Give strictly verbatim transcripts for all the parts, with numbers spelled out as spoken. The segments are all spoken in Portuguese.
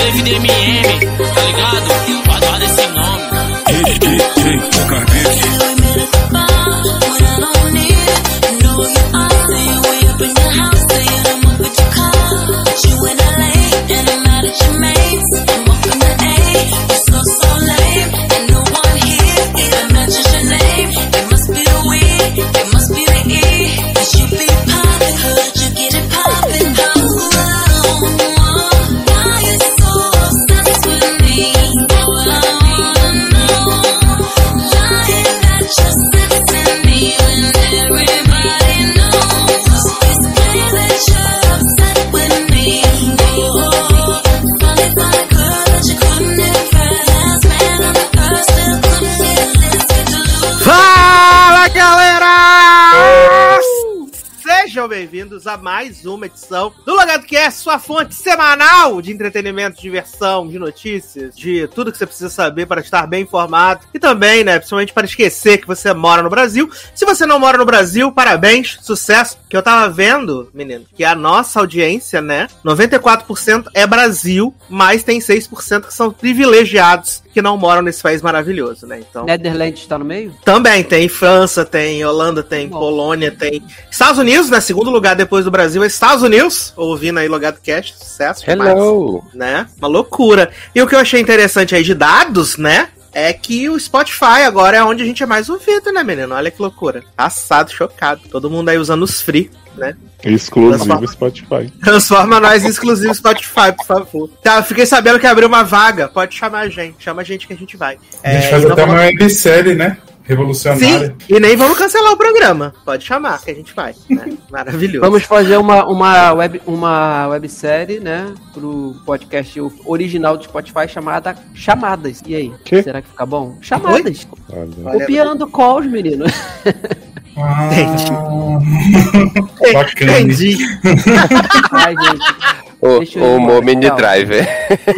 David M M, tá ligado? Pode guardar esse nome. D J Carpete. Sejam bem-vindos a mais uma edição do LogadoCast, sua fonte semanal de entretenimento, diversão, de notícias, de tudo que você precisa saber para estar bem informado e também, né, principalmente para esquecer que você mora no Brasil. Se você não mora no Brasil, parabéns, sucesso, que eu tava vendo, menino, que a nossa audiência, né, noventa e quatro por cento é Brasil, mas tem seis por cento que são privilegiados que não moram nesse país maravilhoso, né? Então, Netherlands está no meio? Também tem França, tem Holanda, tem Bom. Polônia, tem Estados Unidos, né? Segundo lugar depois do Brasil é Estados Unidos. Ouvindo aí LogadoCast, sucesso demais. Hello! Né? Uma loucura. E o que eu achei interessante aí de dados, né? É que o Spotify agora é onde a gente é mais ouvido, né, menino? Olha que loucura. Passado, chocado. Todo mundo aí usando os free, né? Exclusivo Transforma. Spotify. Transforma nós em exclusivo Spotify, por favor. Tá, eu fiquei sabendo que abriu uma vaga. Pode chamar a gente. Chama a gente que a gente vai. A gente É, faz e não até vamos- uma websérie, né? Revolucionária. Sim, e nem vamos cancelar o programa. Pode chamar que a gente vai. Né? Maravilhoso. Vamos fazer uma, uma, web, uma websérie, né, pro podcast original do Spotify chamada Chamadas. E aí? Quê? Será que fica bom? Chamadas. Olha. Copiando calls, menino. Ah, Entendi. bacana. Entendi. Ai, gente. O, Deixa eu ir o embora, Mini tchau. Driver.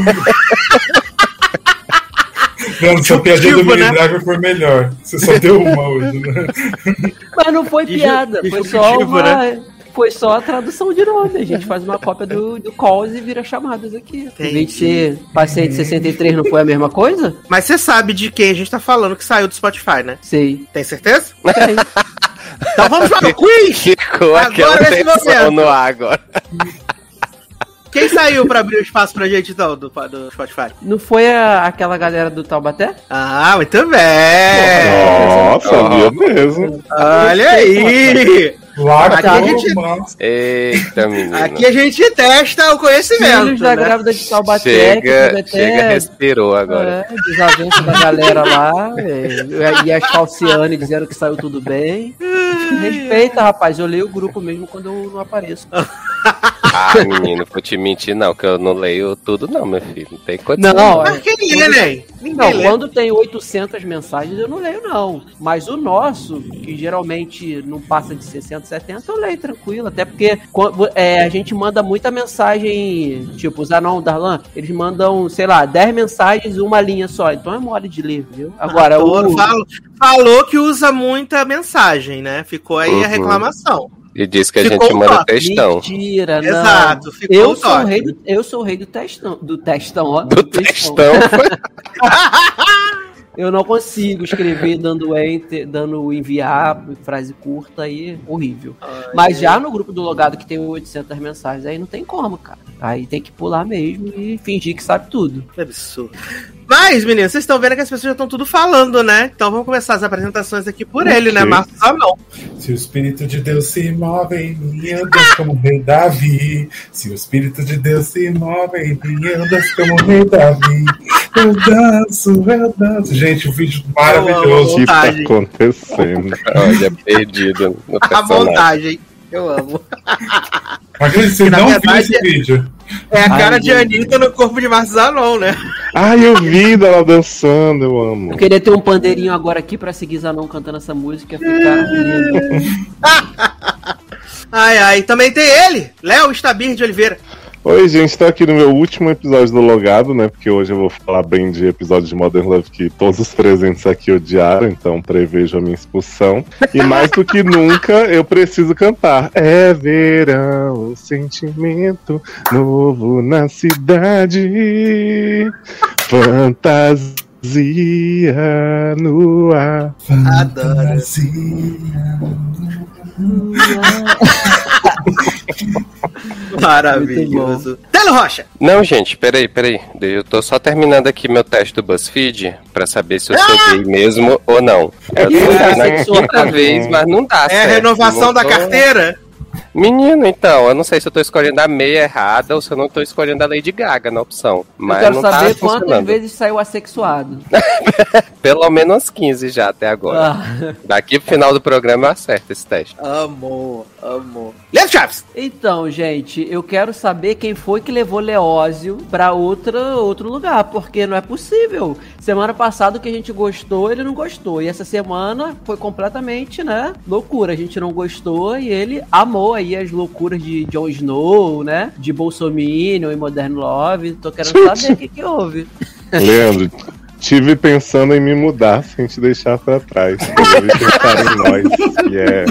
Não, sua piadinha do Disruptivo, Mini né? Driver foi melhor. Você só deu uma hoje, né? Mas não foi Disru- piada, foi só disruptivo, uma... Foi só a tradução de nome. A gente faz uma cópia do, do calls e vira chamadas aqui. Em vez de ser paciente sessenta e três, não foi a mesma coisa? Mas você sabe de quem a gente tá falando que saiu do Spotify, né? Sei. Tem certeza? Tem. Então vamos para o quiz! Ficou Agora aquela nesse tensão momento. no ar agora. Quem saiu pra abrir o espaço pra gente, então, do, do Spotify? Não foi a- aquela galera do Taubaté? Ah, muito bem! Nossa, sabia mesmo. Olha aí! Lá, Aqui a gente- nossa. Eita, menino. Aqui a gente testa o conhecimento, Filhos da né? grávida de Taubaté, que Chega, teve até chega, respirou agora. é, desavença da galera lá, é, e as Falciane dizendo que saiu tudo bem. Respeita, rapaz, eu leio o grupo mesmo quando eu não apareço. Ah, menino, vou te mentir não, que eu não leio tudo não, meu filho. Não tem condição. Não, Mas quem lê, né? Ninguém Não, lê. quando tem oitocentas mensagens eu não leio não, mas o nosso, que geralmente não passa de sessenta, setenta, eu leio tranquilo, até porque quando- é, a gente manda muita mensagem, tipo, os Zanon, Darlan, eles mandam, sei lá, dez mensagens e uma linha só, então é mole de ler, viu? Agora, Toro o... falou, falou que usa muita mensagem, né? Ficou aí a Uhum. reclamação. E diz que a Ficou gente um manda toque. textão. Mentira, não. Exato, ficou Eu o sou, o toque. rei do, eu sou o rei do textão, do textão, ó. Do textão foi. Eu não consigo escrever dando enter, dando enviar, frase curta aí, horrível. Mas já no grupo do Logado que tem oitocentas mensagens, aí não tem como, cara. Aí tem que pular mesmo e fingir que sabe tudo. Que absurdo. Mas, meninos, vocês estão vendo que as pessoas já estão tudo falando, né? Então vamos começar as apresentações aqui por ele, né? Ok. Marcos Zanon. Se o Espírito de Deus se move em mim, andas como o rei Davi. Se o Espírito de Deus se move em mim, andas como o rei Davi. Eu danço, eu danço. Gente, um vídeo maravilhoso. O que tá Montagem. acontecendo? Olha, perdido no A personagem. montagem. Eu amo. Acredite, você Que, na não viu verdade, esse vídeo. É a cara Ai, de gente. Anitta no corpo de Marcos Zanon, né? Ai, eu vi dela dançando, eu amo. Eu queria ter um pandeirinho agora aqui pra seguir Zanon cantando essa música e ficar lindo. Ai, ai. Também tem ele, Léo Stabir de Oliveira. Oi, gente, tô aqui no meu último episódio do Logado, né? Porque hoje eu vou falar bem de episódio de Modern Love que todos os presentes aqui odiaram, então prevejo a minha expulsão. E mais do que nunca, eu preciso cantar. É verão, sentimento novo na cidade, fantasia no ar. Adoro. Maravilhoso. Telo Rocha. Não, gente, peraí, peraí. Eu tô só terminando aqui meu teste do BuzzFeed pra saber se eu sou gay mesmo ou não. Eu tô fazendo aqui outra vez, mas não dá É certo. a renovação Não da tô- carteira? Menino, então, eu não sei se eu tô escolhendo a meia errada ou se eu não tô escolhendo a Lady Gaga na opção. Mas Eu quero não saber tá quantas funcionando. vezes saiu assexuado. Pelo menos quinze já até agora. Ah. Daqui pro final do programa eu acerto esse teste. Amor, amor. Leandro Chaves. Então, gente, eu quero saber quem foi que levou Leózio pra outra, outro lugar, porque não é possível. Semana passada o que a gente gostou, ele não gostou. E essa semana foi completamente, né, loucura. A gente não gostou e ele amou aí as loucuras de Jon Snow, né, de Bolsominion e Modern Love. Tô querendo saber o que que houve. Leandro, tive pensando em me mudar sem te deixar pra trás. Resolvi pensar em nós. E é.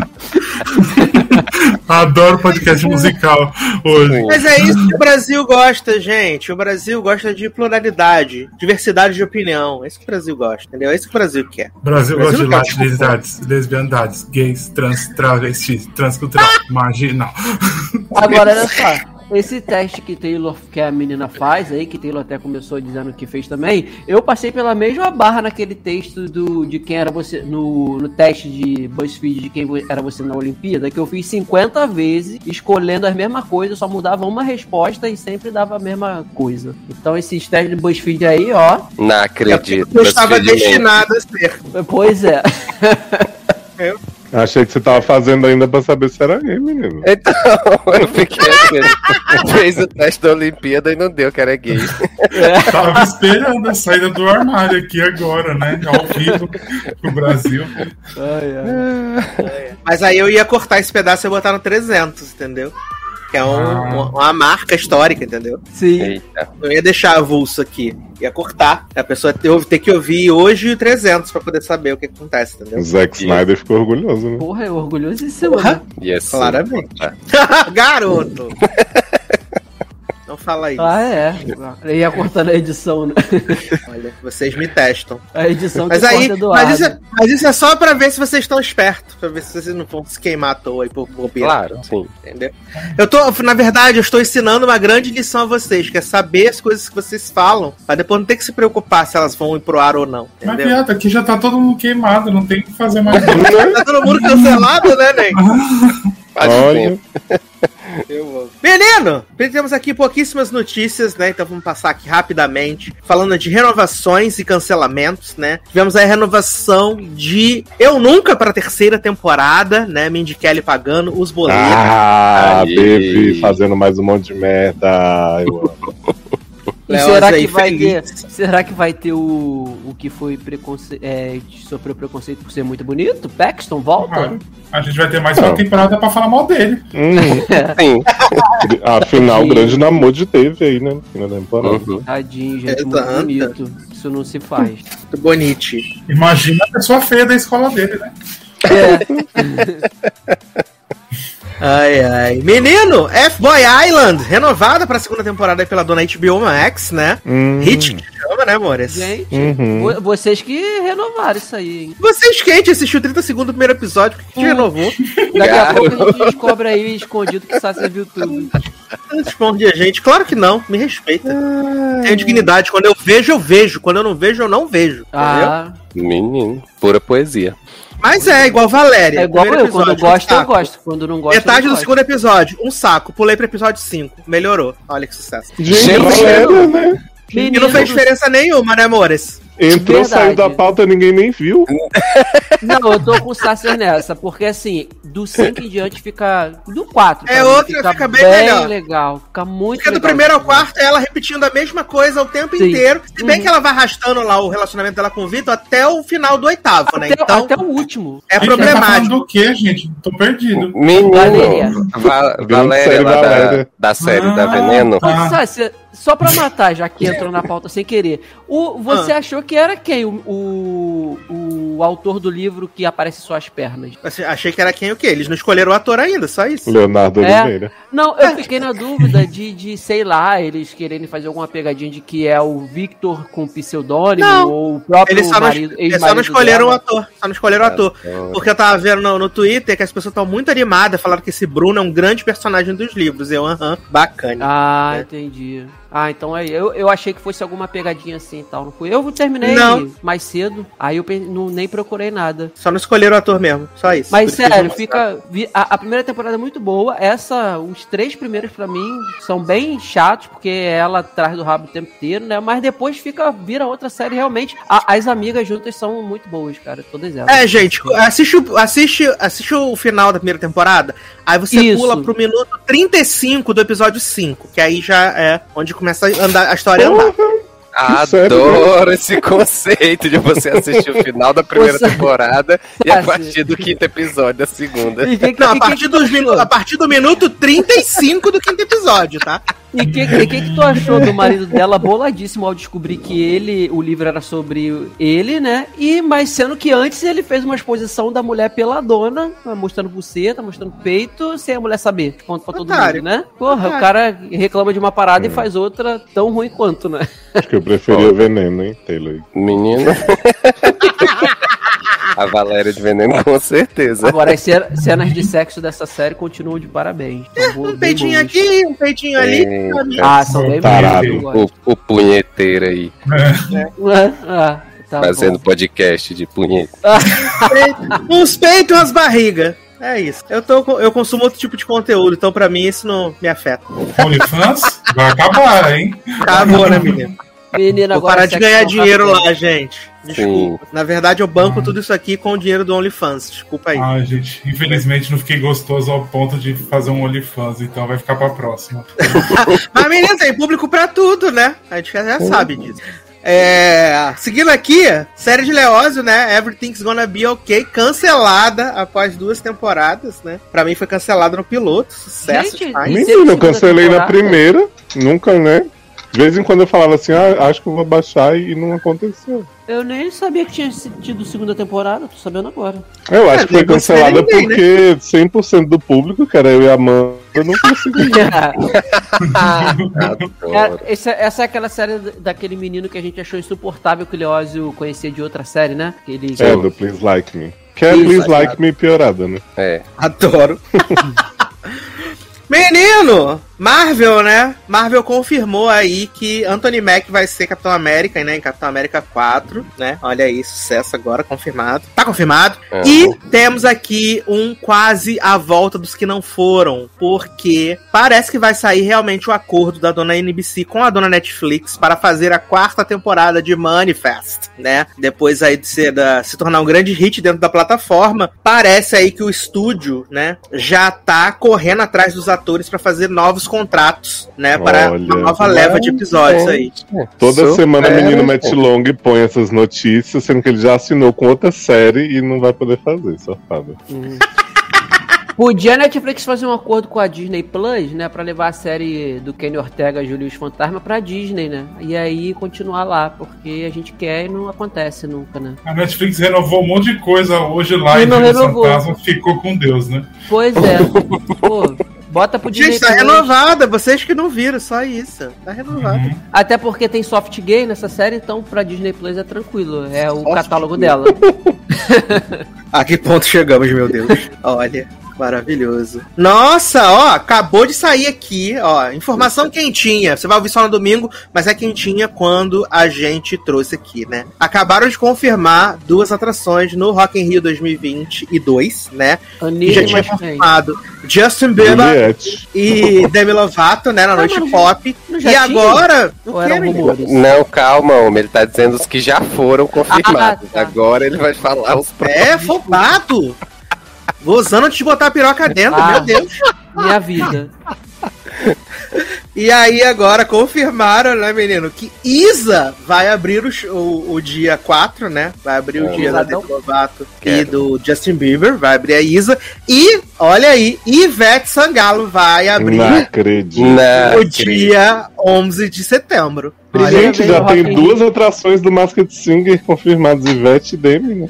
Adoro podcast musical hoje. Mas é isso que o Brasil gosta, gente. O Brasil gosta de pluralidade, diversidade de opinião. É isso que o Brasil gosta, entendeu? É isso que o Brasil quer. Brasil Brasil gosta de não quer latinidades, lesbianidades, gays, trans, travestis, transcultural, marginal. Agora, olha só. Esse teste que Taylor, que a menina faz aí, que Taylor até começou dizendo que fez também, eu passei pela mesma barra naquele texto do, de quem era você, no, no teste de BuzzFeed de quem era você na Olimpíada, que eu fiz cinquenta vezes, escolhendo as mesmas coisas, só mudava uma resposta e sempre dava a mesma coisa. Então esses testes de BuzzFeed aí, ó... Não acredito. Eu estava BuzzFeed destinado a ser. Pois é. Achei que você tava fazendo ainda pra saber se era gay, menino. Então, eu fiquei assim, fez o teste da Olimpíada e não deu que era gay. Tava esperando a saída do armário aqui agora, né? Ao vivo pro Brasil. Ai, ai. Mas aí eu ia cortar esse pedaço e botar no trezentos, entendeu? Que é um- Ah. uma, uma marca histórica, entendeu? Sim. Eita. Eu ia deixar avulso aqui. Ia cortar. A pessoa ter, ter que ouvir hoje o trezentos pra poder saber o que acontece, entendeu? O Zack Snyder ficou orgulhoso, né? Porra, é orgulhosíssimo, Porra. né? Yes, Claramente. tá. Garoto! Não fala isso. Ah, é. Ele ia cortando a edição, né? Olha, vocês me testam. A edição Mas que aí, corta do mas ar. isso, é, mas isso é só pra ver se vocês estão espertos. Pra ver se vocês não vão se queimar à toa aí por bobeira. Claro, sim. Entendeu? Eu tô, na verdade, eu estou ensinando uma grande lição a vocês, que é saber as coisas que vocês falam, pra depois não ter que se preocupar se elas vão ir pro ar ou não. Mas, Entendeu? viado, aqui já tá todo mundo queimado, não tem o que fazer mais. Tá todo mundo cancelado, né, Ney? Faz Olha, tempo. Menino, temos aqui pouquíssimas notícias, né? Então vamos passar aqui rapidamente, falando de renovações e cancelamentos, né? Tivemos aí a renovação de Eu Nunca para a terceira temporada, né? Mindy Kelly pagando os boletos. ah, Aí. Baby fazendo mais um monte de merda. Eu amo. E Leoz será aí que, vai ter, feliz. será que vai ter o, o que foi preconce, é, sofreu preconceito por ser muito bonito? Paxton volta? A gente vai ter mais uma temporada pra falar mal dele. Hum, Sim. afinal, o Sim. grande namoro de teve aí, né? Na temporada. Uhum. Tadinho, gente, muito Exato. bonito. Isso não se faz. Muito bonite. Imagina a pessoa feia da escola dele, né? É, Ai, ai. Menino, F-Boy Island, renovada pra segunda temporada aí pela dona H B O Max, né? Hum. Hit que chama, né, amores? gente, Uhum. vo- vocês que renovaram isso aí, hein? Vocês quente assistiu trinta segundos do primeiro episódio, por que que renovou? Daqui a pouco a gente descobre aí escondido que Sassi viu tudo. Responde a gente. Claro que não, me respeita. Tenho dignidade. Quando eu vejo, eu vejo. Quando eu não vejo, eu não vejo. Entendeu? Ah, Menino, pura poesia. Mas é, igual Valéria. é igual Primeiro eu, quando eu episódio, um gosto, eu saco. gosto. Quando não gosto, eu Metade não do gosto. segundo episódio, um saco. Pulei pro episódio cinco. Melhorou. Olha que sucesso. Gente, Gente, Valéria, né? E não fez diferença nenhuma, né, amores? Entrou, Verdade. saiu da pauta, ninguém nem viu. Não, eu tô com o Sacer nessa, porque assim, do cinco em diante fica. Do quatro. É, pra mim, outra fica bem melhor. legal. Fica muito Porque do legal. primeiro ao quarto é ela repetindo a mesma coisa o tempo Sim. inteiro. Se bem Uhum. que ela vai arrastando lá o relacionamento dela com o Vitor até o final do oitavo, né? Até, Então até o último. é A gente tá falando problemático. do quê, gente? Tô perdido. Valéria. Menino, Va- Grande Valéria série lá da, Valéria. da série Ah, da Veneno. tá. Ô, Sácia, só pra matar, já que entrou na pauta sem querer. O, você Ah. achou que era quem? O, o, o autor do livro que aparece só as pernas? Achei- Achei que era quem o quê? Eles não escolheram o ator ainda, só isso. Leonardo É. Oliveira. Não, eu fiquei na dúvida de, de, sei lá, eles quererem fazer alguma pegadinha de que é o Victor com pseudônimo Não. ou o próprio Eles só, não, marido, eles só não ex-marido escolheram o dela. ator. Só não escolheram o ator. Porque eu tava vendo no, no Twitter que as pessoas estão muito animadas, falaram que esse Bruno é um grande personagem dos livros. Eu, aham, bacana. Ah, É. entendi. Ah, então aí, eu, eu achei que fosse alguma pegadinha assim e tal, não fui. Eu terminei Não. mais cedo, aí eu pe- não, nem procurei nada. Só não escolheram o ator mesmo, só isso. Mas Por isso que sério, eles não fica. vi- A, a primeira temporada é muito boa. Essa, os três primeiros pra mim são bem chatos, porque ela traz do rabo o tempo inteiro, né? Mas depois fica, vira outra série realmente. A- as amigas juntas são muito boas, cara. Todas elas. É, gente, assiste, o- assiste, assiste o final da primeira temporada, aí você Isso. pula pro minuto trinta e cinco do episódio cinco, que aí já é onde começa a, andar, a história a andar. Adoro esse conceito de você assistir o final da primeira Nossa. temporada e a Nossa. partir do quinto episódio da segunda. E que, que, Não, a que- partir, que dos tu minu- achou? a partir do minuto trinta e cinco do quinto episódio, tá? E o que, e que, que tu achou do marido dela boladíssimo ao descobrir que ele, o livro era sobre ele, né? E, mas sendo que antes ele fez uma exposição da mulher peladona, mostrando buceta, mostrando peito, sem a mulher saber. Conta pra todo Otário. mundo, né? Porra, Otário. o cara reclama de uma parada e faz outra tão ruim quanto, né? Acho que eu preferia o Veneno, hein, Taylor? Menino. A Valéria de Veneno, com certeza. Agora, as ce- cenas de sexo dessa série continuam de parabéns. São boas, Um bem peitinho boas. aqui, um peitinho ali. É, Ah, são bem Tarado. boas. eu O, gosto. o punheteiro aí, Ah, tá fazendo bom. podcast de punheta. Uns peitos e umas barrigas. É isso. Eu, tô, com- eu consumo outro tipo de conteúdo, então pra mim isso não me afeta. OnlyFans vai acabar, hein? Acabou, né, menino? Menina, Vou agora parar de sexo ganhar não dinheiro rapidão. lá, gente. Desculpa. Na verdade, eu banco tudo isso aqui com o dinheiro do OnlyFans. Desculpa aí. Ai, gente, infelizmente não fiquei gostoso ao ponto de fazer um OnlyFans, então vai ficar pra próxima. Mas, menina, tem público pra tudo, né? A gente já sabe disso. É, seguindo aqui, série de Leózio, né? Everything's Gonna Be Okay, cancelada após duas temporadas, né? Pra mim foi cancelada no piloto, sucesso Gente, demais. e Menino, eu segunda cancelei na temporada? primeira, nunca, né? De vez em quando eu falava assim, ah, acho que eu vou baixar e não aconteceu. Eu nem sabia que tinha tido segunda temporada, tô sabendo agora. Eu acho É, que foi não considera cancelada ninguém, porque cem por cento do público, que era eu e a Amanda, não conseguiu. Adoro. É, essa, essa é aquela série daquele menino que a gente achou insuportável que o Leózio conhecia de outra série, né? Que ele... É, do Please Like Me. Que é Isso, Please Like exato. Me piorada, né? É. Adoro. Menino, Marvel, né? Marvel confirmou aí que Anthony Mack vai ser Capitão América, né? Em Capitão América quatro, né? Olha aí, sucesso agora, confirmado. Tá confirmado. Uhum. E temos aqui um quase a volta dos que não foram, porque parece que vai sair realmente o acordo da dona N B C com a dona Netflix para fazer a quarta temporada de Manifest, né? Depois aí de ser da, se tornar um grande hit dentro da plataforma, parece aí que o estúdio, né, já tá correndo atrás dos atores para fazer novos contratos, né, para Olha. uma nova leva de episódios aí. Toda Super. semana o menino mete long e põe essas notícias, sendo que ele já assinou com outra série e não vai poder fazer, safado. Podia a Netflix fazer um acordo com a Disney Plus, né? Pra levar a série do Kenny Ortega, Julius Fantasma, pra Disney, né? E aí continuar lá, porque a gente quer e não acontece nunca, né? A Netflix renovou um monte de coisa hoje lá E e não o renovou. Fantasma ficou com Deus, né? Pois é. Pô, bota pro Disney Gente, tá Plus. renovada, vocês que não viram, só isso. Tá renovada. Uhum. Até porque tem soft gay nessa série, então pra Disney Plus é tranquilo. É o Soft catálogo gay. dela. A que ponto chegamos, meu Deus? Olha. Maravilhoso. Nossa, ó, acabou de sair aqui, ó, informação quentinha. Você vai ouvir só no domingo, mas é quentinha quando a gente trouxe aqui, né? Acabaram de confirmar duas atrações no Rock in Rio dois mil e vinte e dois, né? Aninha E já tinha confirmado Justin Bieber Juliette. e Demi Lovato, né, na Ah, noite mas não pop. não já E tinha? agora... Ou o eram quê, menino? rumores? Não, calma, homem. Ele tá dizendo os que já foram confirmados. Ah, tá. Agora ele vai falar os próximos. É, fofado! Gozando antes de botar a piroca dentro, Ah. meu Deus. Minha vida. E aí agora confirmaram, né, menino, que Isa vai abrir o, sh- o, o dia quatro, né? Vai abrir o É, dia da Isadão. Demi Lovato e Quero. do Justin Bieber, vai abrir a Isa. E, olha aí, Ivete Sangalo vai abrir Não acredito. Não, o dia onze de setembro. Primeira Gente, vez já no tem Rock in duas atrações do Masked Singer confirmadas, Ivete e Demi, né?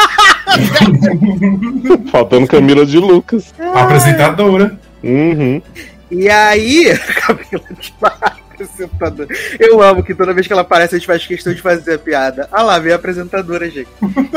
Faltando Camila de Lucas. A apresentadora. Uhum. E aí, Camila de Barra, apresentadora. Eu amo que toda vez que ela aparece a gente faz questão de fazer a piada. Ah lá, veio a apresentadora, gente.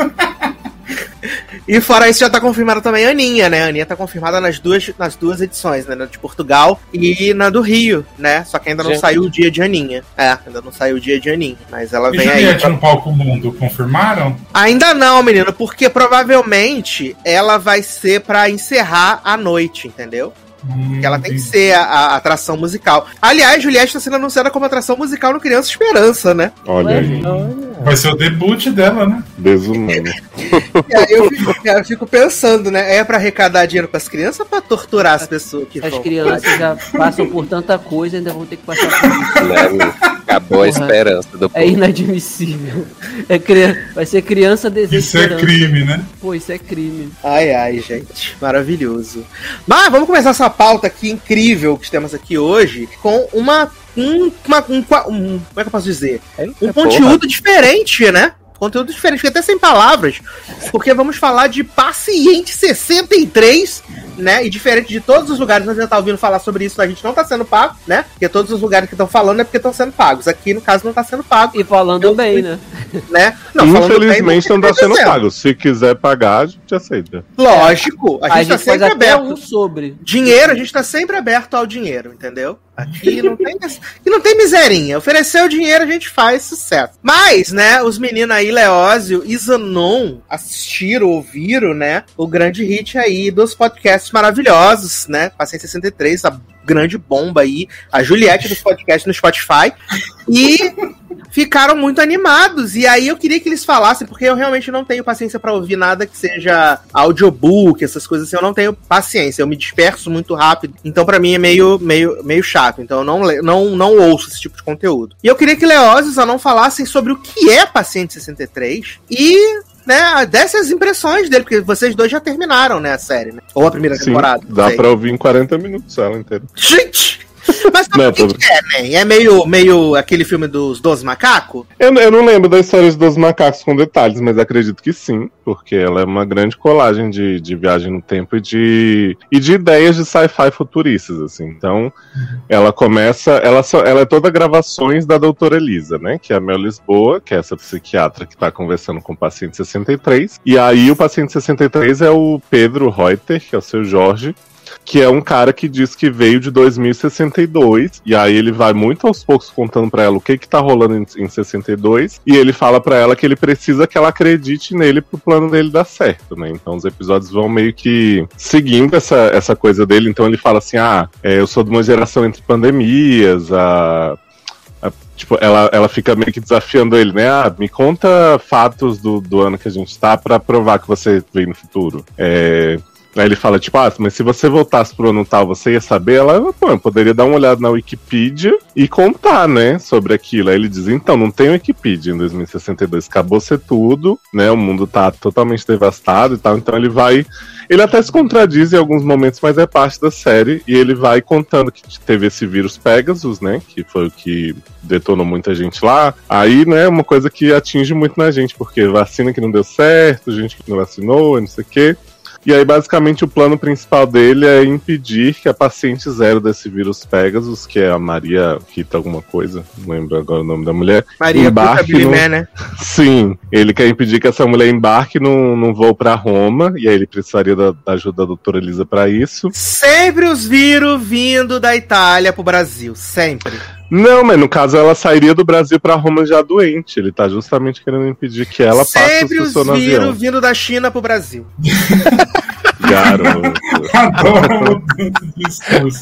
E fora isso, já tá confirmada também a Aninha, né? A Aninha tá confirmada nas duas, nas duas edições, né? Na de Portugal e na do Rio, né? Só que ainda não Gente. saiu o dia de Aninha. É, ainda não saiu o dia de Aninha. Mas ela E vem aí. Juliette pra- no Palco Mundo, confirmaram? Ainda não, menino, porque provavelmente ela vai ser pra encerrar a noite, entendeu? Hum, Porque ela tem que ser a, a atração musical. Aliás, Juliette tá sendo anunciada como atração musical no Criança Esperança, né? Olha aí, Vai ser o debut dela, né? desumano. E aí eu fico, eu fico pensando, né? É pra arrecadar dinheiro pras crianças ou pra torturar as pessoas que As vão? crianças já passam por tanta coisa, ainda vão ter que passar por isso. Né? Acabou a Porra. esperança do É povo. inadmissível. É cri... Vai ser criança Isso é desesperada. crime, né? Pô, isso é crime. Ai, ai, gente. Maravilhoso. Mas vamos começar essa pauta aqui incrível que temos aqui hoje com uma. Um, uma um, um- como é que eu posso dizer? Um conteúdo diferente, né? Conteúdo diferente, fiquei até sem palavras, porque vamos falar de Paciente sessenta e três, né? E diferente de todos os lugares onde a gente tá ouvindo falar sobre isso, a gente não tá sendo pago, né? Porque todos os lugares que estão falando é porque estão sendo pagos. Aqui, no caso, não tá sendo pago, E falando Eu bem, fui- né? né? Não, falando bem, Infelizmente não tá sendo acontecendo. pago. Se quiser pagar, a gente aceita. Lógico, a A gente, gente tá faz sempre até aberto. um sobre. Dinheiro, a gente tá sempre aberto ao dinheiro, entendeu? Aqui não tem, aqui não tem miserinha. Oferecer o dinheiro, a gente faz sucesso. Mas, né, os meninos aí, Leózio e Zanon, assistiram, ouviram, né, o grande hit aí dos podcasts maravilhosos, né? Paciente sessenta e três, a grande bomba aí, a Juliette dos podcasts no Spotify. E ficaram muito animados. E aí eu queria que eles falassem, porque eu realmente não tenho paciência pra ouvir nada que seja audiobook, essas coisas assim, eu não tenho paciência, eu me disperso muito rápido. Então pra mim é meio, meio, meio chato. Então eu não, le- não, não ouço esse tipo de conteúdo. E eu queria que Leózio e Zanon falassem sobre o que é Paciente sessenta e três e, né, dessas impressões dele, porque vocês dois já terminaram, né, a série, né? Ou a primeira Sim, temporada. não dá sei. pra ouvir em quarenta minutos ela inteira. Gente! Mas sabe Não, o que, tô- que é, né? É meio, meio aquele filme dos Dois Macacos? Eu, eu não lembro da história dos macacos com detalhes, mas acredito que sim, porque ela é uma grande colagem de, de viagem no tempo e de, e de ideias de sci-fi futuristas, assim. Então, ela começa, ela, só, ela é toda gravações da doutora Elisa, né, que é a Mel Lisboa, que é essa psiquiatra que tá conversando com o paciente sessenta e três, e aí o paciente sessenta e três é o Pedro Reuter, que é o seu Jorge, que é um cara que diz que veio de dois mil e sessenta e dois, e aí ele vai muito aos poucos contando pra ela o que que tá rolando em, em sessenta e dois, e ele fala pra ela que ele precisa que ela acredite nele pro plano dele dar certo, né? Então os episódios vão meio que seguindo essa, essa coisa dele, então ele fala assim, ah, é, eu sou de uma geração entre pandemias, a... a- Tipo, ela, ela fica meio que desafiando ele, né? Ah, me conta fatos do, do ano que a gente tá pra provar que você veio no futuro. É... Aí ele fala, tipo, ah, mas se você voltasse pro ano tal, você ia saber? Ela, pô, eu poderia dar uma olhada na Wikipedia e contar, né, sobre aquilo. Aí ele diz, então, não tem Wikipedia em dois mil e sessenta e dois, acabou ser tudo, né, o mundo tá totalmente devastado e tal, então ele vai... Ele até se contradiz em alguns momentos, mas é parte da série, e ele vai contando que teve esse vírus Pegasus, né, que foi o que detonou muita gente lá. Aí, né, uma coisa que atinge muito na gente, porque vacina que não deu certo, gente que não vacinou, não sei o quê. E aí, basicamente, o plano principal dele é impedir que a paciente zero desse vírus Pegasus, que é a Maria Rita alguma coisa, não lembro agora o nome da mulher. Maria Rita Billy no... Man, né? Sim, ele quer impedir que essa mulher embarque num, num voo pra Roma, e aí ele precisaria da, da ajuda da doutora Elisa pra isso. Sempre os vírus vindo da Itália pro Brasil, sempre. Não, mas no caso ela sairia do Brasil pra Roma já doente. Ele tá justamente querendo impedir que ela passe Sempre o os susto no avião. vírus vindo da China pro Brasil. Garoto. Adoro o discurso.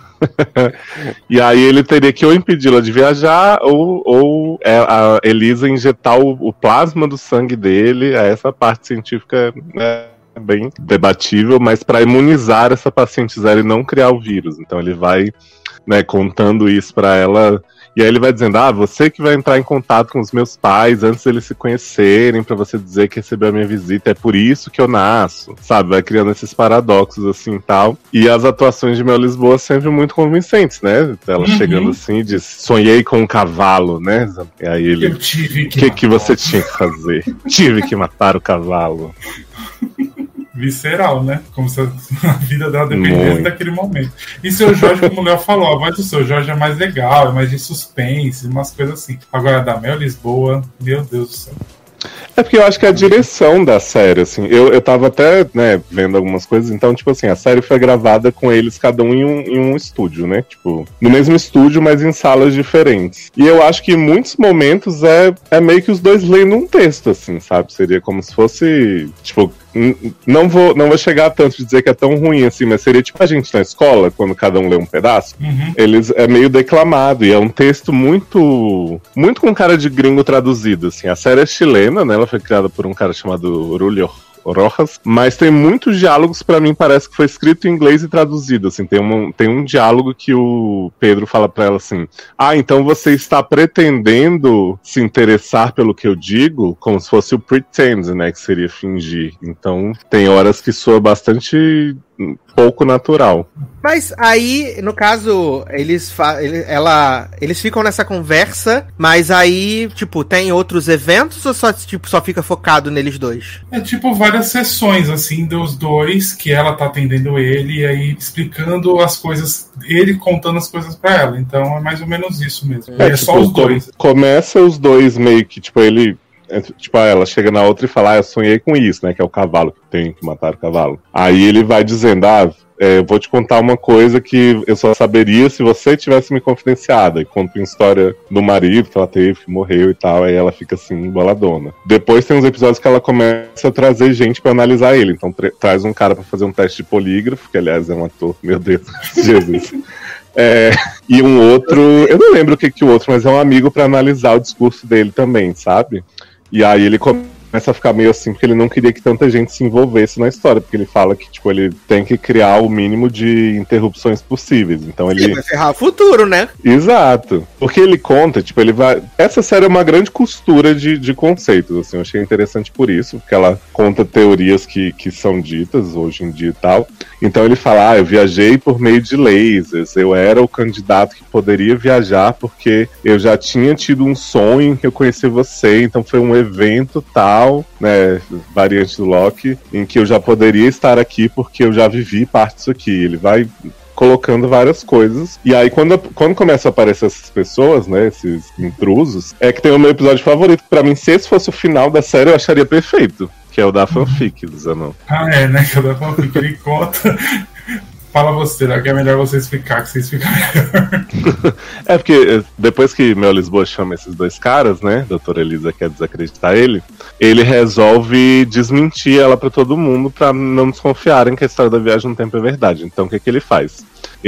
E aí ele teria que ou impedi-la de viajar ou, ou é, a Elisa injetar o, o plasma do sangue dele. Essa parte científica é bem debatível, mas para imunizar essa paciente zero e não criar o vírus. Então ele vai, né, contando isso para ela. E aí ele vai dizendo, ah, você que vai entrar em contato com os meus pais antes deles se conhecerem, pra você dizer que recebeu a minha visita, é por isso que eu nasço, sabe? Vai criando esses paradoxos assim e tal. E as atuações de Mel Lisboa sempre muito convincentes, né? Ela uhum. chegando assim e diz, sonhei com um cavalo, né? E aí ele, eu tive que o que, que você tinha que fazer? Tive que matar o cavalo. Visceral, né? Como se a vida dela dependesse Muito. daquele momento. E seu Jorge, como o Léo falou, a voz do seu Jorge é mais legal, é mais de suspense, umas coisas assim. Agora, da Mel Lisboa, meu Deus do céu. É porque eu acho que a direção da série, assim, eu, eu tava até, né, vendo algumas coisas, então, tipo assim, a série foi gravada com eles, cada um em um, em um estúdio, né, tipo, no mesmo estúdio, mas em salas diferentes. E eu acho que em muitos momentos é, é meio que os dois lendo um texto, assim, sabe, seria como se fosse, tipo, n- não vou, não vou chegar a tanto de dizer que é tão ruim, assim, mas seria tipo a gente na escola, quando cada um lê um pedaço, Uhum. eles é meio declamado, e é um texto muito, muito com cara de gringo traduzido, assim, a série é chilena, né, ela foi criada por um cara chamado Rulio Rojas, mas tem muitos diálogos, pra mim parece que foi escrito em inglês e traduzido, assim, tem um, tem um diálogo que o Pedro fala pra ela assim, ah, então você está pretendendo se interessar pelo que eu digo, como se fosse o pretend, né, que seria fingir, então tem horas que soa bastante pouco natural. Mas aí, no caso, eles, fa- ele- ela, eles ficam nessa conversa, mas aí, tipo, tem outros eventos ou só, tipo, só fica focado neles dois? É tipo várias sessões, assim, dos dois, que ela tá atendendo ele, e aí explicando as coisas, ele contando as coisas pra ela. Então é mais ou menos isso mesmo. É, é tipo, só os dois. com- Começa os dois meio que, tipo, ele... é, tipo, ela chega na outra e fala, ah, eu sonhei com isso, né, que é o cavalo, que tem que matar o cavalo. Aí ele vai dizendo, ah, é, eu vou te contar uma coisa que eu só saberia se você tivesse me confidenciado. E conta uma história do marido que ela teve, que morreu e tal, aí ela fica assim, boladona. Depois tem uns episódios que ela começa a trazer gente pra analisar ele. Então tra- traz um cara pra fazer um teste de polígrafo, que aliás é um ator, meu Deus, Jesus. É, e um outro, eu não lembro o que que o outro, mas é um amigo pra analisar o discurso dele também, sabe? E aí ele começa a ficar meio assim, porque ele não queria que tanta gente se envolvesse na história, porque ele fala que, tipo, ele tem que criar o mínimo de interrupções possíveis. Então ele... Sim, vai ferrar o futuro, né? Exato. Porque ele conta, tipo, ele vai... Essa série é uma grande costura de, de conceitos, assim, eu achei interessante por isso, porque ela conta teorias que, que são ditas hoje em dia e tal. Então ele fala, ah, eu viajei por meio de lasers, eu era o candidato que poderia viajar porque eu já tinha tido um sonho em que eu conheci você, então foi um evento tal, né, variante do Loki, em que eu já poderia estar aqui porque eu já vivi parte disso aqui. Ele vai colocando várias coisas. E aí, quando, quando começam a aparecer essas pessoas, né, esses intrusos, é que tem o meu episódio favorito. Pra mim, se esse fosse o final da série, eu acharia perfeito. Que é o da fanfic do Zanon. Ah, é, né? Que o da fanfic ele conta. Fala você, né? Que é melhor você explicar, que você explica melhor. É porque depois que Mel Lisboa chama esses dois caras, né? Doutora Elisa quer desacreditar ele, ele resolve desmentir ela pra todo mundo pra não desconfiarem que a história da viagem no tempo é verdade. Então o que, que ele faz?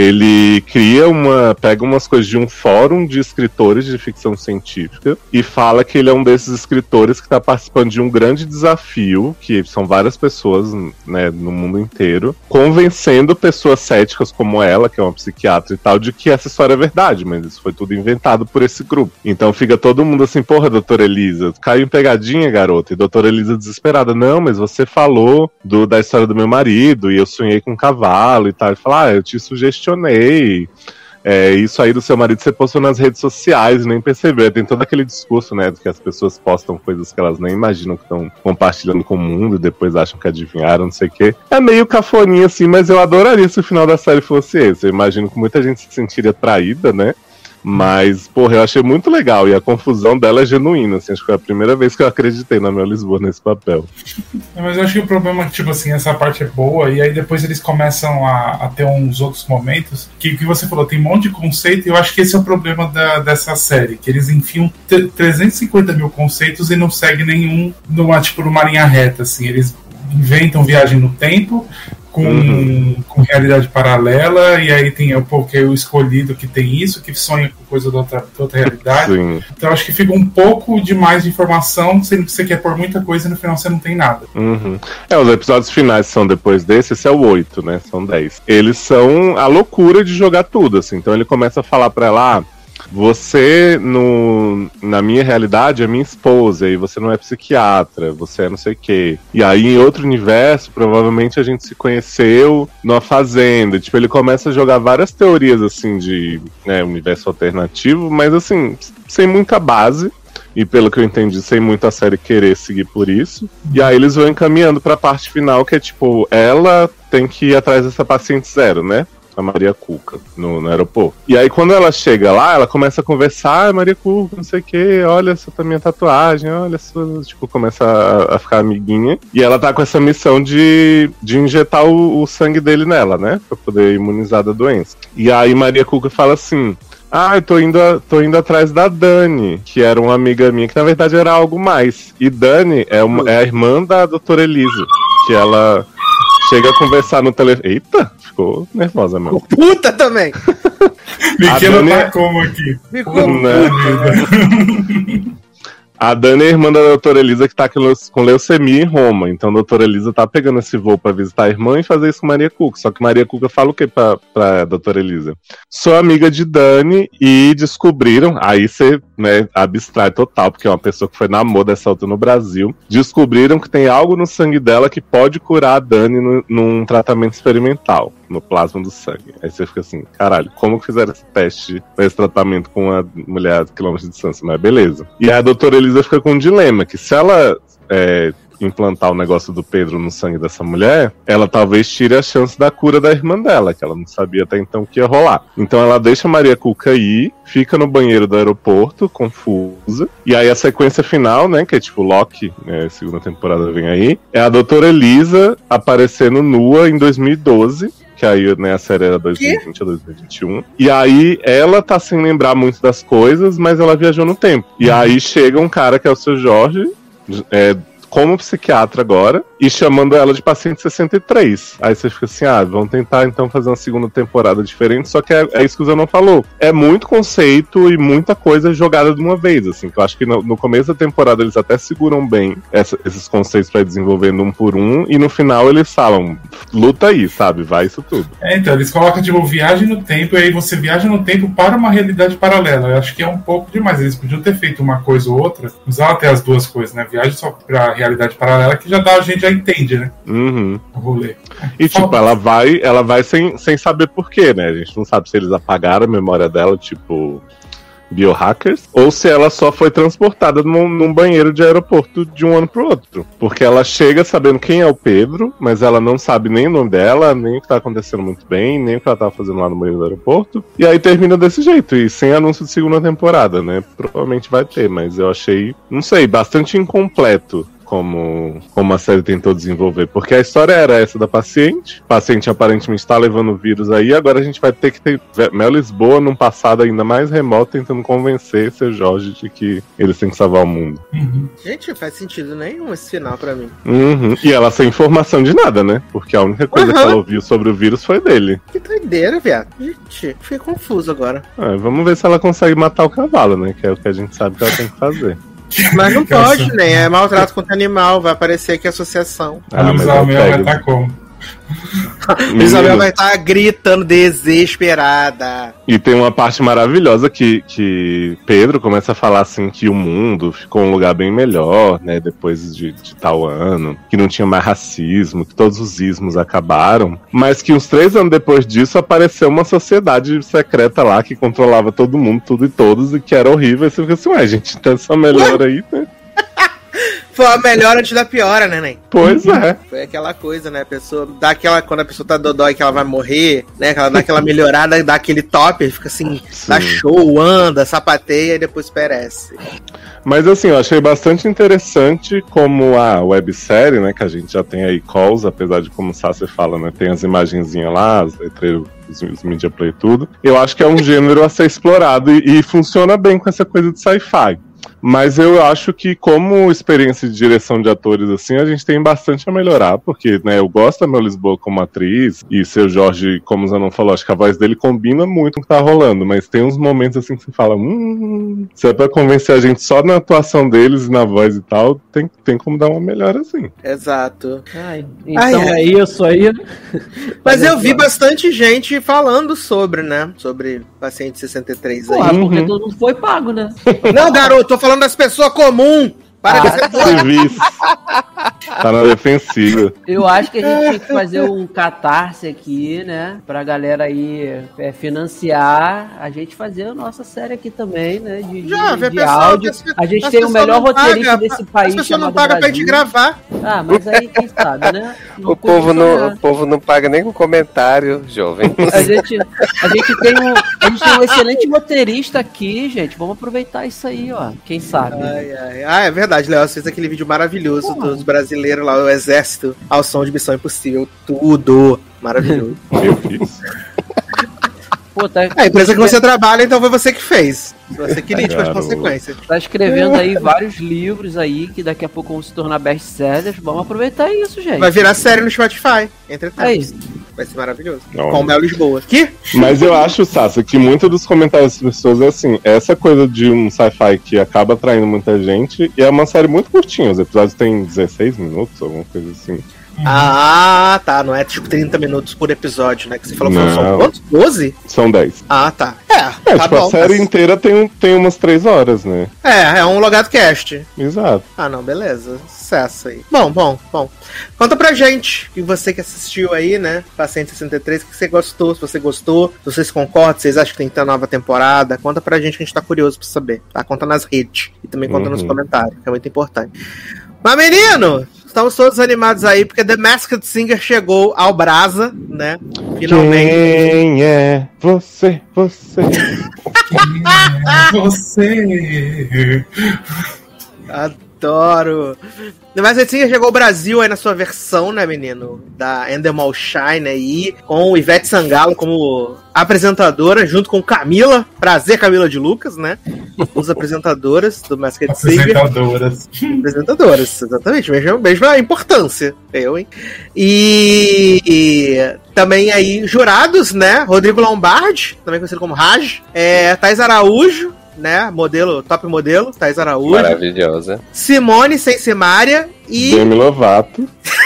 Ele cria uma... pega umas coisas de um fórum de escritores de ficção científica e fala que ele é um desses escritores que está participando de um grande desafio, que são várias pessoas, né, no mundo inteiro, convencendo pessoas céticas como ela, que é uma psiquiatra e tal, de que essa história é verdade, mas isso foi tudo inventado por esse grupo. Então fica todo mundo assim, porra, doutora Elisa, caiu em pegadinha, garota. E doutora Elisa desesperada, não, mas você falou do, da história do meu marido e eu sonhei com um cavalo e tal. Ele fala, ah, eu te sugestionei. é, isso aí do seu marido você postou nas redes sociais e nem percebeu. Tem todo aquele discurso, né, de que as pessoas postam coisas que elas nem imaginam que estão compartilhando com o mundo e depois acham que adivinharam, não sei o quê. É meio cafoninha, assim, mas eu adoraria se o final da série fosse esse. Eu imagino que muita gente se sentiria traída, né? Mas, porra, eu achei muito legal. E a confusão dela é genuína, assim. Acho que foi a primeira vez que eu acreditei na Mel Lisboa nesse papel. Mas eu acho que o problema é que, tipo assim, essa parte é boa. E aí depois eles começam a, a ter uns outros momentos. Que que você falou, tem um monte de conceito. E eu acho que esse é o problema da, dessa série. Que eles enfiam trezentos e cinquenta mil conceitos e não seguem nenhum numa, tipo, numa linha reta, assim. Eles inventam viagem no tempo com, uhum. com realidade paralela, e aí tem o porque é o escolhido que tem isso, que sonha com coisa da outra, da outra realidade. Sim. Então acho que fica um pouco demais de informação, sendo que você quer pôr muita coisa e no final você não tem nada. Uhum. É, os episódios finais são depois desse, esse é o oito, né? São dez. Eles são a loucura de jogar tudo, assim. Então ele começa a falar pra ela, ah, você, no, na minha realidade, é minha esposa, e você não é psiquiatra, você é não sei o quê. E aí, em outro universo, provavelmente a gente se conheceu numa fazenda. Tipo, ele começa a jogar várias teorias, assim, de né, universo alternativo, mas, assim, sem muita base. E pelo que eu entendi, sem muito a série querer seguir por isso. E aí eles vão encaminhando pra parte final, que é tipo, ela tem que ir atrás dessa paciente zero, né? A Maria Cuca, no, no aeroporto. E aí quando ela chega lá, ela começa a conversar, ah, Maria Cuca, não sei o que, olha essa minha tatuagem, olha essa... Tipo, começa a, a ficar amiguinha. E ela tá com essa missão de, de injetar o, o sangue dele nela, né? Pra poder imunizar da doença. E aí Maria Cuca fala assim, ah, eu tô indo, a, tô indo atrás da Dani, que era uma amiga minha, que na verdade era algo mais. E Dani é, uma, é a irmã da doutora Elisa, que ela chega a conversar no telefone. Eita, ficou nervosa mesmo. Puta também! Pequeno Dani... tá como aqui? Ficou né? A Dani é a irmã da doutora Elisa que tá com leucemia em Roma. Então a doutora Elisa tá pegando esse voo pra visitar a irmã e fazer isso com Maria Cuca. Só que Maria Cuca fala o que pra, pra doutora Elisa? Sou amiga de Dani e descobriram, aí você né, abstrai total, porque é uma pessoa que foi na moda dessa outra no Brasil. Descobriram que tem algo no sangue dela que pode curar a Dani no, num tratamento experimental, no plasma do sangue. Aí você fica assim, caralho, como que fizeram esse teste, esse tratamento com uma mulher a quilômetros de distância? Mas beleza. E a doutora Elisa fica com um dilema, que se ela é, implantar o negócio do Pedro no sangue dessa mulher, ela talvez tire a chance da cura da irmã dela, que ela não sabia até então que ia rolar. Então ela deixa a Maria Cuca ir, fica no banheiro do aeroporto, confusa, e aí a sequência final, né, que é tipo Loki, né, segunda temporada vem aí, é a doutora Elisa aparecendo nua em dois mil e doze, que aí né, a série era dois mil e vinte a dois mil e vinte e um. E aí ela tá sem lembrar muito das coisas, mas ela viajou no tempo. E aí chega um cara que é o seu Jorge, é, como psiquiatra agora, e chamando ela de paciente sessenta e três. Aí você fica assim, ah, vamos tentar então fazer uma segunda temporada diferente, só que é, é isso que o Zé não falou. É muito conceito e muita coisa jogada de uma vez, assim, que eu acho que no, no começo da temporada eles até seguram bem essa, esses conceitos pra ir desenvolvendo um por um, e no final eles falam, luta aí, sabe, vai isso tudo. É, então, eles colocam, tipo, viagem no tempo, e aí você viaja no tempo para uma realidade paralela. Eu acho que é um pouco demais, eles podiam ter feito uma coisa ou outra, usar até as duas coisas, né, viagem só pra realidade paralela, que já dá, a gente já entende, né? Uhum. O rolê. E tipo, ela vai, ela vai sem, sem saber porquê, né? A gente não sabe se eles apagaram a memória dela, tipo biohackers, ou se ela só foi transportada num, num banheiro de aeroporto de um ano pro outro. Porque ela chega sabendo quem é o Pedro, mas ela não sabe nem o nome dela, nem o que tá acontecendo muito bem, nem o que ela tava fazendo lá no banheiro do aeroporto. E aí termina desse jeito, e sem anúncio de segunda temporada, né? Provavelmente vai ter, mas eu achei, não sei, bastante incompleto. Como, como a série tentou desenvolver. Porque a história era essa da paciente. O paciente aparentemente está levando o vírus aí. Agora a gente vai ter que ter Mel Lisboa num passado ainda mais remoto, tentando convencer seu Jorge de que eles têm que salvar o mundo. Uhum. Gente, não faz sentido nenhum esse final pra mim. Uhum. E ela sem informação de nada, né? Porque a única coisa uhum. que ela ouviu sobre o vírus foi dele. Que doideira, viado. Gente, fiquei confuso agora. É, vamos ver se ela consegue matar o cavalo, né? Que é o que a gente sabe que ela tem que fazer. Mas não pode, né? É maltrato contra animal, vai aparecer aqui a associação. Ah, mas o mel vai estar como? Isabel vai estar gritando desesperada. E tem uma parte maravilhosa que, que Pedro começa a falar assim que o mundo ficou um lugar bem melhor, né, depois de, de tal ano, que não tinha mais racismo, que todos os ismos acabaram, mas que uns três anos depois disso apareceu uma sociedade secreta lá que controlava todo mundo, tudo e todos, e que era horrível. E você fica assim, ué, gente, então essa melhora aí, né? Foi a melhor antes da piora, né, Nen? Pois é. Foi aquela coisa, né? A pessoa dá aquela. Quando a pessoa tá dodói que ela vai morrer, né? Que ela dá aquela melhorada, dá aquele top, fica assim, Sim. dá show, anda, sapateia e depois perece. Mas assim, eu achei bastante interessante como a websérie, né? Que a gente já tem aí calls, apesar de como o Sassi fala, né? Tem as imagenzinhas lá, as letreiros, os, os media play e tudo. Eu acho que é um gênero a ser explorado e, e funciona bem com essa coisa de sci-fi. Mas eu acho que como experiência de direção de atores, assim, a gente tem bastante a melhorar, porque, né, eu gosto da Mel Lisboa como atriz, e seu Jorge, como o Zanon falou, acho que a voz dele combina muito com o que tá rolando, mas tem uns momentos, assim, que você fala, hum, se é pra convencer a gente só na atuação deles e na voz e tal, tem, tem como dar uma melhora, assim. Exato. Ai, então Ai, ai. é isso aí. Mas eu vi bastante gente falando sobre, né? Sobre Paciente sessenta e três aí. Porra, porque Uhum. todo mundo foi pago, né? Não, garoto, tô falando das pessoas comuns. Para Ah, de ser doido. Serviço. Tá na defensiva. Eu acho que a gente tinha que fazer um catarse aqui, né? Pra galera aí é, financiar a gente fazer a nossa série aqui também, né? De, Já, de, vê de pessoal, áudio. as- A gente as tem o pessoas melhor não roteirista pagam, desse país. As pessoas não chamado pagam pra gente Brasil. gravar. Ah, mas aí quem sabe, né? Não O povo, não, custa o povo não paga nem com comentário, jovem. nada. A gente, a, gente tem um, a gente tem um excelente roteirista aqui, gente. Vamos aproveitar isso aí, ó. Quem sabe? Ai, ai. Ah, é verdade, Léo. Você fez aquele vídeo maravilhoso Porra. dos brasileiros lá, o Exército, ao som de Missão Impossível. Tudo. Maravilhoso. Eu fiz. Pô, tá, É a empresa que você trabalha, então foi você que fez. Você que lide com as Garoto. consequências. tá escrevendo aí vários livros aí que daqui a pouco vão se tornar best-sellers. Vamos aproveitar isso, gente. Vai virar série no Spotify. Entretanto. Aí. Vai ser maravilhoso. Olha. Com o Mel Lisboa. Que? Mas eu acho, Sassi, que muito dos comentários das pessoas é assim, essa coisa de um sci-fi que acaba atraindo muita gente, e é uma série muito curtinha, os episódios têm dezesseis minutos, alguma coisa assim. Ah, tá. Não é tipo trinta minutos por episódio, né? Que você falou que Não. são quantos? doze? São dez. Ah, tá. É, É, tá tipo, bom. a série mas- inteira tem, um- tem umas três horas, né? É, é um logado cast. Exato. Ah, não, beleza. Sucesso aí. Bom, bom, bom. Conta pra gente, que você que assistiu aí, né? Paciente sessenta e três, o que você gostou, se você gostou, se vocês concordam, se vocês acham que tem que ter uma nova temporada. Conta pra gente que a gente tá curioso pra saber, tá? Conta nas redes e também conta Uhum. nos comentários, que é muito importante. Mas, menino, estamos todos animados aí, porque The Masked Singer chegou ao Brasa, né? Finalmente. Quem é você, você? Você. Adoro! The Masked Singer chegou ao Brasil aí na sua versão, né, menino? Da Endemol Shine aí, com Ivete Sangalo como apresentadora, junto com Camila. Prazer, Camila de Lucas, né? Os apresentadoras do Masked Singer. Apresentadoras. Apresentadoras, exatamente. Mesmo, mesmo a importância. Eu, hein? E, e também aí jurados, né? Rodrigo Lombardi, também conhecido como Raj. É, Thais Araújo, né? Modelo, top modelo, Thais Araújo. Maravilhosa. Simone Sensimária e, Demi Lovato.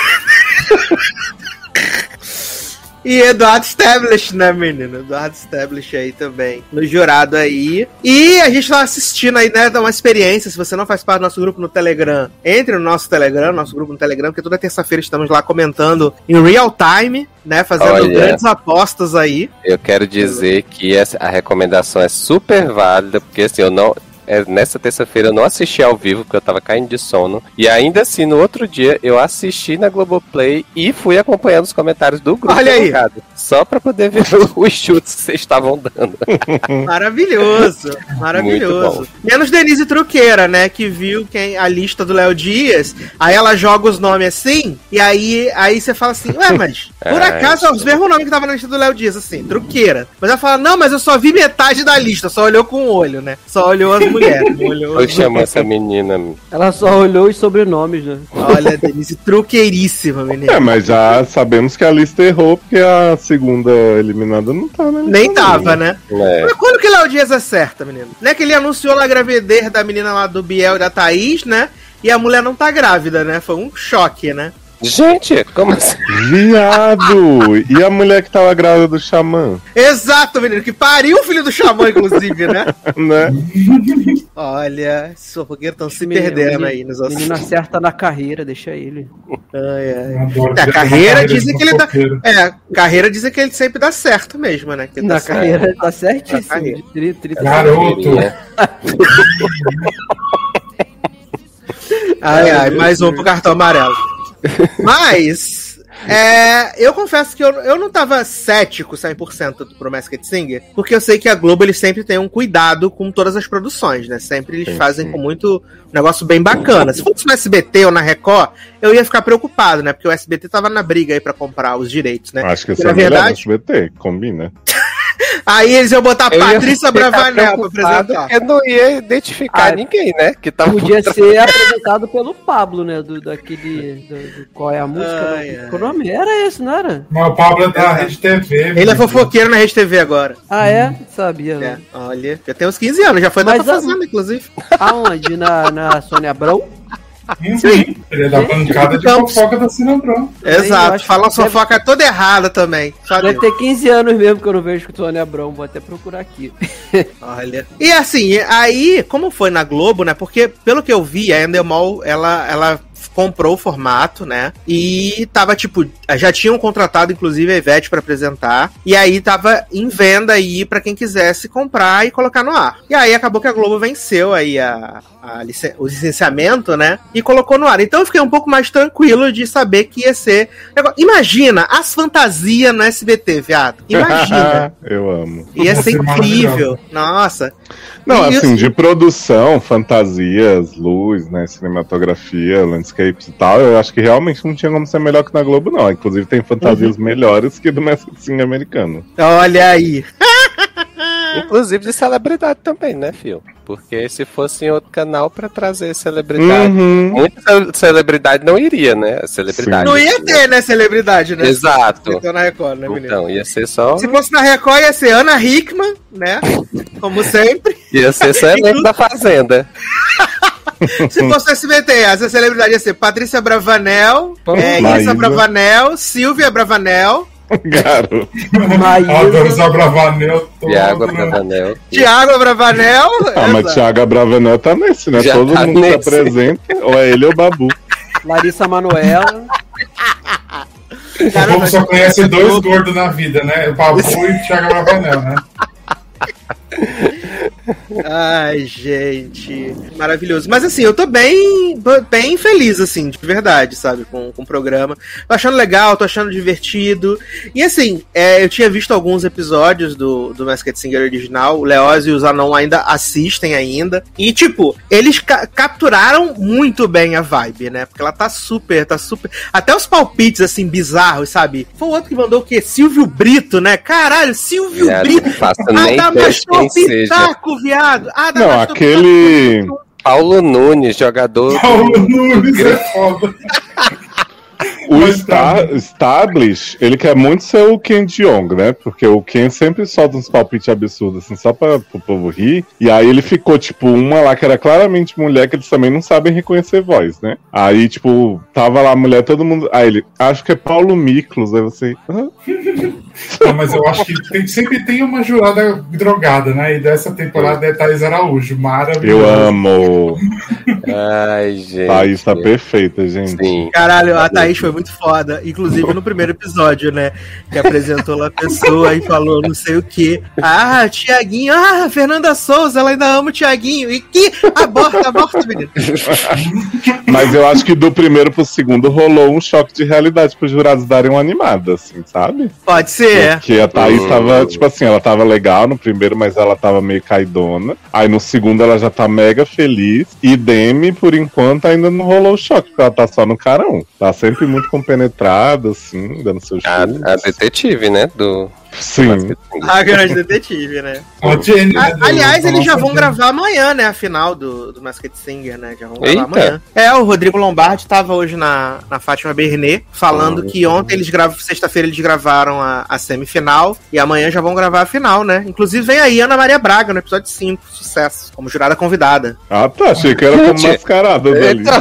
e Eduardo Stablish, né, menino? Eduardo Stablish aí também, no jurado aí. E a gente tá assistindo aí, né, dá uma experiência. Se você não faz parte do nosso grupo no Telegram, entre no nosso Telegram, nosso grupo no Telegram, porque toda terça-feira estamos lá comentando em real time, né, fazendo Olha. grandes apostas aí. Eu quero dizer que essa, a recomendação é super válida, porque assim, eu não. É, nessa terça-feira eu não assisti ao vivo, porque eu tava caindo de sono. E ainda assim, no outro dia, eu assisti na Globoplay e fui acompanhando os comentários do grupo. Olha aí. Logado, só pra poder ver os chutes que vocês estavam dando. Maravilhoso, maravilhoso. Muito Menos Denise Truqueira, né, que viu quem, a lista do Léo Dias, aí ela joga os nomes assim, e aí, aí você fala assim, ué, mas por É, acaso é o mesmo nome que tava na lista do Léo Dias, assim, Truqueira. Mas ela fala, não, mas eu só vi metade da lista, só olhou com o olho, né, só olhou as mulheres, não olhou Eu as chamo essa menina. Ela só olhou os sobrenomes, né? Olha, Denise Truqueiríssima, menina. É, mas já sabemos que a lista errou, porque a segunda eliminada não tá, né? Nem tava, né? É. Mas quando que Léo Dias acerta, menino? Né, que ele anunciou lá a gravidez da menina lá do Biel e da Thaís, né? E a mulher não tá grávida, né? Foi um choque, né? Gente, como assim? Viado! E a mulher que tava grávida do xamã? Exato, menino, que pariu o filho do xamã, inclusive, né? Né? Olha, esses fofoqueiros estão se Menino- perdendo menino- aí nos O menino assuntos. acerta na carreira, deixa ele. Ai, ai. Adoro É, a ver carreira uma dizem de que ele dá. fofoqueiro. É, carreira dizem que ele sempre dá certo mesmo, né? Que Na dá certo. carreira tá certíssimo. Na carreira. de tri- trinta Garoto. Ai, ai, mais um pro cartão amarelo. Mas, é, eu confesso que eu, eu não tava cético cem por cento pro Masked Singer, porque eu sei que a Globo, eles sempre tem um cuidado com todas as produções, né? Sempre eles Sim, fazem sim. com muito um negócio bem bacana. Se fosse no S B T ou na Record, eu ia ficar preocupado, né? Porque o S B T tava na briga aí pra comprar os direitos, né? Acho que Porque, isso é na melhor no verdade, S B T, combina. aí eles iam botar a Eu ia Patrícia ficar Bravanel pra preocupado apresentar. porque não ia identificar Ah, ninguém, né? Que tava Podia por trás. ser apresentado pelo Pablo, né? Do, daquele. Do, do- qual é a música? Ai, Não, ai. qual o nome? Era esse, não era? Mas o Pablo é da Rede T V. Ele é menino. fofoqueiro na Rede T V agora. Ah, é? Sabia, É, né? olha, já tem uns quinze anos, já foi da Mas a- Fazenda, inclusive. Aonde? Na, na Sônia Abrão? Sim. Ele é da bancada de Campos. fofoca da Sinabron. Eu Exato, acho fala que a fofoca toda errada também. Só Deve Deus. ter quinze anos mesmo que eu não vejo com o Sônia Abrão. Vou até procurar aqui. Olha. E assim, aí, como foi na Globo, né? Porque, pelo que eu vi, a Endemol, ela, ela comprou o formato, né? E tava, tipo, já tinham contratado, inclusive, a Ivete pra apresentar. E aí tava em venda aí pra quem quisesse comprar e colocar no ar. E aí acabou que a Globo venceu aí a, a licen- o licenciamento, né? E colocou no ar. Então eu fiquei um pouco mais tranquilo de saber que ia ser. Agora, imagina as fantasias no S B T, viado. Imagina. Eu amo. Ia ser Ia ser incrível. Nossa. Não, E assim, isso- de produção, fantasias, luz, né, cinematografia, landscapes e tal, eu acho que realmente não tinha como ser melhor que na Globo, não. Inclusive tem fantasias melhores que do Masked Singer americano. Olha aí. Inclusive de celebridade também, né, Fio? Porque se fosse em outro canal pra trazer celebridade, Uhum. muita ce- celebridade não iria, né? A celebridade. Não ia ter, né, celebridade, né? Exato. Então na Record, né, menino? Então, ia ser só. Se fosse na Record, ia ser Ana Hickman, né? Como sempre. Ia ser só elenco da Fazenda. Se fosse no S B T, essa celebridade ia ser Patrícia Bravanel, Pô, é, Maísa. Isa Bravanel, Silvia Bravanel, Garoto. Maísa. Adoro usar Bravanel todo. Tiago né? Bravanel. Tiago Bravanel. Ah, mas Exato. Thiago Bravanel tá nesse, né? Já Todo tá mundo nesse. se apresenta, ou é ele ou o Babu. Larissa Manoela. O povo só conhece dois gordos na vida, né? O Babu e o Thiago Bravanel, né? Ai, gente. Maravilhoso. Mas assim, eu tô bem, bem feliz, assim, de verdade, sabe? Com, com o programa. Tô achando legal, tô achando divertido. E assim, é, eu tinha visto alguns episódios do, do Masked Singer original. O Leoz e o Zanon ainda assistem ainda. E, tipo, eles ca- capturaram muito bem a vibe, né? Porque ela tá super, tá super. Até os palpites, assim, bizarros, sabe? Foi o outro que mandou o quê? Silvio Brito, né? Caralho, Silvio Viado, Brito. não faço Ah, nem ideia de Damastor quem seja. Pitaco, viado. Ah, Não, Damastor aquele. Pitaco. Paulo Nunes, jogador. Paulo Nunes é foda. O Mas Star, Stablish, ele quer muito ser o Ken Jeong, né? Porque o Ken sempre solta uns palpites absurdos, assim, só pra o povo rir. E aí ele ficou, tipo, uma lá que era claramente mulher, que eles também não sabem reconhecer voz, né? Aí, tipo, tava lá a mulher, todo mundo. Aí ele, acho que é Paulo Miklos. Aí você. "Hã?" Não, mas eu acho que tem- sempre tem uma jurada drogada, né? E dessa temporada é Thaís Araújo. Maravilhoso. Eu amo. Ai, gente. Thaís tá perfeita, gente. Sim. Caralho, a Thaís foi muito foda. Inclusive no primeiro episódio, né? Que apresentou lá a pessoa e falou não sei o que. Ah, Tiaguinho. Ah, Fernanda Souza, ela ainda ama o Tiaguinho. E que aborta, aborta, menino. Mas eu acho que do primeiro pro segundo rolou um choque de realidade pros jurados darem uma animada, assim, sabe? Pode ser. Porque a Thaís Hum. tava, tipo assim, ela tava legal no primeiro, mas ela tava meio caidona. Aí no segundo ela já tá mega feliz. E Demi, por enquanto, ainda não rolou o choque, porque ela tá só no carão. Tá sempre muito compenetrada, assim, dando seus A, chutes. a detetive, né? Do, Sim. A grande detetive, né? A Jenny, A- né, do- aliás, da eles já nossa vão Jenny. gravar amanhã, né? A final do, do Masked Singer, né? Já vão gravar Eita. amanhã. É, o Rodrigo Lombardi tava hoje na, na Fátima Bernet, falando Ah, que ontem eles gravaram, sexta-feira eles gravaram a, a semifinal e amanhã já vão gravar a final, né? Inclusive vem aí Ana Maria Braga no episódio cinco, sucesso, como jurada convidada. Ah, tá. Achei que era como Gente, mascarada ali. Então,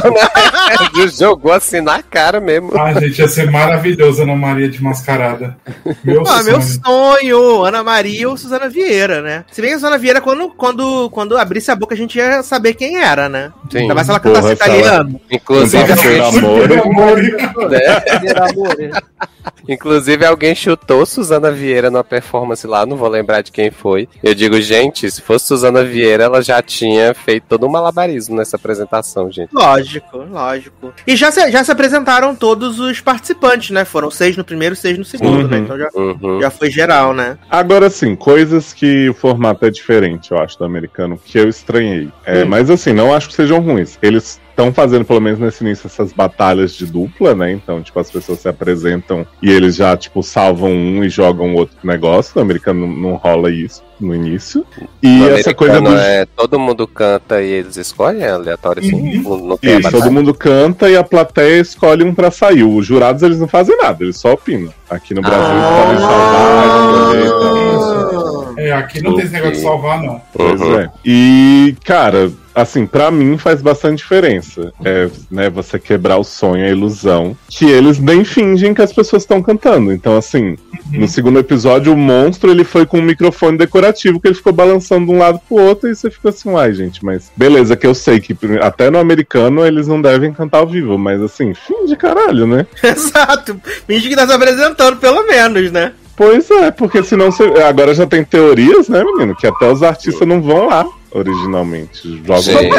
né? Jogou assim na cara mesmo. Ah, gente, ia ser maravilhoso Ana Maria de mascarada. Meu Ah, sonho. meu sonho! Ana Maria ou Suzana Vieira, né? Se bem que a Suzana Vieira, quando, quando, quando abrisse a boca, a gente ia saber quem era, né? Sim. Ainda mais se ela Porra, cantasse se ela- italiano. Inclusive, Cantava Ser alguém, Amor. Pelo amor de- né? Primeiro amor, né? Inclusive, alguém chutou Suzana Vieira numa performance lá, não vou lembrar de quem foi. Eu digo, gente, se fosse Suzana Vieira, ela já tinha feito todo um malabarismo nessa apresentação, gente. Lógico, lógico. E já se, já se apresentaram todos os participantes, né? Foram seis no primeiro, seis no segundo, Uhum. né? Então já, Uhum. já foi geral, né? Agora sim, coisas que o formato é diferente, eu acho, do americano, que eu estranhei. É, Hum. Mas assim, não acho que sejam ruins. Eles estão fazendo, pelo menos nesse início, essas batalhas de dupla, né? Então, tipo, as pessoas se apresentam e eles já, tipo, salvam um e jogam outro negócio. No americano não, não rola isso no início. E No essa coisa americano do. é todo mundo canta e eles escolhem, é aleatório assim, não, não tem a Isso, batalha. todo mundo canta e a plateia escolhe um pra sair. Os jurados, eles não fazem nada, eles só opinam. Aqui no Brasil, eles Ah. podem salvar, escolher, então... É, aqui não tem esse negócio de salvar, não. Pois Uhum. é. E, cara, assim, pra mim faz bastante diferença. É, né, você quebrar o sonho, a ilusão, que eles nem fingem que as pessoas estão cantando. Então, assim, no segundo episódio, o monstro, ele foi com um microfone decorativo que ele ficou balançando de um lado pro outro e você fica assim, uai, gente, mas beleza, que eu sei que até no americano eles não devem cantar ao vivo, mas assim, finge caralho, né? Exato. Finge que tá se apresentando, pelo menos, né? Pois é, porque senão você... Agora já tem teorias, né, menino? Que até os artistas não vão lá originalmente. Jogam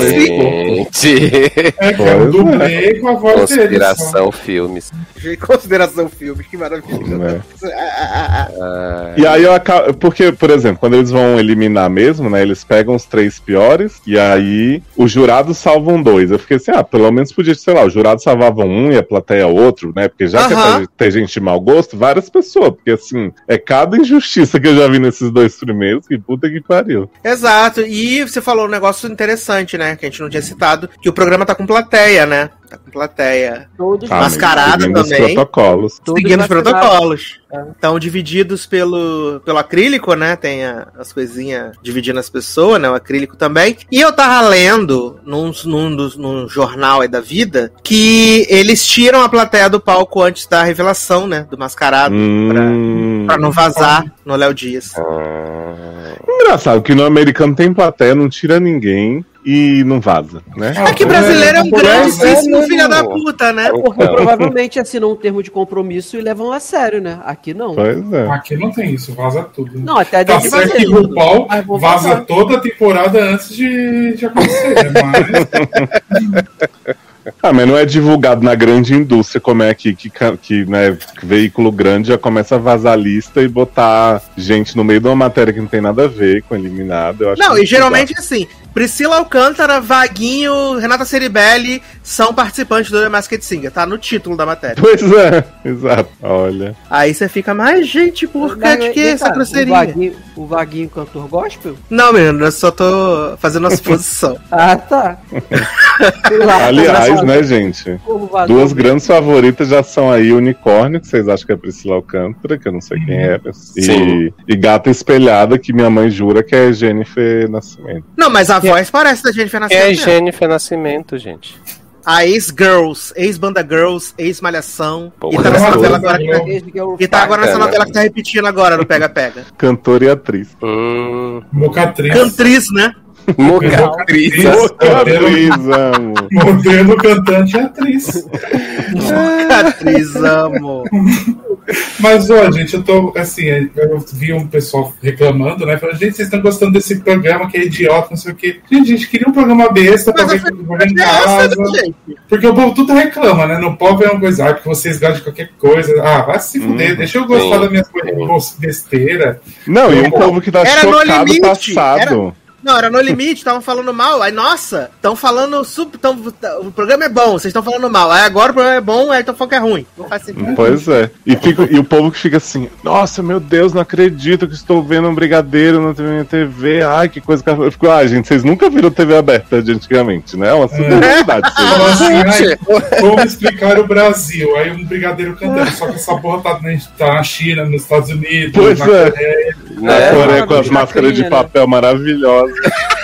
Gente, É que é o Pois dublê com a voz deles. só. conspiração filmes. Em consideração filmes, que maravilha. Né? Ah, E aí eu acabo. Porque, por exemplo, quando eles vão eliminar mesmo, né? Eles pegam os três piores e aí os jurados salvam dois. Eu fiquei assim, ah, pelo menos podia, sei lá, os jurados salvavam um e a plateia outro, né? Porque já que é Aham. pra ter gente de mau gosto, várias pessoas. Porque assim, é cada injustiça que eu já vi nesses dois primeiros, que puta que pariu. Exato. E você falou um negócio interessante, né? Que a gente não tinha citado, que o programa tá com plateia, né? Tá com plateia. Todos Ah, Mascarada seguindo os também. protocolos. Todos Seguindo os vacinados. protocolos. Estão divididos pelo, pelo acrílico, né? Tem a- as coisinhas dividindo as pessoas, né? O acrílico também. E eu tava lendo num, num, dos- num jornal aí da vida que eles tiram a plateia do palco antes da revelação, né? Do mascarado. Hum. Pra não vazar no Léo Dias. Engraçado que no americano tem plateia, não tira ninguém e não vaza, né? É que brasileiro é um grandíssimo é, filho da não. puta, né? Porque Então. provavelmente assinam um termo de compromisso e levam a sério, né? Aqui não. Pois é. Aqui não tem isso, vaza tudo. Não, até Tá deve certo fazer que o tudo. RuPaul Mas vou vaza vazar. toda a temporada antes de, de acontecer, né? Mas Ah, mas não é divulgado na grande indústria como é aqui, que, ca- que né, veículo grande já começa a vazar a lista e botar gente no meio de uma matéria que não tem nada a ver com eliminado. Eu acho Não, muito e geralmente assim, Priscila Alcântara, Vaguinho, Renata Ceribelli são participantes do The Masked Singer, tá no título da matéria. bizarro. Pois é, exato. Olha. Aí você fica, mas gente, por que, Mas, de que vem essa cá, grosseirinha? O Vaguinho, o Vaguinho cantor gospel? Não, menino, eu só tô fazendo uma suposição. Ah, tá. Sei lá, Aliás, né, gente? como vazou Duas mesmo. grandes favoritas já são aí Unicórnio, que vocês acham que é Priscila Alcântara, que eu não sei quem é. E, Sim. e Gata Espelhada, que minha mãe jura que é Jennifer Nascimento. Não, mas a voz parece da Jennifer Quem é Nascimento. Jennifer Nascimento, gente? A ex-Girls, ex-Banda Girls, ex-Malhação. Pô, E tá nessa mas novela todas, agora que tá, Desde que eu- e tá agora nessa Bacana. novela que tá repetindo agora no Pega Pega. Cantora e atriz. Hum, Mocatriz. Cantriz, né? Mocatriz. Atriz, amo. Modelo, cantante e atriz. Cantriz, amo. Mas, ó, gente, eu tô, assim, eu vi um pessoal reclamando, né? Falando, gente, vocês estão gostando desse programa que é idiota, não sei o quê. Gente, a gente queria um programa besta pra Mas ver a pra ver em É essa, casa. né, gente? Porque o povo tudo reclama, né? No pop é uma coisa, ah, porque vocês gostam de qualquer coisa. Ah, vai se fuder, Hum, deixa eu gostar sim, das minhas coisas besteira. Não, e um povo que tá Era no chocado limite, passado. Não, era No Limite, estavam falando mal. Aí, nossa, estão falando. Super, tão, o programa é bom, vocês estão falando mal. Aí agora o programa é bom, aí estão falando que é ruim. Não faz sentido. Pois é. E, fica, e o povo que fica assim, nossa, meu Deus, não acredito que estou vendo um brigadeiro na T V. Ai, que coisa que eu fico, ah, gente, vocês nunca viram T V aberta de antigamente, né? É uma super verdade. Fala assim, ai, como explicar o Brasil? Aí um brigadeiro cantando, só que essa porra tá na, tá na China, nos Estados Unidos, Pois na é. Coreia. Na É, Coreia com as chacrinha, máscaras de né? papel maravilhosas.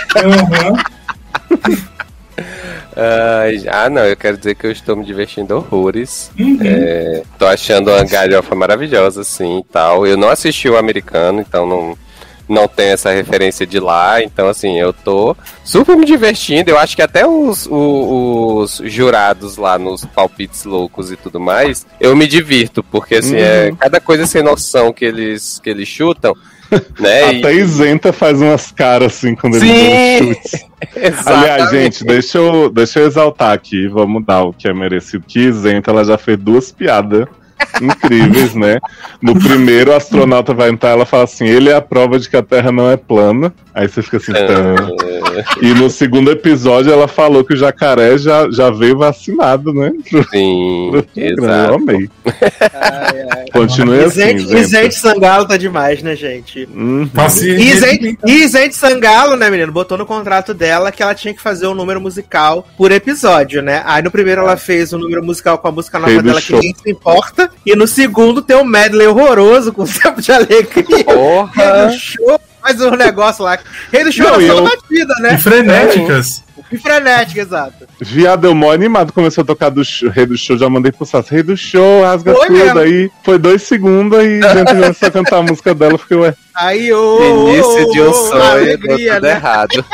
Uhum. Ai, ah, não, eu quero dizer que eu estou me divertindo horrores. Uhum. É, tô achando uma galhofa maravilhosa, assim, e tal. Eu não assisti o americano, então não, não tenho essa referência de lá. Então, assim, eu tô super me divertindo. Eu acho que até os, os, os jurados lá nos palpites loucos e tudo mais, eu me divirto, porque, assim, é cada coisa sem noção que eles, que eles chutam. Né? Até E- Isenta faz umas caras assim quando ele dá um chute. Aliás, Exatamente. gente, deixa eu, deixa eu exaltar aqui, vamos dar o que é merecido. Que Isenta, ela já fez duas piadas incríveis, né? No primeiro, o astronauta vai entrar, ela fala assim, ele é a prova de que a Terra não é plana. Aí você fica assim, tá. E no segundo episódio, ela falou que o jacaré já, já veio vacinado, né? Pro, Sim, pro programa. Eu exato. amei. Ai, ai. Continue assim, Isente, Isenta. Isente Sangalo tá demais, né, gente? Uhum. Paciência. E Isente, e Isente Sangalo, né, menino, botou no contrato dela que ela tinha que fazer um número musical por episódio, né? Aí no primeiro ela fez um número musical com a música nova Rei do dela, que show. ninguém se importa. E no segundo tem um medley horroroso com o Tempo de Alegria. Rei Porra! do Show, faz um negócio lá. Rei do Show Não, era e só eu- batida, E né? frenéticas. E frenética, exato. Viado, eu mó animado, começou a tocar do show, Rei do Show, já mandei pro Sassi, Rei do Show, rasga Foi tudo, mesmo. aí foi dois segundos, aí dentro começou a cantar a música dela, eu fiquei, ué, Aí, ô, Início de um ô, sonho, deu alegria, tudo né? errado.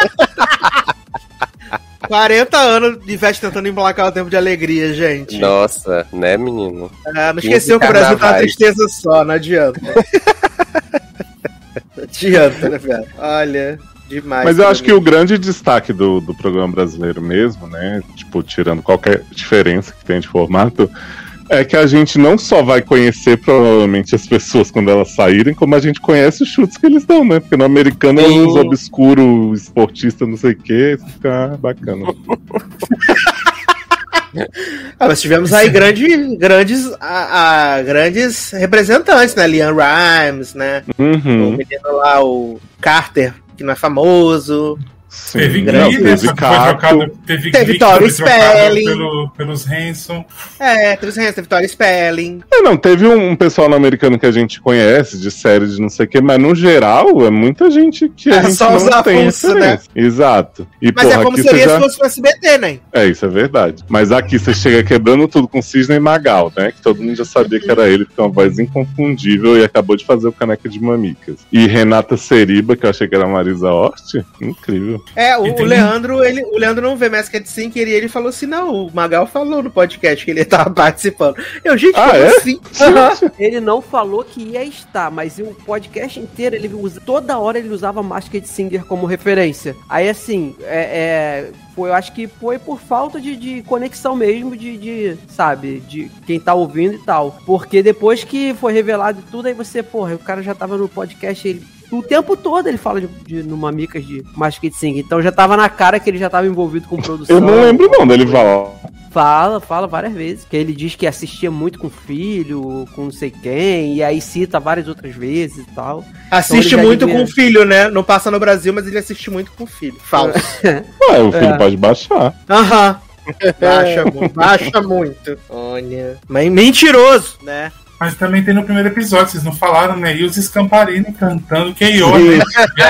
quarenta anos de Ivete tentando emplacar o Tempo de Alegria, gente. Nossa, né, menino? Ah, não esqueceu que o quinze Brasil tá uma carnavais. tristeza só, não adianta. Não adianta, né, velho? Olha, demais. Mas eu pra acho mim. que o grande destaque do, do programa brasileiro mesmo, né? Tipo, tirando qualquer diferença que tem de formato, é que a gente não só vai conhecer provavelmente as pessoas quando elas saírem, como a gente conhece os chutes que eles dão, né? Porque no americano é Sim. uns obscuros, esportista, não sei o que, isso fica bacana. Ah, mas tivemos aí grande, grandes, a, a- grandes representantes, né? Liam Rimes, né? O Uhum. menino lá, o Carter, que não é famoso. Sim. Teve Não, Glee, né? Só teve que foi Caco. trocado. Teve Teve Glee que foi Tori trocado Spelling. pelo, pelos Hanson. É, teve os reis, teve Tori Spelling. É, não, teve um, um pessoal no americano que a gente conhece, de série de não sei o que, mas no geral é muita gente que a É, gente só os não tem avulsos, referência. Exato. E, Mas porra, é como aqui seria você já... se fosse pro S B T, né? É, isso é verdade. Mas aqui você chega quebrando tudo com Cisne Magal, né? Que todo mundo já sabia que era ele, porque é uma voz inconfundível e acabou de fazer o Caneca de Mamicas. E Renata Seriba, que eu achei que era Marisa Hort, incrível. É, o, E o tem- Leandro, ele, o Leandro não vê Masked Singer e ele falou assim: não, o Magal falou no podcast que ele tava participando. Eu, gente, Ah, como é? assim? Aham. Ele não falou que ia estar, mas o podcast inteiro, ele usa, toda hora ele usava Masked Singer como referência. Aí, assim, é, é, foi, eu acho que foi por falta de, de conexão mesmo, de, de, sabe, de quem tá ouvindo e tal. Porque depois que foi revelado tudo, aí você, porra, o cara já tava no podcast, ele... O tempo todo ele fala de, de numa micas de Masked Singer. Então já tava na cara que ele já tava envolvido com produção. Eu não lembro não dele falar. Fala, fala várias vezes. Que ele diz que assistia muito com o filho, com não sei quem, e aí cita várias outras vezes e tal. Assiste Então ele já muito devia- com o filho, né? Não passa no Brasil, mas ele assiste muito com o filho. Falso. Ué, o filho É. pode baixar. Aham. Baixa muito, baixa muito. Olha. Mas mentiroso, né? Mas também tem no primeiro episódio, vocês não falaram, né? E os Scamparini cantando K O, né?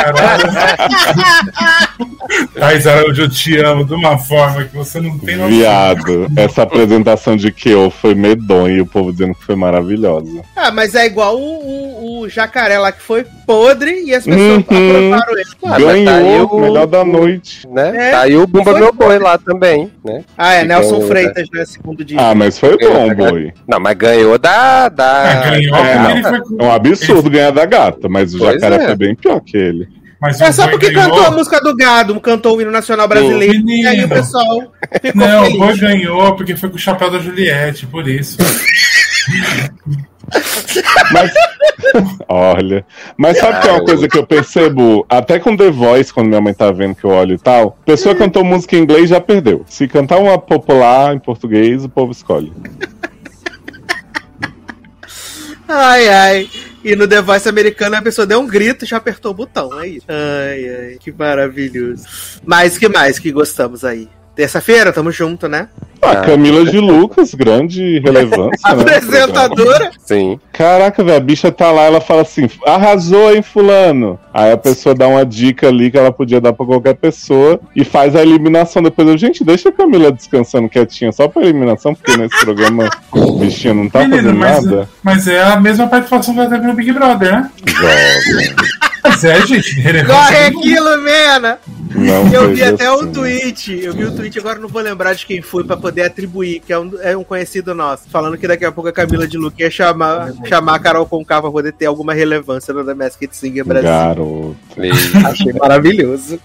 Thais Araújo, eu te amo de uma forma que você não tem noção. Viado, essa apresentação de Kyo foi medonha e o povo dizendo que foi maravilhosa. Ah, mas é igual o, o, o jacaré lá que foi podre e as pessoas Uhum. aprovaram ele. Ah, mas tá aí Ganhou, o- melhor da noite. Né? É, Tá aí o Bumba foi Meu bom. Boi lá também, né? Ah, é, Que Nelson ganhou, Freitas, né? Segundo dia. Ah, mas foi bom, boi. Não, mas ganhou da... da... Ah, ganhou, da- é, porque não. ele foi com- É um absurdo ganhar da gata, mas o Pois jacaré é. foi bem pior que ele. Mas É o só Boi porque ganhou. cantou a música do gado, cantou o hino nacional brasileiro, Menino. e aí o pessoal ficou Não, o feliz. Boi ganhou porque foi com o chapéu da Juliette, por isso. Mas Olha. Mas sabe que é uma coisa que eu percebo? Até com The Voice, quando minha mãe tá vendo que eu olho e tal, a pessoa cantou música em inglês já perdeu. Se cantar uma popular em português, o povo escolhe. Ai, ai. E no The Voice americano a pessoa deu um grito e já apertou o botão. É isso. Ai, ai. Que maravilhoso. Mas que mais que gostamos aí? Terça-feira, tamo junto, né? Ah, Camila de Lucas, grande relevância, né? Apresentadora. Sim. Caraca, velho, a bicha tá lá, ela fala assim, arrasou, hein, fulano? Aí a pessoa dá uma dica ali que ela podia dar pra qualquer pessoa e faz a eliminação. Depois eu, gente, deixa a Camila descansando quietinha só pra eliminação, porque nesse programa o bichinho não tá Menino, fazendo mas, nada. mas é a mesma participação que ela teve no Big Brother, né? Joga. Mas é, gente, relevância. Corre aqui, Lumena! Não Eu vi seja até um assim. tweet, eu vi um tweet, agora não vou lembrar de quem foi pra poder atribuir, que é um, é um conhecido nosso, falando que daqui a pouco a Camila de Luque ia chamar, chamar a Carol Conká pra poder ter alguma relevância no The Masked Singer Brasil. Garoto. Achei maravilhoso.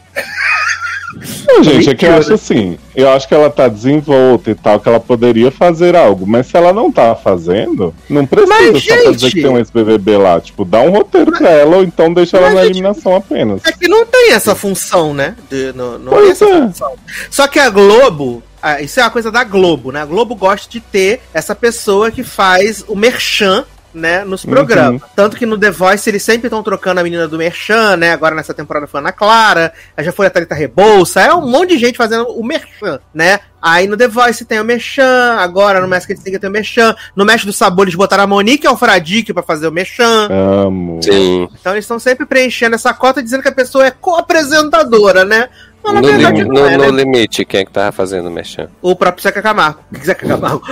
Não, gente, é que eu acho assim, eu acho que ela tá desenvolta e tal, que ela poderia fazer algo, mas se ela não tá fazendo, não precisa Mas, só pra dizer gente- que tem um ex-B B B lá, tipo, dá um roteiro pra ela ou então deixa ela Mas, na gente, eliminação apenas. É que não tem essa função, né? De, não não tem Pois essa é. função. Só que a Globo, ah, isso é uma coisa da Globo, né? A Globo gosta de ter essa pessoa que faz o merchan, né, nos programas. Uhum. Tanto que no The Voice eles sempre estão trocando a menina do merchan, né? Agora nessa temporada foi a Ana Clara, aí já foi a Thalita Rebouça, é um monte de gente fazendo o merchan, né? Aí no The Voice tem o merchan, agora no Masked Singer tem o merchan, no Mestre do Sabor eles botaram a Monique Alfradique pra fazer o merchan. Amo. Sim. Então eles estão sempre preenchendo essa cota dizendo que a pessoa é co-apresentadora, né? Mas na No, verdade lim- não no- é, no né? limite, quem é que tava fazendo o mexão? O próprio Zeca Camargo. Zeca Camargo.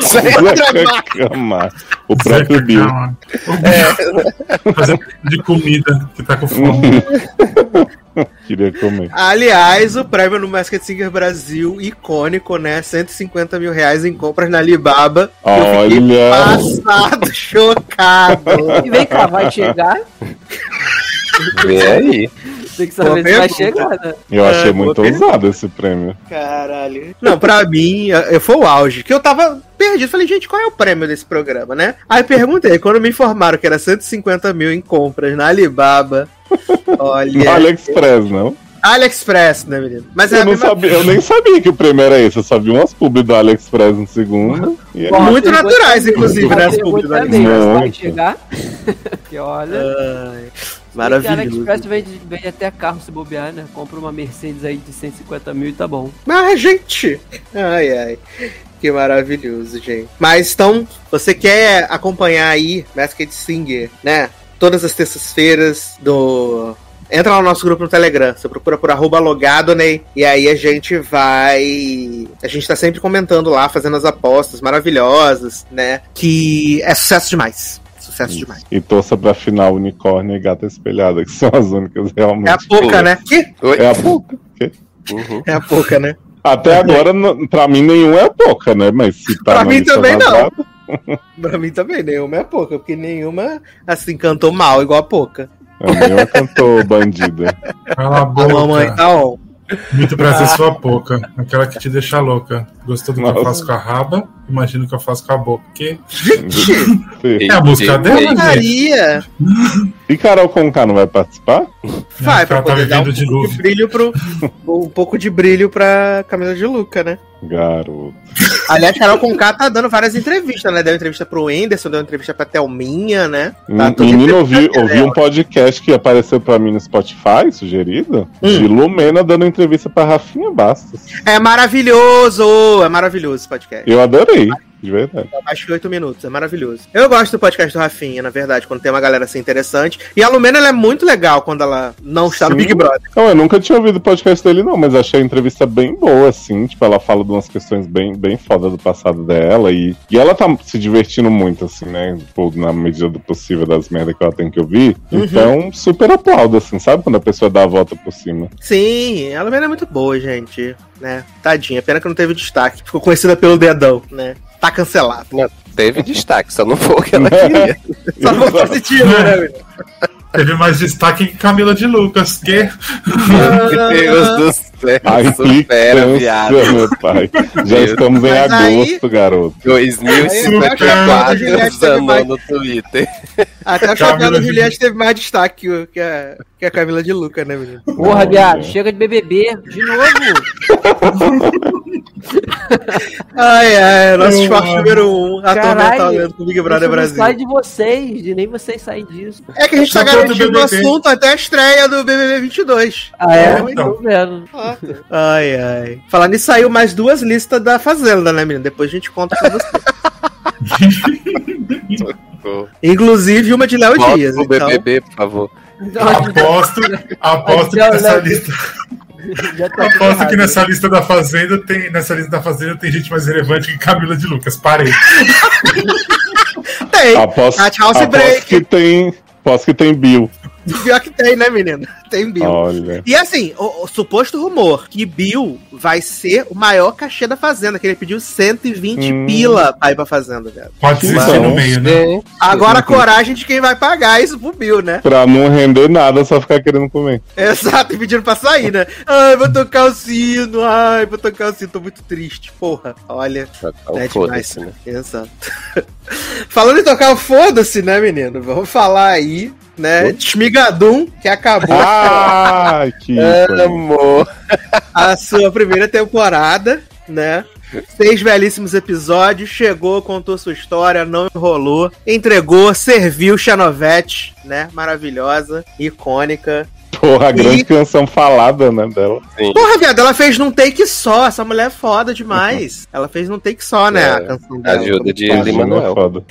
Amar. O próprio Bill. É. Fazer de comida, que tá com fome. Queria comer. Aliás, o prêmio no Masked Singer Brasil, icônico, né? cento e cinquenta mil reais em compras na Alibaba. Eu fiquei Olha. passado, chocado. E vem cá, vai chegar? Vem aí. Tem que saber Boa se vai pergunta. chegar, né? Eu achei É, muito boa ousado esse prêmio. Caralho. Não, pra mim, eu, foi o auge. Que eu tava perdido. Falei, gente, qual é o prêmio desse programa, né? Aí perguntei, quando me informaram que era cento e cinquenta mil em compras na Alibaba. Olha. No AliExpress, não? AliExpress, né, menino? Mas é Eu, a não mesma sabia, eu nem sabia que o prêmio era esse. Eu só vi umas publi do AliExpress no segundo. E aí, Muito A pergunta- naturais, inclusive, a né? As pergunta publis do é AliExpress. mesmo, vai Muito. chegar? Que olha... Ai, O maravilhoso. AliExpress vende, vende até carro se bobear, né? Compra uma Mercedes aí de cento e cinquenta mil e tá bom. Mas, gente, ai, ai, que maravilhoso, gente. Mas, então, você quer acompanhar aí Masked Singer, né? Todas as terças-feiras do... Entra lá no nosso grupo no Telegram, você procura por arroba logadoney, e aí a gente vai... A gente tá sempre comentando lá, fazendo as apostas maravilhosas, né? Que é sucesso demais. Sucesso demais. E torça pra final Unicórnio e Gata Espelhada, que são as únicas realmente. É a pouca, né? Que? Oi? É a pouca. Que? Uhum. É a pouca, né? Até agora, n- pra mim, nenhum é a pouca, né? Mas se tá Pra na mim lista também não. vazada, Pra mim também, nenhuma é a pouca, porque nenhuma, assim, cantou mal, igual a pouca. a nenhuma cantou bandida. Cala a A mamãe boca. tá on. Muito prazer, sua boca. Aquela que te deixa louca. Gostou do que eu Nossa. faço com a raba? Imagina o que eu faço com a boca. Que Sim. é a música dela, gente. Maria! E Carol Conká não vai participar? Vai, pra Ela tá poder dar um vivendo de pouco de luz. brilho pro. Um pouco de brilho pra Camila de Luca, né? Garoto. Aliás, Carol Conká tá dando várias entrevistas, né? Deu entrevista pro Whindersson, deu entrevista pra Thelminha, né? Tá tudo Menino, em ouvi, entrevista ouvi dela. um podcast que apareceu pra mim no Spotify, sugerido, Hum. de Lumena dando entrevista pra Rafinha Bastos. É maravilhoso! É maravilhoso esse podcast. Eu adorei, de verdade. Acho que oito minutos, é maravilhoso. Eu gosto do podcast do Rafinha, na verdade, quando tem uma galera assim interessante. E a Lumena, ela é muito legal quando ela não está no Sim. Big Brother. Não, eu nunca tinha ouvido o podcast dele, não, mas achei a entrevista bem boa, assim. Tipo, ela fala de umas questões bem, bem foda do passado dela. E, e ela tá se divertindo muito, assim, né? Tipo, na medida do possível das merdas que ela tem que ouvir. Uhum. Então, super aplaudo, assim, sabe? Quando a pessoa dá a volta por cima. Sim, a Lumena é muito boa, gente. Né? Tadinha, pena que não teve destaque. Ficou conhecida pelo dedão, né? Tá cancelado. Não, teve destaque, só não foi o que ela queria. Só foi positivo, né, meu? Teve mais destaque que Camila de Lucas, que... Meu Deus do céu. A Supera, viado. implicância, meu pai. Já Deus. estamos em Mas aí- agosto, garoto. dois mil e cinquenta e quatro zanou no Twitter. Até o Camila Chapéu da de- Juliette teve mais destaque que, que, a, que a Camila de Luca, né, menino? Porra, Olha. viado, chega de B B B de novo. Ai, ai, nosso Eu esporte amo. número um, atualmente com o Big Brother isso não Brasil. sai de vocês, de nem vocês saem disso. É que a gente tá Só falta o garantindo o B B B. assunto até a estreia do B B B vinte e dois. Ah, é? Então. Tô vendo. Ai, ai. Falando nisso, saiu mais duas listas da Fazenda, né, menino? Depois a gente conta pra você. Inclusive uma de Léo Volta Dias. pro Então... B B B, por favor. Aposto, aposto que Não, nessa não. lista... Já tá tudo Aposto que errado. nessa lista da Fazenda tem... Nessa lista da Fazenda tem gente mais relevante que Camila de Lucas. Parei. Tem. Aposto, A House aposto Break. que tem. Aposto que tem Bill. Pior que tem, né, menino? Tem Bill. Olha. E assim, o, o suposto rumor que Bill vai ser o maior cachê da Fazenda, que ele pediu cento e vinte Hum. pila pra ir pra Fazenda, velho. Pode desistir no meio, né? Gente, Agora a coragem de quem vai pagar isso pro Bill, né? Pra não render nada, só ficar querendo comer. Exato, e pedindo pra sair, né? Ai, vou tocar o sino, ai, vou tocar o sino, tô muito triste. Porra, olha. então, É foda-se, demais. né? Exato. Falando em tocar o foda-se, né, menino? Vamos falar aí, né? De Shmigadum, que acabou Ai, que ícone. Amor. a sua primeira temporada, né? Seis belíssimos episódios, chegou, contou sua história, não enrolou, entregou, serviu Chanovete, né? Maravilhosa, icônica. Porra, a grande E- canção falada, né, dela. Sim. Porra, viado, ela fez num take só. Essa mulher é foda demais. Ela fez num take só, né? É, a canção dela. Ajuda de Imagina, Lin-Manuel. é foda.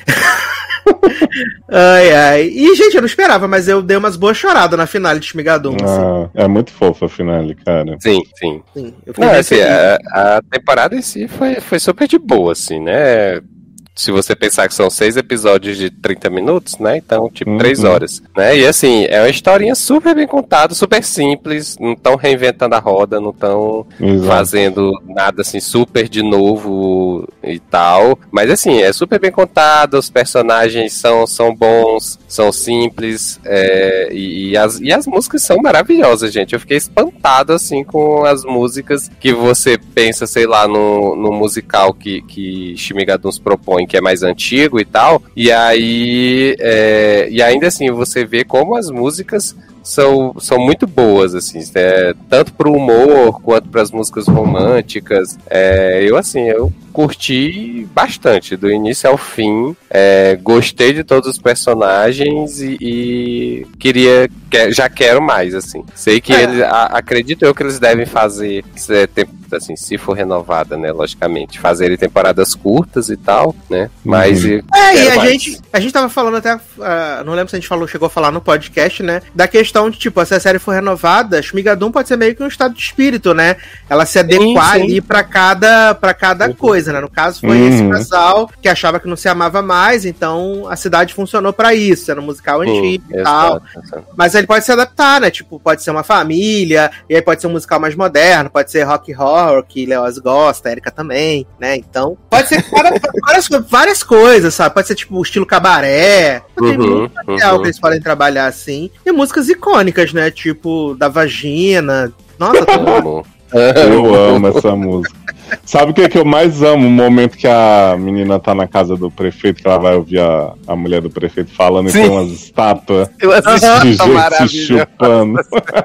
Ai, ai. E, gente, eu não esperava, mas eu dei umas boas choradas na finale de Shmigadum. assim. Ah, é muito fofa a finale, cara. Sim, sim. Sim, eu fiquei Não, bem assim, feliz. a, a temporada em si foi, foi super de boa, assim, né? Se você pensar que são seis episódios de trinta minutos, né? Então, tipo, Uhum. três horas. Né? E assim, é uma historinha super bem contada, super simples, não estão reinventando a roda, não estão Exato. fazendo nada assim super de novo e tal. Mas assim, é super bem contado, os personagens são, são bons, são simples, é, e, e, as, e as músicas são maravilhosas, gente. Eu fiquei espantado assim com as músicas que você pensa, sei lá, no, no musical que, que Shmigaduns propõe, que é mais antigo e tal. E aí, é, e ainda assim, você vê como as músicas são, são muito boas, assim, é, tanto pro humor quanto para as músicas românticas. É, eu, assim, eu curti bastante, do início ao fim. É, gostei de todos os personagens e, e queria, que, já quero mais, assim. Sei que É. eles, a, acredito eu que eles devem fazer, se, tem, assim, se for renovada, né, logicamente, fazerem temporadas curtas e tal, né, mas... Uhum. eu É, e quero a mais. gente, a gente tava falando até, ah, não lembro se a gente falou, chegou a falar no podcast, né, da questão de, tipo, se a série for renovada, Shmigadum pode ser meio que um estado de espírito, né, ela se adequar sim. ali pra cada, pra cada coisa, né, no caso foi Uhum. esse casal que achava que não se amava mais, então a cidade funcionou pra isso, era um musical Sim, antigo e tal, exato, exato. mas ele pode se adaptar, né, tipo, pode ser uma família, e aí pode ser um musical mais moderno, pode ser rock horror, que Leoz gosta, a Erika também, né, então, pode ser várias, várias, várias coisas, sabe, pode ser tipo o estilo cabaré, tem Uhum, muito material uhum. que eles podem trabalhar assim, e músicas icônicas, né, tipo, da Vagina, nossa, tô... Amo. Eu amo essa música. Sabe o que, é que eu mais amo? O momento que a menina tá na casa do prefeito, que ela vai ouvir a, a mulher do prefeito falando e Sim. tem umas estátuas Eu assisti, de tá gente se maravilhoso. chupando.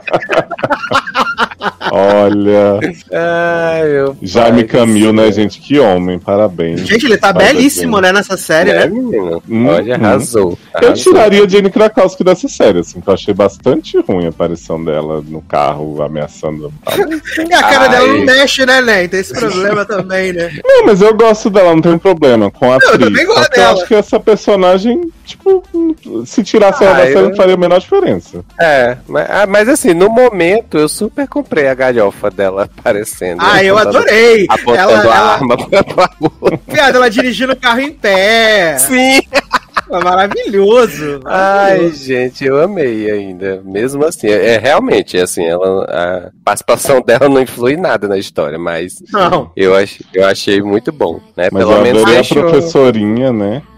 Olha, Ai, meu Jaime pai Camil, do né, céu. gente? Que homem, parabéns. gente, ele tá Parabéns. belíssimo, né, nessa série, É, né, menino? Hum, Olha, hum. arrasou. Eu arrasou. tiraria a Jane Krakowski dessa série, assim, que eu achei bastante ruim a aparição dela no carro, ameaçando. e a cara Ai. dela não mexe, né, né, tem esse problema também, né, Não, mas eu gosto dela, não tem problema com a eu atriz. também gosto Só que eu dela. acho que essa personagem, tipo, se tirasse ela Ah, da série, eu- não faria a menor diferença. É, mas, ah, mas assim, no momento eu super comprei a galhofa dela aparecendo. ah, eu apontando- adorei, Apontando ela, a ela, arma pra, pra outra. viado, ela dirigindo o carro em pé, Sim! é maravilhoso, Ai, maravilhoso. gente, eu amei ainda. Mesmo assim, é, é realmente, assim, ela, a participação dela não influi em nada na história, mas Não. eu, ach, eu achei muito bom, né? Mas Pelo eu menos adorei a deixou- professorinha, né?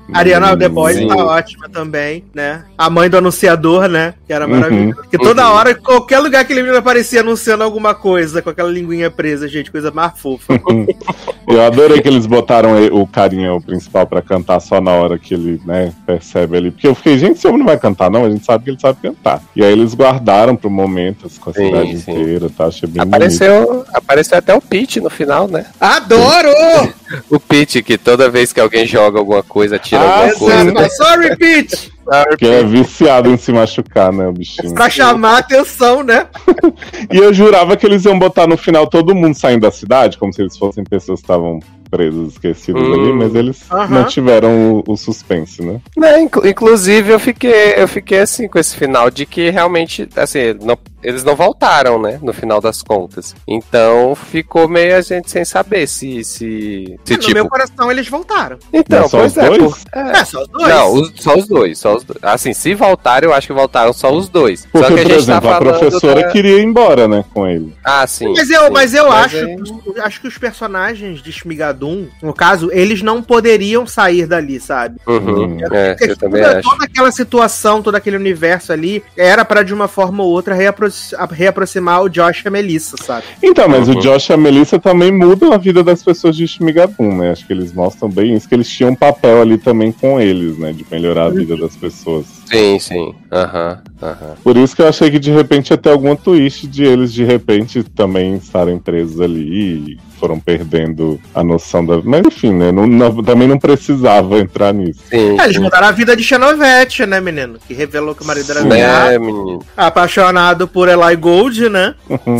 A Ariana The Boys Sim. tá ótima também, né? A mãe do anunciador, né? Que era maravilhosa. Uhum. Que toda hora, em qualquer lugar que ele menino aparecia anunciando alguma coisa, com aquela linguinha presa, gente, coisa mais fofa. Eu adorei que eles botaram o carinha, o principal, pra cantar só na hora que ele, né, percebe ali. Porque eu fiquei, gente, esse homem não vai cantar, não. A gente sabe que ele sabe cantar. E aí eles guardaram pro momento, com a Sim, cidade sim. inteira, tá? Achei bem bonito. Apareceu, apareceu até o Pete no final, né? Adoro! O Pete, que toda vez que alguém joga alguma coisa, tira Ah, alguma sim. coisa. Exato. Sorry, Pete! Que é viciado em se machucar, né, o bichinho. Pra chamar a atenção, né? E eu jurava que eles iam botar no final todo mundo saindo da cidade, como se eles fossem pessoas que estavam presas, esquecidas Hum. ali, mas eles Aham. mantiveram o, o suspense, né? Né, inclu- inclusive, eu fiquei, eu fiquei assim com esse final de que realmente, assim, não- eles não voltaram, né? No final das contas. Então ficou meio a gente sem saber se. se, se no tipo. meu coração eles voltaram. Então, Não, só pois os é. dois? por- É, só os dois. Não, os- só os dois, só os dois. Assim, se voltaram, eu acho que voltaram só os dois. Porque, só que a por gente exemplo, tá a falando professora da... queria ir embora, né, com ele. Ah, sim. Mas eu, sim. mas eu Mas acho, aí- acho que os personagens de Shmigadum, no caso, eles não poderiam sair dali, sabe? Uhum, é, Porque eu também toda, acho. toda aquela situação, todo aquele universo ali, era pra de uma forma ou outra reapro- reaproximar o Josh e a Melissa, sabe? Então, mas Uhum. o Josh e a Melissa também mudam a vida das pessoas de Shmigadum, né? Acho que eles mostram bem isso, que eles tinham um papel ali também com eles, né? De melhorar a vida das pessoas. Sim, sim. Aham, aham. Por isso que eu achei que de repente ia ter alguma twist de eles de repente também estarem presos ali e foram perdendo a noção da. Mas enfim, né? Não, não- também não precisava entrar nisso. Sim, É, eles sim. mudaram a vida de Xenovete, né, menino? Que revelou que o marido era Sim. viado, Né, menino? apaixonado por Eli Gold, né?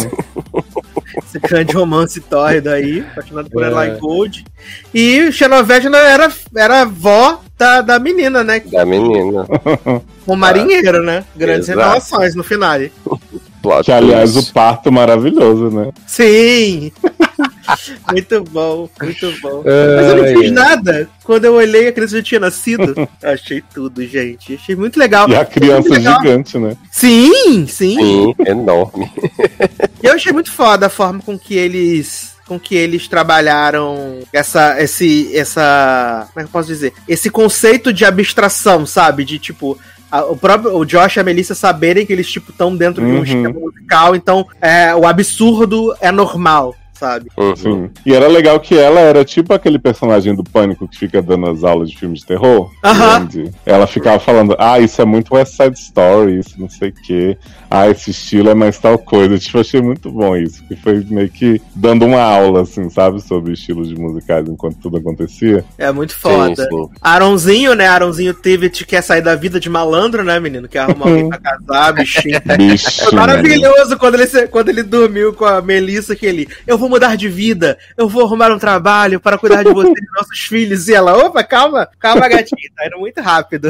Esse grande romance tórrido aí, apaixonado por É. Eli Gold. E o Xenovete era, era avó da, da menina, né? Da menina. Um marinheiro, né? Grandes Exato. revelações no final. Plot Que aliás twist. o parto maravilhoso, né? Sim! Muito bom, muito bom. Mas eu não Ai, fiz ai. nada. Quando eu olhei, a criança já tinha nascido. Achei tudo, gente. Achei muito legal. E a criança Muito legal. gigante, né? Sim, sim. Sim, enorme. Eu achei muito foda a forma com que eles. Com que eles trabalharam essa. Esse. Essa. Como é que eu posso dizer? Esse conceito de abstração, sabe? De tipo. a- o próprio o Josh e a Melissa saberem que eles tipo estão dentro de um Uhum. esquema musical, então é, o absurdo é normal, sabe? Uhum. Sim. E era legal que ela era tipo aquele personagem do Pânico que fica dando as aulas de filme de terror. Aham. Onde ela ficava falando, ah, isso é muito West Side Story, isso não sei o quê. Ah, esse estilo é mais tal coisa. Tipo, achei muito bom isso. Que foi meio que dando uma aula, assim, sabe? Sobre estilos de musicais enquanto tudo acontecia. É muito Sim, foda. sim. Aronzinho, né? Aronzinho Tivet quer sair da vida de malandro, né, menino? Quer arrumar alguém pra casar, bichinho. Bicho. Foi maravilhoso quando ele, se- quando ele dormiu com a Melissa, que ele, eu vou mudar de vida, eu vou arrumar um trabalho para cuidar de você e dos nossos filhos. E ela, opa, calma, calma, gatinho, tá indo muito rápido.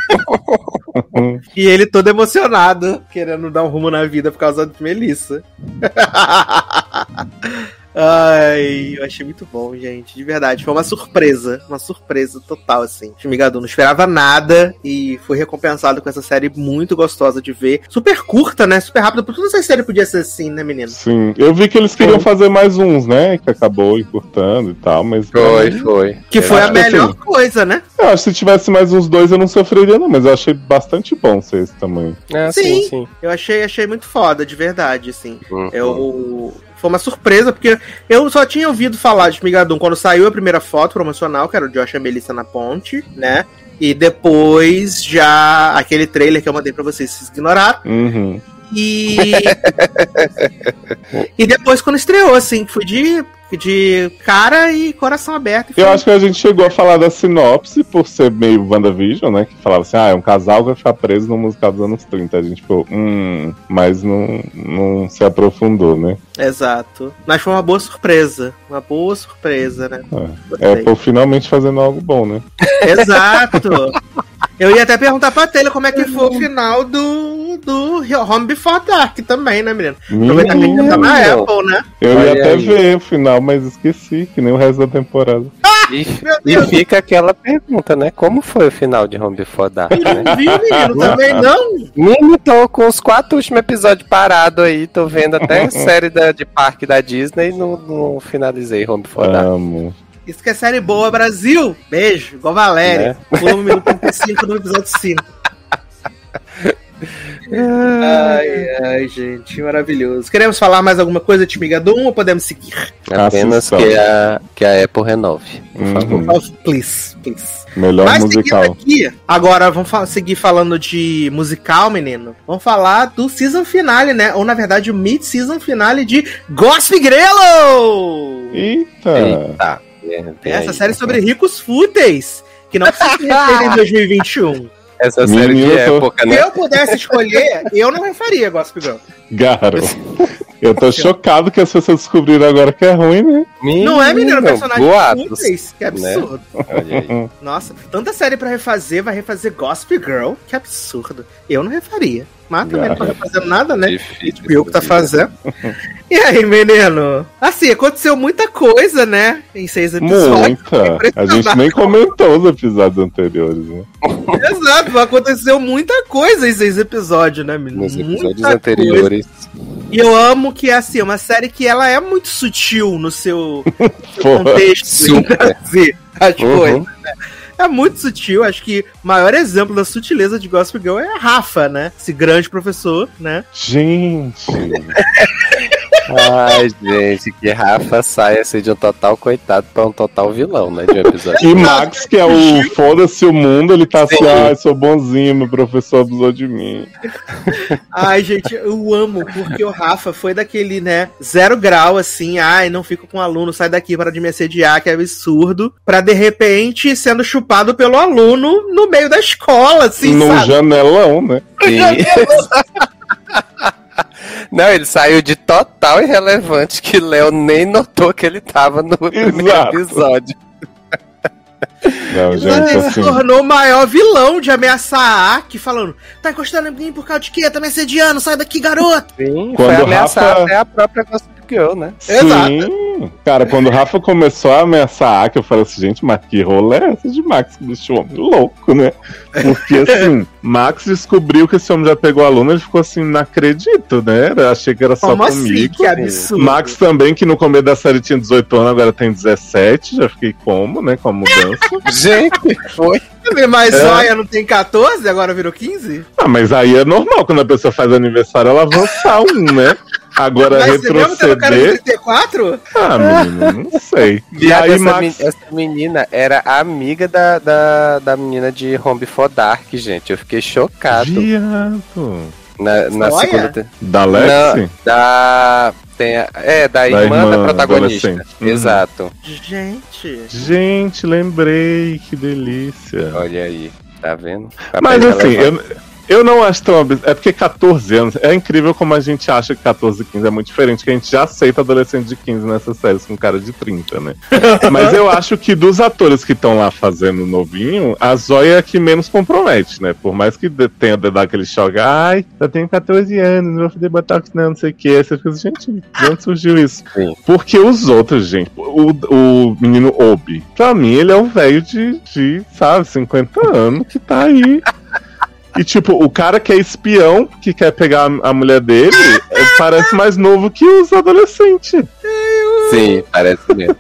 E ele todo emocionado, querendo dar um rumo na vida por causa de Melissa. Ai, eu achei muito bom, gente. De verdade, foi uma surpresa. Uma surpresa total, assim. Shmigadum não esperava nada e foi recompensado com essa série muito gostosa de ver. Super curta, né? Super rápida. Por todas essas séries podia ser assim, né, menino? Sim. Eu vi que eles queriam fazer mais uns, né? Que acabou encurtando e tal, mas. Foi, foi. Que foi Eu a acho que melhor assim, coisa, né? Eu acho que se tivesse mais uns dois eu não sofreria, não, mas eu achei bastante bom ser esse tamanho. É, Sim. sim, sim. Eu achei, achei muito foda, de verdade, assim. Uhum. Eu... Foi uma surpresa, porque eu só tinha ouvido falar de Shmigadum quando saiu a primeira foto promocional, que era o Josh e a Melissa na ponte, né? E depois já aquele trailer que eu mandei pra vocês, vocês ignoraram. Uhum. E. E depois quando estreou, assim, fui de, de cara e coração aberto. E Eu fui- acho que a gente chegou a falar da sinopse por ser meio WandaVision, né? Que falava assim, ah, é um casal que vai ficar preso no musical dos anos trinta. A gente ficou, hum, mas não, não se aprofundou, né? Exato. Mas foi uma boa surpresa. Uma boa surpresa, né? É, Apple finalmente fazendo algo bom, né? Exato. Eu ia até perguntar pra Taylor como é que foi o final do, do Home Before Dark também, né, menino? Aproveitar que a gente tá na Menino. Apple, né? Eu ia Olha até aí. ver o final, mas esqueci, que nem o resto da temporada. E, Meu e Deus. fica aquela pergunta, né? Como foi o final de Home Before Dark, né? Não viu, menino? Também não? Menino, tô com os quatro últimos episódios parados aí, tô vendo até série da, de parque da Disney e não, não finalizei Home Before Dark. Amo. Isso que é série boa, Brasil. Beijo, igual Valéria. Né? Pula no minuto trinta e cinco no episódio cinco. Ai, ai, gente, maravilhoso. Queremos falar mais alguma coisa, Timigadum, ou podemos seguir? Apenas que a, que a Apple renove. Por Uhum. favor. Please, please. Melhor Mas musical. seguindo aqui, agora vamos fa- seguir falando de musical, menino. Vamos falar do season finale, né? Ou na verdade o mid-season finale de Gossip Grelo! Eita! Eita. É, tem Essa aí. série sobre ricos fúteis, que não precisa se repetir em dois mil e vinte e um. Essa série de Menino, eu tô- época, Se né? eu pudesse escolher, eu não refaria Gossip Girl. Garo. Eu tô chocado que as pessoas descobriram agora que é ruim, né? Não é, menino? Personagem boatos. fúteis. Que absurdo. Olha aí. Nossa, tanta série pra refazer, vai refazer Gossip Girl. Que absurdo. Eu não refaria. Mas também não tô refazendo nada, né? Difícil. H B O que tá fazendo. E aí, menino? Assim, aconteceu muita coisa, né? Em seis episódios. Muita. A gente nem comentou os episódios anteriores, né? Exato, aconteceu muita coisa em seis episódios, né, menino? Nos episódios Muita anteriores. coisa. E eu amo que, assim, é uma série que ela é muito sutil no seu, no seu Porra. contexto de Super. trazer as Uhum. coisas, né? É muito sutil, acho que o maior exemplo da sutileza de Gossip Girl é a Rafa, né? Esse grande professor, né? Gente. Ai, gente, que Rafa sai assim de um total coitado pra um total vilão, né? De um episódio. E Max, que é o foda-se o mundo, ele tá assim, Sim. ai, sou bonzinho, meu professor abusou de mim. Ai, gente, eu amo, porque o Rafa foi daquele, né, zero grau, assim, ai, não fico com o aluno, sai daqui para de me assediar, que é absurdo, pra de repente sendo chupado pelo aluno no meio da escola, assim, Num sabe? janelão, né? Sim. Não, ele saiu de total irrelevante que Léo nem notou que ele tava no primeiro Exato. episódio. Não, Ele gente, se assim. tornou o maior vilão de ameaçar a Aki, falando, tá encostando em mim por causa de quê? Tá me assediando, sai daqui, garoto! Sim, Quando foi o ameaçar Rafa- até a própria Gossip Girl, né? Sim. Cara, quando o Rafa começou a ameaçar a Aki, eu falei assim, gente, mas que rolê é essa de Max? Que bicho homem louco, né? Porque assim, Max descobriu que esse homem já pegou aluno, ele ficou assim, não acredito, né? Eu achei que era só Como assim? comigo. Que absurdo. Max também, que no começo da série tinha dezoito anos, agora tem dezessete, já fiquei como, né? Com a mudança. Gente, foi. Mas É. Zóia não tem catorze, agora virou quinze? Ah, mas aí é normal, quando a pessoa faz aniversário, ela avançar um, né? Agora Mas você mesmo tendo cara de retroceder. trinta e quatro? Ah, menino, não sei. E Viado, aí, essa, Max. men- essa menina era amiga da, da, da menina de Home for Dark, gente. Eu fiquei chocado. Viado. Na, na Olha. segunda. te- Da Lexi? Não, da. Tem a- é, da, Da irmã, irmã da protagonista. adolescente. Uhum. Exato. Gente. Gente, lembrei, que delícia. Olha aí, tá vendo? Mas Papel assim, relevante. eu, eu não acho tão abs- É porque catorze anos. É incrível como a gente acha que catorze e quinze é muito diferente, que a gente já aceita adolescente de quinze nessas séries com cara de trinta, né? Mas eu acho que dos atores que estão lá fazendo novinho, a Zóia é a que menos compromete, né? Por mais que de- tenha de dar aquele choque, ai, eu tenho catorze anos, não vou fazer botox não, não sei o que. Aí você fica assim, gente, de onde surgiu isso? Sim. Porque os outros, gente, o, o menino Obi, pra mim ele é um velho de, de, sabe, cinquenta anos que tá aí. E tipo, o cara que é espião, que quer pegar a, a mulher dele, é, parece mais novo que os adolescentes. Sim, parece mesmo.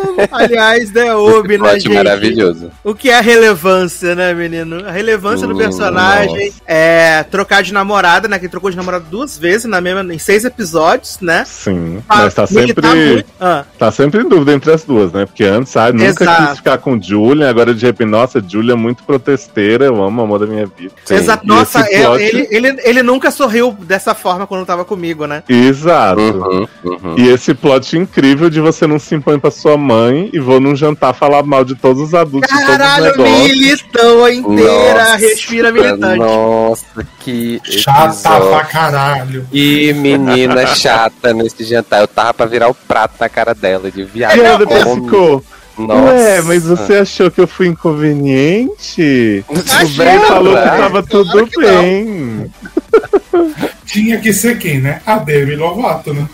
Aliás, né, Obi, Esse né, plot gente? maravilhoso. O que é a relevância, né, menino? A relevância do Hum, personagem nossa. é trocar de namorada, né? Que ele trocou de namorada duas vezes na mesma, em seis episódios, né? Sim, Pra mas tá militar sempre, muito. Ah, tá sempre em dúvida entre as duas, né? Porque antes, sabe, nunca Exato. quis ficar com Julian, agora de repente, nossa, Julian é muito protesteira, eu amo o amor da minha vida. Sim. exato. E Nossa, esse é- plot- ele, ele, ele nunca sorriu dessa forma quando tava comigo, né? Exato. Uhum, uhum. E esse plot incrível de você não se impõe pra sua mãe e vou num jantar falar mal de todos os adultos de Caralho, todos os negócios. militou inteira, Nossa, respira militante. Nossa, que Chata episódio. pra caralho. Que menina chata nesse jantar. Eu tava pra virar o prato na cara dela de viado. E ela depois Como- ficou, Nossa. ué, mas você achou que eu fui inconveniente? O Achei, velho falou que claro. tava tudo Claro que não. bem. Tinha que ser quem, né? A Demi Lovato, né?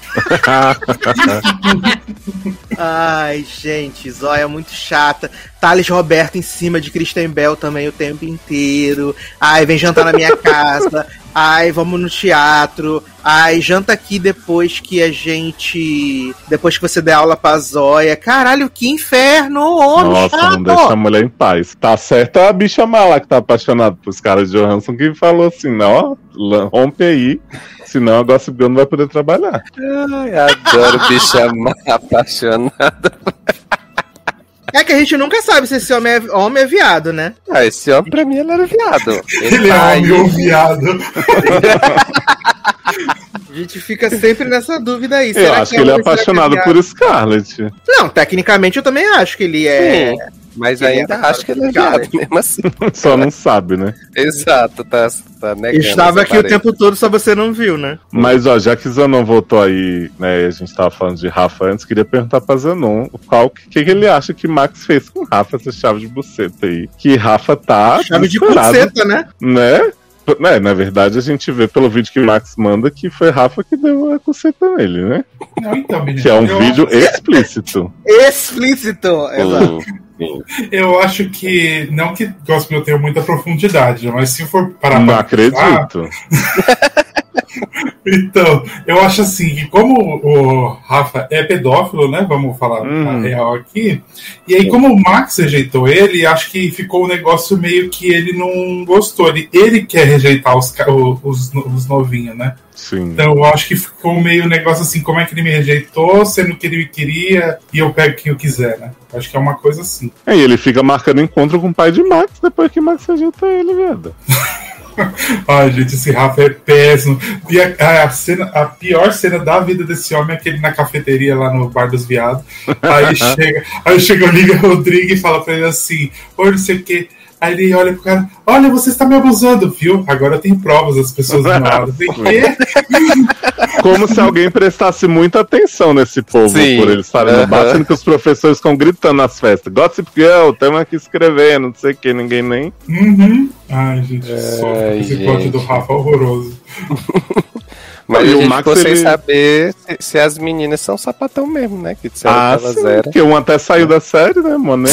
Ai, gente, Zóia é muito chata. Thales Roberto em cima de Kristen Bell também o tempo inteiro. Ai, vem jantar na minha casa. ai, vamos no teatro, ai, janta aqui depois que a gente... Depois que você der aula pra Zóia. Caralho, que inferno, homem Nossa, chato! não deixa a mulher em paz. Tá certa a bicha má lá que tá apaixonada pros caras de Johansson que falou assim, não, ó, rompe aí, senão a Gossip Girl não vai poder trabalhar. Ai, adoro bicha má apaixonada. É que a gente nunca sabe se esse homem é homem ou é viado, né? Ah, esse homem pra mim ele era viado. Ele, Ele é tá homem aí. ou viado. A gente fica sempre nessa dúvida aí. Eu acho que ele é apaixonado por Scarlett. Não, tecnicamente eu também acho que ele é... Sim, mas Ele ainda é acho que ele é viado. viado, mesmo assim. Só não sabe, né? Exato, tá, tá negando. Estava essa aqui o parede. tempo todo, só você não viu, né? Mas, ó, já que Zanon voltou aí, né, a gente tava falando de Rafa antes, queria perguntar pra Zanon qual que, que ele acha que Max fez com Rafa, essa chave de buceta aí. Que Rafa tá Chave de desesperado, buceta, né? né? Né, na verdade, a gente vê pelo vídeo que Max manda que foi Rafa que deu a buceta nele, né? Não, então, menino. Que é um eu vídeo acho- explícito. Explícito. Exato. Sim. Eu acho que. Não que Gospel tenha muita profundidade, mas se for parar Não pra pensar, acredito. Então, eu acho assim, que como o Rafa é pedófilo, né? Vamos falar Hum. a real aqui. E aí, como o Max rejeitou ele, acho que ficou um negócio meio que ele não gostou. Ele, ele quer rejeitar os, ca- os, os novinhos, né? Sim. Então eu acho que ficou meio um negócio assim, como é que ele me rejeitou, sendo que ele me queria, e eu pego quem eu quiser, né? Acho que é uma coisa assim. Aí ele fica marcando encontro com o pai de Max depois que Max rejeita ele, viado. Ai, gente, esse Rafa é péssimo. E a, a cena, a pior cena da vida desse homem é aquele na cafeteria lá no Bar dos Viados. Aí chega, aí chega o Liga Rodrigo e fala pra ele assim, oi, não sei o quê. Aí ele olha pro cara, olha, você está me abusando, viu? Agora eu tenho provas das pessoas do meu lado. Tem quê? Como se alguém prestasse muita atenção nesse povo Sim. por eles estarem no Aham. bar, sendo que os professores ficam gritando nas festas. Gossip Girl, estamos aqui escrevendo, não sei o que, ninguém nem. Uhum. Ai, gente, sofro com esse gente. plot do Rafa horroroso. Mas E a o gente Max, ficou sem ele- saber se, se as meninas são sapatão mesmo, né? Que disseram Ah, que elas sim, eram. porque um até saiu da série, né, mano?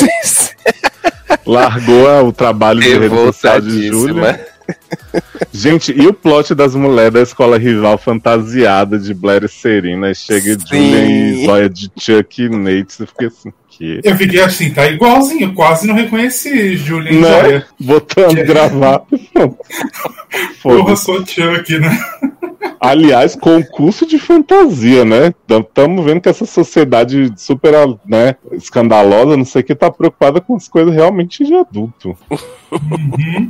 Largou a- o trabalho de rede social de Júlia. Revoltadíssima. Gente, e o plot das mulheres da escola rival fantasiada de Blair e Serena? Aí chega Sim. Julia e Zóia de Chuck e Nate, você fica assim, que? Eu fiquei assim, tá igualzinho, quase não reconheci Julia e Né? Zóia. Botando Que- gravar. Porra, Foda-se. sou Chuck, né? Aliás, concurso de fantasia, né? Estamos vendo que essa sociedade super, né, escandalosa, não sei o que, tá preocupada com as coisas realmente de adulto. Uhum.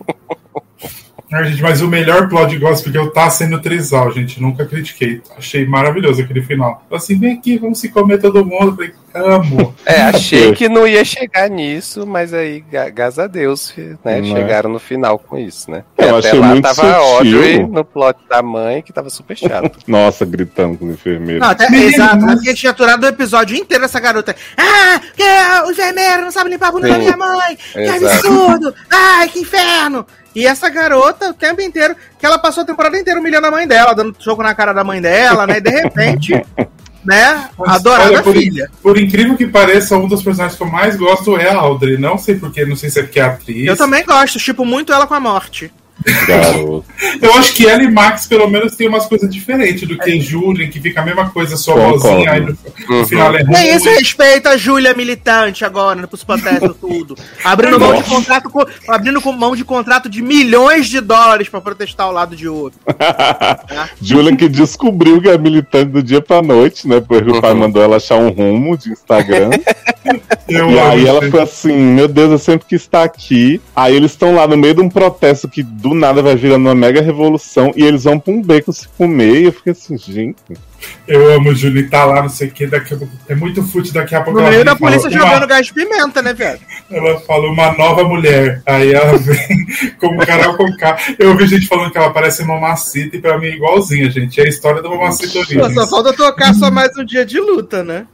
Ai, gente, mas o melhor plot de gospel que eu tá sendo o trisal, gente. Nunca critiquei. Achei maravilhoso aquele final. Falei assim, vem aqui, vamos se comer todo mundo. Falei, amo. É, achei que não ia chegar nisso, mas aí, ga- graças a Deus, fi- né? Não é? Chegaram no final com isso, né? Eu E até achei lá muito tava sutil. Audrey no plot da mãe, que tava super chato. Nossa, gritando com os enfermeiros. Não, até, Menino, exato, mas- porque tinha aturado o episódio inteiro essa garota. Ah, que é, o enfermeiro não sabe limpar a bunda da Sim. minha mãe. Que Exato. absurdo. Ai, que inferno. E essa garota, o tempo inteiro, que ela passou a temporada inteira humilhando a mãe dela, dando soco na cara da mãe dela, né? E de repente, né, Mas, adorada olha, por, filha. por incrível que pareça, um dos personagens que eu mais gosto é a Audrey. Não sei porquê, não sei se é porque é atriz. Eu também gosto, tipo muito ela com a morte. Garoto. Eu acho que ela e Max, pelo menos, tem umas coisas diferentes do que Julian, que fica a mesma coisa, só Concordo. vozinha, aí no, no Uhum. final é ruim. É isso, respeita a Júlia militante agora, né, pros protestos tudo. Abrindo mão de Nossa. contrato com, abrindo com mão de contrato de milhões de dólares pra protestar ao lado de outro. Julian que descobriu que é militante do dia pra noite, né? Porque o pai Uhum. mandou ela achar um rumo de Instagram. Eu E aí amo, ela gente. foi assim, meu Deus, eu sempre quis estar aqui. Aí eles estão lá no meio de um protesto que do nada vai virando uma mega revolução e eles vão pra um beco se comer. E eu fiquei assim, gente. Eu amo, Julie, tá lá, não sei o que, daqui a pouco. É muito fute, daqui a pouco No ela meio vem da e fala, polícia uma- jogando gás de pimenta, né, velho? Ela fala uma nova mulher. Aí ela vem como Carol Conká. Eu ouvi gente falando que ela parece Mamacita e pra mim é igualzinha, gente. É a história do Mamacita Pô, Origins. só falta tocar só mais um dia de luta, né?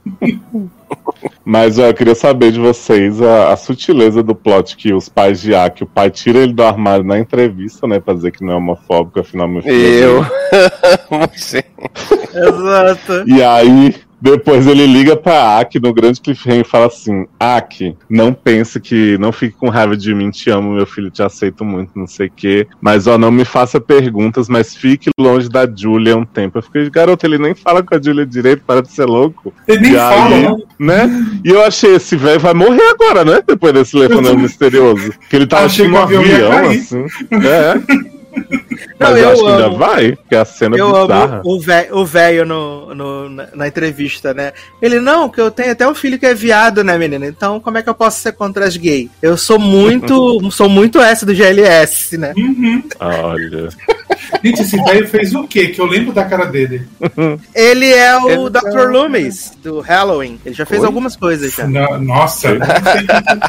Mas ó, eu queria saber de vocês a, a sutileza do plot que os pais de Aki, o pai tira ele do armário na entrevista, né? Pra dizer que não é homofóbico, afinal meu filho. é Eu. gay. Sim. Exato. E aí Depois ele liga pra Aki no grande cliffhanger e fala assim: Aki, não pense que. Não fique com raiva de mim, te amo, meu filho, te aceito muito, não sei o quê. Mas ó, não me faça perguntas, mas fique longe da Julia um tempo. Eu fiquei, garoto, ele nem fala com a Julia direito, para de ser louco. Ele nem e fala, aí, né? né? E eu achei, esse velho vai morrer agora, né? Depois desse telefonema misterioso. Que ele tava Achei tipo no que o avião ia avião, cair. assim. É. Não, Mas eu, eu acho que ainda amo. vai, porque a cena é Eu bizarra. amo o velho o velho no, no, na, na entrevista, né? Ele, não, que eu tenho até um filho que é viado, né, menina? Então como é que eu posso ser contra as gays? Eu sou muito, sou muito S do G L S, né? Uhum. Olha. Gente, esse velho fez o quê? Que eu lembro da cara dele. Ele é o Ele doutor Loomis, do Halloween. Ele já fez Oi? algumas coisas já. Na- Nossa, não sei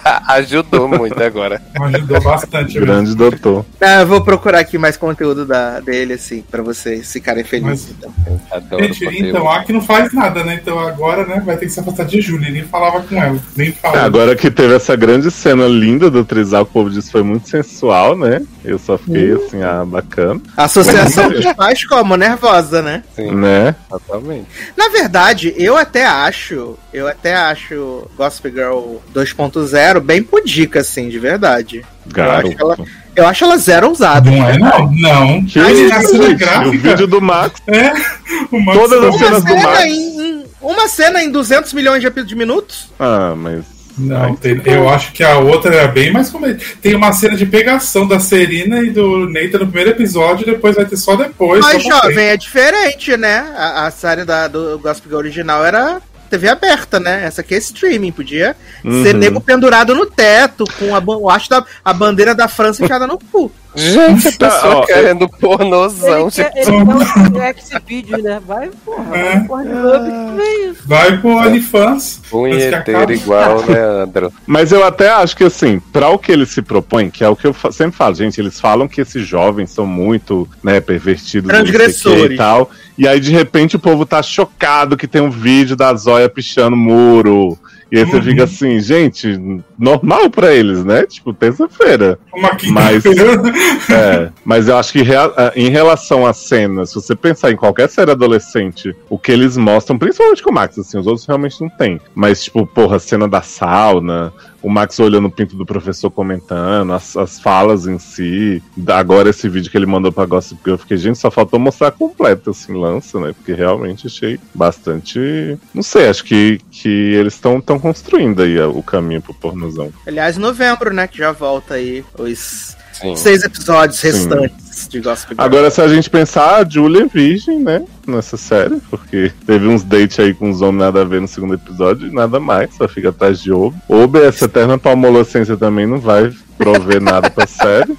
Ajudou muito agora. que ajudou bastante. mesmo. Grande doutor. Ah, eu vou procurar aqui mais conteúdo da, dele, assim, pra vocês ficarem felizes. Mas- Então. Adoro Gente, conteúdo. então, Aki não faz nada, né? Então agora, né, vai ter que se afastar de Júlia. Nem falava com ela, nem falava. Agora que teve essa grande cena linda do trisal, o povo disse que foi muito sensual, né? Eu só fiquei assim, ah, bacana. A associação dos pais como? Nervosa, né? Sim, Né? totalmente. Na verdade, eu até acho, eu até acho Gossip Girl dois ponto zero bem pudica, assim, de verdade. Eu acho ela, Garoto. eu acho ela zero ousada. Não é, não. Não. Que Aí, isso, na cena gente? gráfica, O vídeo do Max. é, o Max Todas as Uma cenas do cena, Max. em, em- uma cena em duzentos milhões de, de minutos? Ah, mas. Não, tem- eu acho que a outra é bem mais comédia. Tem uma cena de pegação da Serena e do Nathan no primeiro episódio, depois vai ter só depois. Mas, só pra jovem, frente. é diferente, né? A, a série da, do Gossip Girl original era T V aberta, né? Essa aqui é streaming, podia Uhum. ser nego pendurado no teto, com a, ban- eu acho da, a bandeira da França enfiada no cu. Gente, a pessoa ó, querendo pornozão. Ele quer, gente. ele quer o X-Video, né? Vai, porra, É. vai, porra, que vem isso. Vai pro OnlyFans. Punheteiro igual, né, Andro? Mas eu até acho que, assim, para o que eles se propõem, que é o que eu fa- sempre falo, gente, eles falam que esses jovens são muito, né, pervertidos, não sei o quê Transgressores. e tal. E aí, de repente, o povo tá chocado que tem um vídeo da Zóia pichando muro. E aí você Uhum. fica assim, gente, normal pra eles, né? Tipo, terça-feira. Uma Mas- quinta-feira. É, mas eu acho que rea- em relação às cenas, se você pensar em qualquer série adolescente, o que eles mostram, principalmente com o Max, assim, os outros realmente não tem. Mas, tipo, porra, a cena da sauna, o Max olhando o pinto do professor comentando, as, as falas em si. Agora esse vídeo que ele mandou pra Gossip Girl, eu fiquei, gente, só faltou mostrar completo, assim, lança, né? Porque realmente achei bastante... Não sei, acho que, que eles estão tão construindo aí o caminho pro pornozão. Aliás, em novembro, né? Que já volta aí os Sim. seis episódios Sim. restantes de Gossip Girl. Agora, se a gente pensar, a Julia é virgem, né? Nessa série, porque teve uns dates aí com os homens nada a ver no segundo episódio e nada mais, só fica atrás de Obi. Obi, essa eterna palmolescência também não vai prover nada pra série.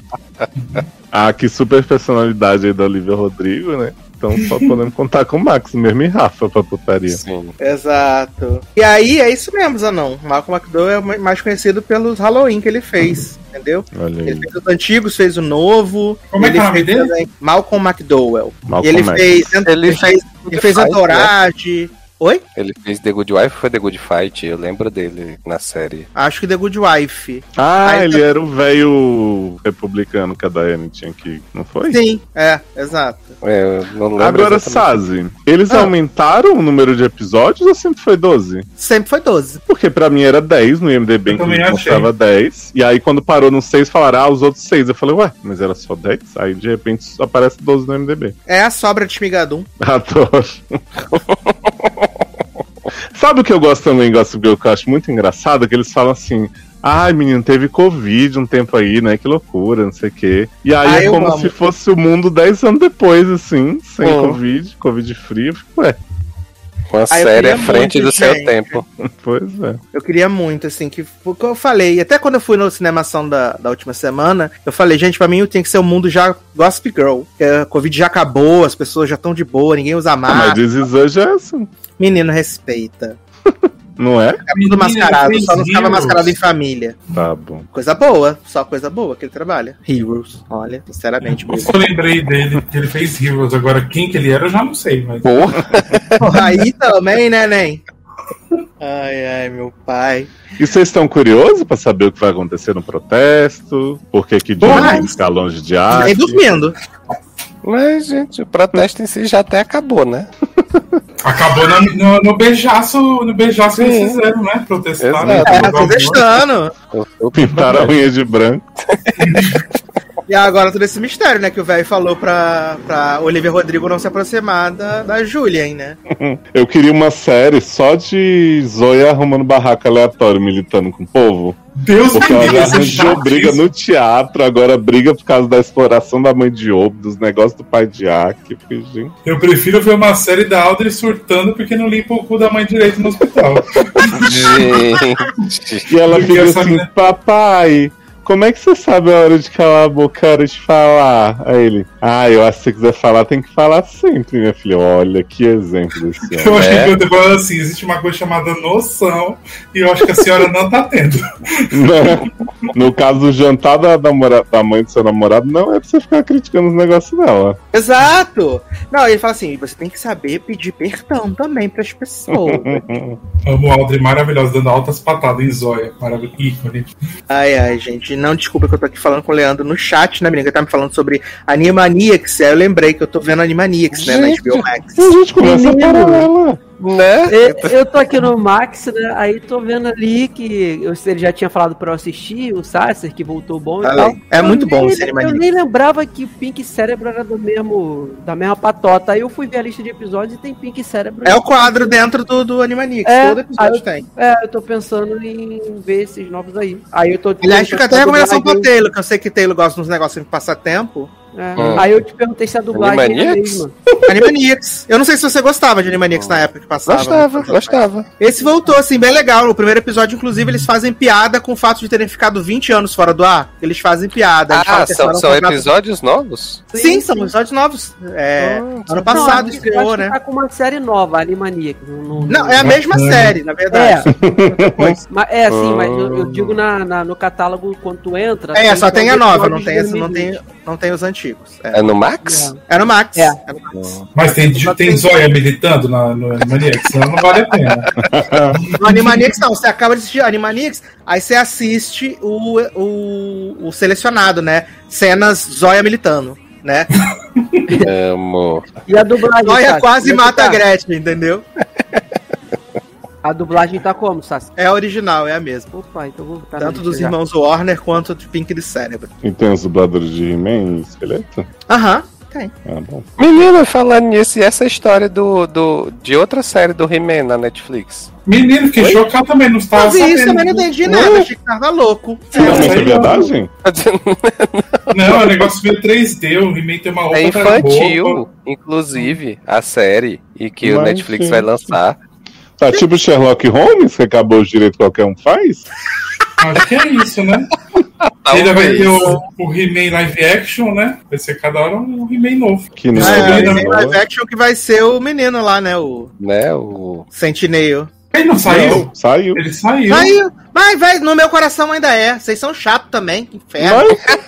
Ah, que super personalidade aí da Olivia Rodrigo, né? Então só podemos contar com o Max mesmo e Rafa pra putaria. Sim. Exato. E aí, é isso mesmo, Zanon. Malcolm McDowell é mais conhecido pelos Halloween que ele fez, entendeu? Olha Ele aí. fez os antigos, fez o novo. Como é que ele é o nome fez dele? também Malcolm McDowell. Malcolm e ele X. fez, Ele ele fez, ele fez Fight, né? Entourage. Oi? Ele fez The Good Wife ou foi The Good Fight? Eu lembro dele na série. Acho que The Good Wife. Ah, Aí ele tá- era o velho republicano que a Daiane tinha que. Não foi? Sim, é, exato. É, eu não lembro Agora, exatamente. Sazi, eles Ah. aumentaram o número de episódios ou sempre foi doze? Sempre foi doze. Porque pra mim era dez no I M D B, Eu também que achei. mostrava dez. E aí quando parou no seis, falaram, ah, os outros seis. Eu falei, ué, mas era só dez? Aí de repente só aparece doze no I M D B. É a sobra de Shmigadum. Adoro. Sabe o que eu gosto também, Gossip Girl, que eu acho muito engraçado? Que eles falam assim, ai, menino, teve Covid um tempo aí, né? Que loucura, não sei o quê. E aí Ah, é eu como amo. se fosse o mundo dez anos depois, assim, sem Hum. Covid, Covid free. Eu fico, ué, Uma Ah, eu série queria à frente muito, do seu gente. tempo. pois é. Eu queria muito, assim, que o que eu falei. Até quando eu fui no Cinemação da, da última semana, eu falei, gente, pra mim tem que ser o mundo já Gossip Girl. Porque a Covid já acabou, as pessoas já estão de boa, ninguém usa Ah, mas máscara. This Is Us já é assim, Menino, respeita. não é? É tudo Menina, mascarado, ele só não fez ficava Heroes. mascarado em família. Tá bom. Coisa boa, só coisa boa que ele trabalha. Heroes, olha, sinceramente. Eu só lembrei dele, que ele fez Heroes. Agora, quem que ele era, eu já não sei. Mas... Porra, Porra, aí também, né, Nen? Ai, ai, meu pai. E vocês estão curiosos pra saber o que vai acontecer no protesto? Por que que Julia tem Demais. que ficar longe de arte? Nem dormindo. Mas, gente, o protesto em si já até acabou, né? Acabou no, no, no beijaço, no beijaço que eles fizeram, né? Protestaram. Exato. É, protestando. Pintaram a unha de branco. E agora todo esse mistério, né? Que o velho falou pra, pra Olivia Rodrigo não se aproximar da, da Julian, né? Eu queria uma série só de Zoya arrumando barraco aleatório, militando com o povo. Deus Porque me ela livre, já esse arranjou chato briga isso. no teatro, agora briga por causa da exploração da mãe de Obo, dos negócios do pai de Aki. Gente. Eu prefiro ver uma série da Audrey surtando porque não limpa o cu da mãe direito no hospital. Gente. E ela Porque fica essa assim, menina- papai, como é que você sabe a hora de calar a boca, a hora de falar? Aí ele, ah, eu acho que se você quiser falar, tem que falar sempre, minha filha. Olha que exemplo desse Eu homem. acho É? que eu tô falando assim, existe uma coisa chamada noção e eu acho que a senhora não tá tendo. No caso do jantar da, namora- da mãe do seu namorado, não é pra você ficar criticando os negócios dela. Exato! Não, ele fala assim: você tem que saber pedir perdão também pras pessoas. Amo a Audrey maravilhosa, dando altas patadas em Zóia. Maravilhoso. Ícone. Ai, ai, gente, não desculpa que eu tô aqui falando com o Leandro no chat, né, menina? Que ele tá me falando sobre Animaniacs. Aí eu lembrei que eu tô vendo Animaniacs, né, na H B O Max. A gente começa a Menino. paralela. Né? Eu, eu tô aqui no Max, né? Aí tô vendo ali que eu, ele já tinha falado pra eu assistir, o Sasser, que voltou bom e Olha tal. aí, é Eu muito bom nem- esse Animaniacs. Eu nem lembrava que Pink Cérebro era do mesmo, da mesma patota. Aí eu fui ver a lista de episódios e tem Pink Cérebro. É o quadro dentro do, do Animaniacs, É, todo episódio aí eu- tem. É, eu tô pensando em ver esses novos aí. Aí eu tô. Aliás, fica até a recomendação pro dublagem- Taylor, que eu sei que Taylor gosta dos negócios de passatempo. É. Hum. Aí eu te perguntei se a dublagem é a Animaniacs? mesma. Animaniacs. Eu não sei se você gostava de Animaniacs na época que passava. Gostava, gostava. Esse voltou, assim, bem legal. No primeiro episódio, inclusive, eles fazem piada com o fato de terem ficado vinte anos fora do ar. Eles fazem piada. Eles falam Ah, que são, foram são contratados- episódios novos? Sim, são episódios novos. É, Ah, ano passado Não, estreou, acho que né? tá com uma série nova, Animaniacs. Não, não, Não, é a mesma Bacana. série, na verdade. Mas, é assim, mas eu, eu Ah. digo na, na- no catálogo quando tu entra. É, só tem a nova, não episódios tem, de esse, não, tem, dois mil e vinte. não tem os antigos. É, É no Max? é no Max. É. É no Max. Mas tem, tem Zóia militando na, no Animaniacs, senão não vale a pena. No Animaniacs não, você acaba de assistir Animaniacs, aí você assiste o, o, o selecionado, né? Cenas Zóia militando, né? Amo. E a dublagem. Zóia Sassi, quase como é que mata a tá? Gretchen, entendeu? A dublagem tá como, Sassi? É a original, é a mesma. Opa, então vou botar Tanto na dos lista já. irmãos Warner quanto de Pink de Cérebro. E tem os dubladores de He-Man e Esqueleto? Aham, tem. Ah, bom. Menina, falando nisso, e essa história do, do, de outra série do He-Man na Netflix? Menino, fiquei chocado também, não estava Eu vi isso, sabendo. também não entendi nada, achei que tava louco. Realmente é aí, verdade? Não, é um negócio meio três D, o He-Man tem uma roupa É atrás da infantil, roupa. inclusive, a série, e que o Mas, Netflix gente. vai lançar. Tá tipo Sherlock Holmes, que acabou os direitos que qualquer um faz? Acho que é isso, né? Ainda vai ter o, o He-Man live action, né? Vai ser cada hora um He-Man novo. Que não É, é, aí não, tem não. live action que vai ser o menino lá, né? O Né, o... Sentinel. Ele não saiu? Não, saiu. Ele saiu. Aí, mas, velho, no meu coração ainda é. Vocês são chatos também, que inferno.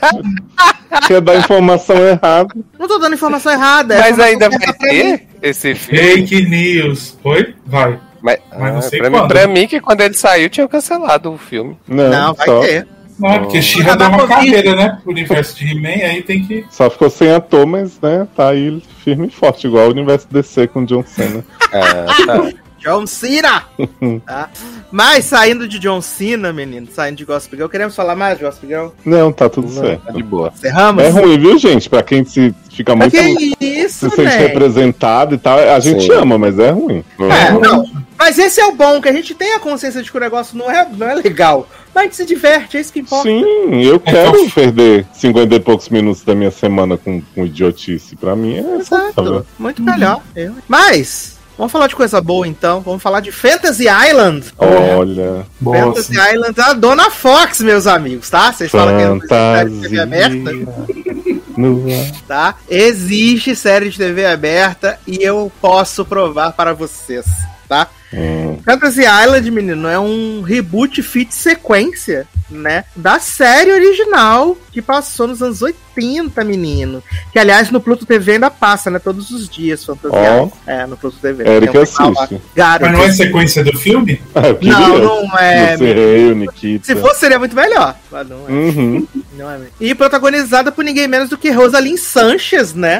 Mas quer dar informação errada. Não tô dando informação errada. é Mas informação ainda certa vai pra mim. ter esse filme? Fake news. Oi? Vai. Mas, Mas não ah, sei pra, mim, quando. pra mim, que quando ele saiu, tinha cancelado o filme. Não, Não, vai só, ter. Não, é porque She-Ra Ah, deu uma dá pra ouvir. carreira, né? Pro universo de He-Man, aí tem que. só ficou sem ator, mas né, tá aí firme e forte, igual o universo D C com John Cena. Ah, tá. John Cena! Tá? Mas saindo de John Cena, menino, saindo de Gossip Girl, queremos falar mais de Gossip Girl? Não, tá tudo Não, certo. tá de boa. Encerramos? É ruim, viu, gente? Pra quem se fica muito. Que isso, se sente né? representado e tal, a gente Sim. ama, mas é ruim. É, não. Mas esse é o bom, que a gente tem a consciência de que o negócio não é, não é legal. Mas a gente se diverte, é isso que importa. Sim, eu quero perder cinquenta e poucos minutos da minha semana com, com idiotice. Pra mim é Exato. saudável. Muito melhor. Eu. Mas, vamos falar de coisa boa então. Vamos falar de Fantasy Island. Olha, Fantasy Island, a Dona Fox, meus amigos, tá? Vocês falam que não existe série de T V aberta, fantasia no ar. tá? Existe série de T V aberta e eu posso provar para vocês, tá? Hum. Fantasy Island, menino, é um reboot fit sequência, né? Da série original que passou nos anos oitenta, menino. Que, aliás, no Pluto T V ainda passa, né? Todos os dias, Fantasy Ó. Island. É, no Pluto T V. Érica Tem um canal lá. assiste. Garoto. Mas não é sequência do filme? Ah, eu queria. Não, não é. Você eu, Nikita. Se fosse, seria muito melhor. Mas não é. Uhum. Não é mesmo. E protagonizada por ninguém menos do que Rosalind Sanchez, né?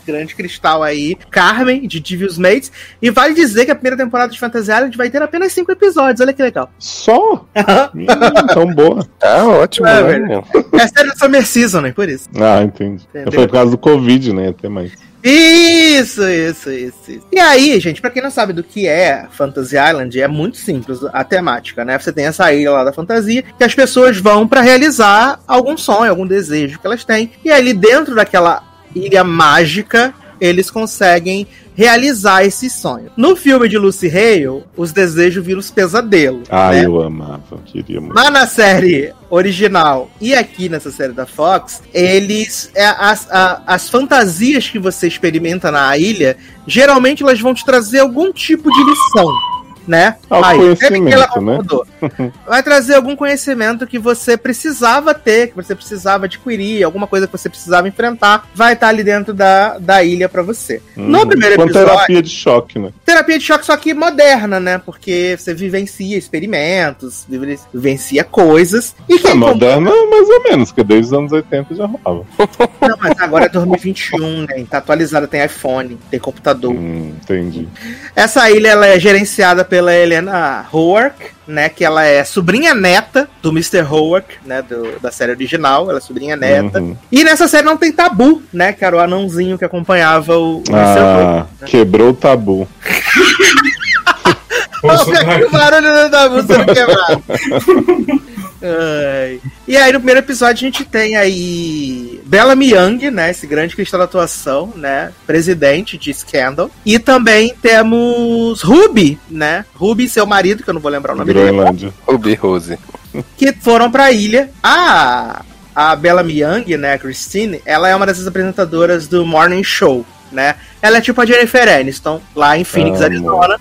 esse grande cristal aí, Carmen, de Devil's Mates. E vale dizer que a primeira temporada de Fantasy Island vai ter apenas cinco episódios. Olha que legal. Só? Hum, tão boa. Tá ótimo, É, né? velho. meu? É a série do Summer Season, né? Por isso. Ah, entendi. Entendeu? Foi por causa do Covid, né? Até mais. Isso, isso, isso, isso. E aí, gente, pra quem não sabe do que é Fantasy Island, é muito simples a temática, né? Você tem essa ilha lá da fantasia que as pessoas vão pra realizar algum sonho, algum desejo que elas têm. E ali dentro daquela ilha mágica, eles conseguem realizar esse sonho. No filme de Lucy Hale, os desejos viram os pesadelos. Ah, né? eu amava. Queria muito. Mas na série original e aqui nessa série da Fox, eles. É, as, a, as fantasias que você experimenta na ilha, geralmente elas vão te trazer algum tipo de lição. Né? Autoconhecimento, né? Vai trazer algum conhecimento que você precisava ter, que você precisava adquirir, alguma coisa que você precisava enfrentar, vai estar ali dentro da, da ilha pra você. Hum, No primeiro com episódio... terapia de choque, né? Terapia de choque, só que moderna, né? Porque você vivencia experimentos, vivencia coisas. E quem É moderna, mais ou menos, porque desde os anos oitenta já rolava. Não, mas agora é dois mil e vinte e um, né? Tá atualizada, tem iPhone, tem computador. Hum, entendi. Essa ilha, ela é gerenciada pela Helena Howard, né? Que ela é sobrinha neta do mister Howard, né? Do, da série original, ela é sobrinha neta. Uhum. E nessa série não tem Tabu, né? Que era o anãozinho que acompanhava o, o mister Ah, Howard. Né? quebrou o tabu. Olha o barulho do Tabu sendo quebrado. Ai. E aí no primeiro episódio a gente tem aí Bellamy Young, né, esse grande cristal da atuação, né, presidente de Scandal, e também temos Ruby, né, Ruby e seu marido, que eu não vou lembrar o nome dele, Groenlândia. Ruby Rose. que foram pra ilha. A, a Bellamy Young, né, a Christine, ela é uma dessas apresentadoras do Morning Show, né, ela é tipo a Jennifer Aniston, lá em Phoenix, Ah, Arizona.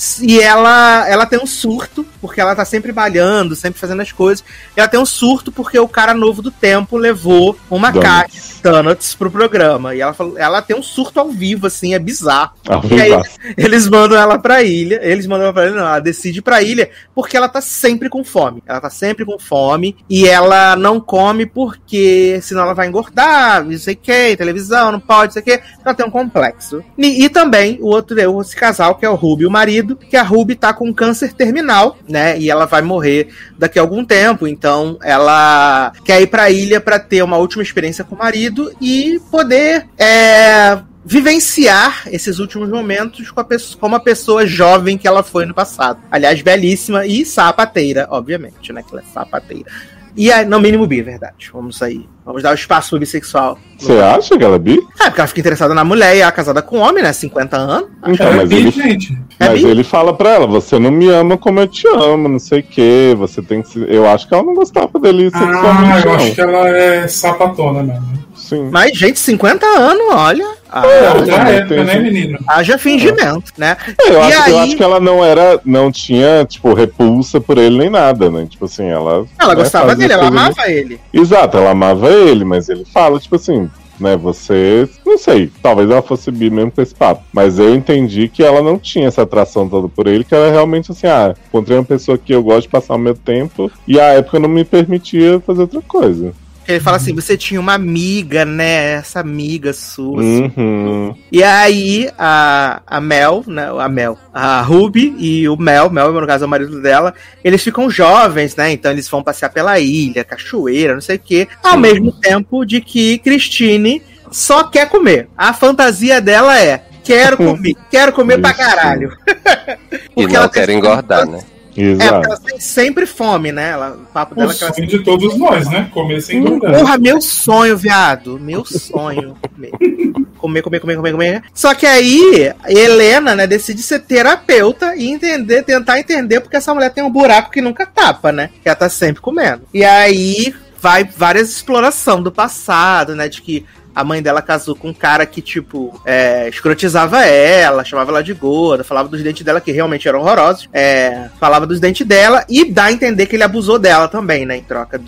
E ela, ela tem um surto, porque ela tá sempre malhando, sempre fazendo as coisas. Ela tem um surto porque o cara novo do tempo levou uma Donuts. caixa de donuts pro programa. E ela, falou, ela tem um surto ao vivo, assim, é bizarro. Ao E aí, vivaço. eles mandam ela pra ilha. Eles mandam ela pra ilha, não, ela decide ir pra ilha porque ela tá sempre com fome. Ela tá sempre com fome e ela não come porque senão ela vai engordar, não sei o que, televisão, não pode, não sei o que. Ela tem um complexo. E, e também o outro, esse casal, que é o Ruby e o marido, que a Ruby tá com câncer terminal, né? E ela vai morrer daqui a algum tempo. Então ela quer ir pra ilha pra ter uma última experiência com o marido e poder é, vivenciar esses últimos momentos com a pessoa, como a pessoa jovem que ela foi no passado. Aliás, belíssima e sapateira, obviamente, né? Que ela é sapateira. E é, no mínimo bi, é verdade. Vamos aí. Vamos dar o espaço pro bissexual. Você acha que ela é bi? É, porque ela fica interessada na mulher e ela é casada com um homem, né? cinquenta anos. Então, É mas bi, ele, gente. É mas bi? ele fala pra ela, você não me ama como eu te amo, não sei o que, você tem que se... Eu acho que ela não gostava dele Ah, sexualmente, eu não. acho que ela é sapatona mesmo. Sim. Mas, gente, cinquenta anos, olha. Ah, Já também época, tem né, gente. menino? haja fingimento, né? É, eu, E acho, eu aí- acho que ela não era, não tinha, tipo, repulsa por ele nem nada, né? Tipo assim, ela... Ela né, gostava fazia dele, ela coisa- amava ele. Exato, ela amava ele, mas ele fala, tipo assim, né, você... Não sei, talvez ela fosse bi mesmo com esse papo, mas eu entendi que ela não tinha essa atração toda por ele, que ela realmente assim, ah, encontrei uma pessoa que eu gosto de passar o meu tempo, e a época não me permitia fazer outra coisa. Ele fala assim, você tinha uma amiga, né? Essa amiga sua. Uhum. E aí, a, a Mel, né? A Mel, a Ruby e o Mel, Mel, no caso, é o marido dela, eles ficam jovens, né? Então eles vão passear pela ilha, cachoeira, não sei o quê. Ao mesmo tempo de que Christine só quer comer. A fantasia dela é, quero comer, quero comer pra caralho. E Porque não ela quer tem- engordar, né? É, porque Exato. ela tem sempre fome, né? Ela, o papo O dela é que ela sonho de todos nós, né? Comer sem engordar. Porra, meu sonho, viado. Meu sonho. Comer. comer, comer, comer, comer, comer. Só que aí, a Helena, né, decide ser terapeuta e entender, tentar entender porque essa mulher tem um buraco que nunca tapa, né? Que ela tá sempre comendo. E aí, vai várias exploração do passado, né? De que a mãe dela casou com um cara que, tipo, é, escrotizava ela, chamava ela de gorda, falava dos dentes dela que realmente eram horrorosos, é, falava dos dentes dela e dá a entender que ele abusou dela também, né, em troca do,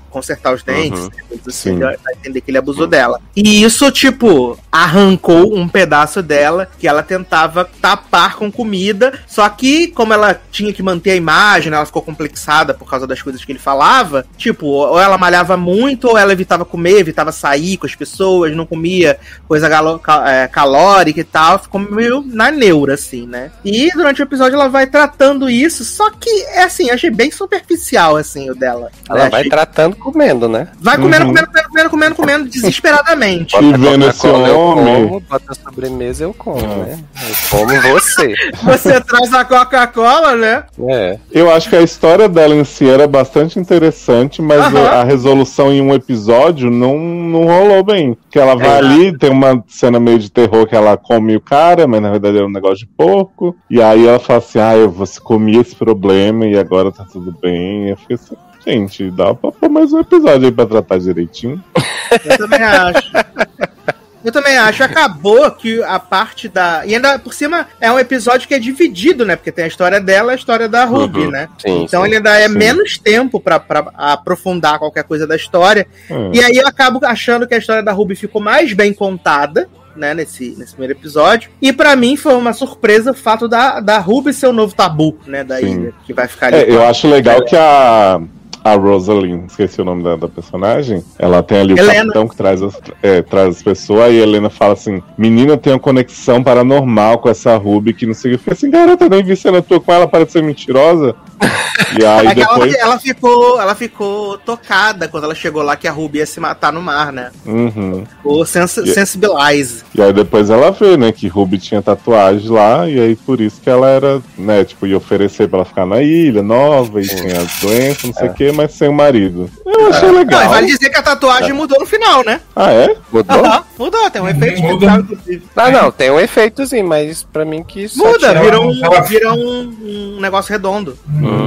consertar os dentes, Uhum. coisas Sim. assim, dá a entender que ele abusou dela. E isso, tipo, arrancou um pedaço dela que ela tentava tapar com comida, só que, como ela tinha que manter a imagem, ela ficou complexada por causa das coisas que ele falava, tipo, ou ela malhava muito, ou ela evitava comer, evitava sair com as pessoas, não comia coisa galo- ca- é, calórica e tal, ficou meio na neura, assim, né? E durante o episódio ela vai tratando isso, só que, é assim, achei bem superficial, assim, o dela. Ela né? vai Achei- tratando comendo, né? vai comendo, Uhum. comendo, comendo, comendo, comendo, comendo, desesperadamente. E vendo esse Coca-Cola eu homem- como, bota a sobremesa eu como, né? Eu como você. Você traz a Coca-Cola, né? É. Eu acho que a história dela em si era bastante interessante, mas Aham. a, a resolução em um episódio não, não rolou bem. Que ela vai É. ali, tem uma cena meio de terror que ela come o cara, mas na verdade era um negócio de porco. E aí ela fala assim, ah, eu você comi esse problema e agora tá tudo bem. Eu fiquei assim, gente, dá pra pôr mais um episódio aí pra tratar direitinho. Eu também acho. Eu também acho. Acabou que a parte da... E ainda, por cima, é um episódio que é dividido, né? Porque tem a história dela e a história da Ruby, Uhum. né? Sim, Então sim. ele ainda é Sim. menos tempo pra, pra aprofundar qualquer coisa da história. Hum. E aí eu acabo achando que a história da Ruby ficou mais bem contada, né, nesse, nesse primeiro episódio. E pra mim foi uma surpresa o fato da, da Ruby ser o novo tabu, né, da Sim. ilha, que vai ficar ali. É, eu acho legal que a, a Rosalind, esqueci o nome da, da personagem, ela tem ali o Helena. capitão que traz as, é, traz as pessoas, e a Helena fala assim, menina tem uma conexão paranormal com essa Ruby, que não sei o que. Eu fiquei assim, garota, nem vi cena tua com ela, parece ser mentirosa. E aí É que ela- depois... ela, ficou, ela ficou tocada quando ela chegou lá que a Ruby ia se matar no mar, né? Uhum. Ficou sens E- sensibilize. E aí depois ela vê, né, que Ruby tinha tatuagem lá, e aí por isso que ela era, né, tipo, ia oferecer pra ela ficar na ilha, nova, e tinha as doenças, não sei o que, mas sem o marido. Eu achei Não, legal. e vale dizer que a tatuagem mudou no final, né? Ah, é? Mudou? Aham, mudou, tem um efeito Muda. especial, inclusive. Ah, não, tem um efeitozinho, mas pra mim que só Muda, tinha- vira um, ela- vira um, um negócio redondo.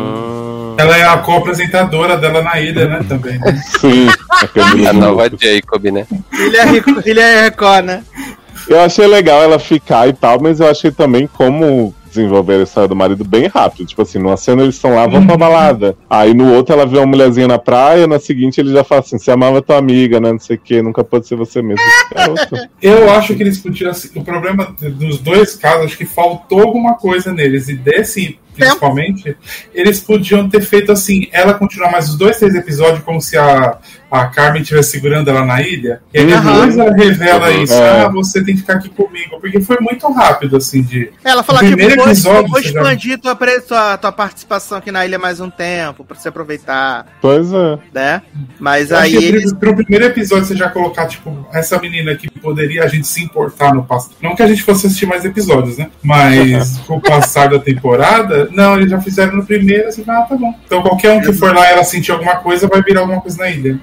Hum, Ela é a co-apresentadora dela na ilha, né? Também. Né? Sim. aquele a nova grupo. Jacob, né? Ele é, rico, ele é Record, né? Eu achei legal ela ficar e tal, mas eu achei também como desenvolver a história do marido bem rápido. Tipo assim, numa cena eles estão lá, vão pra balada. Aí no outro ela vê uma mulherzinha na praia, na seguinte ele já fala assim, você amava tua amiga, né? Não sei o que, nunca pode ser você mesmo. Garoto. Eu acho que eles podiam. Assim, o problema dos dois casos, acho que faltou alguma coisa neles. E desse, principalmente, eles podiam ter feito assim: ela continuar mais os dois, três episódios, como se a, a Carmen estivesse segurando ela na ilha. E aí Aham. depois ela revela Uhum. isso: É. ah, você tem que ficar aqui comigo. Porque foi muito rápido, assim, de. Ela fala, No tipo, primeiro vou, episódio, vou você já- expandir tua, pre- tua, tua participação aqui na ilha mais um tempo, pra você aproveitar, Pois é. né? Mas Eu acho aí que eles... pro, pro primeiro episódio você já colocar, tipo, essa menina que poderia a gente se importar no passado. Não que a gente fosse assistir mais episódios, né? Mas com o passar da temporada, não, eles já fizeram no primeiro, assim, ah, tá bom. Então qualquer um que for lá e ela sentir alguma coisa, vai virar alguma coisa na ilha.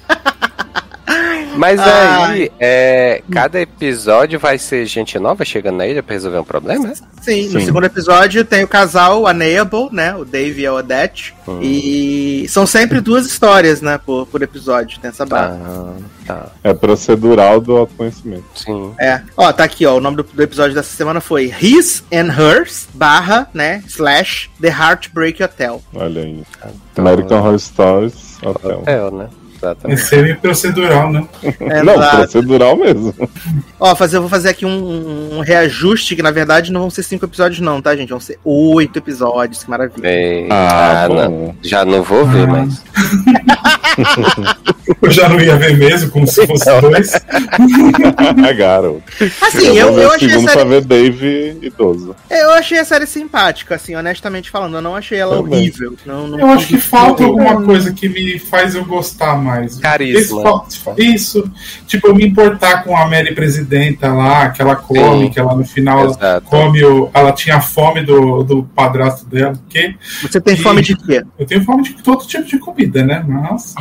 Mas Ai. aí, é, cada episódio vai ser gente nova chegando na ilha pra resolver um problema? né? Sim, no Sim. segundo episódio tem o casal Unable, né? O Dave e a Odette. Hum. E são sempre duas histórias, né? Por, por episódio, tem essa barra. Ah, tá. É procedural do autoconhecimento. Sim. É. Ó, tá aqui, ó. O nome do, do episódio dessa semana foi His and Hers, barra, né? Slash The Heartbreak Hotel. Olha aí. Então, American Horror Stories Hotel. Hotel, né? É Exatamente. semi-procedural, né? Não, Exato. procedural mesmo. Ó, fazer, eu vou fazer aqui um, um reajuste, que na verdade não vão ser cinco episódios, não, tá, gente? Vão ser oito episódios, que maravilha. É, Ah, ah, bom. não. Já não vou ver, Ah. mas. Eu já não ia ver mesmo, como se fosse dois. Garoto. Assim, eu eu, vou ver eu, o achei a segundo pra série, ver Dave idoso. eu achei a série simpática, assim, honestamente falando. Eu não achei ela Também. horrível. Não, não Eu acho que falta alguma coisa que me faz eu gostar mais. Carisma. Isso, fal- Isso. Tipo, eu me importar com a Mary Presidenta lá, que ela come, Sim. que ela no final ela Exato. come o. Ela tinha fome do, do padrasto dela. Porque Você tem fome de quê? eu tenho fome de todo tipo de comida, né? Mas.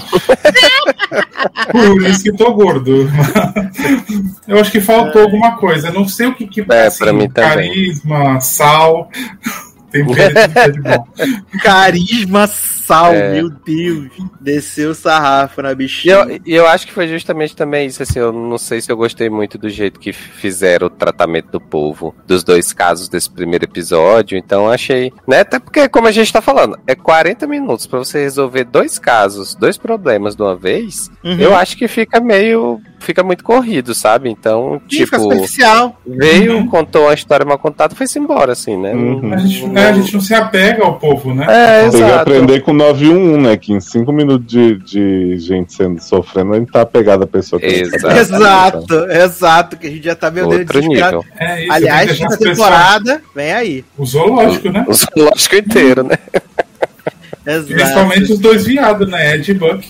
Por isso que tô gordo. Eu acho que faltou alguma coisa. Eu não sei o que, que É, pra mim também. carisma, sal. Tempero tudo que é de bom. Carisma sal, É. meu Deus. Desceu o sarrafo na E bichinha. eu, e eu acho que foi justamente também isso, assim, eu não sei se eu gostei muito do jeito que fizeram o tratamento do povo, dos dois casos desse primeiro episódio, então achei, né, até porque, como a gente tá falando, é quarenta minutos pra você resolver dois casos, dois problemas de uma vez, Uhum. eu acho que fica meio, fica muito corrido, sabe, então, Ih, fica tipo, superficial. veio, Uhum. contou uma história mal contada, foi-se embora, assim, né. Uhum. A gente, é, a gente não se apega ao povo, né? É, Tem que exato. aprender com nove um um, né? Que em cinco minutos de, de gente sendo sofrendo, a gente tá apegado à pessoa que Exato. Exato, exato, que a gente já tá, meu Deus, Outro desesperado. nível. É isso, Aliás, tem que deixar essa as pessoas- temporada, vem aí. O zoológico, né? O zoológico inteiro, né. Exato. Principalmente os dois viados, né? Ed e Buck.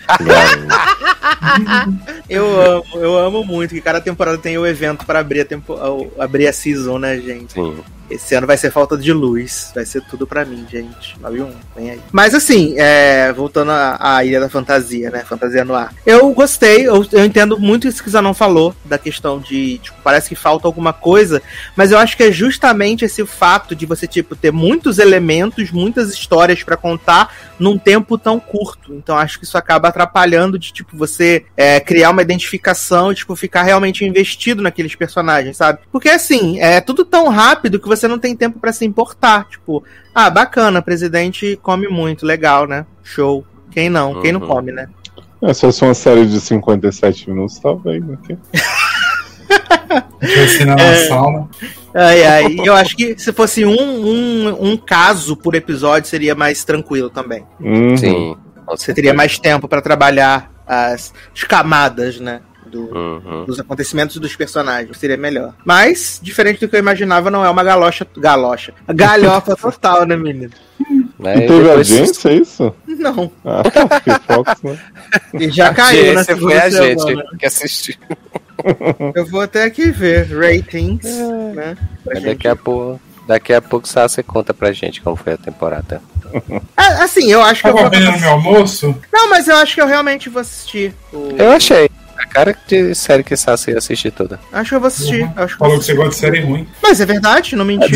Eu amo, eu amo muito que cada temporada tem o evento pra abrir a, tempo, abrir a season, né, gente? Sim. Esse ano vai ser falta de luz. Vai ser tudo pra mim, gente. nove um, vem aí. Mas assim, é, voltando à, à Ilha da Fantasia, né? Fantasia no ar. Eu gostei, eu, eu entendo muito isso que o Zanon falou, da questão de, tipo, parece que falta alguma coisa, mas eu acho que é justamente esse fato de você, tipo, ter muitos elementos, muitas histórias pra contar num tempo tão curto. Então acho que isso acaba atrapalhando de, tipo, você é, criar uma identificação e, tipo, ficar realmente investido naqueles personagens, sabe? Porque, assim, é tudo tão rápido que você não tem tempo pra se importar. Tipo, ah, bacana, presidente come muito, legal, né? Show. Quem não? Quem não Uhum. come, né? É, se fosse uma série de cinquenta e sete minutos, talvez, né? Que- Vai ensinar na É. sauna. Ai, ai. Eu acho que se fosse um, um, um caso por episódio, seria mais tranquilo também. Uhum. Sim. Você teria mais tempo pra trabalhar as, as camadas, né? Do, Uhum. dos acontecimentos dos personagens. Seria melhor. Mas, diferente do que eu imaginava, não é uma galocha. Galocha. Galhofa total, né, menino? Né, E e teve depois- audiência, é isso? Não. Ah, tá, porque Fox, né? E já caiu na Esse foi segunda a gente semana. que assistiu. Eu vou até aqui ver ratings, né? pra Mas gente. daqui a pouco, daqui a pouco só você conta pra gente como foi a temporada. Ah, assim, eu acho que eu Tava vou. vendo no meu almoço. Não, mas eu acho que eu realmente vou assistir. o- Eu achei. A cara de série que Sassi ia assistir toda. Acho que eu vou assistir. Uhum. Acho que eu Falou vou que você gosta de série ruim. Mas é verdade, não mentiu.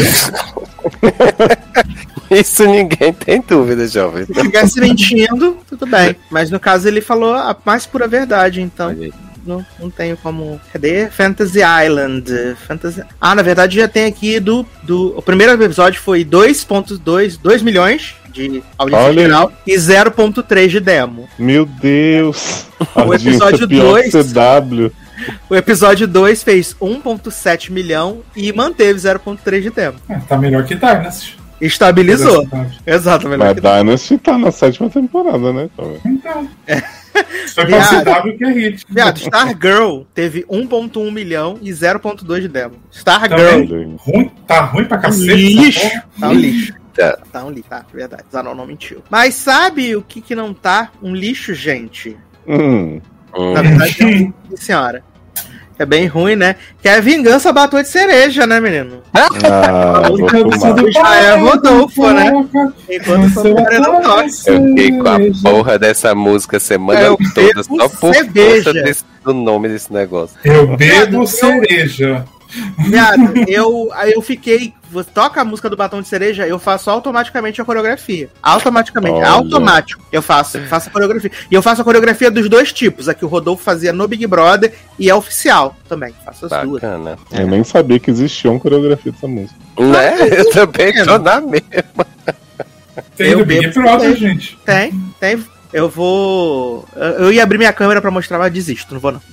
Isso ninguém tem dúvida, jovem. Se estivesse mentindo, tudo bem. Mas no caso ele falou a mais pura verdade, então não, não tenho como. Cadê? Fantasy Island. Fantasy... Ah, na verdade já tem aqui do. do... O primeiro episódio foi dois ponto dois milhões de audiência Olha aí. geral e zero ponto três de demo. Meu Deus! O Audiência episódio pior dois. que C W. O episódio dois fez um ponto sete milhão e manteve zero ponto três de demo. É, tá melhor que Dynasty. Estabilizou. Exato, melhor Mas que Dynasty tá na sétima temporada, né? Então. Isso foi pra Viado. C W que é hit. Viado, Stargirl teve um ponto um milhão e zero ponto dois de demo. Tá Stargirl. vendo? Ruim, tá ruim pra cacete. Lixo. essa porra. Tá um lixo. Tá. Tá um lixo, tá, verdade. Zanon não mentiu. Mas sabe o que que não tá um lixo, gente? Hum. Hum. Na verdade, é um, senhora. É bem ruim, né? Que é a vingança bateu de cereja, né, menino? Ah, A vou música do fumar. do Israel Rodolfo, né? Enquanto sua memória não toca. Eu fiquei com a porra dessa música a semana Eu toda bebo só por cerveja. conta desse- do nome desse negócio. Eu Viado, bebo eu- cereja. Viado, eu, aí eu fiquei. Você toca a música do Batom de Cereja, eu faço automaticamente a coreografia. Automaticamente, Olha. automático. Eu faço, faço a coreografia. E eu faço a coreografia dos dois tipos. A que o Rodolfo fazia no Big Brother e é oficial também. Faço as duas. Bacana. Eu nem sabia que existia uma coreografia dessa música. Né? Eu também tô na mesma. Tem Eu do Big bebo Brother, cereja. gente. Tem, tem. Eu vou. Eu ia abrir minha câmera pra mostrar, mas desisto, não vou não.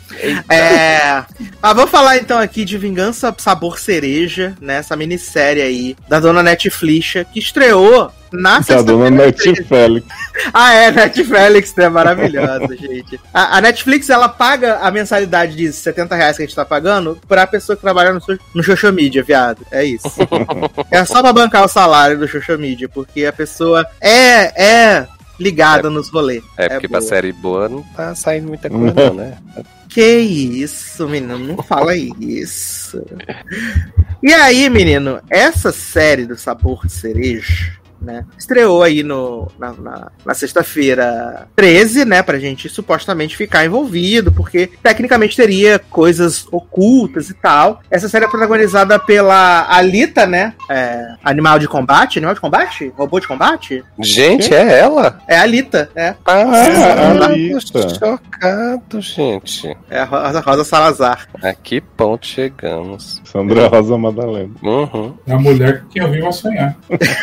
É. Mas vou falar então aqui de Vingança Sabor Cereja, né? Essa minissérie aí da dona Netflix, que estreou na Que a dona sexta-feira. Netflix. Ah, é, Netflix, né? Maravilhosa, gente. A, a Netflix, ela paga a mensalidade de setenta reais que a gente tá pagando pra pessoa que trabalha no, so- no social media, viado. É isso. É só pra bancar o salário do social media, porque a pessoa é, é ligada nos rolês. É porque pra boa. série boa não tá saindo muita coisa, não, né? Que isso, menino, não fala isso. E aí, menino, essa série do Sabor de Cereja, né? Estreou aí no, na, na, na sexta-feira treze, né? Pra gente supostamente ficar envolvido, porque tecnicamente teria coisas ocultas e tal. Essa série é protagonizada pela Alita, né? É, animal de combate, animal de combate? Robô de combate? Gente, é ela? É a Alita, é. Ah, Ah, eu tô Alita. chocado, gente. É a Rosa, Rosa Salazar. A que ponto chegamos? Sandra Rosa Madalena. Uhum. É a mulher que eu vi vai sonhar.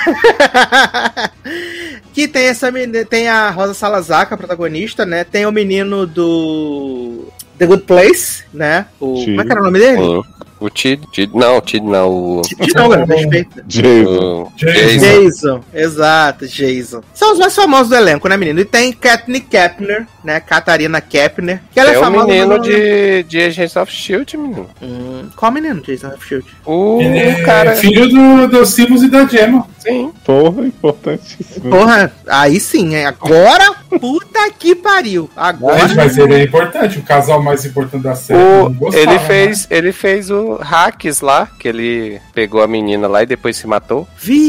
Que tem essa menina, tem a Rosa Salazar, que é a protagonista, né? Tem o menino do The Good Place, né? O, Sim. como é que era o nome dele? Uhum. O Tid, Tid, não, o Tid não, o, De novo, né? Respeita. Jason. o Jason. Jason. Jason, exato, Jason. São os mais famosos do elenco, né, menino? E tem Katniss Kepner, né? Catarina Kepner. Que ela é, É o famosa menino no- de, de Agents of Shield, menino. Hum, qual menino, Jason of Shield? O Ele é cara. filho do, do Simus e da Gemma. Sim. Porra, importantíssimo. Porra, aí sim, hein? Agora, puta que pariu. Agora. Gente, mas ele é importante, o casal mais importante da série. O, não gostava, ele né? fez, ele fez o Hacks lá, que ele pegou a menina lá e depois se matou.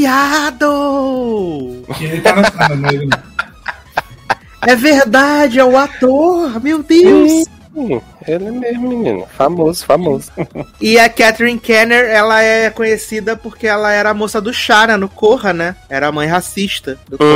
Viado! Que ele tá na. na, na ele não. É verdade, é o ator, meu Deus! Hum, ele mesmo, menino. Famoso, famoso. E a Catherine Kenner, ela é conhecida porque ela era a moça do Shara no Corra, né? Era a mãe racista do Corra.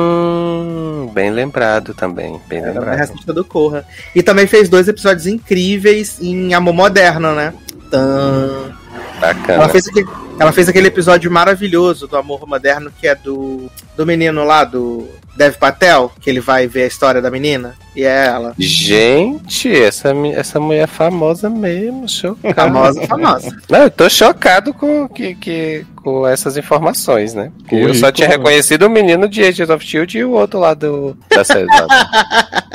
Hum, bem lembrado também, bem Era a mãe lembrado. racista do Corra. E também fez dois episódios incríveis em Amor Moderno, né? Tã. Bacana. Ela fez, aquele, ela fez aquele episódio maravilhoso do Amor Moderno, que é do, do menino lá, do Dev Patel, que ele vai ver a história da menina. E é ela. Gente, essa, mi- essa mulher é famosa mesmo, chocado. Famosa, famosa. Não, eu tô chocado com, que, que, com essas informações, né? Porque eu só Currículo. tinha reconhecido o menino de Agents of Shield e o outro lá do, da série. lá.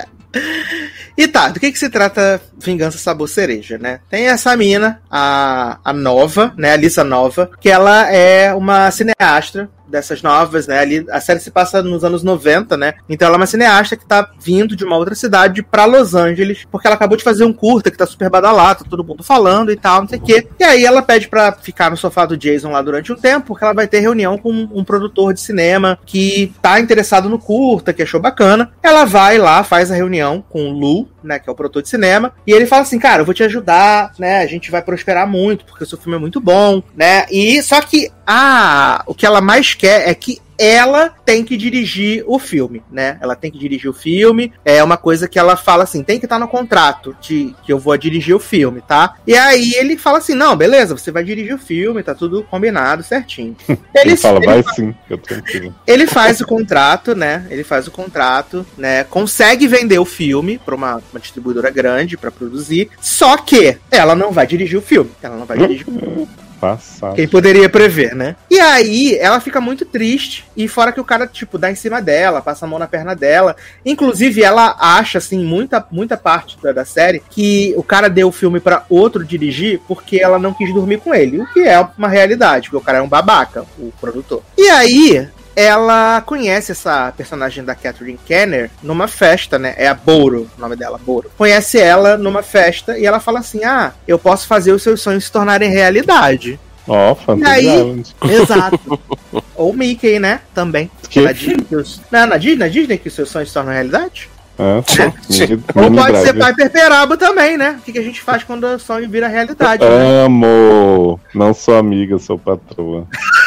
E tá, do que que se trata Vingança Sabor Cereja, né? Tem essa mina, a, a Nova, né? A Lisa Nova, que ela é uma cineasta dessas novas, né? Ali, a série se passa nos anos noventa, né? Então ela é uma cineasta que tá vindo de uma outra cidade pra Los Angeles, porque ela acabou de fazer um curta que tá super badalado, tá todo mundo falando e tal, não sei o quê. E aí ela pede pra ficar no sofá do Jason lá durante um tempo, porque ela vai ter reunião com um produtor de cinema que tá interessado no curta, que achou bacana. Ela vai lá, faz a reunião com o Lou, né, que é o produtor de cinema, e ele fala assim, cara, eu vou te ajudar, né, a gente vai prosperar muito, porque o seu filme é muito bom, né, e só que a, o que ela mais quer é que ela tem que dirigir o filme, né? Ela tem que dirigir o filme. É uma coisa que ela fala assim, tem que estar no contrato de que eu vou dirigir o filme, tá? E aí ele fala assim, não, beleza, você vai dirigir o filme, tá tudo combinado certinho. Ele, fala, ele, vai sim, eu tranquilo. ele faz o contrato, né? Ele faz o contrato, né? Consegue vender o filme pra uma, uma distribuidora grande pra produzir. Só que ela não vai dirigir o filme. Ela não vai dirigir o filme. Passado. Quem poderia prever, né? E aí, ela fica muito triste. E fora que o cara, tipo, dá em cima dela, passa a mão na perna dela. Inclusive, ela acha, assim, muita, muita parte da, da série que o cara deu o filme pra outro dirigir porque ela não quis dormir com ele. O que é uma realidade, porque o cara é um babaca, o produtor. E aí, ela conhece essa personagem da Catherine Kenner numa festa, né? É a Boro, o nome dela, Boro. Conhece ela numa festa e ela fala assim, ah, eu posso fazer os seus sonhos se tornarem realidade. Ó, oh, Fantasy aí- Island. Exato. Ou Mickey, né? Também. Que? Na Disney, que os... Não, na Disney, na Disney que os seus sonhos se tornam realidade? Ah, É. mini, Ou mini pode ser driver. Piper Perabo também, né? O que, que a gente faz quando o sonho vira realidade, né? Amo! Não sou amiga, sou patroa.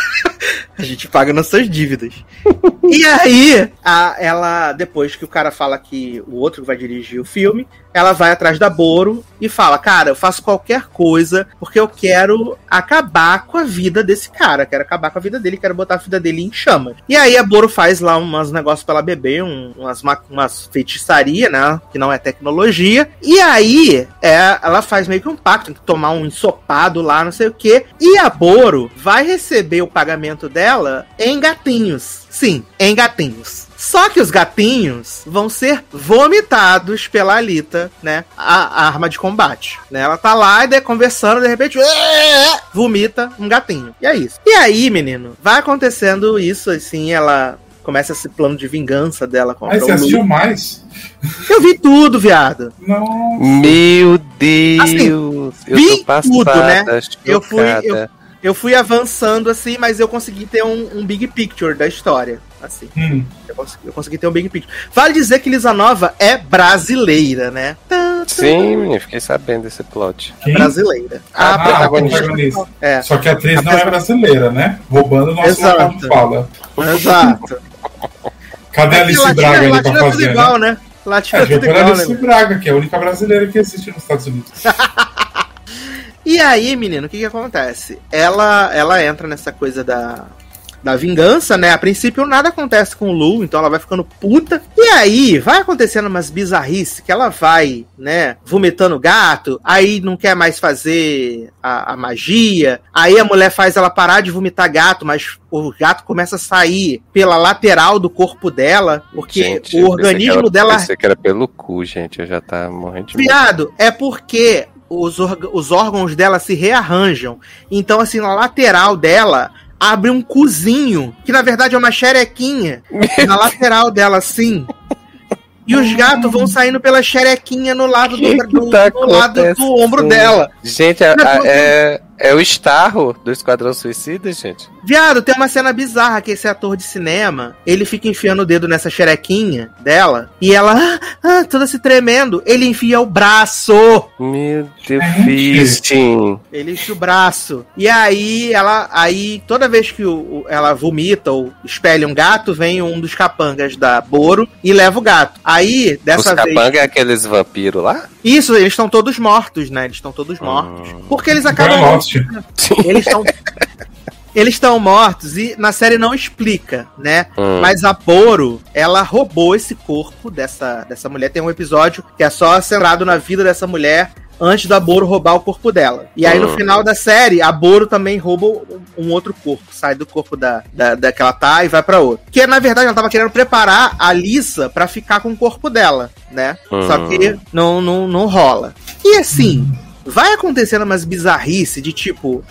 A gente paga nossas dívidas. E aí, a, ela, depois que o cara fala que o outro vai dirigir o filme, ela vai atrás da Boro e fala, cara, eu faço qualquer coisa porque eu quero acabar com a vida desse cara, quero acabar com a vida dele, quero botar a vida dele em chamas. E aí a Boro faz lá umas negócios pra ela beber, um, umas, ma- umas feitiçaria, né, que não é tecnologia. E aí, é, ela faz meio que um pacto, tem que tomar um ensopado lá, não sei o quê. E a Boro vai receber o pagamento dela em gatinhos. Sim, em gatinhos. Só que os gatinhos vão ser vomitados pela Alita, né? A, a arma de combate. Né? Ela tá lá e daí, conversando, de repente, vomita um gatinho. E é isso. E aí, menino, vai acontecendo isso, assim, ela começa esse plano de vingança dela contra Aí você o Lu. assistiu mais? Eu vi tudo, viado. Não. Meu Deus! Assim, eu vi tô passada, tudo, né? Eu fui- chocada. eu fui avançando, assim, mas eu consegui ter um, um big picture da história, assim. Hum. Eu, consegui, eu consegui ter um big picture. Vale dizer que Lisa Nova é brasileira, né? Sim, menino, fiquei sabendo desse plot. Quem? Brasileira. Ah, A protagonista. protagonista. É, Só que a atriz não é brasileira, né? Roubando o nosso Exato. local de fala. exato. Cadê a É que Alice Braga ali pra Latina é tudo fazer, igual, né? né? Latina É, é tudo jogando a igual, Alice né? Braga, que é a única brasileira que existe nos Estados Unidos. E aí, menino, o que que acontece? Ela, ela entra nessa coisa da, da vingança, né? A princípio nada acontece com o Lu, então ela vai ficando puta. E aí, vai acontecendo umas bizarrices que ela vai, né, vomitando gato, aí não quer mais fazer a, a magia, aí a mulher faz ela parar de vomitar gato, mas o gato começa a sair pela lateral do corpo dela, porque Gente, o eu organismo pensei que era- dela... Pensei que era pelo cu, gente. Eu já tava morrendo de medo. Viado, é porque os, org- os órgãos dela se rearranjam. Então, assim, na lateral dela abre um cozinho, que na verdade é uma xerequinha. Na lateral dela, assim. E os gatos vão saindo pela xerequinha no lado do, Que que do- tá no lado do ombro acontecendo? dela. Gente, a- a- é, é o Starro do Esquadrão Suicida, gente. Viado, tem uma cena bizarra que esse ator de cinema, ele fica enfiando o dedo nessa xerequinha dela, e ela, ah, ah, toda se tremendo, ele enfia o braço. Meu Deus, Gente. Fisting. Ele enche o braço. E aí, ela, aí toda vez que o, o- ela vomita ou espelha um gato, vem um dos capangas da Boro e leva o gato. Aí, Os dessa vez... capanga é aqueles vampiros lá? Isso, eles estão todos mortos, né? Eles estão todos mortos. Porque eles Então é acabam... Lost. Eles estão... Eles estão mortos e na série não explica, né? Hum. Mas a Boro, ela roubou esse corpo dessa, dessa mulher. Tem um episódio que é só centrado na vida dessa mulher antes da Boro roubar o corpo dela. E aí, no Hum. final da série, a Boro também rouba um, um outro corpo. Sai do corpo da, da, da que ela tá e vai pra outro. Que, na verdade, ela tava querendo preparar a Lisa pra ficar com o corpo dela, né? Hum. Só que não, não, não rola. E assim... Vai acontecendo umas bizarrices de tipo,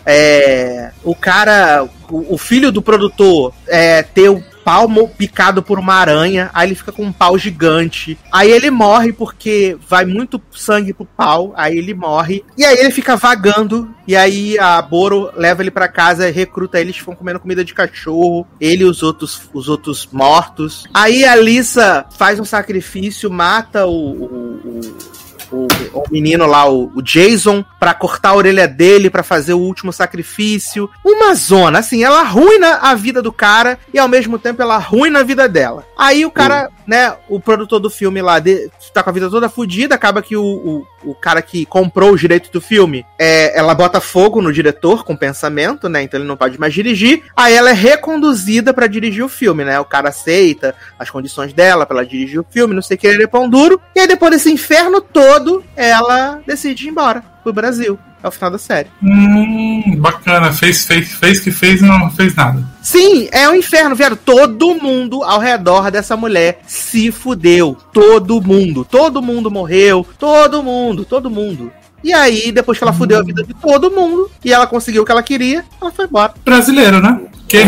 é, o cara, o, o filho do produtor é, ter o palmo picado por uma aranha, aí ele fica com um pau gigante, aí ele morre porque vai muito sangue pro pau, aí ele morre, e aí ele fica vagando, e aí a Boro leva ele pra casa e recruta eles, ficam comendo comida de cachorro, ele e os outros, os outros mortos. Aí a Lisa faz um sacrifício, mata o... o, o O, o menino lá, o, o Jason, pra cortar a orelha dele, pra fazer o último sacrifício. Uma zona, assim, ela arruina a vida do cara e ao mesmo tempo ela arruina a vida dela. Aí o cara, hum. né, o produtor do filme lá, de, tá com a vida toda fodida, acaba que o, o, o cara que comprou os direitos do filme, é, ela bota fogo no diretor com pensamento, né, então ele não pode mais dirigir. Aí ela é reconduzida pra dirigir o filme, né, o cara aceita as condições dela pra ela dirigir o filme, não sei o que, ele é pão duro. E aí depois desse inferno todo, ela decide ir embora pro Brasil. É o final da série. Hum, bacana. Fez, fez, fez que fez e não fez nada. Sim, é um inferno, velho. Todo mundo ao redor dessa mulher se fudeu. Todo mundo. Todo mundo morreu. Todo mundo. Todo mundo. E aí, depois que ela fudeu a vida de todo mundo e ela conseguiu o que ela queria, ela foi embora. Brasileiro, né? Que...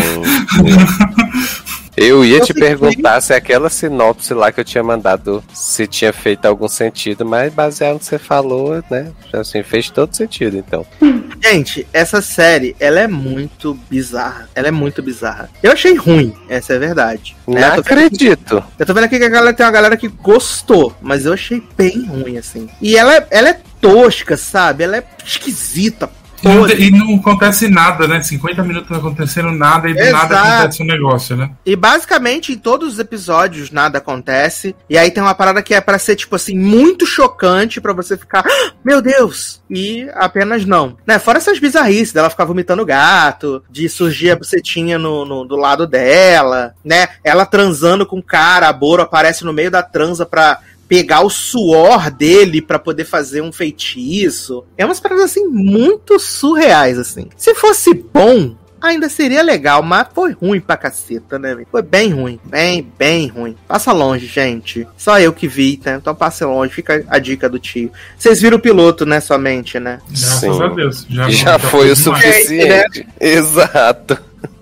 Eu ia Eu te fiquei- perguntar se aquela sinopse lá que eu tinha mandado se tinha feito algum sentido, mas baseado no que você falou, né? Assim, fez todo sentido, então. Gente, essa série, ela é muito bizarra. Ela é muito bizarra. Eu achei ruim, essa é a verdade. né? Não Eu tô vendo aqui- acredito. Eu tô vendo aqui que a galera, tem uma galera que gostou, mas eu achei bem ruim, assim. E ela, é- ela é tosca, sabe? Ela é esquisita. E não, podre. e não acontece nada, né? cinquenta minutos não acontecendo nada e do Exato. nada acontece um negócio, né? E basicamente em todos os episódios nada acontece. E aí tem uma parada que é pra ser, tipo assim, muito chocante pra você ficar, "Ah, meu Deus! E apenas não. Né? Fora essas bizarrices dela ficar vomitando gato, de surgir a bucetinha no, no- do lado dela, né? Ela transando com o cara, a Boro aparece no meio da transa pra pegar o suor dele pra poder fazer um feitiço. É umas paradas assim muito surreais, assim. Se fosse bom, ainda seria legal, mas foi ruim pra caceta, né, velho? Foi bem ruim, bem, bem ruim. Passa longe, gente. Só eu que vi, né? Então passe longe, fica a dica do tio. Vocês viram o piloto, né, somente, né? Graças Sim. a Deus. Já, Já foi o demais. suficiente. Exato.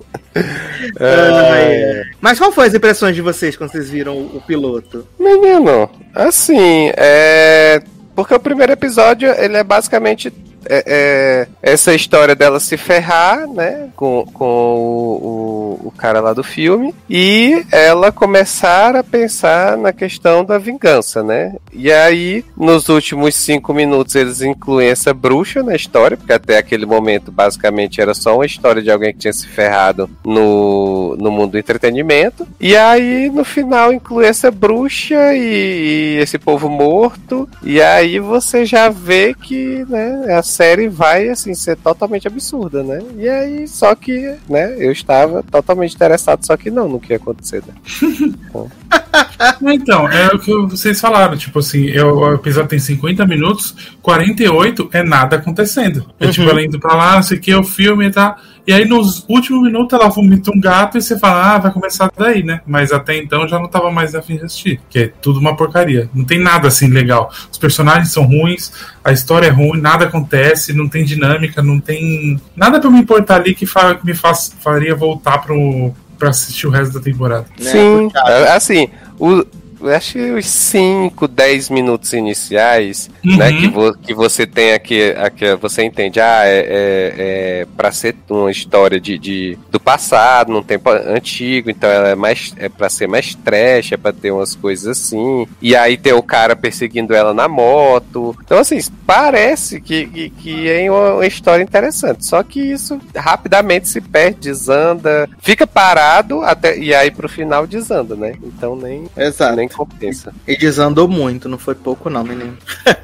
Ai, mas qual foi as impressões de vocês quando vocês viram o, o piloto? Menino, assim, é. Porque o primeiro episódio, ele é basicamente é, é, essa história dela se ferrar, né, com, com o, o, o cara lá do filme, e ela começar a pensar na questão da vingança, né? E aí, nos últimos cinco minutos, eles incluem essa bruxa na história, porque até aquele momento, basicamente, era só uma história de alguém que tinha se ferrado no, no mundo do entretenimento. E aí, no final, inclui essa bruxa e, e esse povo morto. E aí você já vê que, né, a série vai, assim, ser totalmente absurda, né? E aí, só que, né, eu estava totalmente interessado, só que não, no que ia acontecer, né? Então... Então, é o que vocês falaram, tipo assim, eu, o episódio tem cinquenta minutos, quarenta e oito é nada acontecendo. É Uhum. tipo, ela indo pra lá, não sei o que, o filme e tal. E aí nos últimos minutos ela vomita um gato e você fala, ah, vai começar daí, né? Mas até então já não tava mais a fim de assistir, que é tudo uma porcaria. Não tem nada assim legal. Os personagens são ruins, a história é ruim, nada acontece, não tem dinâmica, não tem nada pra me importar ali que, fa- que me faz, faria voltar pro, pra assistir o resto da temporada. Sim, assim, o, acho que os cinco, dez minutos iniciais, Uhum. né, que, vo, que você tem aqui, aqui, você entende, ah, é, é, é pra ser uma história de, de, do passado, num tempo antigo, então ela é, mais, é pra ser mais trash, é pra ter umas coisas assim, e aí tem o cara perseguindo ela na moto, então assim, parece que, que, que é uma, uma história interessante, só que isso rapidamente se perde, desanda, fica parado, até, e aí pro final desanda, né, então nem, Exato. nem compensa. E desandou muito, não foi pouco não, menino.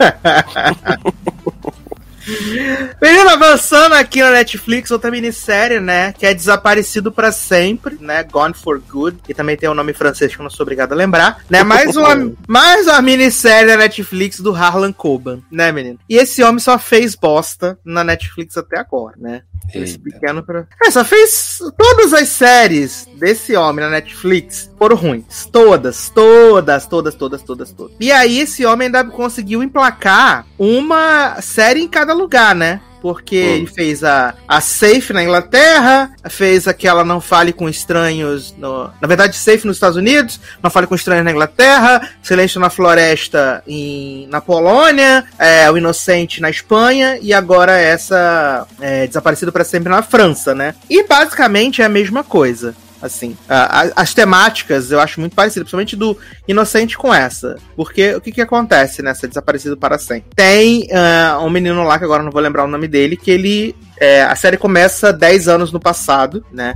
Menino, avançando aqui na Netflix, outra minissérie, né, que é Desaparecido pra Sempre, né, Gone for Good, que também tem um nome francês que eu não sou obrigado a lembrar, né, mais uma, mais uma minissérie da Netflix do Harlan Coben, né, menino? E esse homem só fez bosta na Netflix até agora, né? Esse pequeno pra... É, só fez... Todas as séries desse homem na Netflix foram ruins. Todas, todas, todas, todas, todas, todas. E aí esse homem ainda conseguiu emplacar uma série em cada lugar, né? Porque hum. ele fez a, a Safe na Inglaterra, fez aquela Não Fale com Estranhos, no, na verdade Safe nos Estados Unidos, Não Fale com Estranhos na Inglaterra, Silêncio na Floresta em, na Polônia, é, O Inocente na Espanha, e agora essa é, Desaparecido para Sempre na França, né? E basicamente é a mesma coisa. Assim, a, a, as temáticas eu acho muito parecidas, principalmente do Inocente com essa. Porque o que que acontece nessa Desaparecido para Sempre? Tem uh, um menino lá, que agora não vou lembrar o nome dele, que ele... É, a série começa dez anos no passado, né?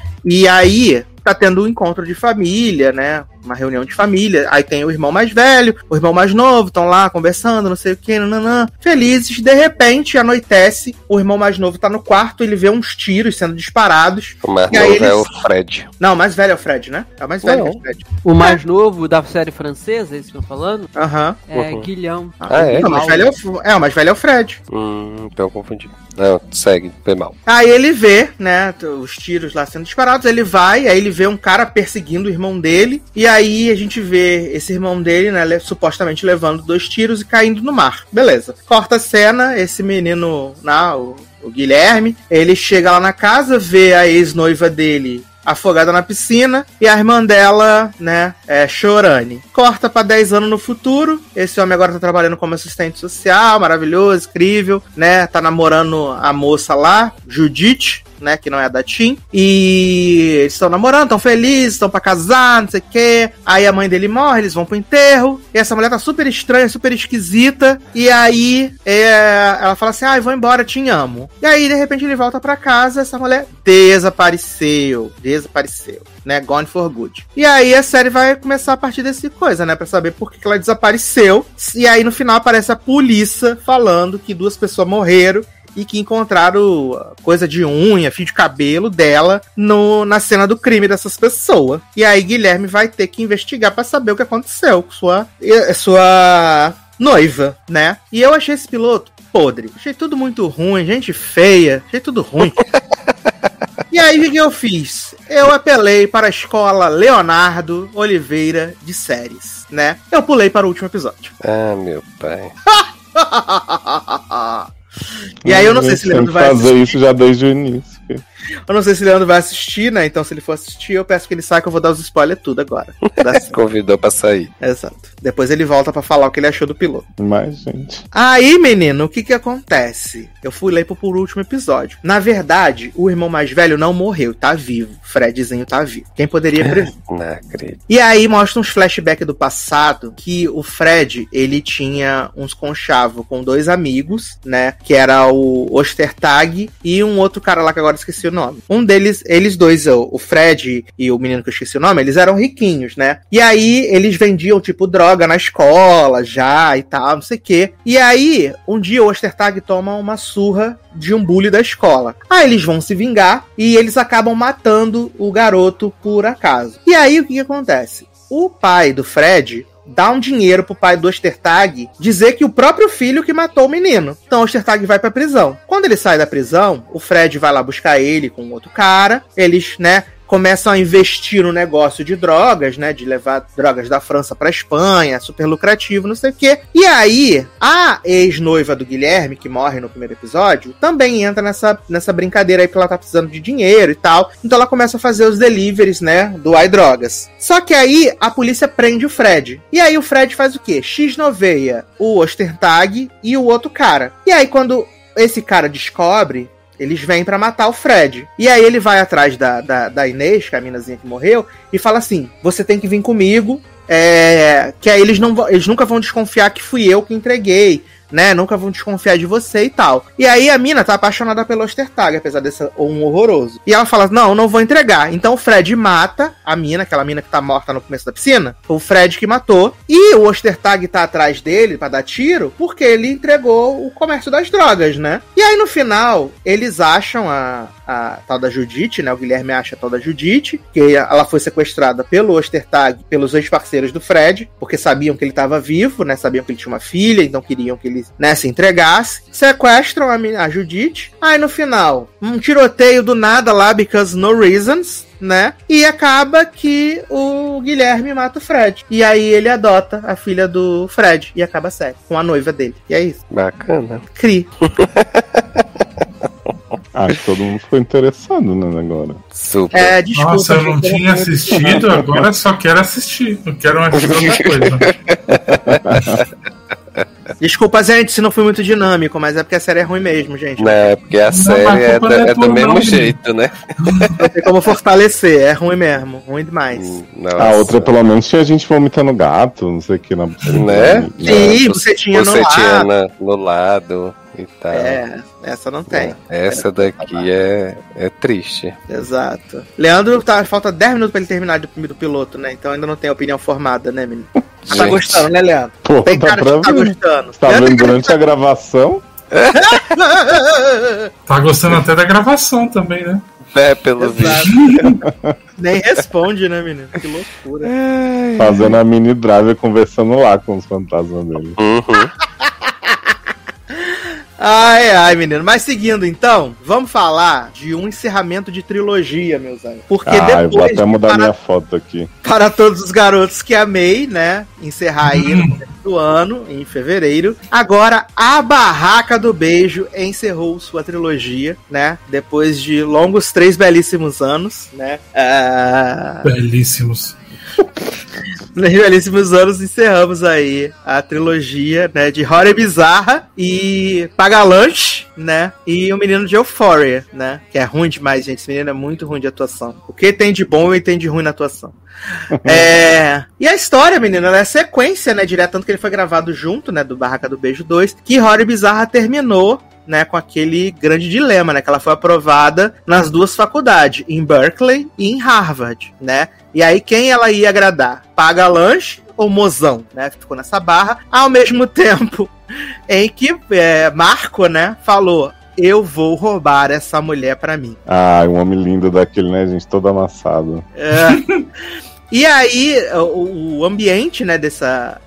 E aí tá tendo um encontro de família, né? Uma reunião de família. Aí tem o irmão mais velho, o irmão mais novo, estão lá conversando, não sei o que, nananã. Felizes, de repente, anoitece, o irmão mais novo tá no quarto, ele vê uns tiros sendo disparados. O mais e aí novo eles... é o Fred. Não, o mais velho é o Fred, né? É o mais velho Não. que é o Fred. O mais novo da série francesa, é isso que eu tô falando? Aham. É Uhum. Guilhão. Ah, é? Não, o mais velho é o... é, o mais velho é o Fred. Hum, então eu confundi. Não, segue, foi mal. Aí ele vê, né, os tiros lá sendo disparados, ele vai, aí ele vê um cara perseguindo o irmão dele, e aí a gente vê esse irmão dele, né, le- supostamente levando dois tiros e caindo no mar. Beleza. Corta a cena, esse menino, não, o, o Guilherme, ele chega lá na casa, vê a ex-noiva dele afogada na piscina, e a irmã dela, né, é chorando. Corta pra dez anos no futuro, esse homem agora tá trabalhando como assistente social, maravilhoso, incrível, né, tá namorando a moça lá, Judite, né, que não é da Tim, e eles estão namorando, estão felizes, estão pra casar, não sei o quê. Aí a mãe dele morre, eles vão pro enterro, e essa mulher tá super estranha, super esquisita, e aí é, ela fala assim, ah, eu vou embora, te amo. E aí, de repente, ele volta pra casa, essa mulher desapareceu, desapareceu, né, Gone for Good. E aí a série vai começar a partir desse coisa, né, pra saber por que que ela desapareceu, e aí no final aparece a polícia falando que duas pessoas morreram, e que encontraram coisa de unha, fio de cabelo dela no, na cena do crime dessas pessoas. E aí Guilherme vai ter que investigar pra saber o que aconteceu com sua, sua noiva, né? E eu achei esse piloto podre. Achei tudo muito ruim, gente feia, achei tudo ruim. E aí, o que eu fiz? Eu apelei para a escola Leonardo Oliveira de séries, né? Eu pulei para o último episódio. Ah, meu pai. E aí eu não sei se o Leandro vai fazer assistir. isso já desde o início. quê. Eu não sei se o Leandro vai assistir, né? Então, se ele for assistir, eu peço que ele saia, que eu vou dar os spoilers tudo agora. Convidou pra sair. Exato. Depois ele volta pra falar o que ele achou do piloto. Mas, gente... Aí, menino, o que que acontece? Eu fui ler pro, pro último episódio. Na verdade, o irmão mais velho não morreu, tá vivo. Fredzinho tá vivo. Quem poderia prever? Não acredito. E aí mostra uns flashbacks do passado que o Fred, ele tinha uns conchavos com dois amigos, né? Que era o Ostertag e um outro cara lá que agora eu esqueci o nome. Um deles, eles dois, o Fred e o menino que eu esqueci o nome, eles eram riquinhos, né? E aí eles vendiam, tipo, droga na escola já e tal, não sei o quê. E aí, um dia o Ostertag toma uma surra de um bully da escola. Aí eles vão se vingar e eles acabam matando o garoto por acaso. E aí o que, que acontece? O pai do Fred dá um dinheiro pro pai do Ostertag dizer que o próprio filho que matou o menino. Então o Ostertag vai pra prisão. Quando ele sai da prisão, o Fred vai lá buscar ele com outro cara. Eles, né, começam a investir no negócio de drogas, né? De levar drogas da França pra Espanha, super lucrativo, não sei o quê. E aí, a ex-noiva do Guilherme, que morre no primeiro episódio, também entra nessa, nessa brincadeira aí, porque ela tá precisando de dinheiro e tal. Então ela começa a fazer os deliveries, né? Do iDrogas. Só que aí, a polícia prende o Fred. E aí o Fred faz o quê? X-noveia o Ostertag e o outro cara. E aí, quando esse cara descobre, eles vêm pra matar o Fred. E aí ele vai atrás da, da, da Inês, que é a minazinha que morreu, e fala assim, você tem que vir comigo, é, que aí eles, não, eles nunca vão desconfiar que fui eu que entreguei, né? Nunca vão desconfiar de você e tal. E aí a mina tá apaixonada pelo Ostertag, apesar desse um horroroso. E ela fala, não, não vou entregar. Então o Fred mata a mina, aquela mina que tá morta no começo da piscina. Foi o Fred que matou. E o Ostertag tá atrás dele pra dar tiro, porque ele entregou o comércio das drogas, né? E aí no final, eles acham a, a tal da Judite, né? O Guilherme acha a tal da Judite, que ela foi sequestrada pelo Ostertag, pelos ex-parceiros do Fred, porque sabiam que ele tava vivo, né? Sabiam que ele tinha uma filha, então queriam que ele, né, se entregasse. Sequestram a, a Judite. Aí no final, um tiroteio do nada lá, because no reasons, né? E acaba que o Guilherme mata o Fred. E aí ele adota a filha do Fred e acaba sério, com a noiva dele. E é isso. Bacana. Cri. Acho que todo mundo ficou interessado, né, agora. Super. É, desculpa. Nossa, eu não gente, tinha assistido, agora só quero assistir. Não quero assistir outra coisa. Desculpa, gente, se não fui muito dinâmico, mas é porque a série é ruim mesmo, gente. Não, é porque a série mas é, culpa da- não é é do tua, mesmo não, jeito, né? Não tem como fortalecer, é ruim mesmo, ruim demais. Nossa. A outra, pelo menos, tinha gente vomitando gato, não sei o que. Na... Né? Sim, você tinha no Você tinha lado. na- no lado e tal. É, essa não tem. Essa daqui é, é triste. Exato. Leandro, tá, falta dez minutos pra ele terminar do, do piloto, né? Então ainda não tem opinião formada, né, menino? Tá Gente. gostando, né, Leandro? Pô, Tem dá cara pra que tá ver. gostando. Tá Leandro vendo tem durante a gravação? Tá gostando até da gravação também, né? É, pelo visto. Exato. Nem responde, né, menino? Que loucura. Fazendo a mini drive conversando lá com os fantasmas dele. Uhum. Ai, ai, menino. Mas seguindo, então, vamos falar de um encerramento de trilogia, meus amigos. Porque Ah, eu vou depois até de mudar para, minha foto aqui. para todos os garotos que amei, né? Encerrar aí no começo do ano, em fevereiro. Agora, a Barraca do Beijo encerrou sua trilogia, né? Depois de longos três belíssimos anos, né? Ah... Belíssimos. Nos belíssimos anos encerramos aí a trilogia, né, de Hora Bizarra e Paga Lanche, né, e o Menino de Euphoria, né, que é ruim demais, gente, esse menino é muito ruim de atuação. O que tem de bom e tem de ruim na atuação. É... E a história, menino, ela é sequência, né, direto, tanto que ele foi gravado junto, né, do Barraca do Beijo dois, que Hora Bizarra terminou, né, com aquele grande dilema, né, que ela foi aprovada nas duas faculdades, em Berkeley e em Harvard, né, e aí quem ela ia agradar? Paga Lanche ou Mozão, né, ficou nessa barra, ao mesmo tempo em que é, Marco, né, falou, eu vou roubar essa mulher pra mim. Ah, um homem lindo daquele, né, gente? Todo amassado. É. E aí, o, o ambiente, né, dessa,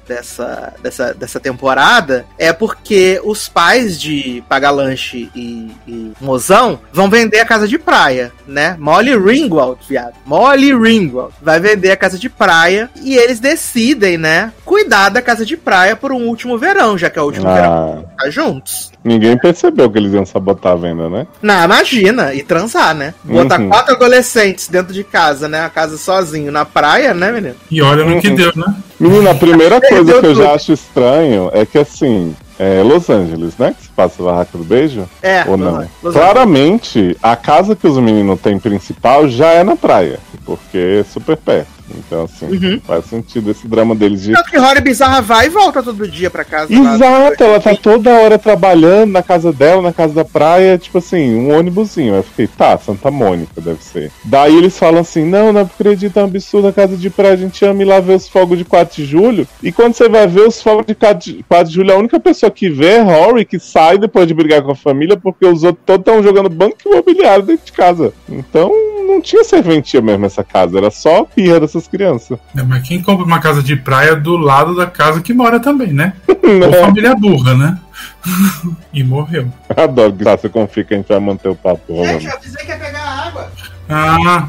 dessa, dessa, dessa temporada é porque os pais de Paga-Lanche e, e Mozão vão vender a casa de praia, né? Molly Ringwald, viado. Molly Ringwald vai vender a casa de praia e eles decidem, né, cuidar da casa de praia por um último verão, já que é o último Ah. verão tá juntos. Ninguém percebeu que eles iam sabotar a venda, né? Não, imagina, e transar, né? Botar Uhum. quatro adolescentes dentro de casa, né? A casa sozinho na praia, né, menino? E olha no que Uhum. deu, né? Menina, a primeira coisa Perdeu que eu tudo. já acho estranho é que, assim, é Los Angeles, né? Que se passa a Barraca do Beijo? É, Ou Los não? Angeles, Los Claramente, a casa que os meninos têm principal já é na praia, porque é super perto. Então, assim, Uhum. faz sentido esse drama deles de. Tanto que Rory Bizarra vai e volta todo dia pra casa. lá. Exato, ela tá toda hora trabalhando na casa dela, na casa da praia, tipo assim, um ônibusinho. Eu fiquei, tá, Santa Mônica deve ser. Daí eles falam assim, não, não acredito, é um absurdo a casa de praia, a gente ama ir lá ver os fogos de quatro de julho. E quando você vai ver os fogos de quatro de julho, a única pessoa que vê é Rory, que sai depois de brigar com a família, porque os outros todos estão jogando banco imobiliário dentro de casa. Então, não tinha serventia mesmo essa casa, era só a pirra dessas crianças. É, mas quem compra uma casa de praia do lado da casa que mora também, né? Ou Né? família burra, né? E morreu. Adoro que você confia que a gente vai manter o papo rolando. Gente, eu avisei que ia pegar água. Ah,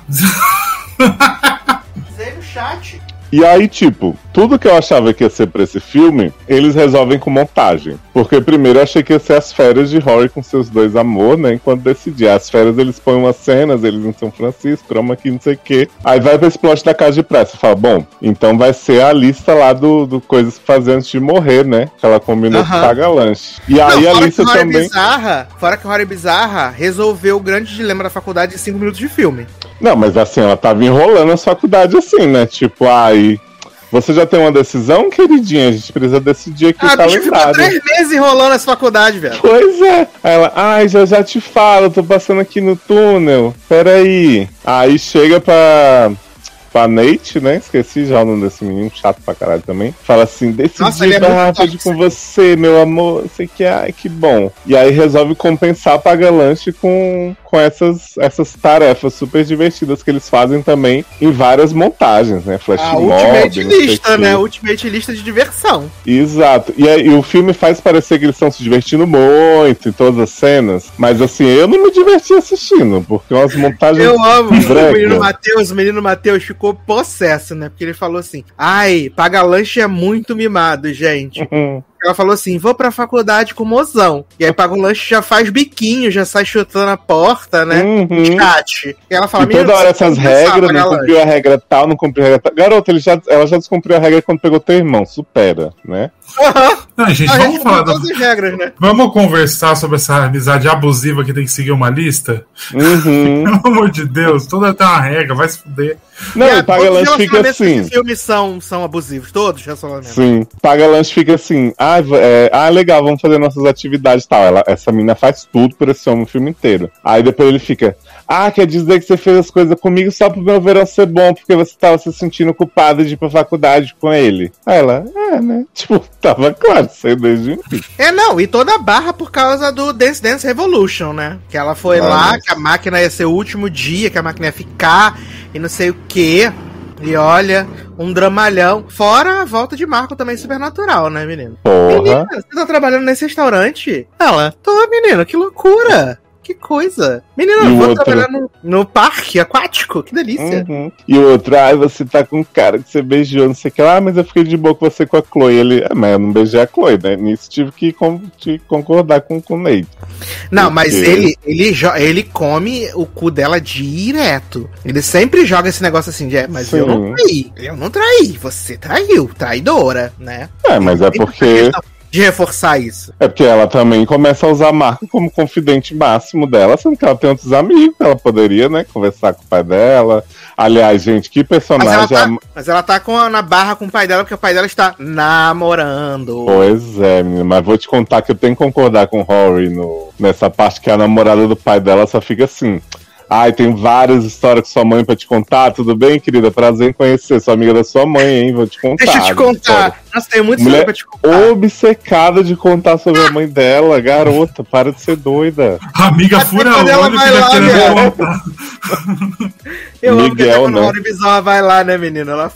Avisei no chat. E aí, tipo, tudo que eu achava que ia ser pra esse filme, eles resolvem com montagem. Porque primeiro eu achei que ia ser as férias de Rory com seus dois amor, né? Enquanto decidir. As férias eles põem umas cenas, eles em São Francisco, chroma aqui, não sei o quê. Aí vai pra esse plot da casa de praia. Você fala, bom, então vai ser a lista lá do, do coisas pra fazer antes de morrer, né? Que ela combinou Aham. com paga-lanche. E aí Não, a fora lista que Rory também. Bizarra, fora que Rory Bizarra resolveu o grande dilema da faculdade em cinco minutos de filme. Não, mas assim, ela tava enrolando a faculdade assim, né? Tipo, ai. Você já tem uma decisão, queridinha? A gente precisa decidir aqui Ah, o bicho, ficou calendário. três meses enrolando essa faculdade, velho. Pois é. Aí ela, ai, já já te falo, tô passando aqui no túnel. Peraí. Aí chega pra. Pra Nate, né? Esqueci já o nome desse menino, chato pra caralho também. Fala assim, Nossa, decidi ele é muito rápido tóxico. com você, meu amor. Sei que, ai, que bom. E aí resolve compensar Paga-Lanche com, com essas, essas tarefas super divertidas que eles fazem tambem em várias montagens, né? Flash A mob, Ultimate não sei Lista, o quê. né? Ultimate Lista de diversão. Exato. E, aí, o filme faz parecer que eles estão se divertindo muito em todas as cenas. Mas assim, eu não me diverti assistindo, porque umas montagens. Eu amo. O brega. menino Matheus, o menino Matheus ficou possesso, né? Porque ele falou assim: ai, Paga-Lanche é muito mimado, gente. Hum. Ela falou assim: vou pra faculdade com o mozão. E aí Paga-Lanche já faz biquinho, já sai chutando a porta, né? Uhum. Chat. E ela fala: E toda hora essas você tem que pensar, regras, não Paga-Lanche. cumpriu a regra tal, não cumpriu a regra tal. Garota, ele já, ela já descumpriu a regra quando pegou teu irmão, supera, né? não, gente, A vamos gente falar. falar do- todas as regras, né? Vamos conversar sobre essa amizade abusiva que tem que seguir uma lista? Uhum. Pelo amor de Deus, toda tem uma regra, vai se fuder. Não, E e Paga-Lanche todos os fica relacionamentos assim. desse filme são, são abusivos, todos os relacionamentos. Sim, Paga-Lanche fica assim, ah, v- é, ah, legal, vamos fazer nossas atividades e tal. Ela, essa mina faz tudo por esse homem o filme inteiro. Aí depois ele fica, ah, quer dizer que você fez as coisas comigo só pro meu verão ser bom, porque você tava se sentindo culpada de ir pra faculdade com ele. Aí ela, é, né? Tipo, tava claro, sei desde o início. É, não, e toda a barra por causa do Dance Dance Revolution, né? Que ela foi Ah, lá, mas- que a máquina ia ser o último dia, que a máquina ia ficar, e não sei o quê. E olha, um dramalhão. Fora a volta de Marco também supernatural, né, menino? Porra. Menina, você tá trabalhando nesse restaurante? Ela, tô, menino, que loucura. Que coisa. Menina, E eu o vou outro? trabalhar no, no parque aquático, que delícia. Uhum. E o outro, ai, você tá com cara que você beijou, não sei o que lá, ah, mas eu fiquei de boa com você com a Chloe. Ele, é, mas eu não beijei a Chloe, né? Nisso tive que con- te concordar com, com o Nate. Não, mas Porque- ele, ele, jo- ele come o cu dela direto. Ele sempre joga esse negócio assim de, é, mas eu Sim. não traí. Eu não traí. Você traiu. Traidora, né? É, mas é Tem muita porque. questão de reforçar isso. É porque ela também começa a usar Marco como confidente máximo dela, sendo que ela tem outros amigos, ela poderia, né, conversar com o pai dela. Aliás, gente, que Mas ela, personagem. tá, am- mas ela tá com a- na barra com o pai dela, porque o pai dela está namorando. Pois é, menina, mas vou te contar que eu tenho que concordar com o Rory no, nessa parte que a namorada do pai dela só fica assim. Ai, tem várias histórias com sua mãe pra te contar, tudo bem, querida? Prazer em conhecer, sou amiga da sua mãe, hein? Vou te contar. Deixa eu te as histórias. contar. Nossa, tem muita Mulher história pra te contar. obcecada de contar sobre a mãe dela, garota, para de ser doida. Amiga Até fura quando ela olho vai que lá, já querendo meu. contar. Eu amo que até Miguel, quando a né? Hora Bizarra vai lá, né, menina? Ela fala,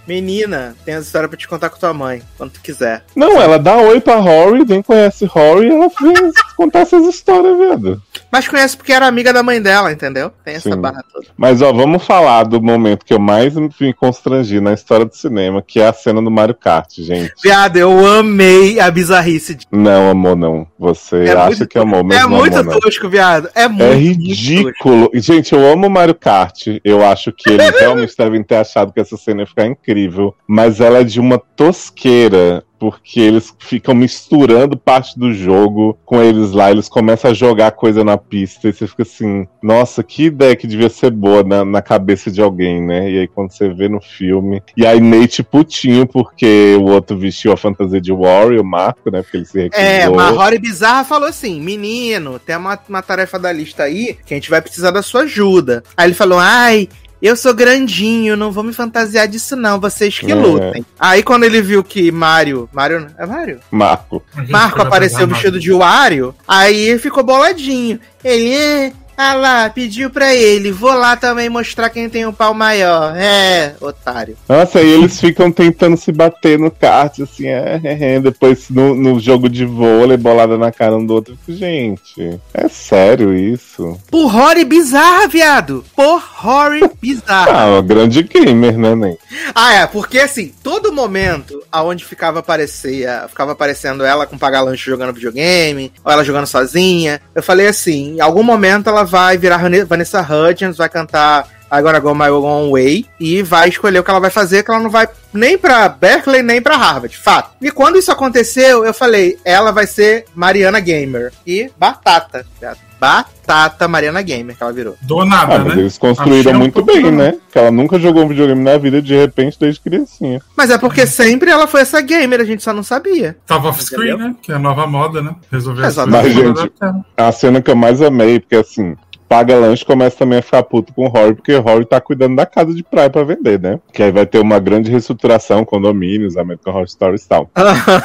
menina, tem as histórias pra te contar com tua mãe, quando tu quiser. Não, ela dá oi pra Rory, nem conhece Rory, e ela vem contar essas histórias, velho. Mas conhece porque era amiga da mãe dela, entendeu? Tem essa Sim. barra toda. Mas, ó, vamos falar do momento que eu mais me constrangi na história do cinema, que é a cena do Mario Kart, gente. Viado, eu amei a bizarrice. De... Não, amor, não. Você É acha muito- que amou, mas É não muito amou, não. tosco, viado. É muito É muito tosco. ridículo. E, gente, eu amo Mario Kart. Eu acho que eles realmente devem ter achado que essa cena ia ficar incrível. Mas ela é de uma tosqueira. Porque eles ficam misturando parte do jogo com eles lá. Eles começam a jogar coisa na pista. E você fica assim, nossa, que ideia que devia ser boa na, na cabeça de alguém, né? E aí quando você vê no filme. E aí Nate putinho, porque o outro vestiu a fantasia de Wario, o Marco, né? Porque ele se recusou. É, uma Rory Bizarra falou assim, menino, tem uma, uma tarefa da lista aí que a gente vai precisar da sua ajuda. Aí ele falou, ai... Eu sou grandinho, não vou me fantasiar disso não, vocês que É. lutem. Aí quando ele viu que Mario... Mario... É Mario? Marco. Marco apareceu vestido de Wario, aí ficou boladinho. Ele, é, ah lá, pediu pra ele, vou lá também mostrar quem tem um pau maior. É, otário. Nossa, aí eles ficam tentando se bater no kart, assim, é, é, é. Depois no, no jogo de vôlei, bolada na cara um do outro. Gente, é sério isso? Por Rory Bizarra, viado. Por Rory Bizarra. Ah, uma grande gamer, né, nem? Ah, é, porque assim, todo momento aonde ficava aparecia, ficava aparecendo ela com paga-lanche jogando videogame, ou ela jogando sozinha, eu falei assim, em algum momento ela vai virar Vanessa Hudgens, vai cantar I Gotta Go My Own Way, e vai escolher o que ela vai fazer, que ela não vai nem pra Berkeley, nem pra Harvard, fato. E quando isso aconteceu, eu falei, ela vai ser Mariana Gamer. E batata, viado. Batata Mariana Gamer que ela virou. Do nada, Ah, mas né? eles construíram Achei um muito pouco bem, do né? Que ela nunca jogou um videogame na vida, de repente, desde criancinha. Mas é porque sempre ela foi essa gamer, a gente só não sabia. Tava off-screen, né? Que é a nova moda, né? Resolver as Exatamente. coisas Mas, da gente, tela. A cena que eu mais amei, porque assim, paga lanche começa também a ficar puto com o Rory, porque o Rory tá cuidando da casa de praia pra vender, né? Que aí vai ter uma grande reestruturação, condomínios, American Horror Story e tal.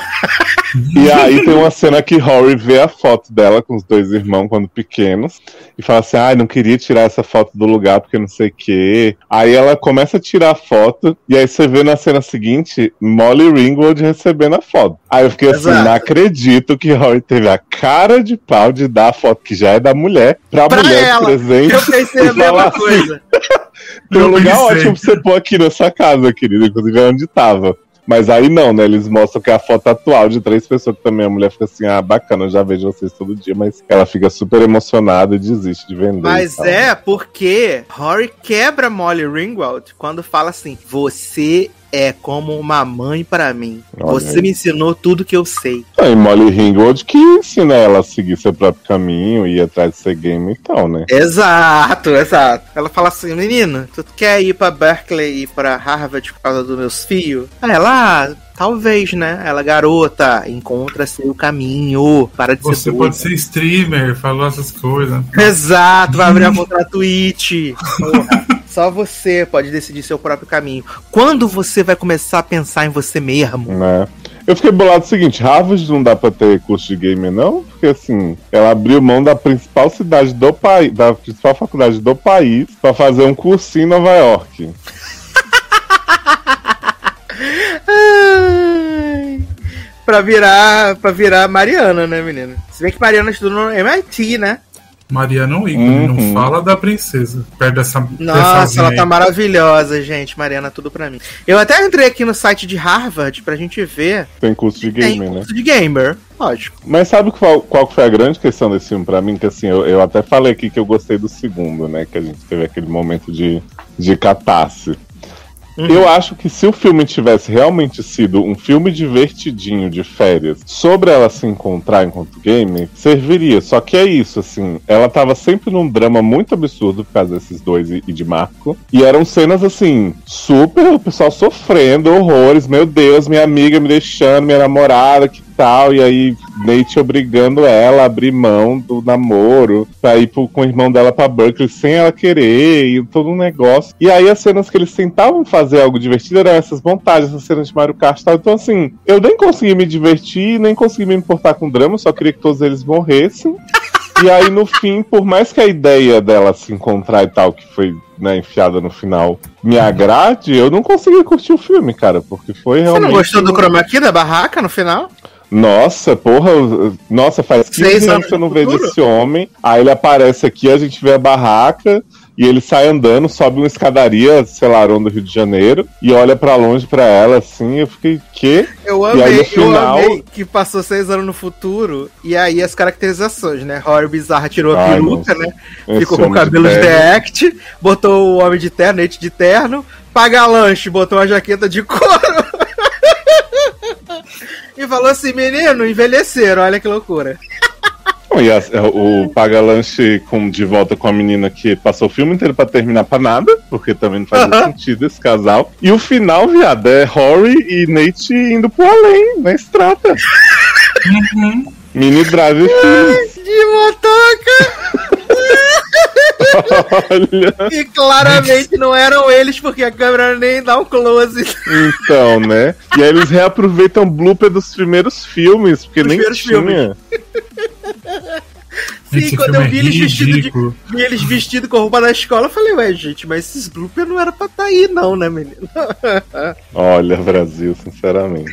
E aí tem uma cena que Rory vê a foto dela com os dois irmãos quando pequenos e fala assim, ai, ah, não queria tirar essa foto do lugar porque não sei o quê. Aí ela começa a tirar a foto e aí você vê na cena seguinte Molly Ringwald recebendo a foto. Aí eu fiquei assim, Exato. não acredito que Rory teve a cara de pau de dar a foto que já é da mulher pra, Pra mulher ela. presente. Eu pensei a e falar mesma assim, coisa. tem um Eu lugar pensei. ótimo pra você pôr aqui nessa casa, querido, inclusive é onde tava. Mas aí não, né? Eles mostram que é a foto atual de três pessoas que também a mulher fica assim, ah, bacana, eu já vejo vocês todo dia, mas ela fica super emocionada e desiste de vender. Mas e tal. é porque Rory quebra Molly Ringwald quando fala assim: você é como uma mãe pra mim. Olha Você aí. me ensinou tudo que eu sei. Ah, e Molly Ringwald que ensina ela a seguir seu próprio caminho, ir atrás de ser game e tal, né? Exato, exato. Ela fala assim: menino, tu quer ir pra Berkeley e pra Harvard por causa dos meus fios? Aí ela, ah, talvez, né? Ela, garota, encontra seu caminho. Para de Você ser pode doida. ser streamer, falou essas coisas. Exato, vai abrir a conta na Twitch. Porra, só você pode decidir seu próprio caminho. Quando você vai começar a pensar em você mesmo? Né? Eu fiquei bolado o seguinte, Harvard não dá pra ter curso de gamer não, porque assim, ela abriu mão da principal cidade do país, da principal faculdade do país, pra fazer um cursinho em Nova York. Ai, pra virar, pra virar Mariana, né, menina? Se bem que Mariana estudou no M I T, né? Mariana é um ícone, Uhum. não fala da princesa. Perto dessa. Nossa, dessa ela aí. tá maravilhosa, gente. Mariana, tudo pra mim. Eu até entrei aqui no site de Harvard pra gente ver. Tem curso de Tem gamer, né? curso de gamer, lógico. Mas sabe qual, qual que foi a grande questão desse filme pra mim? Que assim, eu, eu até falei aqui que eu gostei do segundo, né? Que a gente teve aquele momento de, de catarse. Uhum. Eu acho que se o filme tivesse realmente sido um filme divertidinho de férias sobre ela se encontrar enquanto game, serviria. Só que é isso, assim, ela tava sempre num drama muito absurdo por causa desses dois e, e de Marco. E eram cenas, assim, super, o pessoal sofrendo, horrores. Meu Deus, minha amiga me deixando, minha namorada, que tal? E aí, Nate obrigando ela a abrir mão do namoro pra ir pro, com o irmão dela pra Berkeley sem ela querer, e todo um negócio. E aí, as cenas que eles tentavam fazer algo divertido eram essas montagens, essas cenas de Mario Kart e tal. Então, assim, eu nem consegui me divertir, nem consegui me importar com o drama, só queria que todos eles morressem. E aí, no fim, por mais que a ideia dela se encontrar e tal, que foi, né, enfiada no final, me agrade, eu não consegui curtir o filme, cara, porque foi realmente... Você não gostou do chroma key da barraca no final? Nossa, porra, nossa, faz quinze anos que eu não vejo esse homem. Aí ele aparece aqui, a gente vê a barraca e ele sai andando, sobe uma escadaria, sei lá, do Rio de Janeiro, e olha pra longe pra ela, assim, eu fiquei, quê? Eu amei, e aí, no final... eu amei que passou seis anos no futuro, e aí as caracterizações, né? Horror Bizarra tirou a Ai, peruca, nossa. né? Esse Ficou com o homem de cabelo de terno. The Act, botou o homem de terno, Nate de terno, paga lanche, botou uma jaqueta de couro. E falou assim, menino, envelheceram, olha que loucura. E a, o Paga-Lanche com, de volta com a menina que passou o filme inteiro pra terminar pra nada, porque também não faz Uh-huh. sentido esse casal. E o final, viado, é Rory e Nate indo pro além, na estrada. Uhum. Mini Drive Filmes. De motoca! Olha. E claramente não eram eles, porque a câmera nem dá um close. Então, né? E aí eles reaproveitam blooper dos primeiros filmes, porque Dos nem primeiros tinha. filmes. Sim, Esse quando filme eu vi é eles vestidos de, ridículo. vi eles vestidos com roupa da escola, eu falei, ué, gente, mas esses bloopers não era pra estar aí, não, né, menino? Olha, Brasil, sinceramente.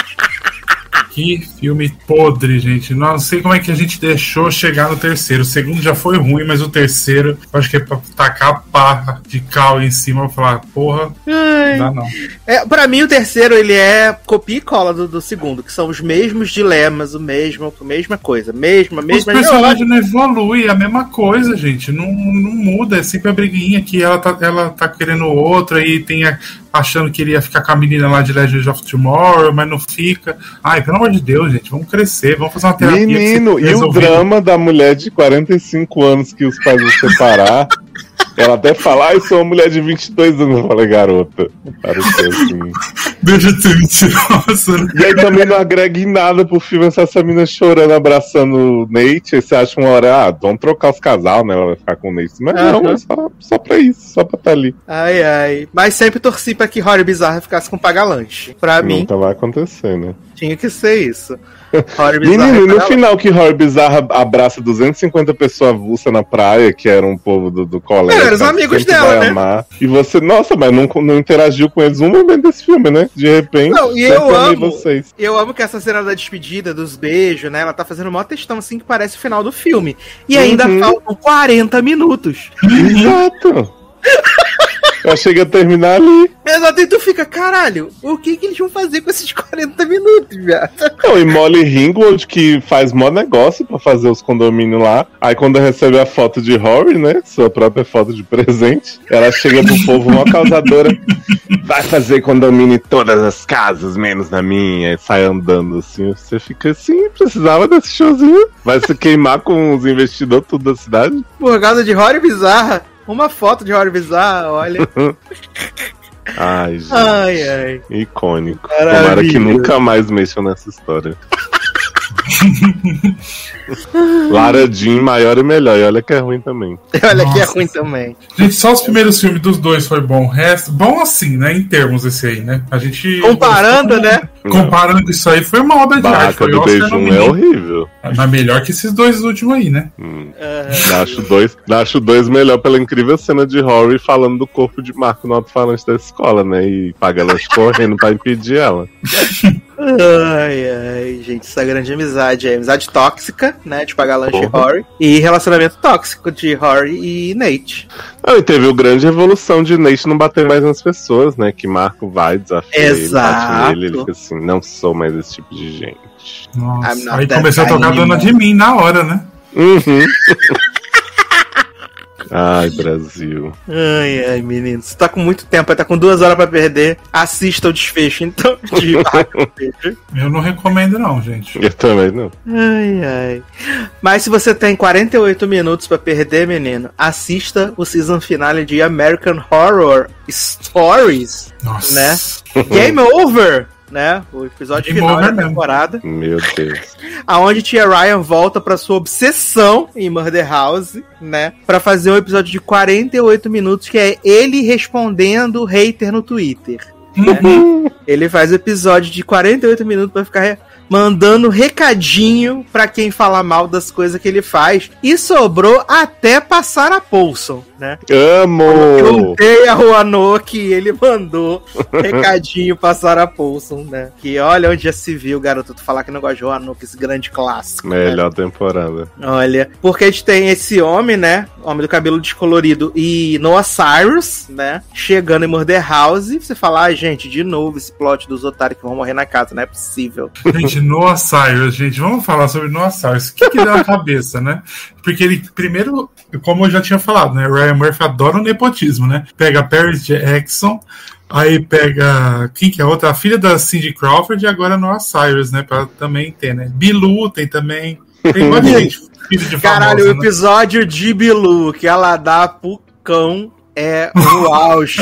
Que filme podre, gente. Não sei como é que a gente deixou chegar no terceiro. O segundo já foi ruim, mas o terceiro, eu acho que é pra tacar a pá de cal em cima e falar, porra, Ai. não dá não. É, pra mim, o terceiro, ele é copia e cola do, do segundo, que são os mesmos dilemas, o mesmo, a mesma coisa, mesma, Os mesma... personagens não evoluem, é a mesma coisa, gente. Não, não muda, é sempre a briguinha que ela tá, ela tá querendo outra e tem a, achando que ele ia ficar com a menina lá de Legends of Tomorrow, mas não fica. Ai, pelo amor de Deus, gente, vamos crescer, vamos fazer uma terapia. Menino, e o resolver. drama da mulher de quarenta e cinco anos que os pais vão separar. Ela até fala, ai, sou uma mulher de vinte e dois anos. Eu falei, garota, para de ser assim. Deixa de ser mentirosa. Né? E aí também não agrega em nada pro filme essa menina chorando, abraçando o Nate. Aí você acha uma hora, ah, vamos trocar os casal, né? Ela vai ficar com o Nate. Mas não, Aham. é só, só pra isso, só pra estar ali. Ai, ai. Mas sempre torci pra que Rory Bizarra ficasse com paga-lanche. Pra mim, Nunca vai acontecer, né? tinha que ser isso. Rory Bizarra Menino, e e no paga-lanche. final que Rory Bizarra abraça duzentas e cinquenta pessoas avulsas na praia, que era um povo do, do colégio. É, eram os que amigos sempre dela, vai né? amar. E você, nossa, mas não, não interagiu com eles um momento desse filme, né? De repente, Não, e sempre eu amei amo- vocês. Eu amo que essa cena da despedida, dos beijos, né? Ela tá fazendo uma textão assim que parece o final do filme. E ainda Uhum. faltam quarenta minutos. Exato. Eu achei que ia terminar ali. Exato, e tu fica, caralho, o que que eles vão fazer com esses quarenta minutos, viado? Não, e Molly Ringwald, que faz mó negócio pra fazer os condomínios lá. Aí quando recebe a foto de Rory, né? Sua própria foto de presente, ela chega pro povo uma causadora. Vai fazer condomínio em todas as casas, menos na minha. E sai andando assim. Você fica assim, precisava desse showzinho. Vai se queimar com os investidores tudo da cidade. Por causa de Rory Bizarra. Uma foto de Rory Bizarra, olha. Ai, gente. Ai, ai. Icônico. Maravilha. Tomara que nunca mais mexam nessa história. Lara Jean, maior e melhor. E olha que é ruim também. Olha que é Nossa. ruim também. Gente, só os primeiros filmes dos dois foi bom. O resto, bom assim, né? Em termos esse aí, né? A gente. Comparando, né? Comparando isso aí, foi uma obra de arte. Barraca Foi do Oscar Beijum é nominado. horrível. Mas melhor que esses dois últimos aí, né? Hum. Acho dois, acho dois melhor pela incrível cena de Rory falando do corpo de Marco no alto-falante da escola, né? E Paga-Lanche correndo pra impedir ela. Ai, ai, gente, essa grande amizade é amizade tóxica, né? De paga-lanche e Porra. Rory. E relacionamento tóxico de Rory e Nate. Ah, e teve o grande evolução de Nate não bater mais nas pessoas, né? Que Marco vai, desafia Exato. ele, bate nele, ele fica assim, não sou mais esse tipo de gente. Nossa. I'm not Aí that começou a tocar guy Dona anymore. de Mim na hora, né? Uhum. Ai, Brasil. Ai, ai, menino. Você tá com muito tempo, tá com duas horas pra perder. Assista o desfecho, então. De Barraca do Beijo. Eu não recomendo, não, gente. Eu também não. Ai, ai. Mas se você tem quarenta e oito minutos pra perder, menino, assista o season finale de American Horror Stories, Nossa. né? Game Over, né? O episódio Game final over da mesmo. temporada. Meu Deus. Aonde Tia Ryan volta pra sua obsessão em Murder House, né? Pra fazer um episódio de quarenta e oito minutos, que é ele respondendo hater no Twitter. Né? Ele faz o episódio de quarenta e oito minutos pra ficar re- mandando recadinho pra quem fala mal das coisas que ele faz. E sobrou até passar a Paulson, né? Amo! Eu dei a Roanoke e ele mandou recadinho pra Sarah Paulson, né? Que olha onde já se viu, garoto, tu falar que não gosta de Roanoke, esse grande clássico. Melhor né? temporada. Olha, porque a gente tem esse homem, né? Homem do cabelo descolorido e Noah Cyrus, né? Chegando em Murder House. E você fala, ah, gente, de novo esse plot dos otários que vão morrer na casa, não é possível. Gente, Noah Cyrus, gente, vamos falar sobre Noah Cyrus. O que que deu na cabeça, né? Porque ele, primeiro, como eu já tinha falado, né? Ryan Murphy adora o nepotismo, né? Pega Paris Jackson, aí pega, quem que é a outra? A filha da Cindy Crawford e agora Noah Cyrus, né? Pra também ter, né? Bilu tem também. Tem muita gente, filho de Caralho, famosa, o episódio de Bilu que ela dá pro cão é o auge.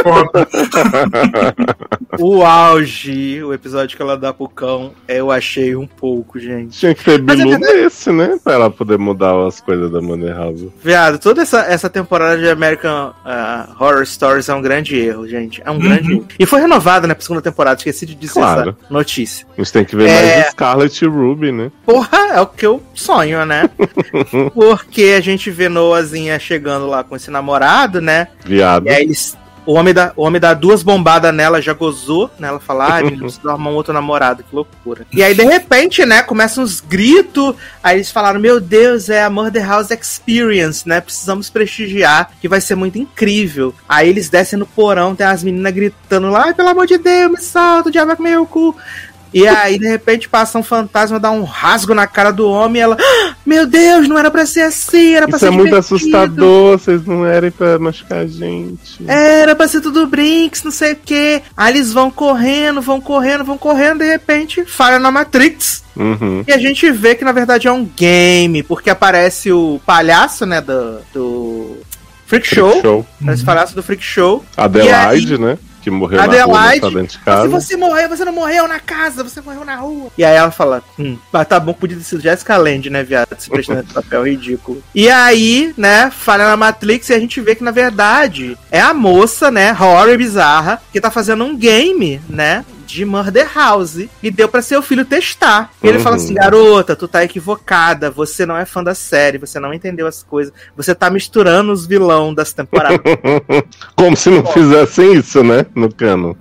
O auge, o episódio que ela dá pro cão, eu achei um pouco, gente. Tinha que ter Mas é Bilu verdade. nesse, né? Pra ela poder mudar as coisas da Money House. Viado, toda essa, essa temporada de American uh, Horror Stories é um grande erro, gente. É um Uhum. grande erro. E foi renovada, né, pra segunda temporada, esqueci de dizer Claro. essa notícia. A gente tem que ver É. mais Scarlet e Ruby, né? Porra, é o que eu sonho, né? Porque a gente vê Noahzinha chegando lá com esse namorado, né? Viado. E aí eles. O homem, dá, o homem dá duas bombadas nela, já gozou, né? Ela fala, ai, menino, preciso arrumar um outro namorado, que loucura. E aí, de repente, né, começam uns gritos, aí eles falaram, meu Deus, é a Murder House Experience, né? Precisamos prestigiar, que vai ser muito incrível. Aí eles descem no porão, tem as meninas gritando lá, ai, pelo amor de Deus, me solta, o diabo vai comer o cu. E aí, de repente, passa um fantasma, dá um rasgo na cara do homem e ela... Ah, meu Deus, não era pra ser assim, era pra Isso ser é muito divertido. assustador, vocês não eram pra machucar a gente. Era pra ser tudo brinks, não sei o quê. Aí eles vão correndo, vão correndo, vão correndo, de repente, falha na Matrix. Uhum. E a gente vê que, na verdade, é um game, porque aparece o palhaço, né, do... do Freak Show. Show. Parece o palhaço do Freak Show. Adelaide, E aí- né? Que morreu Adelaide, na rua, tá dentro de Se casa. você morreu, você não morreu na casa, você morreu na rua. E aí ela fala, hum, mas tá bom, podia ter sido Jessica Lange, né, viado? Se prestando esse papel ridículo. E aí, né, falha na Matrix e a gente vê que, na verdade, é a moça, né, horror e bizarra, que tá fazendo um game, né, de Murder House. E deu pra seu filho testar. E ele Uhum. fala assim, garota, tu tá equivocada, você não é fã da série, você não entendeu as coisas, você tá misturando os vilão das temporadas. Como se não fizessem isso, né? No cano.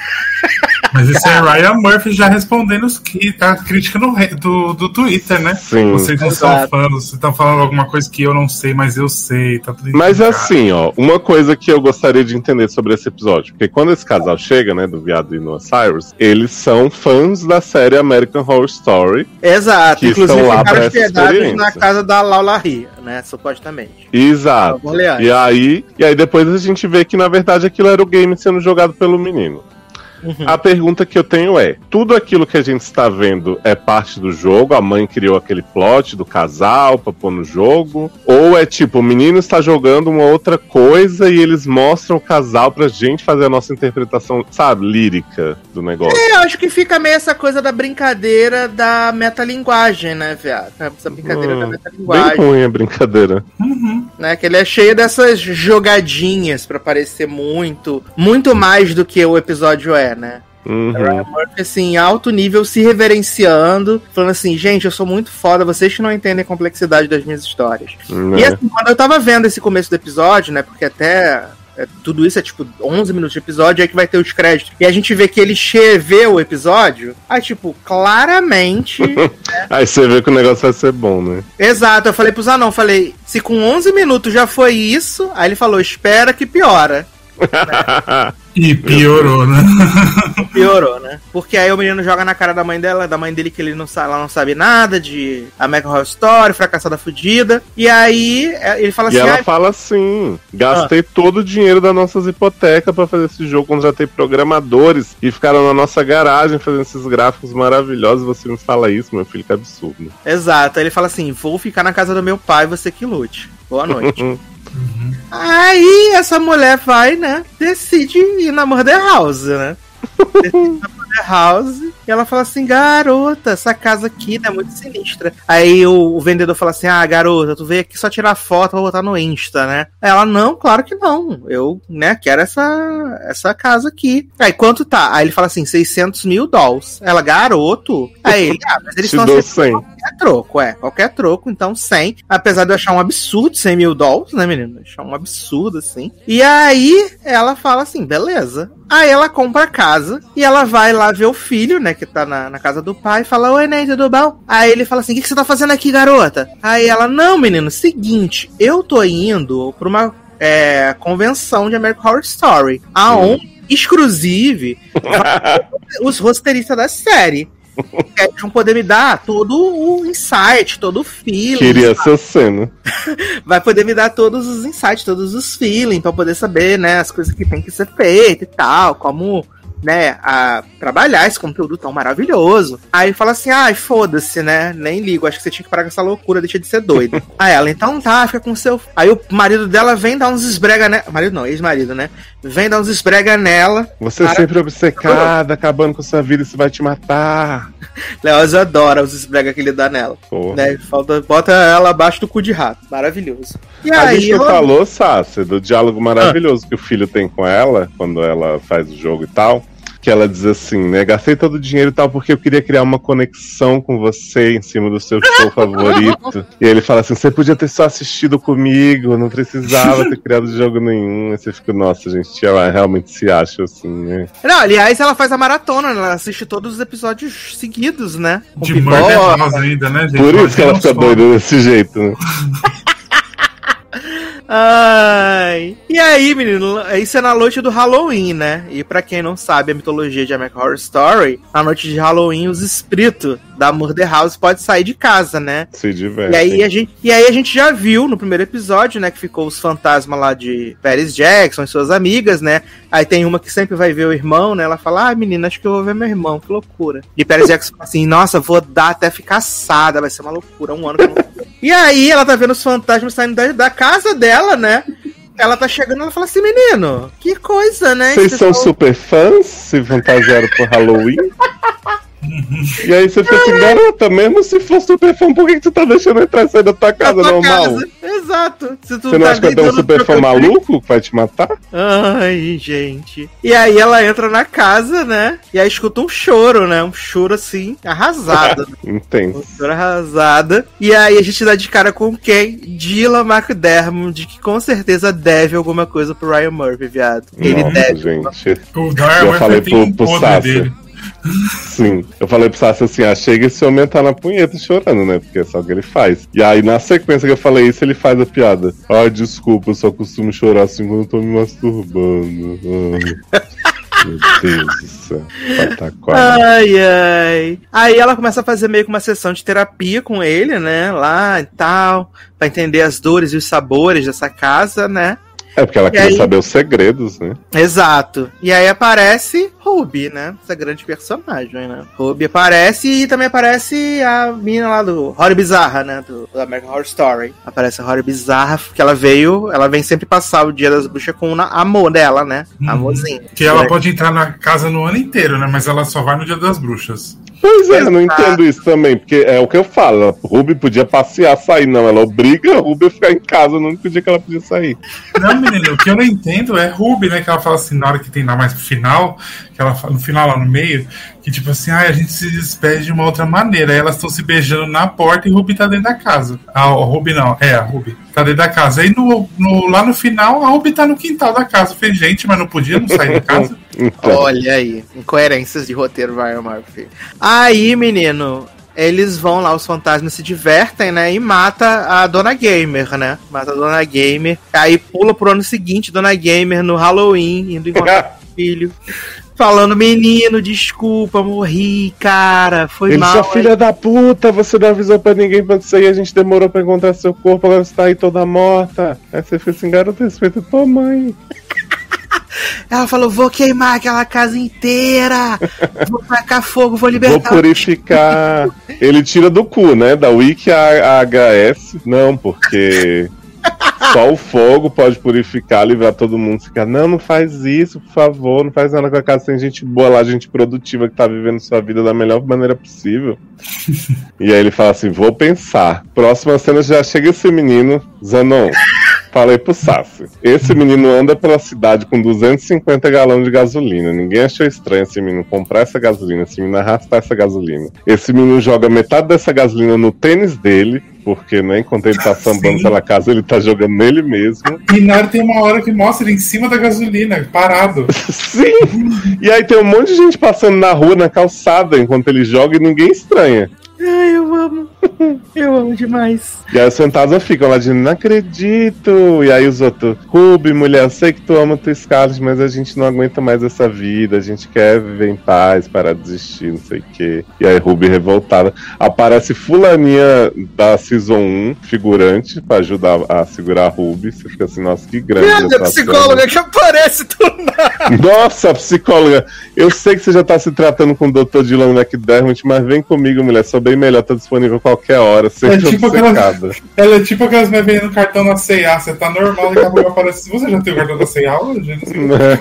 Mas isso é Ryan Murphy já respondendo os que tá crítica no re- do, do Twitter, né? Sim. Vocês não são Exato. fãs, vocês estão falando alguma coisa que eu não sei, mas eu sei. Tá tudo Mas explicado. assim, ó, uma coisa que eu gostaria de entender sobre esse episódio, porque quando esse casal chega, né, do Viado e Noah Cyrus, eles são fãs da série American Horror Story. Exato, Que inclusive estão lá ficaram pra essa hospedados experiência. na casa da Laura Ria, né, supostamente. Exato. Vamos ler. E aí, e aí depois a gente vê que na verdade aquilo era o game sendo jogado pelo menino. Uhum. A pergunta que eu tenho é: tudo aquilo que a gente está vendo é parte do jogo? A mãe criou aquele plot do casal pra pôr no jogo? Ou é tipo, o menino está jogando uma outra coisa e eles mostram o casal pra gente fazer a nossa interpretação, sabe, lírica do negócio? É, eu acho que fica meio essa coisa da brincadeira da metalinguagem, né, viado? Essa brincadeira Hum, da Bem metalinguagem, ruim a brincadeira. né? Que ele é cheio dessas jogadinhas pra parecer muito, muito mais do que o episódio é, né? Uhum. Ryan Murphy, assim, alto nível, se reverenciando, falando assim, gente, eu sou muito foda, vocês que não entendem a complexidade das minhas histórias. Né? E assim, quando eu tava vendo esse começo do episódio, né, porque até é, tudo isso é tipo onze minutos de episódio, aí que vai ter os créditos, e a gente vê que ele vê o episódio, aí tipo, claramente... Aí você vê que o negócio vai ser bom, né? Exato, eu falei pros anão, falei, se com onze minutos já foi isso, aí ele falou, espera que piora. E piorou, né? Piorou, né? Porque aí o menino joga na cara da mãe dela, da mãe dele, que ele não sabe, ela não sabe nada de American Horror Story, fracassada fudida. E aí é, ele fala E assim, ela "Ai, fala assim: gastei todo o dinheiro das nossas hipotecas pra fazer esse jogo, contratei programadores e ficaram na nossa garagem fazendo esses gráficos maravilhosos. Você me fala isso, meu filho, que absurdo. exato. Aí ele fala assim, vou ficar na casa do meu pai, você que lute. Boa noite. Aí essa mulher vai, né, decide ir na Murder House, né? Decide ir na Murder House. E E ela fala assim, garota, essa casa aqui né, é muito sinistra. Aí o, o vendedor fala assim, ah, garota, tu veio aqui só tirar foto pra botar no Insta, né? Aí ela, não, claro que não. Eu, né, quero essa, essa casa aqui. Aí, quanto tá? Aí ele fala assim, seiscentos mil dólares. Ela, garoto? Aí ele, ah, mas eles Te estão dou aceitando qualquer troco, é. Qualquer troco, então cem. Apesar de eu achar um absurdo cem mil dólares, né, menino? Achar um absurdo, assim. E aí, ela fala assim, beleza. Aí ela compra a casa e ela vai lá ver o filho, né, que tá na, na casa do pai, e fala, oi, Ney, tudo bom? Aí ele fala assim, o que, que você tá fazendo aqui, garota? Aí ela, não, menino, seguinte, eu tô indo pra uma é, convenção de American Horror Story, aonde, exclusive, os roteiristas da série. Eles vão poder me dar todo o insight, todo o feeling. Queria ser cena. Vai poder me dar todos os insights, todos os feelings, pra poder saber, né, as coisas que tem que ser feitas e tal, como, né, a trabalhar esse conteúdo tão maravilhoso. Aí ele fala assim, ai, foda-se, né, nem ligo, acho que você tinha que parar com essa loucura, deixa de ser doido. Aí ela, então tá, fica com o seu... Aí o marido dela vem dar uns esbrega nela, marido não, ex-marido, né, vem dar uns esbrega nela. Você Para... sempre obcecada, acabando com sua vida, isso vai te matar. Leoz adora os esbrega que ele dá nela. Né? Falta, bota ela abaixo do cu de rato. Maravilhoso. E a aí, gente não ela... falou, Sácia, do diálogo maravilhoso ah. que o filho tem com ela, quando ela faz o jogo e tal. Que ela diz assim, né? Gastei todo o dinheiro e tal porque eu queria criar uma conexão com você em cima do seu show favorito. E ele fala assim, você podia ter só assistido comigo, não precisava ter criado jogo nenhum. Aí você fica, nossa, gente, ela realmente se acha assim, né? Não, aliás, ela faz a maratona, ela assiste todos os episódios seguidos, né? Com de Murder House ainda, né, gente? Por isso que ela fica doida desse jeito, né? Ai. E aí, menino, isso é na noite do Halloween, né? E pra quem não sabe a mitologia de American Horror Story, na noite de Halloween os espíritos da Murder House podem sair de casa, né? Se diverte. E aí, a gente, e aí a gente já viu no primeiro episódio, né, que ficou os fantasmas lá de Paris Jackson e suas amigas, né? Aí tem uma que sempre vai ver o irmão, né? Ela fala, ah, menina, acho que eu vou ver meu irmão, que loucura. E Paris Jackson fala assim, nossa, vou dar até ficar assada, vai ser uma loucura, um ano que eu não vou. E aí ela tá vendo os fantasmas saindo da, da casa dela, né? Ela tá chegando e ela fala assim, menino, que coisa, né? Vocês são super fãs? Se fantasiaram por Halloween? E aí você fica assim, garota, mesmo se for super fã, por que, que tu tá deixando eu entrar e sair da tua casa tua normal? Casa. Exato. Se tu você não tá acha que é um super fã maluco que vai te matar? Ai, gente. E aí ela entra na casa, né? E aí escuta um choro, né? Um choro assim, arrasado. Intenso. Um choro arrasada. E aí a gente dá de cara com quem? Dylan McDermott, que com certeza deve alguma coisa pro Ryan Murphy, viado. Ele Nossa, deve. gente. O Ryan Eu falei pro, pro Sasha. dele. Sim, eu falei pro Sassi assim, ah, chega esse homem tá na punheta chorando, né? Porque é só o que ele faz. E aí, na sequência que eu falei isso, ele faz a piada. Ah, desculpa, eu só costumo chorar assim quando eu tô me masturbando. Ai. Meu Deus do céu. Pataquara. Ai, ai. Aí ela começa a fazer meio que uma sessão de terapia com ele, né? Lá e tal. Pra entender as dores e os sabores dessa casa, né? É porque ela e queria aí... saber os segredos, né? Exato. E aí aparece Ruby, né? Essa grande personagem, né? Ruby aparece e também aparece a menina lá do Horror Bizarra, né? Do, do American Horror Story. Aparece a Horror Bizarra, que ela veio, ela vem sempre passar o Dia das Bruxas com o amor dela, né? Hum. Amorzinho. Que ela é. pode entrar na casa no ano inteiro, né? Mas ela só vai no Dia das Bruxas. Pois é, eu não entendo isso também, porque é o que eu falo, a Ruby podia passear, sair, não, ela obriga a Ruby a ficar em casa no único dia que ela podia sair. Não, menino, o que eu não entendo é Ruby, né, que ela fala assim, na hora que tem lá mais pro final, que ela fala, no final lá no meio, que tipo assim, ah, a gente se despede de uma outra maneira, aí elas estão se beijando na porta e Ruby tá dentro da casa. Ah, a Ruby não, é, a Ruby tá dentro da casa. Aí no, no, lá no final, a Ruby tá no quintal da casa. Eu falei, gente, mas não podia não sair da casa? Então. Olha aí, incoerências de roteiro, Ryan Murphy. Aí, menino, eles vão lá, os fantasmas se divertem, né? E mata a Dona Gamer, né? Mata a Dona Gamer. Aí pula pro ano seguinte, Dona Gamer no Halloween, indo encontrar o filho. Falando, menino, desculpa, morri, cara, foi Ele, mal. sua filha da puta, você não avisou pra ninguém pra isso aí, a gente demorou pra encontrar seu corpo, agora você tá aí toda morta. Aí você fez assim, garoto, respeita tua mãe. Ela falou, vou queimar aquela casa inteira, vou tacar fogo, vou libertar. Vou purificar. Ele tira do cu, né, da Wiki a H S, não, porque... só o fogo pode purificar, livrar todo mundo. Fica, não, não faz isso, por favor, não faz nada com a casa. Tem gente boa lá, gente produtiva que tá vivendo sua vida da melhor maneira possível. E aí ele fala assim, vou pensar. Próxima cena já chega esse menino, Zanon. Falei pro Sassi. Esse menino anda pela cidade com duzentos e cinquenta galões de gasolina. Ninguém achou estranho esse menino comprar essa gasolina, esse menino arrastar essa gasolina. Esse menino joga metade dessa gasolina no tênis dele, porque, né, enquanto ele tá sambando Sim. pela casa, ele tá jogando nele mesmo. E na hora tem uma hora que mostra ele em cima da gasolina, parado. Sim! E aí tem um monte de gente passando na rua, na calçada, enquanto ele joga e ninguém estranha. Ai, eu amo. Eu amo demais. E aí os fantasmas ficam lá dizendo, não acredito. E aí os outros, Ruby, mulher, eu sei que tu ama tua Scarlet, mas a gente não aguenta mais essa vida, a gente quer viver em paz, parar de desistir, não sei o quê. E aí Ruby revoltada. Aparece fulaninha da Season um, figurante, pra ajudar a segurar a Ruby. Você fica assim, nossa, que grande. Cadê a essa psicóloga cena. que aparece do nada? Nossa, psicóloga, eu sei que você já tá se tratando com o doutor Dylan McDermott, mas vem comigo, mulher, sou bem melhor, tá disponível a qualquer hora, seja É tipo aquelas, obcecada. ela é tipo aquelas vai vendendo cartão na C e A, você tá normal, daqui a pouco aparece. Você já tem o cartão da C e A hoje? Não sei.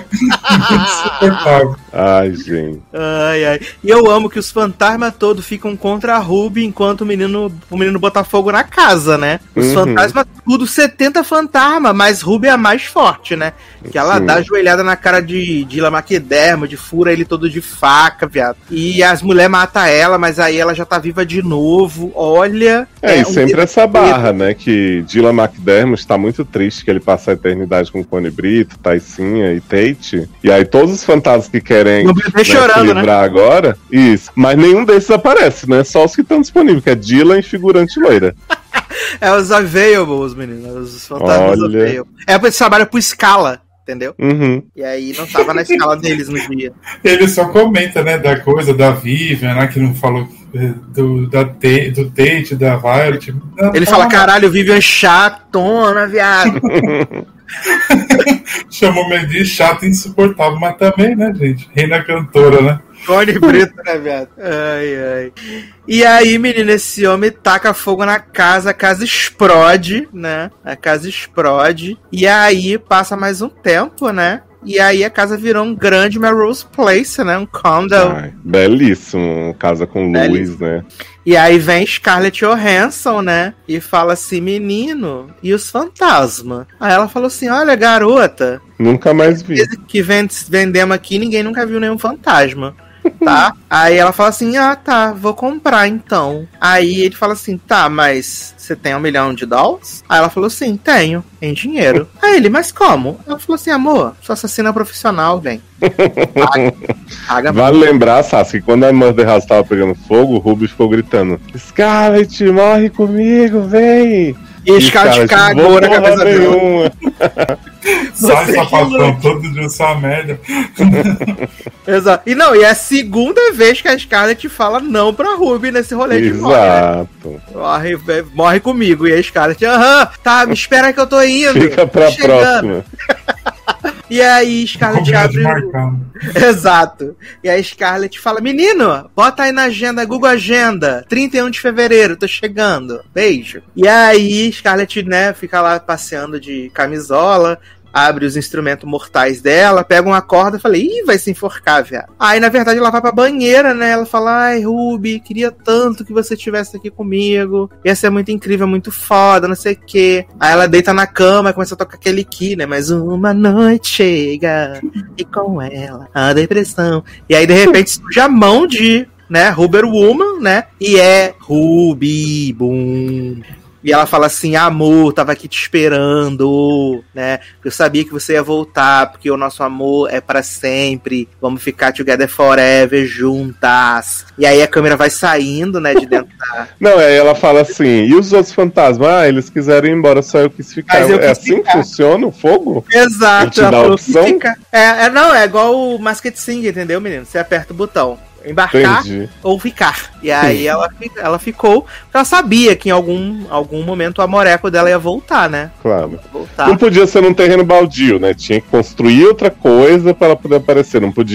Insuportável. Ai, gente. Ai, ai. E eu amo que os fantasmas todos ficam contra a Ruby enquanto o menino, o menino bota fogo na casa, né? Os Uhum. fantasmas, tudo setenta fantasmas, mas Ruby é a mais forte, né? Que ela Sim. dá a joelhada na cara de, de Lamaquederma, de fura ele todo de faca, viado. E as mulheres matam ela, mas aí ela já tá viva de novo. Olha. É, e um sempre dedo essa barra, preto. né? Que Dylan McDermott está muito triste que ele passa a eternidade com Connie Brito, Taicinha e Tate. E aí todos os fantasmas que querem Não né, vem chorando, se livrar agora, isso. Mas nenhum desses aparece, né? Só os que estão disponíveis, que é Dylan e figurante loira. É os Availables, meninos. Os fantasmas Olha. Available. É porque eles trabalham por escala, entendeu? Uhum. E aí não tava na escala deles no dia. Ele só comenta, né, da coisa da Vivian, né, que não falou eh, do, da T, do Tate, da Violet. Não, Ele fala, caralho, Vivian chatona, viado. Chamou Mandy de chato e insuportável, mas também, né, gente? Reina cantora, né? Cone preto, né, viado? Ai, ai. E aí, menino, esse homem taca fogo na casa, a casa explode, né? A casa explode. E aí, passa mais um tempo, né? E aí a casa virou um grande Melrose Place, né? Um condo. Ai, belíssimo. Casa com luz, Belíssimo. né? E aí vem Scarlett Johansson, né? E fala assim, menino, e os fantasmas? Aí ela falou assim, olha, garota, Nunca mais vi. que vend vendemos aqui, ninguém nunca viu nenhum fantasma. Tá? Aí ela fala assim, ah, tá, vou comprar então. Aí ele fala assim, tá, mas você tem um milhão de dólares? Aí ela falou assim, tenho, em dinheiro. Aí ele, mas como? Ela falou assim, amor, sou assassina profissional, vem. Paga, paga Vale lembrar, Sassi, que quando a Murder House tava pegando fogo, o Ruby ficou gritando, Scarlett, morre comigo, vem! E a Scarlett cagou na cabeça dele. nenhuma. Sai Você sapatão, riu, todo dia só uma merda. Exato. E não, e é a segunda vez que a Scarlett fala não pra Ruby nesse rolê de morte, né? Exato. Morre, morre comigo. E a Scarlett, aham, tá, me espera que eu tô indo. Fica pra Tô chegando. próxima. E aí Scarlett Combinado de abre. o- marcar. Exato. E aí Scarlett fala: menino, bota aí na agenda, Google Agenda, trinta e um de fevereiro, tô chegando. Beijo. E aí Scarlett, né, fica lá passeando de camisola. Abre os instrumentos mortais dela, pega uma corda e fala, ih, vai se enforcar, viado. Aí, na verdade, ela vai pra banheira, né? Ela fala, ai, Ruby, queria tanto que você estivesse aqui comigo. Ia ser muito incrível, muito foda, não sei o quê. Aí ela deita na cama e começa a tocar aquele key, né? Mas uma noite chega e com ela a depressão. E aí, de repente, surge a mão de, né, Rubber Woman, né? E é Ruby, boom. E ela fala assim, amor, tava aqui te esperando, né? Eu sabia que você ia voltar, porque o nosso amor é para sempre. Vamos ficar together forever, juntas. E aí a câmera vai saindo, né, de dentro da... Não, aí ela fala assim, e os outros fantasmas? Ah, eles quiseram ir embora, só eu quis ficar. Mas eu é quis assim ficar. que funciona o fogo? Exato. Ele te ela dá a falou, opção? fica. É, é, não, é igual o Masked Singer, entendeu, menino? Você aperta o botão. Embarcar Entendi. ou ficar. E aí ela, fi- ela ficou, porque ela sabia que em algum, algum momento o amoreco dela ia voltar, né? Claro. Voltar. Não podia ser num terreno baldio, né? Tinha que construir outra coisa para ela poder aparecer. Não podia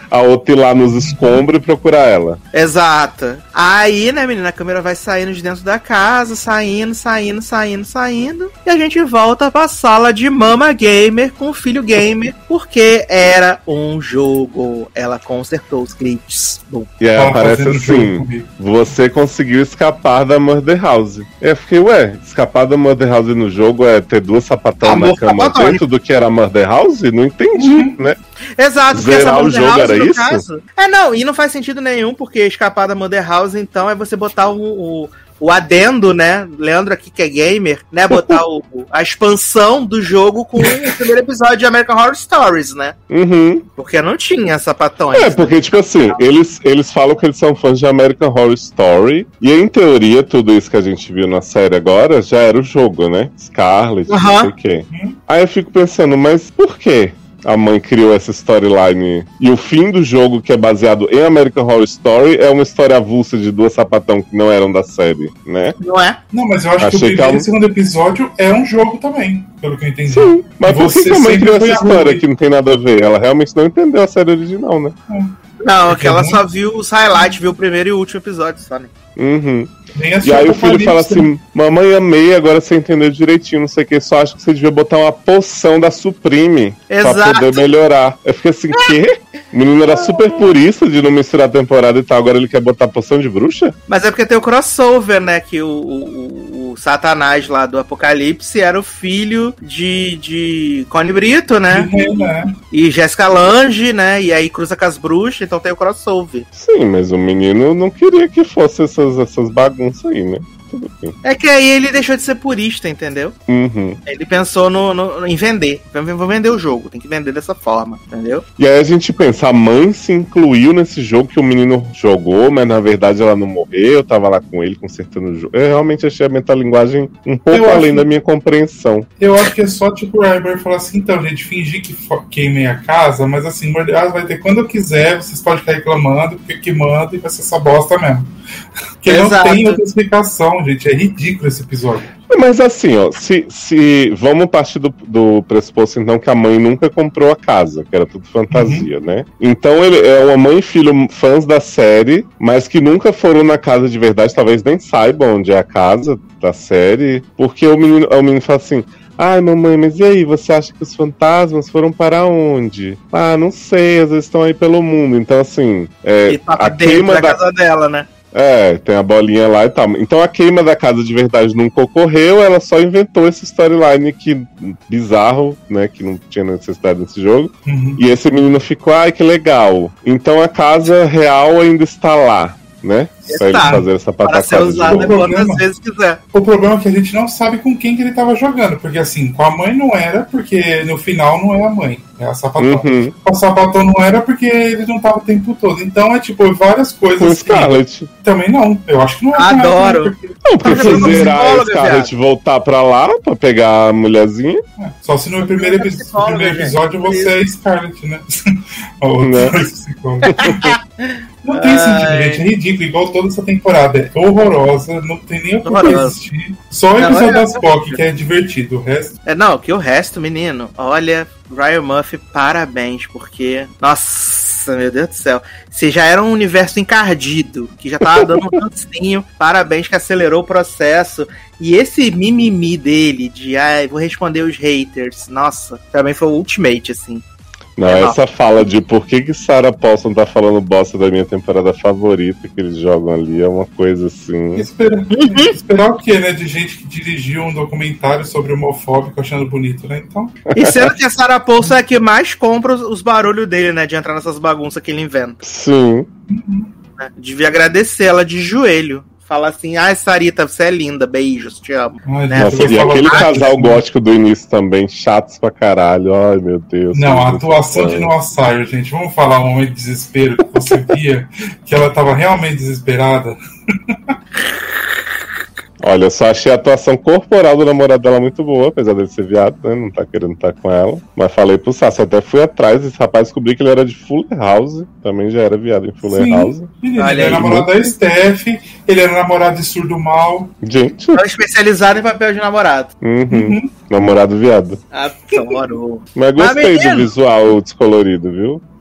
a outra ir lá nos escombros e procurar ela. Exato. Aí, né, menina, a câmera vai saindo de dentro da casa, saindo, saindo, saindo, saindo. E a gente volta pra sala de Mama Gamer com o filho gamer, porque era um jogo. Ela consertou os glitches. Bom. E aí Tava aparece fazendo jogo assim: comigo. você conseguiu escapar da Murder House. Eu fiquei, ué, escapar da Murder House no jogo é ter duas sapatão Amor na cama sapatão. dentro do que era a Murder House? Não entendi, Uhum. né? Exato, porque Zerar essa o Mother jogo House, era no isso? caso... É, não, e não faz sentido nenhum, porque escapar da Mother House, então, é você botar o, o, o adendo, né? Leandro aqui, que é gamer, né? Botar o, a expansão do jogo com o primeiro episódio de American Horror Stories, né? Uhum. Porque não tinha sapatões. É, porque, tipo assim, eles, eles falam que eles são fãs de American Horror Story, e em teoria, tudo isso que a gente viu na série agora já era o jogo, né? Scarlet, não Aham. sei o quê. Aí eu fico pensando, mas por quê? A mãe criou essa storyline. E o fim do jogo, que é baseado em American Horror Story, é uma história avulsa de duas sapatão que não eram da série, né? Não é? Não, mas eu acho Achei que o que primeiro ela- e o segundo episódio é um jogo também, pelo que eu entendi. Sim, mas por que Você que a mãe sempre criou essa foi a história Ruby. que não tem nada a ver? Ela realmente não entendeu a série original, né? Não, Porque que ela é só viu os highlights, viu o primeiro e o último episódio só, né? Uhum. Nem E assistiu aí o filho Apocalipse, fala né? assim, mamãe, amei, agora você entendeu direitinho, não sei o que, só acho que você devia botar uma poção da Supreme pra Exato. poder melhorar. Eu fiquei assim, quê? O menino era super purista de não misturar a temporada e tal, agora ele quer botar poção de bruxa? Mas é porque tem o crossover, né? Que o, o, o Satanás lá do Apocalipse era o filho de, de Connie Brito, né? É, né? E Jessica Lange, né? E aí cruza com as bruxas, então tem o crossover. Sim, mas o menino não queria que fosse essas, essas bagunças aí, né? Tudo bem. É que aí ele deixou de ser purista, entendeu? Uhum. Ele pensou no, no- em vender. Vou vender o jogo, tem que vender dessa forma, entendeu? E aí a gente pensa, a mãe se incluiu nesse jogo que o menino jogou, mas na verdade ela não morreu, tava lá com ele consertando o jogo. Eu realmente achei a metalinguagem um pouco Eu além acho- da minha compreensão. Eu acho que é só tipo o Ryber falar assim, então, gente, fingir que fo- queimem a casa, mas assim, Murder House vai ter quando eu quiser, vocês podem ficar reclamando, porque que manda e vai ser essa bosta mesmo. Porque Exato. não tem outra explicação, gente. É ridículo esse episódio. Mas assim, ó, se, se vamos partir do, do pressuposto então que a mãe nunca comprou a casa, que era tudo fantasia, né? Então ele é uma mãe e filho fãs da série, mas que nunca foram na casa de verdade, talvez nem saibam onde é a casa da série, porque o menino, o menino fala assim: ai, mamãe, mas e aí, você acha que os fantasmas foram para onde? Ah, não sei, às vezes estão aí pelo mundo. Então, assim, é, E tá a dentro queima da da casa dela, né? É, tem a bolinha lá e tal. Então a queima da casa de verdade nunca ocorreu, ela só inventou esse storyline que bizarro, né? Que não tinha necessidade nesse jogo. Uhum. E esse menino ficou, ai, que legal. Então a casa real ainda está lá, né? Pra ele Está. fazer essa Para ser patacada de usada novo. novo. quantas vezes quiser. O problema é que a gente não sabe com quem que ele tava jogando, porque assim, com a mãe não era, porque no final não é a mãe, é a sapatão. Uhum. Com a sapatão não era porque ele não tava o tempo todo. Então é tipo, várias Com coisas. que- Scarlett. Também não, eu acho que não é. Adoro. Porque- Não, porque Mas se eu vou zerar a psicóloga, Scarlett e voltar pra lá pra pegar a mulherzinha, é, Só se no primeiro, epi- psicóloga, primeiro gente. episódio você é Scarlett, né? A outra Né? é psicóloga. Não tem sentido, Ai. gente. É ridículo, igual toda essa temporada. É horrorosa, não tem nem o que Horrorosa. assistir. Só o Não, episódio é- das P O C, que é divertido. O resto. É, não, que o resto, menino, olha, Ryan Murphy, parabéns, porque, nossa, meu Deus do céu, se já era um universo encardido, que já tava dando um cansinho, parabéns que acelerou o processo, e esse mimimi dele, de, ai, vou responder os haters, nossa, também foi o ultimate, assim. não, É, essa fala de por que que Sarah Paulson tá falando bosta da minha temporada favorita que eles jogam ali é uma coisa assim. Esperar, esperar o quê, né? De gente que dirigiu um documentário sobre homofóbico achando bonito, né? Então. E sendo que a Sarah Paulson é a que mais compra os, os barulhos dele, né, de entrar nessas bagunças que ele inventa. Sim. Né? Devia agradecer ela de joelho. Falar assim, ai, Sarita, você é linda, beijos, te amo. Ai, Né? gente, Nossa, eu vou e falar aquele mais. casal gótico do início também, chatos pra caralho. Ai, meu Deus. Não, a que atuação de desespero. Noah Sayre, gente. Vamos falar um momento de desespero que você via que ela tava realmente desesperada. Olha, eu só achei a atuação corporal do namorado dela muito boa, apesar dele ser viado, né? Não tá querendo estar com ela. Mas falei pro Sassi, até fui atrás desse rapaz, descobri que ele era de Fuller House. Também já era viado em Fuller Sim. House. Menino, Olha ele era aí. namorado da Steph, ele era namorado de Surdo Mal. Gente, Ela é especializada em papel de namorado. uhum. namorado viado. Adoro. Mas gostei menino. do visual descolorido, viu?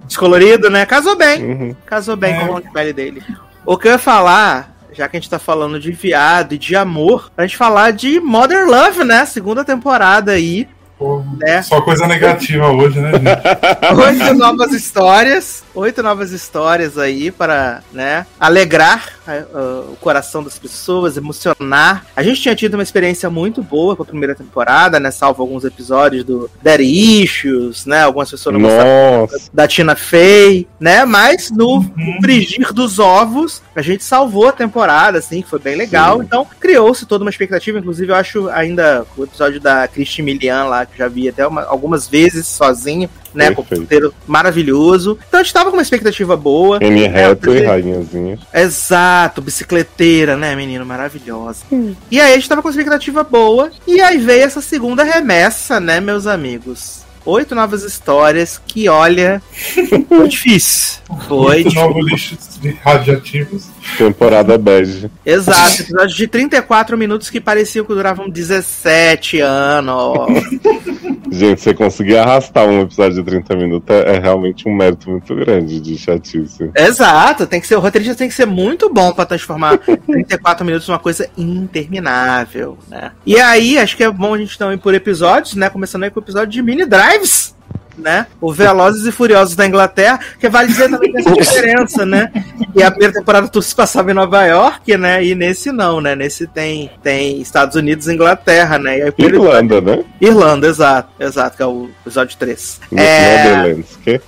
Descolorido, né? Casou bem. Uhum. Casou bem É. com o tom de pele dele. O que eu ia falar, já que a gente tá falando de viado e de amor, pra gente falar de Modern Love, né? Segunda temporada aí. Pô, É. Só coisa negativa hoje, né, gente? Oito novas histórias. Oito novas histórias aí para, né, alegrar uh, o coração das pessoas, emocionar. A gente tinha tido uma experiência muito boa com a primeira temporada, né? Salvo alguns episódios do Daddy Issues, né? Algumas pessoas não gostaram Nossa. da Tina Fey, né? Mas no frigir dos ovos, a gente salvou a temporada, assim, que foi bem legal. Sim. Então, criou-se toda uma expectativa. Inclusive, eu acho ainda o episódio da Christy Milian lá, que já vi até uma- algumas vezes sozinho, né? Com um Perfeito. roteiro maravilhoso. Então, a gente tava com uma expectativa boa. N né, reto e porque- rainhazinha. Exato, bicicleteira, né, menino? Maravilhosa. E aí a gente tava com uma expectativa boa. E aí veio essa segunda remessa, né, meus amigos? Oito novas histórias que, olha, foi difícil. Foi Muito difícil. novos lixos radioativos. Temporada bege. Exato, episódios de trinta e quatro minutos que pareciam que duravam dezessete anos. Gente, você conseguir arrastar um episódio de trinta minutos é, é realmente um mérito muito grande de chatice. Exato, tem que ser, o roteirista tem que ser muito bom pra transformar trinta e quatro minutos numa coisa interminável, né? E aí, acho que é bom a gente então ir por episódios, né? Começando aí com o episódio de Mini Drives, né? O Velozes e Furiosos da Inglaterra, que vale dizer também que essa diferença, né? E a primeira temporada tudo se passava em Nova York, né? E nesse não, né? Nesse tem, tem Estados Unidos e Inglaterra, né? E aí, o primeiro Irlanda, né? Irlanda, exato, exato, que é o episódio três. No É... Netherlands, que?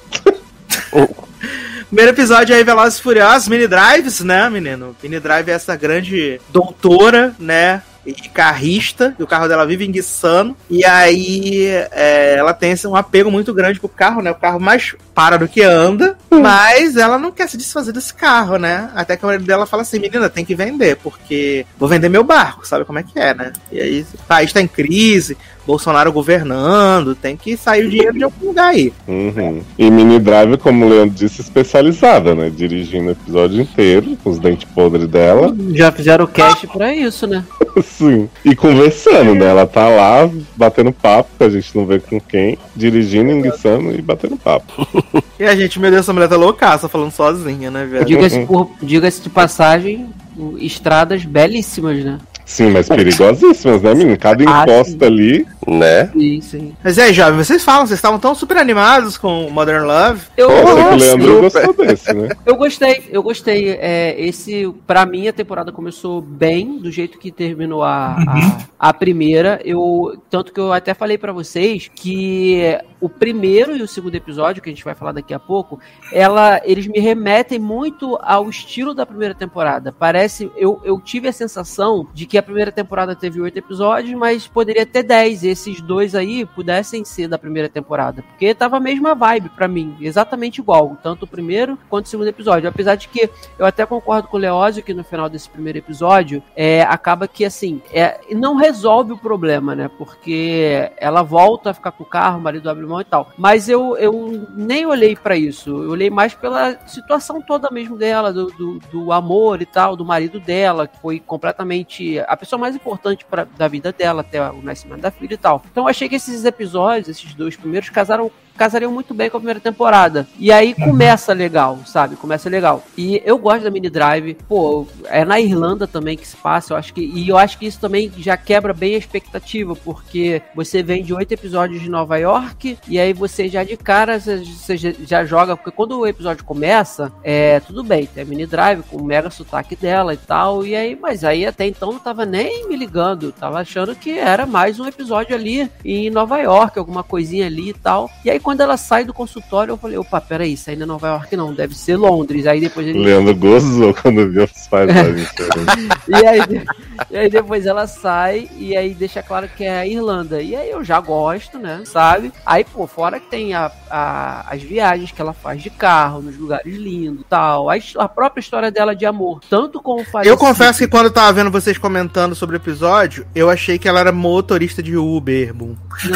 Primeiro episódio aí, Velozes e Furiosos, Mini Drives, né, menino? Mini Drive é essa grande doutora, né? E carrista, e o carro dela vive enguiçando. E aí é, ela tem assim, um apego muito grande pro carro, né? O carro mais para do que anda, mas ela não quer se desfazer desse carro, né? Até que o marido dela fala assim: menina, tem que vender, porque vou vender meu barco, sabe como é que é, né? E aí o país tá em crise, Bolsonaro governando, tem que sair o dinheiro de algum lugar aí. Uhum. E Mini Drive, como o Leandro disse, especializada, né? Dirigindo o episódio inteiro, com os dentes podres dela. Já fizeram o cast pra isso, né? Sim. E conversando, né? Ela tá lá batendo papo, que a gente não vê com quem, dirigindo, enguiçando e batendo papo. E a gente, meu Deus, essa mulher tá loucaça, falando sozinha, né, velho? Diga-se por- diga-se de passagem, o- estradas belíssimas, né? Sim, mas perigosíssimas, né, menino? Cada Ah, encosta ali. Né? Sim, sim. Mas aí, jovem, vocês falam, vocês estavam tão super animados com Modern Love. Eu, Eu sei que o eu, Leandro gostou desse, né? eu gostei, eu gostei. É, esse, pra mim, a temporada começou bem, do jeito que terminou a, a, a primeira. Eu, tanto que eu até falei pra vocês que o primeiro e o segundo episódio, que a gente vai falar daqui a pouco, ela, eles me remetem muito ao estilo da primeira temporada. Parece, eu, eu tive a sensação de que a primeira temporada teve oito episódios, mas poderia ter dez. Esses dois aí pudessem ser da primeira temporada, porque tava a mesma vibe pra mim, exatamente igual, tanto o primeiro quanto o segundo episódio. Apesar de que eu até concordo com o Leózio que no final desse primeiro episódio é, acaba que assim, é, não resolve o problema, né? Porque ela volta a ficar com o carro, o marido abre mão e tal. Mas eu, eu nem olhei pra isso, eu olhei mais pela situação toda mesmo dela, do, do, do amor e tal, do marido dela, que foi completamente a pessoa mais importante pra, da vida dela até o nascimento da filha e tal. Então eu achei que esses episódios, esses dois primeiros, casaram casariam muito bem com a primeira temporada. E aí começa legal, sabe? Começa legal. E eu gosto da Mini Drive. Pô, é na Irlanda também que se passa. Eu acho que, e eu acho que isso também já quebra bem a expectativa, porque você vem de oito episódios de Nova York, e aí você já de cara, você, você já joga, porque quando o episódio começa, é tudo bem, tem a Mini Drive com o mega sotaque dela e tal, e aí, mas aí até então não tava nem me ligando, tava achando que era mais um episódio ali em Nova York, alguma coisinha ali e tal. E aí quando ela sai do consultório, eu falei, opa, peraí, isso ainda é Nova York não, deve ser Londres. Aí depois O ele... Leandro gozou quando viu os pais lá diferentes. e, aí, e aí depois ela sai e aí deixa claro que é a Irlanda. E aí eu já gosto, né, sabe? Aí, pô, fora que tem a, a, as viagens que ela faz de carro, nos lugares lindos e tal. A, a própria história dela de amor, tanto com o falecido... Eu confesso que quando eu tava vendo vocês comentando sobre o episódio, eu achei que ela era motorista de Uber, boom.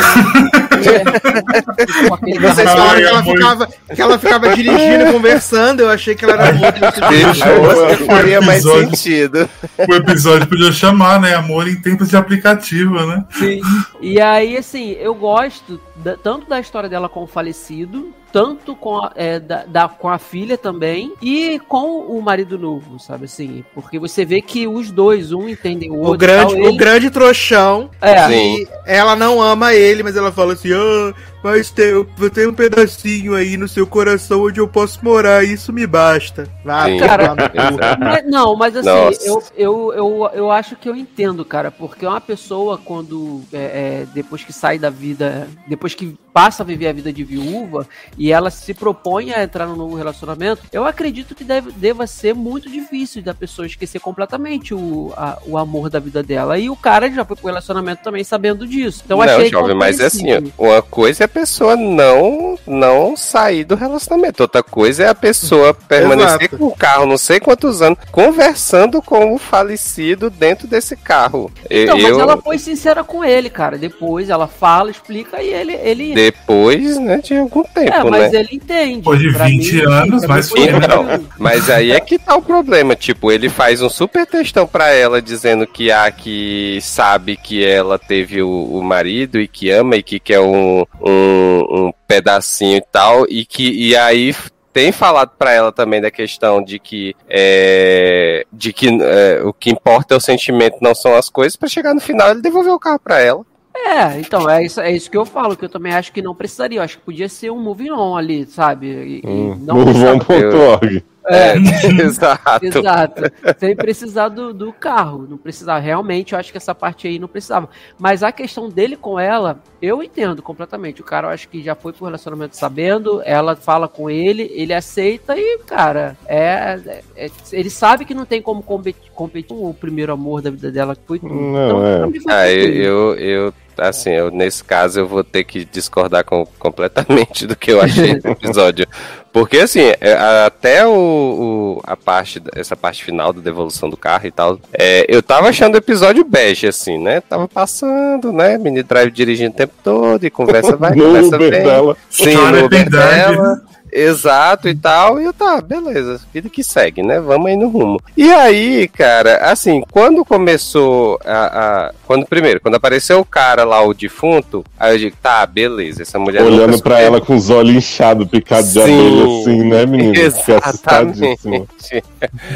É, Vocês Ai, falaram que ela, amor. ficava, que ela ficava dirigindo e conversando, eu achei que ela era motorista de Uber. Deixou que faria mais episódio. sentido. O episódio podia chamar, né? Amor em tempos de aplicativo, né? Sim. E aí, assim, eu gosto da- tanto da história dela com o falecido, tanto com a, é, da, da, com a filha também e com o marido novo, sabe assim? Porque você vê que os dois, um entende o outro. O grande, tal, ele... o grande trouxão. É. E ela não ama ele, mas ela fala assim, ah, mas tem, eu tenho um pedacinho aí no seu coração onde eu posso morar, isso me basta. Ah, Sim. Cara, mas, não, mas assim, eu, Nossa. eu, eu, eu acho que eu entendo, cara, porque uma pessoa quando, é, é, depois que sai da vida, depois que passa a viver a vida de viúva e ela se propõe a entrar num novo relacionamento, eu acredito que deve, deva ser muito difícil da pessoa esquecer completamente o, a, o amor da vida dela. E o cara já foi pro relacionamento também sabendo disso. Então não, achei jovem, mas é assim, ó, uma coisa é a pessoa não, não sair do relacionamento, outra coisa é a pessoa permanecer Exato. com o carro não sei quantos anos, conversando com o falecido dentro desse carro. Então, eu, mas ela foi sincera com ele, cara. Depois ela fala, explica e ele... ele... Depois, né, de algum tempo, é, mas né? ele entende. Depois de Pra vinte mim, anos, pra mas mim foi foi, né? tranquilo. Mas aí é que tá o problema, tipo, ele faz um super textão pra ela, dizendo que a que sabe que ela teve o, o marido e que ama e que quer um, um, um pedacinho e tal, e que e aí tem falado pra ela também da questão de que é, de que é, o que importa é o sentimento, não são as coisas, pra chegar no final ele devolver o carro pra ela. É, então, é isso, é isso que eu falo, que eu também acho que não precisaria. Eu acho que podia ser um moving on ali, sabe? E, e Hum, não move precisava- on ponto org. É, exato. Exato. Sem precisar do, do carro. Não precisava. Realmente, eu acho que essa parte aí não precisava. Mas a questão dele com ela, eu entendo completamente. O cara, eu acho que já foi pro relacionamento sabendo, ela fala com ele, ele aceita e, cara, é, é- é- ele sabe que não tem como competir, competir com o primeiro amor da vida dela, que foi tudo. Não, é. pra mim foi Ah, eu, tranquilo. eu, eu, assim, eu, nesse caso eu vou ter que discordar com, completamente do que eu achei do episódio. Porque, assim, é, até o, o- a parte, essa parte final da devolução do carro e tal, é, eu tava achando o episódio bege, assim, né? Tava passando, né? Mini Drive dirigindo o tempo todo e conversa vai, No conversa Uber vem. dela. Sim, Cara, no é Uber verdade. dela. Exato e tal, e eu tá, beleza, vida que segue, né? Vamos aí no rumo. E aí, cara, assim, quando começou a. a- quando primeiro, quando apareceu o cara lá, o defunto, aí eu digo, tá, beleza, essa mulher Olhando nunca pra superou. ela com os olhos inchados, picados de Sim. abelha, assim, né, menina? Fiquei assustadíssima. Exatamente.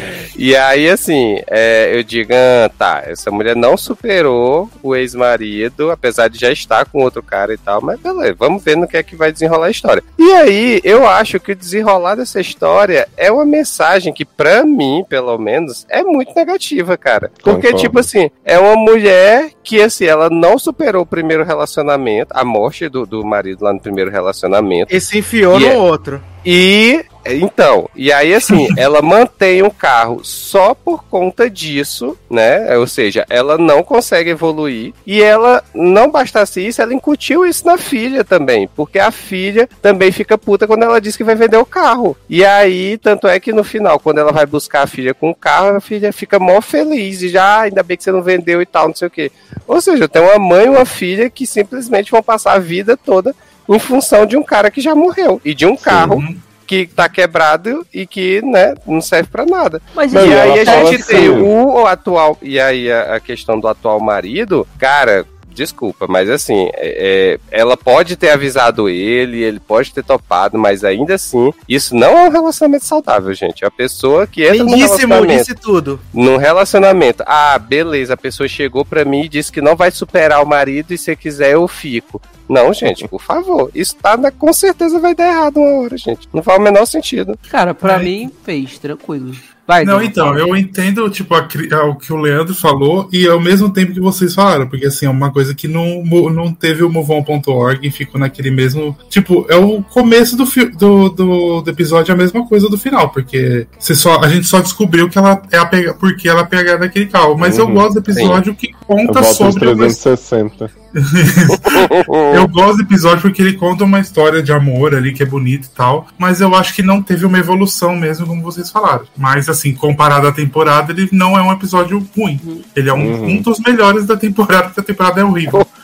E aí, assim, é, eu digo, ah, tá, essa mulher não superou o ex-marido, apesar de já estar com outro cara e tal, mas beleza, vamos ver no que é que vai desenrolar a história. E aí, eu acho que o desenrolar dessa história é uma mensagem que, pra mim, pelo menos, é muito negativa, cara. Porque, Concordo. tipo assim, é uma mulher que, assim, ela não superou o primeiro relacionamento, a morte do, do marido lá no primeiro relacionamento. E se enfiou E no é- outro. E, então, e aí assim, ela mantém o carro só por conta disso, né? Ou seja, ela não consegue evoluir. E ela, não bastasse isso, ela incutiu isso na filha também. Porque a filha também fica puta quando ela diz que vai vender o carro. E aí, tanto é que no final, quando ela vai buscar a filha com o carro, a filha fica mó feliz. E já, ah, ainda bem que você não vendeu e tal, não sei o quê. Ou seja, tem uma mãe e uma filha que simplesmente vão passar a vida toda em função de um cara que já morreu. E de um carro que tá quebrado e que, né, não serve pra nada. Mas Não, E e aí ela a fala gente assim, tem o, o atual, e aí a, a questão do atual marido, cara, desculpa, mas assim, é, é, ela pode ter avisado ele, ele pode ter topado, mas ainda assim, isso não é um relacionamento saudável, gente. A pessoa que entra no Lindíssimo, relacionamento, disse tudo. num relacionamento, ah, beleza, a pessoa chegou pra mim e disse que não vai superar o marido e se quiser eu fico. Não, gente, por favor. Isso tá, na- com certeza vai dar errado uma hora, gente. Não faz o menor sentido. Cara, pra Ai. mim, fez, tranquilo. Vai, Não, Dom, então, fala. eu entendo, tipo, a cri- a- o que o Leandro falou e ao mesmo tempo que vocês falaram, porque, assim, é uma coisa que não, mo- não teve o move on ponto org e ficou naquele mesmo... Tipo, é o começo do, fi- do, do, do episódio, é a mesma coisa do final, porque você só, a gente só descobriu que ela é a pega, porque ela é pegada naquele carro. Mas eu Uhum, gosto do episódio que Eu conta volto nos sobre... uma- trezentos e sessenta. Eu gosto do episódio porque ele conta uma história de amor ali que é bonita e tal, mas eu acho que não teve uma evolução mesmo, como vocês falaram. Mas, assim, comparado à temporada, ele não é um episódio ruim. Ele é um, Uhum. um dos melhores da temporada, porque a temporada é horrível.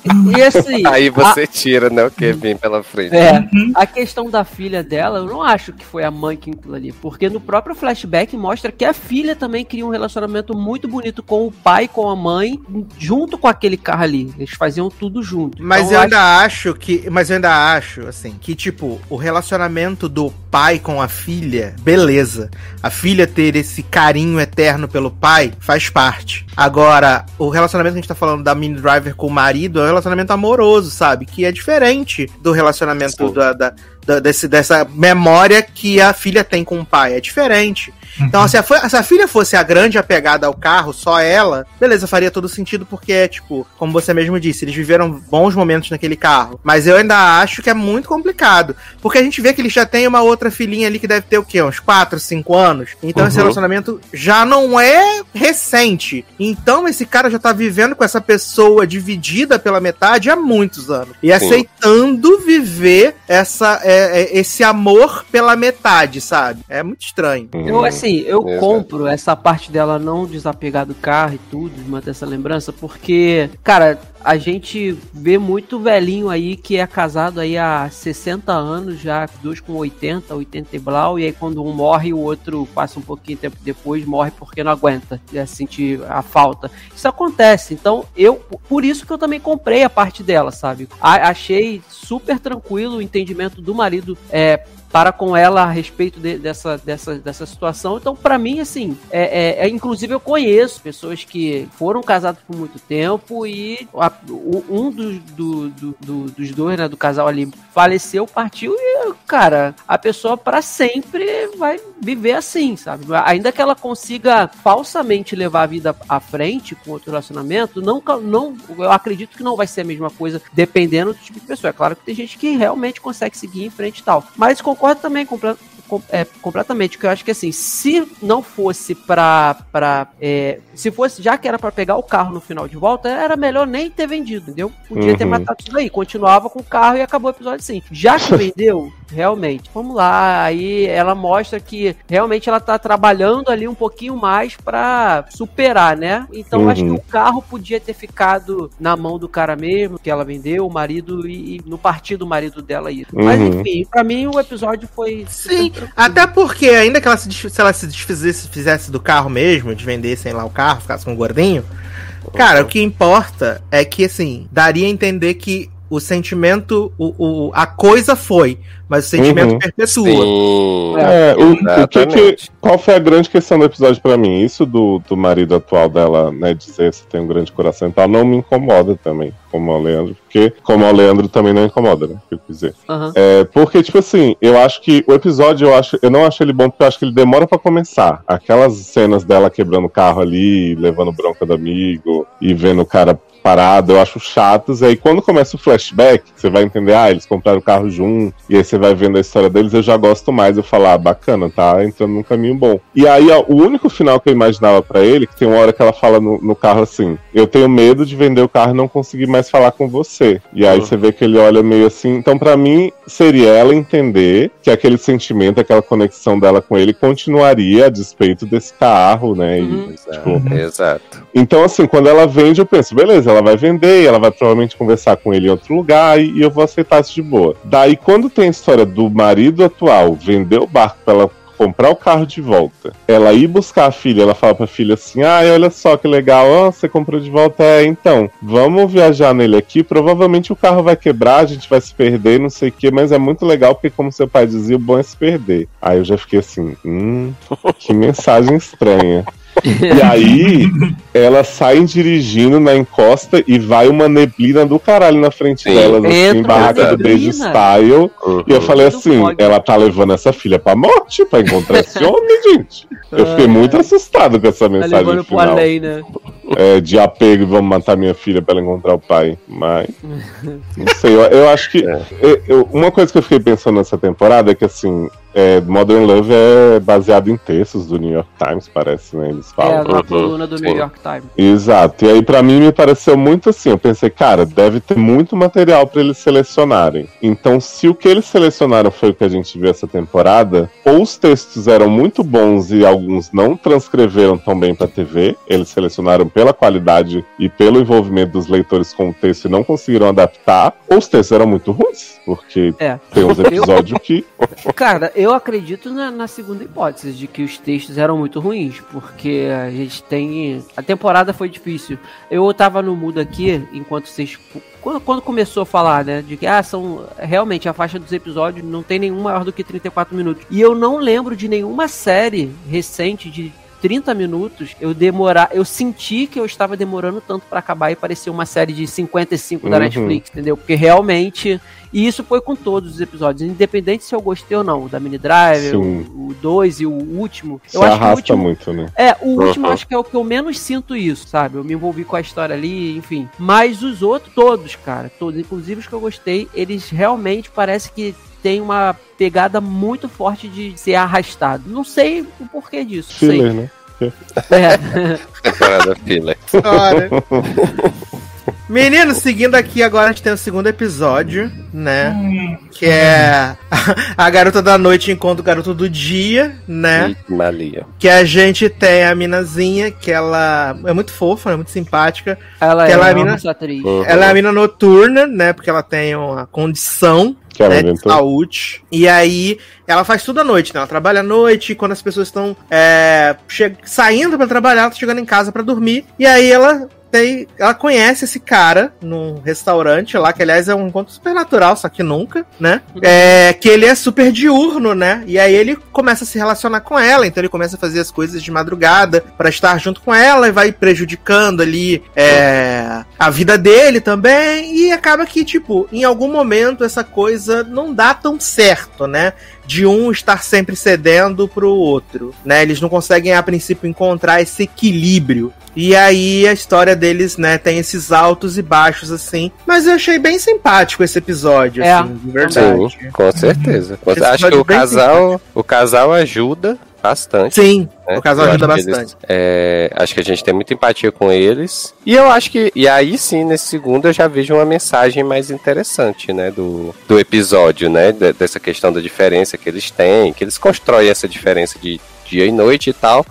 E assim. Aí você tira, né, o que vem pela frente. É, a questão da filha dela, eu não acho que foi a mãe que incluiu ali, porque no próprio flashback mostra que a filha também cria um relacionamento muito bonito com o pai, com a mãe, junto com aquele carro ali. Eles faziam tudo junto. Mas Então, eu acho- ainda acho que. Mas eu ainda acho, assim, que, tipo, o relacionamento do pai com a filha, beleza. A filha ter esse carinho eterno pelo pai faz parte. Agora, o relacionamento que a gente tá falando da Minnie Driver com o marido é um relacionamento amoroso, sabe? Que é diferente do relacionamento da, da, da- desse, dessa memória que a filha tem com o pai. É diferente. Então, se a, fi- se a filha fosse a grande apegada ao carro, só ela, beleza, faria todo sentido, porque é, tipo, como você mesmo disse, eles viveram bons momentos naquele carro. Mas eu ainda acho que é muito complicado, porque a gente vê que eles já têm uma outra filhinha ali que deve ter o quê? Uns quatro, cinco anos? Então esse Uhum. relacionamento já não é recente. Então esse cara já tá vivendo com essa pessoa dividida pela metade há muitos anos. E aceitando viver essa, é, é, esse amor pela metade, sabe? É muito estranho. Eu, assim, eu Exato. compro essa parte dela não desapegar do carro e tudo, de manter essa lembrança, porque, cara, a gente vê muito velhinho aí que é casado aí há sessenta anos, já dois com oitenta, oitenta e blau, e aí quando um morre, o outro passa um pouquinho tempo depois, morre porque não aguenta, é, sentir a falta. Isso acontece, então eu, por isso que eu também comprei a parte dela, sabe? A- achei super tranquilo o entendimento do marido, é, para com ela a respeito de- dessa, dessa, dessa situação. Então, pra mim, assim, é, é- é- inclusive eu conheço pessoas que foram casadas por muito tempo e a- o- um dos, do- do- do- dos dois, né, do casal ali, faleceu, partiu e, cara, a pessoa pra sempre vai viver assim, sabe? Ainda que ela consiga falsamente levar a vida à frente com outro relacionamento, não, não, eu acredito que não vai ser a mesma coisa dependendo do tipo de pessoa. É claro que tem gente que realmente consegue seguir em frente e tal, mas concordo também comple- com- é, completamente, que eu acho que assim, se não fosse pra, pra é, se fosse, já que era pra pegar o carro no final de volta, era melhor nem ter vendido, entendeu? Podia ter Uhum. matado tudo aí, continuava com o carro e acabou o episódio assim. Já que vendeu, realmente, vamos lá, aí ela mostra que realmente ela tá trabalhando ali um pouquinho mais pra superar, né? Então eu acho que Uhum. o carro podia ter ficado na mão do cara mesmo, que ela vendeu, o marido, e, e no partido do marido dela isso. Mas Uhum. enfim, pra mim o episódio foi... Sim, até porque, ainda que ela se, desf- se ela se desfizesse fizesse do carro mesmo, de vender, sei lá, o carro, ficasse com um gordinho, cara, o que importa é que, assim, daria a entender que o sentimento, o, o, a coisa foi, mas o sentimento Uhum. perpetua. Sim. É, o, o que que, Exatamente. qual foi a grande questão do episódio pra mim? Isso do, do marido atual dela, né, dizer se tem um grande coração e tal, não me incomoda também, como o Leandro, porque como o Leandro também não incomoda, né, que eu quis dizer. Aham. É, porque, tipo assim, eu acho que o episódio, eu acho, eu não acho ele bom porque eu acho que ele demora pra começar. Aquelas cenas dela quebrando o carro ali, levando bronca do amigo e vendo o cara parado, eu acho chatos. E aí quando começa o flashback, você vai entender, ah, eles compraram o carro junto, e aí você vai vendo a história deles, eu já gosto mais. Eu falo, ah, bacana, tá entrando num caminho bom. E aí, ó, o único final que eu imaginava pra ele, que tem uma hora que ela fala no, no carro assim, eu tenho medo de vender o carro e não conseguir mais falar com você. E aí Uhum. você vê que ele olha meio assim. Então, pra mim, seria ela entender que aquele sentimento, aquela conexão dela com ele continuaria a despeito desse carro, né? E, Uhum. tipo, Exato. então, assim, quando ela vende, eu penso, beleza, ela vai vender, ela vai provavelmente conversar com ele em outro lugar e, e eu vou aceitar isso de boa. Daí, quando tem a história do marido atual vender o barco pra ela comprar o carro de volta, ela ir buscar a filha, ela fala pra filha assim, ai, olha só que legal, ó, você comprou de volta, é, então, vamos viajar nele aqui, provavelmente o carro vai quebrar, a gente vai se perder, não sei o que, mas é muito legal, porque como seu pai dizia, o bom é se perder. Aí eu já fiquei assim, hum, que mensagem estranha. E aí, elas saem dirigindo na encosta e vai uma neblina do caralho na frente Sim. delas, assim, Entra barraca uma do beijo neblina. style. E eu falei Do assim, pódio. ela tá levando essa filha pra morte pra encontrar esse homem, gente. Eu fiquei Ah, muito assustado com essa Tá mensagem levando pro final. além, né? É, de apego, vamos matar minha filha pra ela encontrar o pai. Mas, não sei, eu, eu acho que... eu- eu- uma coisa que eu fiquei pensando nessa temporada é que, assim, é, Modern Love é baseado em textos do New York Times, parece, né? Eles falam. É, na Uhum, coluna do sim. New York Times. Exato. E aí, pra mim, me pareceu muito assim. Eu pensei, cara, deve ter muito material pra eles selecionarem. Então, se o que eles selecionaram foi o que a gente viu essa temporada, ou os textos eram muito bons e alguns não transcreveram tão bem pra T V, eles selecionaram pela qualidade e pelo envolvimento dos leitores com o texto e não conseguiram adaptar, ou os textos eram muito ruins, porque É. tem uns episódios que... Cara, eu acredito na, na segunda hipótese, de que os textos eram muito ruins, porque a gente tem... A temporada foi difícil. Eu tava no mudo aqui, enquanto vocês... Quando, quando começou a falar, né, de que, ah, são... Realmente, a faixa dos episódios não tem nenhum maior do que trinta e quatro minutos. E eu não lembro de nenhuma série recente de trinta minutos, eu demorar, eu senti que eu estava demorando tanto pra acabar e parecia uma série de cinquenta e cinco da Uhum. Netflix, entendeu? Porque realmente, e isso foi com todos os episódios, independente se eu gostei ou não, o da Mini Drive, Sim. o dois e o último. se Eu acho que o arrasta último, muito, né? é, o último Uhum. acho que é o que eu menos sinto isso, sabe? Eu me envolvi com a história ali, enfim. Mas os outros, todos, cara, todos, inclusive os que eu gostei, eles realmente parece que tem uma pegada muito forte de ser arrastado. Não sei o porquê disso. Filler, sei. né? É. Temporada filler. Olha. Meninos, seguindo aqui, agora a gente tem o segundo episódio, né? Que é a garota da noite encontra o garoto do dia, né? E Malia. Que a gente tem a minazinha, que ela é muito fofa, é muito simpática. Ela Que é ela é uma mina- moça atriz. Uhum. Ela é a mina noturna, né? Porque ela tem uma condição, Que ela né, de inventou. saúde. E aí, ela faz tudo à noite, né? Ela trabalha à noite, e quando as pessoas estão é, che- saindo pra trabalhar, ela tá chegando em casa pra dormir. E aí ela tem, ela conhece esse cara num restaurante lá, que aliás é um encontro super natural, só que nunca, né? É, que ele é super diurno, né? E aí ele começa a se relacionar com ela, então ele começa a fazer as coisas de madrugada pra estar junto com ela e vai prejudicando ali é, a vida dele também. E acaba que, tipo, em algum momento essa coisa não dá tão certo, né? De um estar sempre cedendo pro outro, né? Eles não conseguem, a princípio, encontrar esse equilíbrio. E aí a história deles, né, tem esses altos e baixos, assim. Mas eu achei bem simpático esse episódio, É, assim, de verdade. Sim, com certeza. Com- Esse Acho que episódio o bem casal, o casal ajuda bastante. Sim, né? o casal Eu ajuda acho que bastante. eles, é, acho que a gente tem muita empatia com eles. E eu acho que. E aí sim, nesse segundo, eu já vejo uma mensagem mais interessante, né? Do, do episódio, né? de- dessa questão da diferença que eles têm, que eles constroem essa diferença de dia e noite e tal.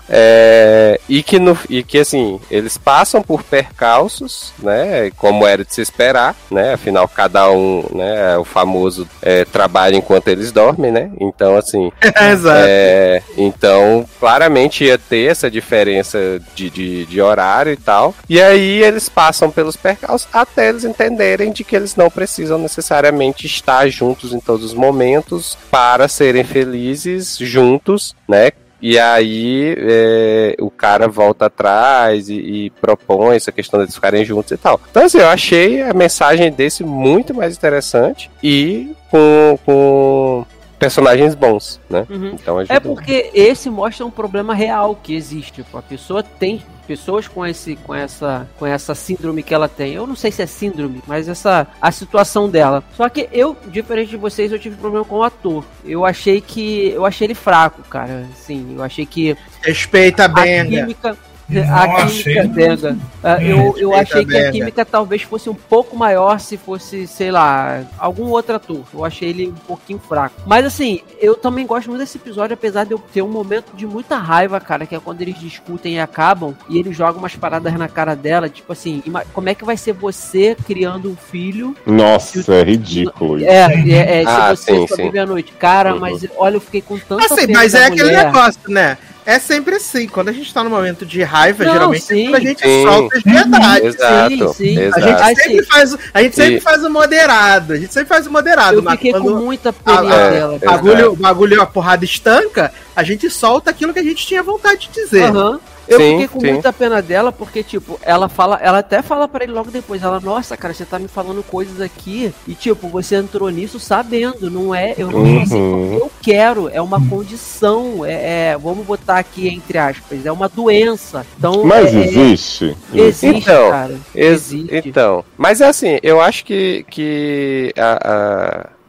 É, e, que no, e que, assim, eles passam por percalços, né? Como era de se esperar, né? Afinal, cada um, né? É o famoso é, trabalho enquanto eles dormem, né? Então, assim. Exato. É, então, claramente ia ter essa diferença de, de, de horário e tal. E aí eles passam pelos percalços até eles entenderem de que eles não precisam necessariamente estar juntos em todos os momentos para serem felizes juntos, né? E aí é, o cara volta atrás e, e propõe essa questão de eles ficarem juntos e tal. Então, assim, eu achei a mensagem desse muito mais interessante e com... com personagens bons, né? Uhum. Então, É ajudou. porque esse mostra um problema real que existe. Tipo, a pessoa tem pessoas com esse, com essa, com essa síndrome que ela tem. Eu não sei se é síndrome, mas essa a situação dela. Só que eu, diferente de vocês, eu tive problema com o ator. Eu achei que eu achei ele fraco, cara. Assim, eu achei que Respeita a bem, né? química Não a química achei. Benga. Ah, eu, eu Respeita achei que a Benga. química talvez fosse um pouco maior se fosse, sei lá, algum outro ator. Eu achei ele um pouquinho fraco. Mas assim, eu também gosto muito desse episódio, apesar de eu ter um momento de muita raiva, cara, que é quando eles discutem e acabam, e ele joga umas paradas na cara dela, tipo assim, ima- como é que vai ser você criando um filho? Nossa, é ridículo isso. É, é, é Ah, se você sim, só sim. vive à noite. Cara, Uhum. mas olha, eu fiquei com tanta Assim, pena mas da é aquele mulher. negócio, né? É sempre assim, quando a gente tá no momento de raiva, Não, geralmente sim. é quando a gente Sim. solta as verdades. Exato, sim, sim. A exato. gente Aí, sempre sim. faz, a gente sempre E- faz o moderado, a gente sempre faz o moderado, Eu mas fiquei com quando muita pena a- dela. o cara. bagulho, o bagulho, a porrada estanca, a gente solta aquilo que a gente tinha vontade de dizer. Aham. Eu Sim, fiquei com sim. muita pena dela, porque, tipo, ela fala, ela até fala pra ele logo depois, ela, nossa, cara, você tá me falando coisas aqui, e tipo, você entrou nisso sabendo, não é, eu não Uhum. sei porque eu quero, é uma condição, é, é, vamos botar aqui entre aspas, é uma doença. Então, Mas é, é, existe? existe, Então, cara. Ex- Existe. Então, mas é assim, eu acho que, que a, a-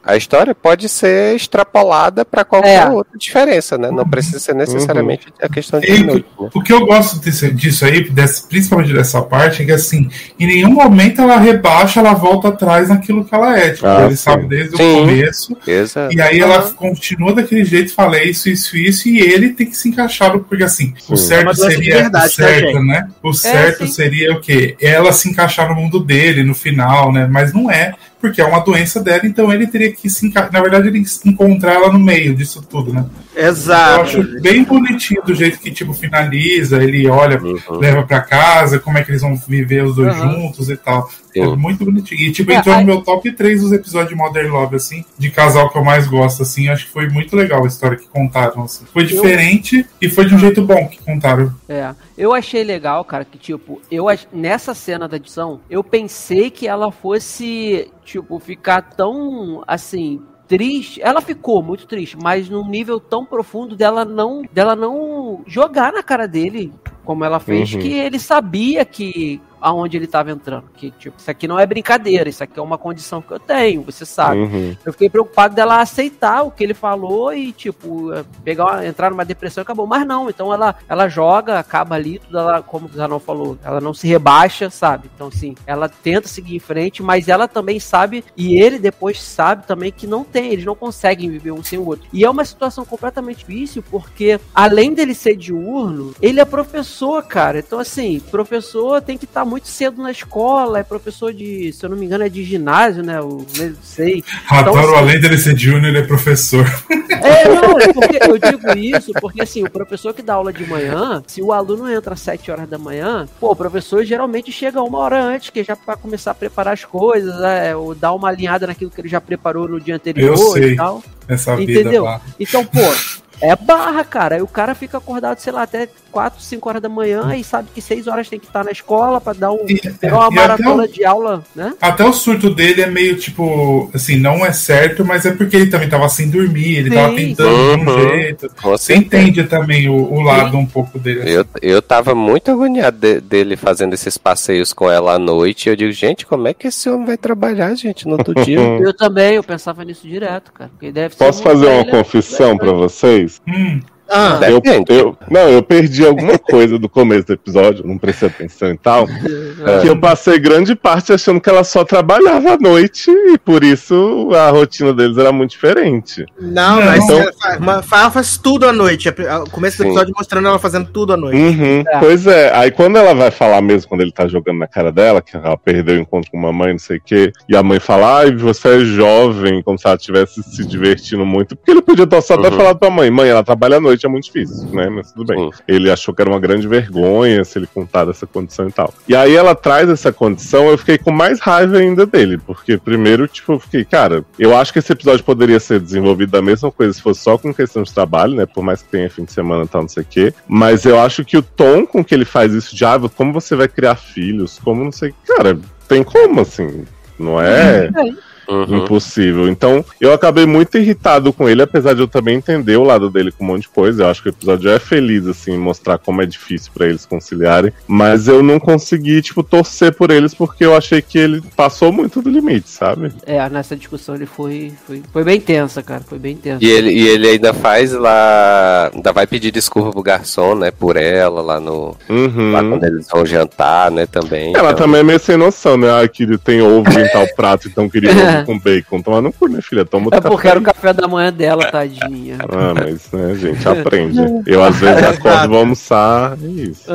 a história pode ser extrapolada pra qualquer É. outra diferença, né? Não precisa ser necessariamente a questão de E noite, né? o que eu gosto desse- disso aí, desse- principalmente dessa parte, é que assim, em nenhum momento ela rebaixa, ela volta atrás naquilo que ela é. Tipo, Ah, ele sim. sabe desde Sim. o começo. Exato. E aí ela continua daquele jeito, fala isso, isso, isso, e ele tem que se encaixar, no- porque assim, o É certo uma doença de seria verdade, o certo, tá, gente? né? O certo sim. seria o quê? Ela se encaixar no mundo dele, no final, né? Mas não é, porque é uma doença dela, então ele teria que se encaixar. Na verdade, ele tem que encontrar ela no meio disso tudo, né? Eu Exato. acho bem bonitinho do jeito que, tipo, finaliza, ele olha, Uhum. leva pra casa, como é que eles vão viver os dois Uhum. juntos e tal. Sim. É muito bonitinho. E, tipo, É, entrou aí- no meu top três dos episódios de Modern Love, assim, de casal que eu mais gosto, assim. Acho que foi muito legal a história que contaram, assim. Foi diferente e foi de um jeito bom que contaram. É, eu achei legal, cara, que tipo, eu ach- nessa cena da edição, eu pensei que ela fosse, tipo, ficar tão, assim, triste. Ela ficou muito triste, mas num nível tão profundo dela não, dela não jogar na cara dele, como ela fez, Uhum. que ele sabia que aonde ele estava entrando, que tipo, isso aqui não é brincadeira, isso aqui é uma condição que eu tenho, você sabe. Uhum. Eu fiquei preocupado dela aceitar o que ele falou e, tipo, pegar uma- entrar numa depressão e acabou. Mas não, então ela, ela joga, acaba ali, tudo ela, como o Zanon falou, ela não se rebaixa, sabe? Então, assim, ela tenta seguir em frente, mas ela também sabe, e ele depois sabe também que não tem, eles não conseguem viver um sem o outro. E é uma situação completamente difícil, porque além dele ser diurno, ele é professor, cara. Então, assim, professor tem que estar muito cedo na escola, é professor de, se eu não me engano, é de ginásio, né? Eu não sei. Adoro, assim- além dele ser júnior, ele é professor. É, não, é porque eu digo isso, porque assim, o professor que dá aula de manhã, se o aluno entra às sete horas da manhã, pô, o professor geralmente chega uma hora antes, que é já para começar a preparar as coisas, é, ou dar uma alinhada naquilo que ele já preparou no dia anterior Eu sei. e tal. Essa vida Entendeu? lá. Então, pô, é barra, cara. Aí o cara fica acordado, sei lá, até quatro, cinco horas da manhã e sabe que seis horas tem que estar na escola pra dar um, E- pegar uma e até maratona o- de aula, né? Até o surto dele é meio tipo, assim, não é certo, mas é porque ele também tava sem dormir, ele Sim, tava tentando de um sim. jeito. Com Você certeza. entende também o, o lado um pouco dele. assim. Eu, eu tava muito agoniado de- dele fazendo esses passeios com ela à noite. E eu digo, gente, como é que esse homem vai trabalhar, gente, no outro dia? Eu também, eu pensava nisso direto, cara. Porque deve ser Posso um- fazer uma ele é- confissão pra vocês? Hum, Ah, Eu, Depende. eu, não, eu perdi alguma coisa do começo do episódio, não prestei atenção e tal. Que eu passei grande parte achando que ela só trabalhava à noite e por isso a rotina deles era muito diferente. não, Não. mas Então- ela faz- uma- ela faz tudo à noite. O começo do Sim. episódio mostrando ela fazendo tudo à noite. Uhum, É. Pois é, aí quando ela vai falar mesmo, quando ele tá jogando na cara dela, que ela perdeu o encontro com a mãe, não sei o quê, e a mãe fala, ai, você é jovem, como se ela estivesse se divertindo muito, porque ele podia estar só até Uhum. falar pra mãe, mãe, ela trabalha à noite, é muito difícil, né, mas tudo bem. Sim. Ele achou que era uma grande vergonha se ele contar dessa condição e tal. E aí ela traz essa condição, eu fiquei com mais raiva ainda dele, porque primeiro, tipo, eu fiquei, cara, eu acho que esse episódio poderia ser desenvolvido da mesma coisa se fosse só com questão de trabalho, né, por mais que tenha fim de semana e tal, não sei o quê, mas eu acho que o tom com que ele faz isso de, ah, como você vai criar filhos, como não sei, cara, tem como, assim, não é... Uhum. Impossível. Então, eu acabei muito irritado com ele, apesar de eu também entender o lado dele com um monte de coisa. Eu acho que o episódio é feliz, assim, em mostrar como é difícil pra eles conciliarem. Mas eu não consegui, tipo, torcer por eles porque eu achei que ele passou muito do limite, sabe? É, nessa discussão ele foi, foi, foi bem tensa, cara. Foi bem tensa. E ele, e ele ainda faz lá. Ainda vai pedir desculpa pro garçom, né? Por ela, lá no. Uhum. Lá quando eles vão jantar, né? Também. Ela Então, também é meio sem noção, né? Ah, que tem ovo em tal prato, então queria ovo com bacon. Toma no cu, né, filha? Toma outro É porque café. era o café da manhã dela, tadinha. Ah, mas, né, gente, aprende. Eu, às vezes, acordo, vou almoçar, é isso.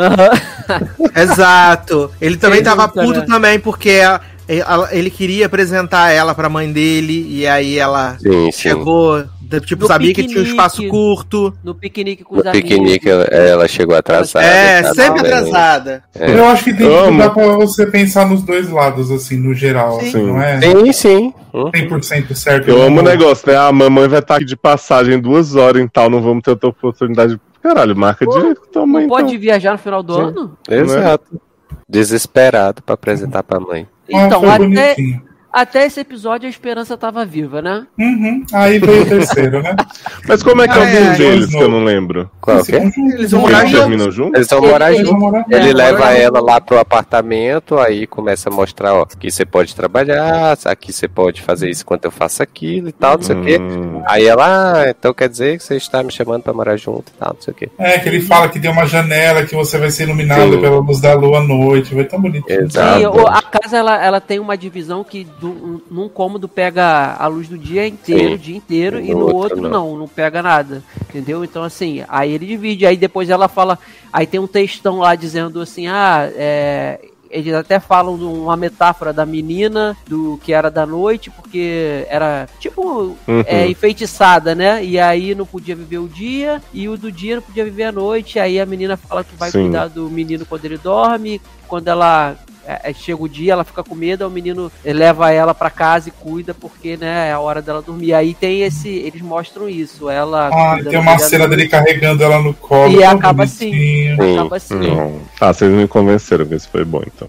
Exato. Ele também Sem tava dúvida, puto né? também, porque a- ela- ele queria apresentar ela pra mãe dele, e aí ela Sim, sim. chegou, de- tipo, No sabia que tinha um espaço piquenique. curto. No piquenique com os No amigos. piquenique ela, ela chegou atrasada. É, tá sempre também. atrasada. É. Eu acho que tem Amo. que dar pra você pensar nos dois lados, assim, no geral, Sim. assim, não é Sim, sim. Uhum. cem por cento certo. Eu amo o não. negócio, né? A mamãe vai estar aqui de passagem duas horas e tal, não vamos ter outra oportunidade. Caralho, marca direito com tua mãe, Não pode então. viajar no final do Sim. ano? Exato. Desesperado pra apresentar pra mãe. Ah, Então, foi até, bonitinho. até esse episódio a esperança tava viva, né? Uhum. Aí veio o terceiro, né? Mas como é que é o Ah, fim é, deles, é. que eu não lembro? Qual que é? Eles vão morar Eles juntos. terminam juntos? Eles vão morar Eles vão juntos. morar- Ele É, leva morar ela lá pro apartamento, aí começa a mostrar, ó, aqui você pode trabalhar, aqui você pode fazer isso enquanto eu faço aquilo e tal, não sei o quê. Hum. Aí ela, ah, então quer dizer que você está me chamando pra morar junto e tal, não sei o quê. É, que ele fala que tem uma janela que você vai ser iluminado Sim. pela luz da lua à noite. Vai tão bonitinho. Exato. Sim, o- a casa ela, ela tem uma divisão que do, um- num cômodo pega a luz do dia inteiro, Sim. o dia inteiro, E e no no outro, outro não. não. não, pega nada. Entendeu? Então, assim, aí ele divide, aí depois ela fala. Aí tem um textão lá dizendo assim, ah, é. Eles até falam de uma metáfora da menina, do que era da noite, porque era tipo Uhum. é, enfeitiçada, né? E aí não podia viver o dia, e o do dia não podia viver a noite. Aí a menina fala que vai Sim. cuidar do menino quando ele dorme, quando ela é, chega o dia, ela fica com medo, aí o menino leva ela pra casa e cuida, porque, né, é a hora dela dormir. Aí tem esse, eles mostram isso, ela... Ah, cuidando tem uma dele à cena noite, dele carregando ela no colo. E tão acaba assim. bonitinho. Sim. acaba assim. Não. Ah, vocês me convenceram que isso foi bom, então.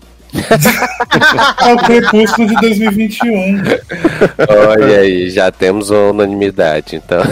É o Crepúsculo de dois mil e vinte e um. Olha aí, já temos uma unanimidade, então.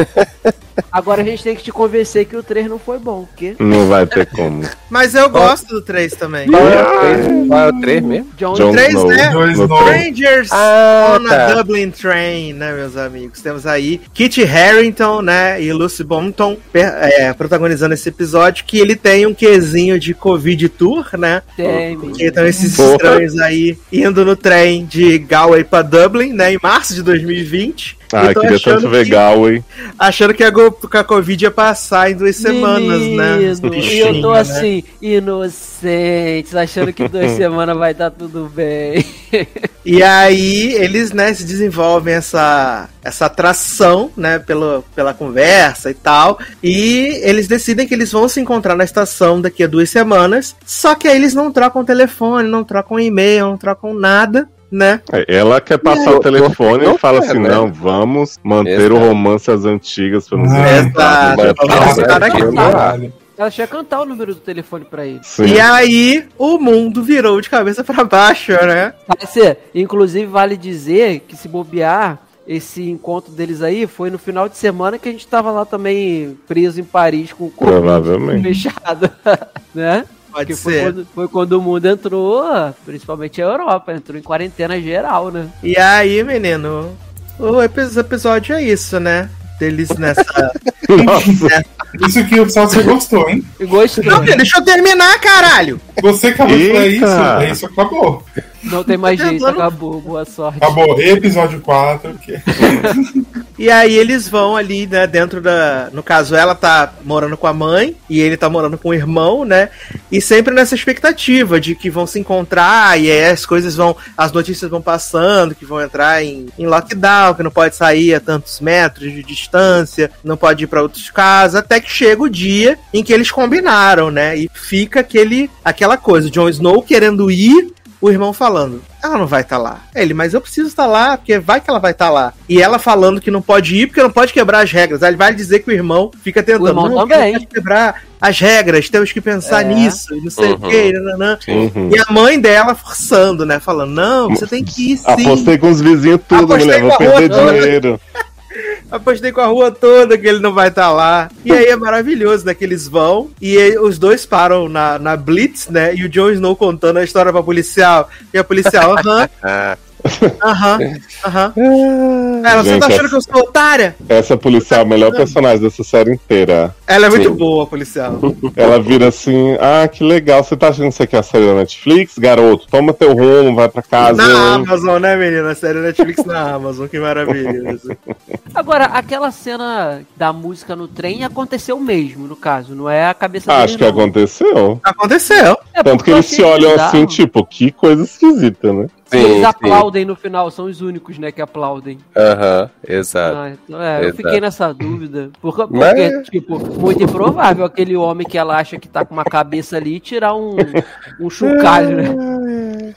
Agora a gente tem que te convencer que o três não foi bom, porque Não vai ter como. Mas eu gosto do três também. Qual é o três? Qual é o três mesmo? John, John três, Snow. né? Dois no nomes. trem. Strangers Ah, on tá. a Dublin Train, né, meus amigos? Temos aí Kit Harington, né, e Lucy Boynton per- é, protagonizando esse episódio, que ele tem um quesinho de Covid Tour, né? tem, Porque estão esses Porra. estranhos aí indo no trem de Galway pra Dublin, né, em março de dois mil e vinte. Ah, E tão queria achando tanto ver que- Galway. Achando que a, go- que a Covid ia passar em duas semanas, né? Menino, e eu Bichinho, tô né? assim, inocentes, achando que duas semanas vai estar tudo bem. E aí eles, né, se desenvolvem essa, essa atração, né, pelo, pela conversa e tal. E eles decidem que eles vão se encontrar na estação daqui a duas semanas. Só que aí eles não trocam telefone, não trocam e-mail, não trocam nada, né? É, ela quer passar É, o telefone não e fala quer, assim: né? não, vamos manter Exato. o romance às antigas pra nos Ah, encontrar. exato. Vai Vamos passar parar aqui aqui. agora. Caralho. Ela tinha que cantar o número do telefone pra ele. Sim. E aí o mundo virou de cabeça pra baixo, né? Parece, inclusive vale dizer que se bobear, esse encontro deles aí foi no final de semana que a gente tava lá também preso em Paris com o Covid Provavelmente. fechado, né? Pode Porque foi ser. quando, foi quando o mundo entrou, principalmente a Europa, entrou em quarentena geral, né? E aí, menino, o epi- episódio é isso, né? Deles nessa. Nossa, Isso que o Salsa gostou, hein? E gostou. Não, deixa eu terminar, caralho! Você acabou de falar Eita. isso, é isso acabou. Não tem mais Tô jeito, tentando- acabou, boa sorte. Acabou. Episódio quatro. Que... E aí eles vão ali, né, dentro da... No caso, ela tá morando com a mãe e ele tá morando com o irmão, né? E sempre nessa expectativa de que vão se encontrar e aí as coisas vão... As notícias vão passando, que vão entrar em, em lockdown, que não pode sair a tantos metros de distância, não pode ir pra outros casos, até que chega o dia em que eles combinaram, né? E fica aquele, aquela coisa, o Jon Snow querendo ir, o irmão falando, ela não vai estar lá. Ele, mas eu preciso estar lá, porque vai que ela vai estar lá. E ela falando que não pode ir, porque não pode quebrar as regras. Aí ele vai dizer que o irmão fica tentando, O irmão não, também. não pode quebrar as regras, temos que pensar É. nisso, e não sei Uhum. o que, nananã. Uhum. E a mãe dela forçando, né, falando, não, você tem que ir sim. Apostei com os vizinhos tudo, Apostei mulher. Vou com a perder rua toda. dinheiro. Apostei com a rua toda que ele não vai estar lá. E aí é maravilhoso, né? Que eles vão e aí os dois param na, na Blitz, né? E o Jon Snow contando a história pra policial. E a policial, aham, Ah, aham, aham. Ela, você Gente, tá achando essa- que eu sou otária? Essa policial é a melhor personagem dessa série inteira. Ela é muito Sim. boa, policial. Ela vira assim: ah, que legal, você tá achando que isso aqui é a série da Netflix? Garoto, toma teu rumo, vai pra casa. Na eu- Amazon, né, menina? A série Netflix na Amazon, que maravilhoso. Agora, aquela cena da música no trem aconteceu mesmo, no caso, não é a cabeça Acho que dele, não. aconteceu. Aconteceu. É Tanto porque que eu eles achei se olham bizarro. assim, tipo, que coisa esquisita, né? Eles sim, sim. aplaudem no final, são os únicos, né, que aplaudem. Aham, exato. Ah, então, é, eu Exato. fiquei nessa dúvida. Porque, porque Mas- tipo, muito improvável aquele homem que ela acha que tá com uma cabeça ali tirar um, um chocalho, né?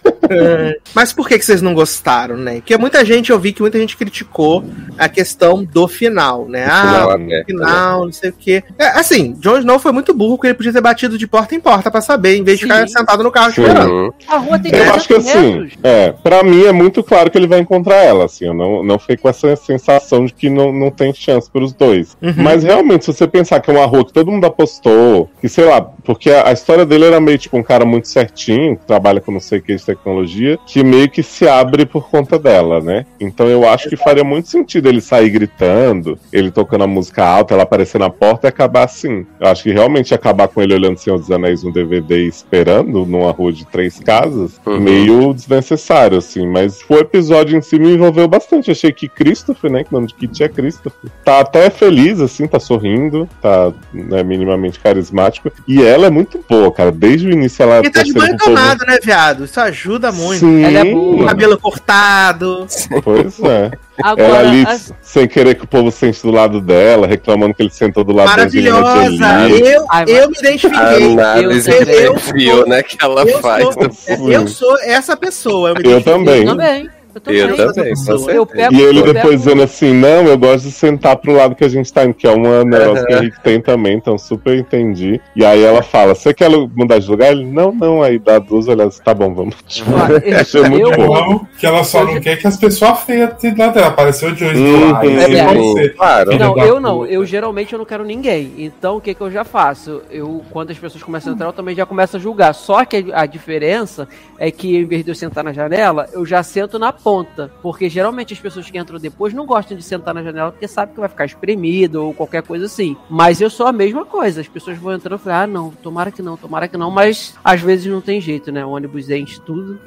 Mas por que, que vocês não gostaram, né? Porque muita gente, eu vi que muita gente criticou a questão do final, né? Ah, final o aberto, final, não sei o quê. É, assim, Jon Snow foi muito burro, porque ele podia ter batido de porta em porta pra saber, em vez de Sim. ficar sentado no carro Sim. esperando. A rua tem Eu acho que trezentos assim, metros. é, pra mim é muito claro que ele vai encontrar ela, assim, eu não, não fiquei com essa sensação de que não, não tem chance pros dois. Uhum. Mas realmente, se você pensar que é uma rua que todo mundo apostou, que sei lá, porque a, a história dele era meio tipo um cara muito certinho, que trabalha com não sei o que de tecnologia, que meio que se abre por conta dela, né? Então eu acho que faria muito sentido ele sair gritando, ele tocando a música alta, ela aparecer na porta e acabar assim. Eu acho que realmente acabar com ele olhando Senhor dos Anéis no D V D e esperando numa rua de três casas, Uhum. meio desnecessário, assim. Mas o episódio em si me envolveu bastante. Achei que Christopher, né, que o nome de Kit é Christopher, tá até feliz, assim, tá sorrindo, tá, né, minimamente carismático. E ela é muito boa, cara. Desde o início ela... E tá de banho tomado, né, viado? Isso ajuda muito. Sim, Ela é boa. Cabelo cortado. pois é. Ela Agora, ali, as- sem querer que o povo sente do lado dela, reclamando que ele sentou do lado da Angelina Maravilhosa. Jolie. Eu, Ai, eu me identifiquei. Análise Eu- de eu- perfil, né, que ela eu faz. sou- é, eu sou essa pessoa. Eu, me Eu identifiquei. também. eu também. Eu também. Eu também, com Eu certeza. pego- E ele eu depois pego- dizendo assim, não, eu gosto de sentar pro lado que a gente tá indo, que é uma negócio que a Aham. gente tem também, então super entendi. E aí ela fala, você quer mudar de lugar? Ele, não, não, aí dá duas olhadas, tá bom, vamos. Olha, Achei muito eu- Eu bom. amo que ela só não quer que as pessoas feias tenham lá dela. Apareceu o Joyce Uhum. lá. E se É, você- claro. filha Não, da eu não. puta. Eu geralmente eu não quero ninguém. Então o que, que eu já faço? Eu, quando as pessoas começam a entrar, eu também já começo a julgar. Só que a diferença é que, em vez de eu sentar na janela, eu já sento na ponta. Porque geralmente as pessoas que entram depois não gostam de sentar na janela porque sabem que vai ficar espremido ou qualquer coisa assim. Mas eu sou a mesma coisa. As pessoas vão entrando e falam, ah, não, tomara que não, tomara que não. Mas às vezes não tem jeito, né? O ônibus enche tudo.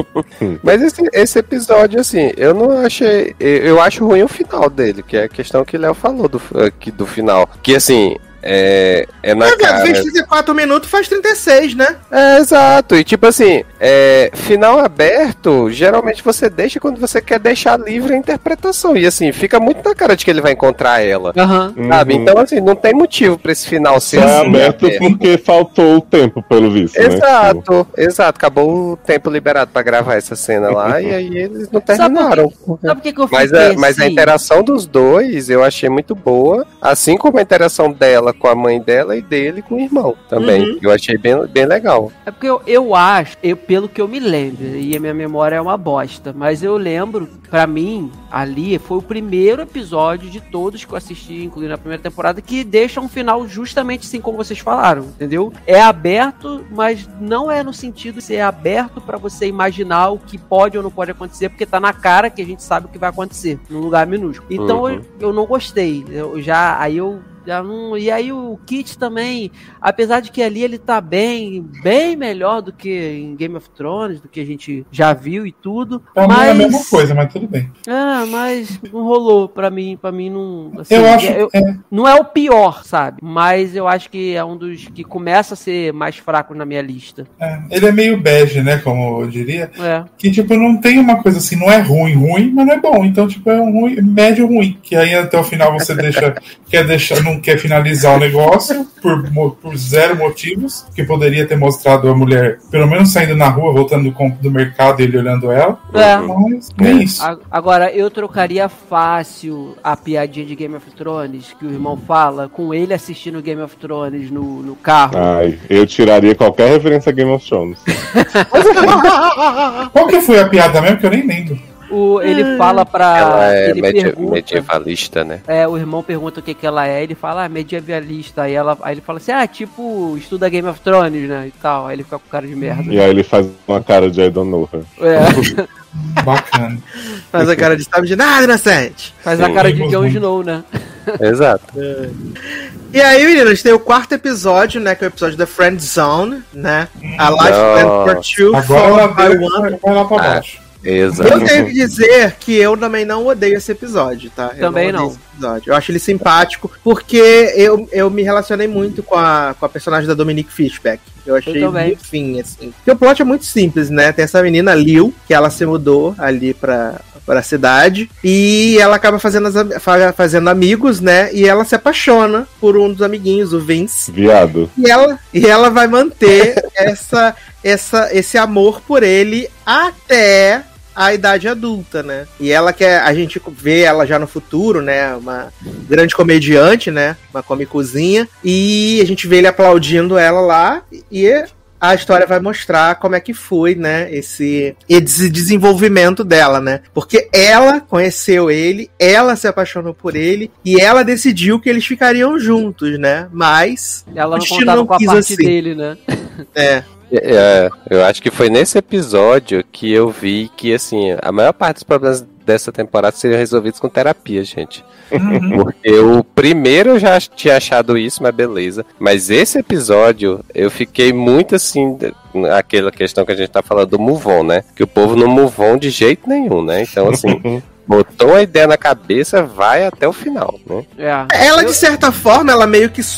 Mas esse, esse episódio, assim, eu não achei. Eu, eu acho ruim o final dele, que é a questão que o Léo falou do, aqui do final. Que assim. É, é na É, viado, cara. fez trinta e quatro minutos, faz trinta e seis, né? É, exato. E tipo assim, é, final aberto, geralmente você deixa quando você quer deixar livre a interpretação. E assim, fica muito na cara de que ele vai encontrar ela. Aham. Sabe? Uhum. Então, assim, não tem motivo pra esse final ser É assim, aberto aberto. porque faltou o tempo, pelo visto, né? Exato, exato. Acabou o tempo liberado pra gravar essa cena lá e aí eles não terminaram. Sabe por que, que eu Mas fiquei a, mas a assim? interação dos dois eu achei muito boa, assim como a interação dela com a mãe dela e dele com o irmão também. Uhum. Eu achei bem, bem legal. É porque eu, eu acho, eu, pelo que eu me lembro, e a minha memória é uma bosta, mas eu lembro, pra mim, ali foi o primeiro episódio de todos que eu assisti, incluindo a primeira temporada, que deixa um final justamente assim como vocês falaram, entendeu? É aberto, mas não é no sentido de ser aberto pra você imaginar o que pode ou não pode acontecer, porque tá na cara que a gente sabe o que vai acontecer, num lugar minúsculo. Então Uhum. eu, eu não gostei. Eu já, aí eu já não, e aí o Kit também, apesar de que ali ele tá bem, bem melhor do que em Game of Thrones, do que a gente já viu e tudo. Pra mim é a mas mesma coisa, mas tudo bem. Ah, mas não rolou pra mim, para mim não, assim, Eu acho. eu- é, não é o pior, sabe? Mas eu acho que é um dos que começa a ser mais fraco na minha lista. é, ele é meio bege, né? Como eu diria. É. Que, tipo, não tem uma coisa assim, não é ruim, ruim, mas não é bom. Então, tipo, é um ruim, médio ruim. Que aí até o final você deixa, quer deixar, não quer finalizar o negócio por, mo- por zero motivos. Que poderia ter mostrado a mulher, pelo menos saindo na rua, voltando do, com- do mercado e ele olhando ela. É. Mas nem isso. A- Agora, eu trocaria fácil a piadinha de Game of Thrones que o irmão fala com ele assistindo Game of Thrones no, no carro. Ai, eu tiraria qualquer referência a Game of Thrones. Qual que foi a piada mesmo? Que eu nem lembro. O, ele fala pra. Ela é ele medi- pergunta, medievalista, né? É, o irmão pergunta o que, que ela é, ele fala, ah, medievalista. Aí, ela, aí ele fala assim, ah, tipo, estuda Game of Thrones, né? E tal. Aí ele fica com cara de merda. E aí ele faz uma cara de I don't know her. É, Bacana. Faz a cara de sabe de nada, inocente. faz a Sim. cara de Jon Snow, né? Exato. E aí, meninas, tem o quarto episódio, né? Que é o episódio da Friend Zone, né? A Life Nossa. Plan for Two, Agora ela followed by deu, one. vai lá pra Ah. baixo. Exato. Eu tenho que dizer que eu também não odeio esse episódio, tá? Eu Também odeio não. esse episódio. Eu acho ele simpático, porque eu, eu me relacionei muito com a, com a personagem da Dominique Fishback. Eu achei Eu também. muito fim, assim. Porque o plot é muito simples, né? Tem essa menina, Lil, que ela se mudou ali pra, pra cidade, e ela acaba fazendo, as am- fa- fazendo amigos, né? E ela se apaixona por um dos amiguinhos, o Vince. Viado. E ela, e ela vai manter essa, essa, esse amor por ele até a idade adulta, né? E ela quer, a gente vê ela já no futuro, né? Uma grande comediante, né? Uma comicozinha. E a gente vê ele aplaudindo ela lá e a história vai mostrar como é que foi, né? Esse, esse desenvolvimento dela, né? Porque ela conheceu ele, ela se apaixonou por ele e ela decidiu que eles ficariam juntos, né? Mas ela não o destino contava não com a quis parte assim. dele, né? É. É, eu acho que foi nesse episódio que eu vi que, assim, a maior parte dos problemas dessa temporada seriam resolvidos com terapia, gente. Porque o primeiro eu já tinha achado isso, mas beleza. Mas esse episódio, eu fiquei muito, assim, aquela questão que a gente tá falando do move on, né? Que o povo não move on de jeito nenhum, né? Então, assim... botou a ideia na cabeça, vai até o final, né? É. Ela, de certa forma, ela meio que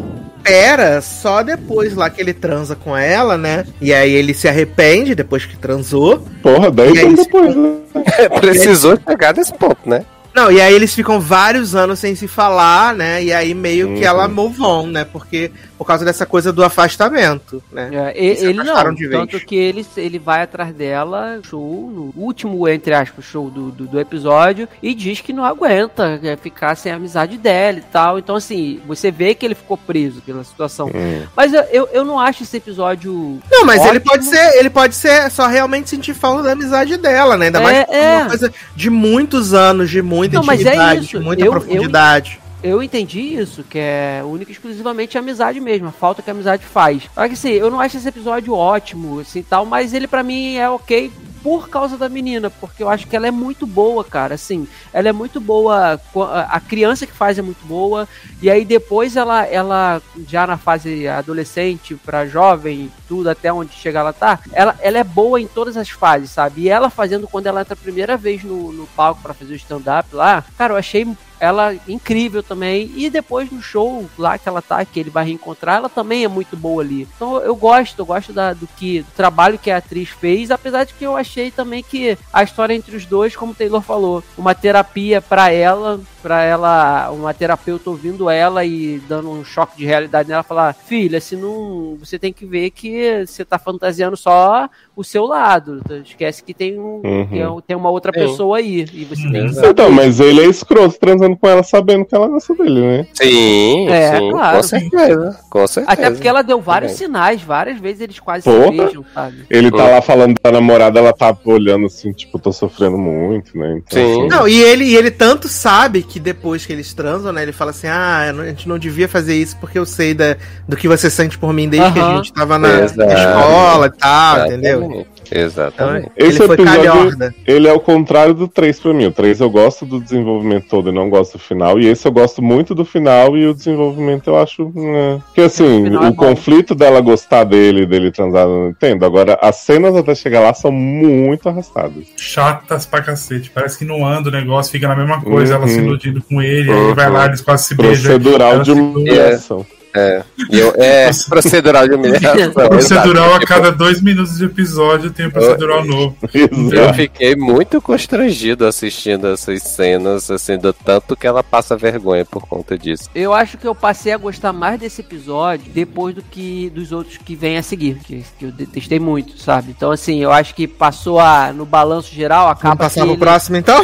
supera só depois lá que ele transa com ela, né? E aí ele se arrepende depois que transou. Porra, dez E aí anos eles depois, né? Precisou chegar nesse ponto, né? Não, e aí eles ficam vários anos sem se falar, né? E aí meio Uhum. que ela move on, né? Porque por causa dessa coisa do afastamento, né? É, Eles se ele afastaram não, de vez. tanto que ele, ele vai atrás dela, show, no último, entre aspas, show do, do, do episódio, e diz que não aguenta é, ficar sem a amizade dela e tal. Então, assim, você vê que ele ficou preso pela situação. Hum. Mas eu, eu, eu não acho esse episódio. Não, mas ele ótimo. pode ser, ele pode ser só realmente sentir falta da amizade dela, né? Ainda mais É, que é uma é. coisa de muitos anos, de muita Não, mas é intimidade, isso. de muita Eu- profundidade. Eu entendi isso, que é única e exclusivamente a amizade mesmo, a falta que a amizade faz. Só que assim, eu não acho esse episódio ótimo, assim, tal, mas ele pra mim é ok por causa da menina, porque eu acho que ela é muito boa, cara, assim, ela é muito boa, a criança que faz é muito boa, e aí depois ela, ela já na fase adolescente pra jovem, tudo até onde chegar ela tá, ela, ela é boa em todas as fases, sabe? E ela fazendo quando ela entra a primeira vez no, no palco pra fazer o stand-up lá, cara, eu achei ela incrível também, e depois no show lá que ela tá, que ele vai reencontrar, ela também é muito boa ali. Então eu gosto, eu gosto da, do, que, do trabalho que a atriz fez, apesar de que eu achei também que a história entre os dois, como o Taylor falou, uma terapia pra ela, pra ela, uma terapeuta ouvindo ela e dando um choque de realidade nela, falar, filha, se não, você tem que ver que você tá fantasiando só o seu lado, esquece que tem, um, Uhum. que é- tem uma outra Sim. pessoa aí, e você tem que saber. Então, mas ele é escroto transando com ela sabendo que ela gosta dele, né? Sim, É, sim, claro. com certeza. Com certeza. Até porque ela deu vários Também. sinais, várias vezes eles quase Porra. se beijam, sabe? Ele tá Uhum. lá falando da namorada, ela tá olhando assim, tipo, tô sofrendo muito, né? Então, Sim. assim, Não, e ele, e ele tanto sabe que depois que eles transam, né? Ele fala assim, ah, eu não- a gente não devia fazer isso porque eu sei da, do que você sente por mim desde que a Aham. gente tava na, na Exato. escola e tal, Exatamente. entendeu? Então, Exatamente. ele Esse foi episódio- calhorda. ele é o contrário do três pra mim. O três eu gosto do desenvolvimento todo e não gosto do final. E esse eu gosto muito do final e o desenvolvimento eu acho. Né? Porque assim, O final o é bom. conflito dela gostar dele, dele transar, eu não entendo. Agora, as cenas até chegar lá são muito arrastadas. Chatas pra cacete. Parece que não anda o negócio, fica na mesma coisa, Uhum. ela se iludindo com ele, Uhum. aí vai lá, eles quase se beijam. Procedural ela de se- humilhação. É, e eu, é procedural de humilhação. Procedural exato. a cada dois minutos de episódio tem um procedural novo. Eu Exato. fiquei muito constrangido assistindo essas cenas, assim, do tanto que ela passa vergonha por conta disso. Eu acho que eu passei a gostar mais desse episódio depois do que dos outros que vêm a seguir, que, que eu detestei muito, sabe? Então, assim, eu acho que passou a, no balanço geral, acaba Vamos passar que pro ele- próximo, então?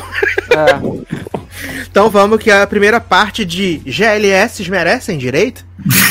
É. Então vamos que a primeira parte de G L S merecem direito?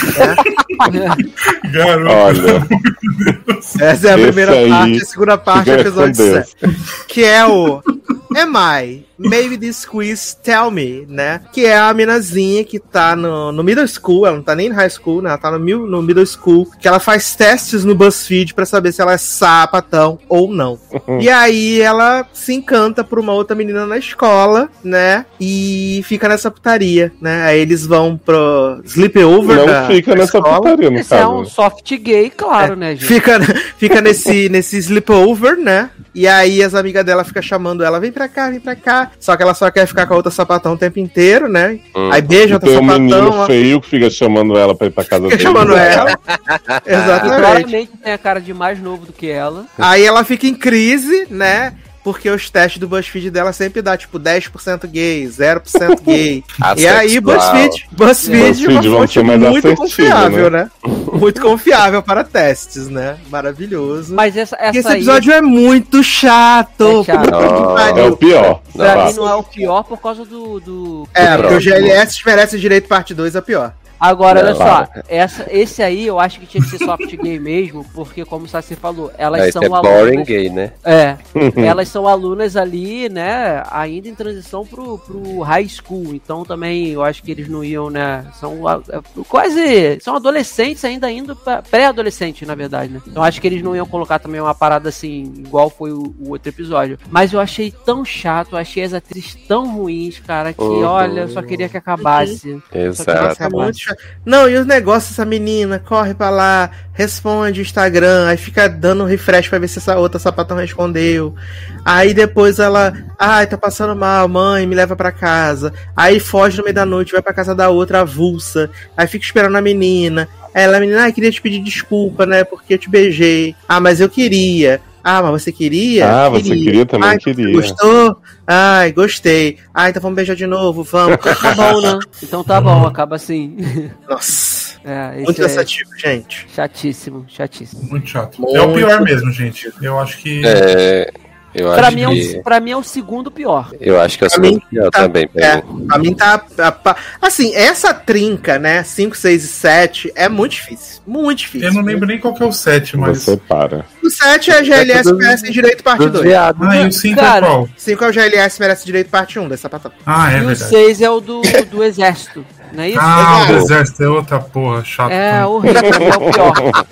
Garoto. Olha, Essa é a Esse primeira aí, parte, a segunda parte é o fica com episódio Deus. sete. Que é o Am I? Maybe this quiz tell me, né? Que é a minazinha que tá no, no middle school, ela não tá nem em high school, né? Ela tá no, mil- no middle school, que ela faz testes no BuzzFeed pra saber se ela é sapatão ou não. E aí ela se encanta por uma outra menina na escola, né? E fica nessa putaria, né? Aí eles vão pro sleepover não da, fica da nessa escola. putaria, no Esse é caso. um soft gay, claro, né, gente? Fica, fica nesse, nesse sleepover, né? E aí as amigas dela ficam chamando ela, vem pra cá, vem pra cá. Só que ela só quer ficar com a outra sapatão o tempo inteiro, né? Hum. Aí beija E outra tem um sapatão, menino ó, feio que fica chamando ela pra ir pra casa fica dele. chamando ela. Que Exatamente. claramente tem a cara de mais novo do que ela. Aí ela fica em crise, né? porque os testes do BuzzFeed dela sempre dá, tipo, dez por cento gay, zero por cento gay. e Assexual. aí, BuzzFeed, BuzzFeed, BuzzFeed, uma vamos fonte ser mais muito assertivo, confiável, né? Muito confiável para testes, né? Maravilhoso. Mas essa, E esse essa aí, episódio é muito chato. É chato. Puta que Não. pariu. É o pior. pra Não, mim, não é o pior por causa do... do... É, do porque o próximo. G L S merece direito parte dois, é pior. Agora, olha Não, só, essa, esse aí eu acho que tinha que ser soft gay mesmo, porque como o Saci falou, elas Esse são é boring alunas... gay, né? É, elas são alunas ali, né, ainda em transição pro, pro high school, então também eu acho que eles não iam, né, são a- é, quase, são adolescentes ainda indo pra, pré-adolescentes, na verdade, né, então acho que eles não iam colocar também uma parada assim, igual foi o, o outro episódio, mas eu achei tão chato, achei as atrizes tão ruins, cara, que Uhum. olha, eu só queria que acabasse. Só queria que Exato. É acabasse. muito chato. Não, e os negócios, essa menina corre pra lá, responde o Instagram, aí fica dando refresh pra ver se essa outra sapatão respondeu. Aí depois ela, ai, tá passando mal, mãe, me leva pra casa. Aí foge no meio da noite, vai pra casa da outra avulsa. Aí fica esperando a menina. Aí ela, a menina, ai, queria te pedir desculpa, né, porque eu te beijei. Ah, mas eu queria. Ah, mas você queria? Ah, você queria, também Ai, queria. Gostou? Ai, gostei. Ah, então vamos beijar de novo, vamos. Tá bom, né? Então tá bom, acaba assim. Nossa, É, esse muito é cansativo, gente. chatíssimo, chatíssimo. Muito chato. Muito. É o pior mesmo, gente. Eu acho que. É, eu Pra acho mim, é que. o, pra mim é o segundo pior. Eu acho que é o Pra segundo mim, pior tá- também, pra É, mim. pra mim tá. a- pa- Assim, essa trinca, né? cinco, seis e sete é muito difícil. Muito difícil. Eu não lembro nem qual que é o sete, mas. Você para. O sete é G L S É tudo- merece direito parte Dos dois. viados. Ah, e o cinco Cara, é qual? cinco é o G L S merece direito parte um dessa patata. Ah, é e o verdade. seis é o do, do exército, não é isso? Ah, o Exato. exército é outra porra, chato. É também. horrível, pra mim é o pior.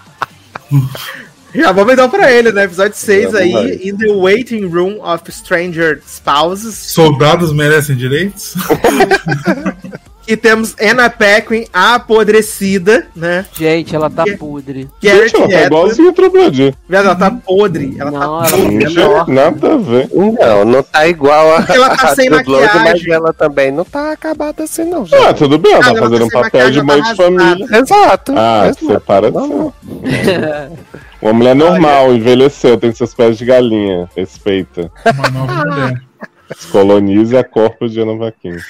Já vamos dar pra ele, né? Episódio seis Vamos aí, lá. In the Waiting Room of Stranger Spouses. Soldados merecem direitos? Que temos Anna Paquin apodrecida, né? Gente, ela tá podre. Garrett Gente, ela tá Hedlund. igualzinha a True Blood. Viado, ela tá podre. Ela Não, tá ela podre. tá Gente, pior. nada a ver. Não, não tá igual a, Ela tá a sem True Blood, mas maquiagem. ela também não tá acabada assim, não, Ah, gente. tudo bem, ela tá Ah, ela fazendo tá um sem papel de maquiagem, mãe ela de tá família. Exato. Ah, exato. você para de ser. Uma mulher normal, envelheceu, tem seus pés de galinha. Respeita. Uma nova mulher. Descolonize a corpo de Ana Vaquinha.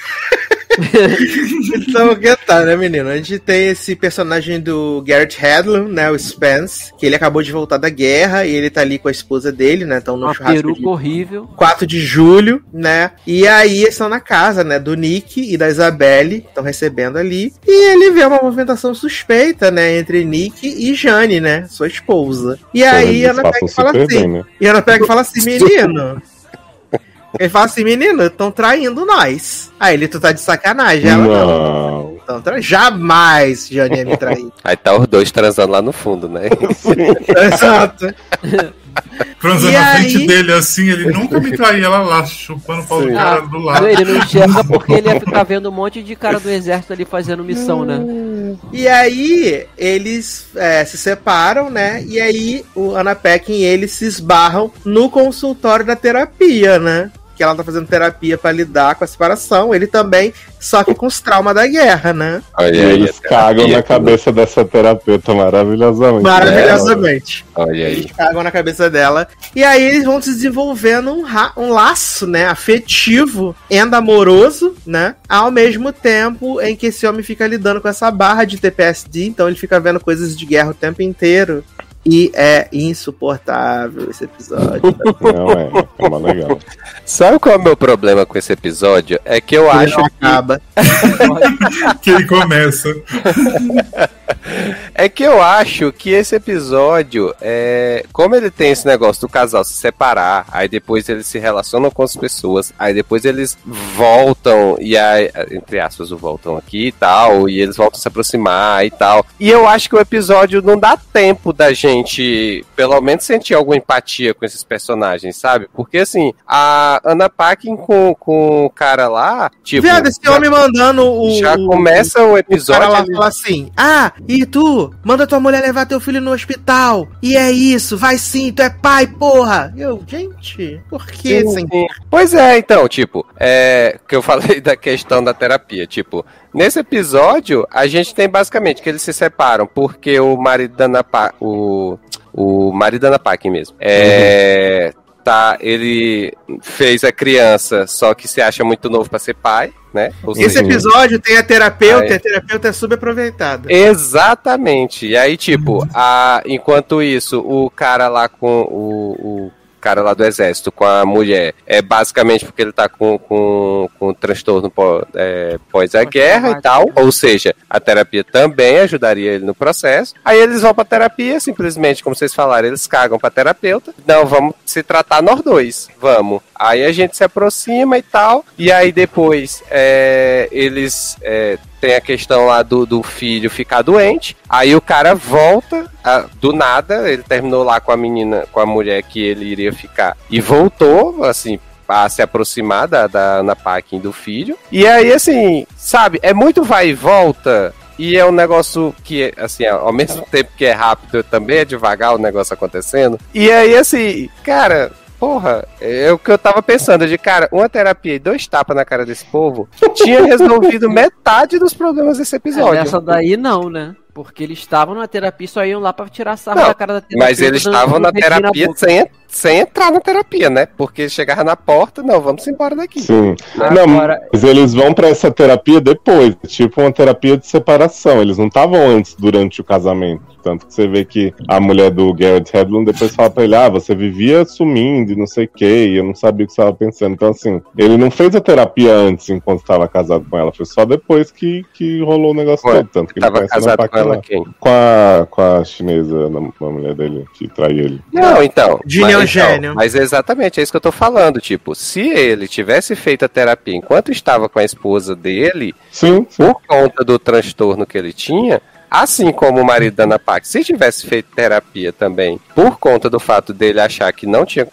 Então, o que tá, né, menino? A gente tem esse personagem do Garrett Hedlund, né, o Spence, que ele acabou de voltar da guerra e ele tá ali com a esposa dele, né, estão no Uma churrasco peruca de horrível. quatro de julho, né, e aí eles estão na casa, né, do Nick e da Isabelle, estão recebendo ali, e ele vê uma movimentação suspeita, né, entre Nick e Jane, né, sua esposa. E aí Eles a Ana passam Peg fala super assim, bem, né? e a Ana Peg fala assim, menino... Ele fala assim, menino, estão traindo nós. Aí ele, tu tá de sacanagem. Ela, não. Não. Tão tra... Jamais Jane ia me trair. Aí tá os dois transando lá no fundo, né? Exato. Transando E na aí- frente dele assim, ele nunca me traía ela lá, chupando o pau do Sim. cara do lado. Ele não enxerga porque ele ia ficar vendo um monte de cara do exército ali fazendo missão, né? E aí, eles é, se separam, né? E aí, o Anna Paquin e eles se esbarram no consultório da terapia, né? Que ela tá fazendo terapia pra lidar com a separação. Ele também, só que com os traumas da guerra, né? Olha E aí, eles a terapia, cagam na tudo. cabeça dessa terapeuta maravilhosamente. Maravilhosamente. Olha aí. Eles cagam na cabeça dela. E aí eles vão se desenvolvendo um, ra- um laço, né? Afetivo e amoroso, né? Ao mesmo tempo em que esse homem fica lidando com essa barra de T P S D. Então ele fica vendo coisas de guerra o tempo inteiro. E é insuportável esse episódio. Não, é, é uma legal. Sabe qual é o meu problema com esse episódio? É que eu Ele acho não que acaba. Que ele começa. É que eu acho que esse episódio, é, como ele tem esse negócio do casal se separar, aí depois eles se relacionam com as pessoas, aí depois eles voltam, e aí, entre aspas, o voltam aqui e tal, e eles voltam a se aproximar e tal. E eu acho que o episódio não dá tempo da gente, pelo menos, sentir alguma empatia com esses personagens, sabe? Porque, assim, a Anna Paquin com, com o cara lá, tipo... Viado, esse já, homem mandando o. já o- começa o O episódio... cara lá ele- fala assim: ah, e tu? Manda tua mulher levar teu filho no hospital. E é isso, vai sim, tu é pai, porra. Eu, gente, por que, Sim, assim? sim. Pois é, então, tipo, é que eu falei da questão da terapia, tipo, nesse episódio a gente tem basicamente que eles se separam porque o marido da Ana Pa- o o marido da Ana Paquin mesmo, é, tá, ele fez a criança, só que se acha muito novo pra ser pai, né? Ou Esse seja, episódio tem a terapeuta, Aí. e a terapeuta é subaproveitada. Exatamente. E aí, tipo, a, enquanto isso, o cara lá com o, o cara lá do exército com a mulher é basicamente porque ele tá com, com, com transtorno pós, é, pós a guerra e tal. Ou seja, a terapia também ajudaria ele no processo. Aí eles vão pra terapia, simplesmente, como vocês falaram, eles cagam pra terapeuta. Não, vamos se tratar nós dois. Vamos. Aí a gente se aproxima e tal. E aí depois é, eles é, tem a questão lá do, do filho ficar doente. Aí o cara volta a, do nada. Ele terminou lá com a menina, com a mulher que ele iria ficar. E voltou, assim, a se aproximar da, da Ana Paquin do filho. E aí, assim, sabe, é muito vai e volta. E é um negócio que, assim, ao mesmo tempo que é rápido, também é devagar o negócio acontecendo. E aí, assim, cara... Porra, é o que eu tava pensando, de cara, uma terapia e dois tapas na cara desse povo tinha resolvido metade dos problemas desse episódio. É, nessa daí não, né? Porque eles estavam na terapia e só iam lá pra tirar sarro Não, da cara da terapia. mas eles estavam na terapia sem, sem entrar na terapia, né? Porque chegava na porta, não, vamos embora daqui. Sim. Agora- Não, mas eles vão pra essa terapia depois, tipo uma terapia de separação. Eles não estavam antes, durante o casamento. Tanto que você vê que a mulher do Garrett Hedlund depois fala pra ele, ah, você vivia sumindo e não sei o que, e eu não sabia o que você estava pensando. Então, assim, ele não fez a terapia antes, enquanto estava casado com ela. Foi só depois que, que rolou o negócio Ué, todo. Tanto que ele Tava conhece a casado com Paquin ela lá. quem? Com a, com a chinesa, a mulher dele, que trai ele. Não, então. Gene mas, é um então, gênio. mas exatamente, é isso que eu tô falando. Tipo, se ele tivesse feito a terapia enquanto estava com a esposa dele, Sim, sim. por conta do transtorno que ele tinha, assim como o marido da Ana Paquin, se tivesse feito terapia também, por conta do fato dele achar que não tinha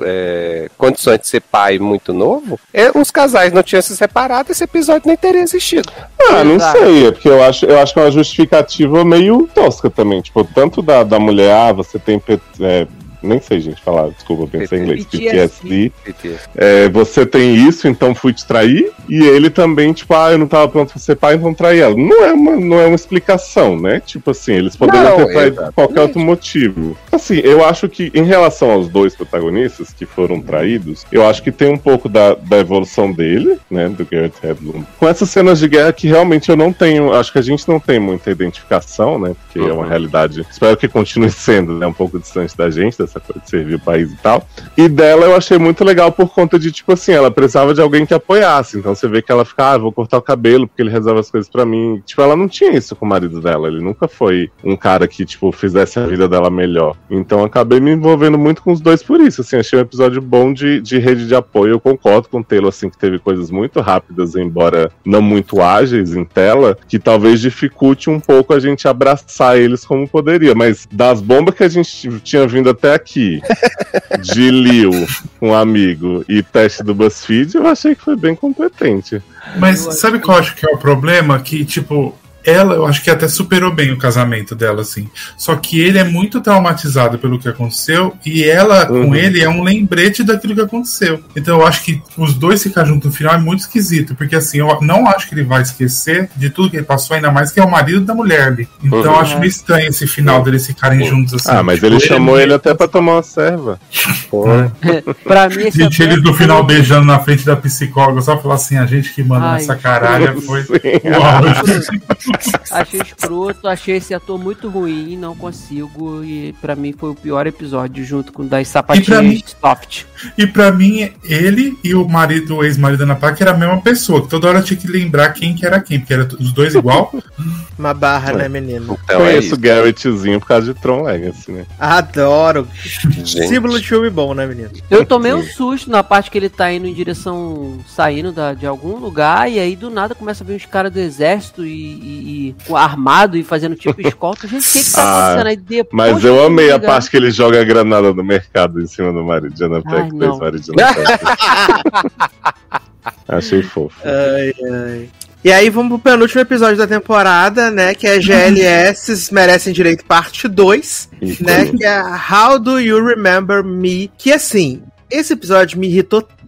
é, condições de ser pai muito novo, é, os casais não tinham se separado, esse episódio nem teria existido. Ah, não Exato. sei, é porque eu acho, eu acho que é uma justificativa meio tosca também. Tipo, tanto da, da mulher, ah, você tem. P- É, nem sei, gente, falar, desculpa, eu pensei em inglês. P T S D. É, você tem isso, então fui te trair. E ele também, tipo, ah, eu não tava pronto pra ser pai, então trair ela. Não é uma, não é uma explicação, né? Tipo assim, eles poderiam Não, ter traído por exatamente. qualquer outro motivo. Assim, eu acho que, em relação aos dois protagonistas que foram traídos, eu acho que tem um pouco da, da evolução dele, né? Do Garrett Hedlund. Com essas cenas de guerra que realmente eu não tenho, acho que a gente não tem muita identificação, né? Porque é uma Uhum. realidade, espero que continue sendo, né? Um pouco distante da gente, dessa coisa de servir o país e tal. E dela eu achei muito legal por conta de, tipo assim, ela precisava de alguém que apoiasse. Então você vê que ela fica, ah, vou cortar o cabelo porque ele resolve as coisas pra mim. Tipo, ela não tinha isso com o marido dela. Ele nunca foi um cara que, tipo, fizesse a vida dela melhor. Então eu acabei me envolvendo muito com os dois por isso. Assim, achei um episódio bom de, de rede de apoio. Eu concordo com o Taylor, assim, que teve coisas muito rápidas, embora não muito ágeis em tela, que talvez dificulte um pouco a gente abraçar eles como poderia. Mas das bombas que a gente tinha vindo até aqui, de Liu, um amigo, e teste do BuzzFeed, eu achei que foi bem competente. Mas sabe qual eu acho que é o problema? Que, tipo, ela, eu acho que até superou bem o casamento dela, assim. Só que ele é muito traumatizado pelo que aconteceu e ela, Uhum. com ele, é um lembrete daquilo que aconteceu. Então eu acho que os dois ficar juntos no final é muito esquisito, porque, assim, eu não acho que ele vai esquecer de tudo que ele passou, ainda mais que é o marido da mulher ali. Então Uhum. eu acho meio estranho esse final deles ficarem juntos, assim. Ah, mas Tipo, ele chamou é ele muito- até pra tomar uma serva. Porra. Pra mim, esse Gente, ator- eles no final beijando na frente da psicóloga, só falar assim, a gente que manda Ai, nessa caralha foi Sim. o auge. Achei escroto, achei esse ator muito ruim, não consigo. E pra mim foi o pior episódio, junto com o das E pra sapatinhas mim- soft. E pra mim, ele e o marido, o ex-marido da Ana Paquin era a mesma pessoa, que toda hora tinha que lembrar quem que era quem, porque era os dois igual. Uma barra, né, menino? Então é Conheço isso. o Garrettzinho por causa de Tron Legacy, né? Adoro. Gente. Símbolo de filme bom, né, menino? Eu tomei um susto na parte que ele tá indo em direção, saindo da, de algum lugar, e aí do nada começa a vir uns caras do exército e, e- e armado e fazendo tipo escolta. Gente, o que que tá Ah, acontecendo aí depois? Mas que eu amei a liga- parte que ele joga a granada no mercado em cima do marido de Ana Ai, Paquin, não. ex-marido de Ana Paquin. Achei fofo. Ai, ai. E aí vamos pro penúltimo episódio da temporada, né? Que é G L S Merecem Direito Parte dois, Isso né? aí. Que é How Do You Remember Me? Que assim, esse episódio me irritou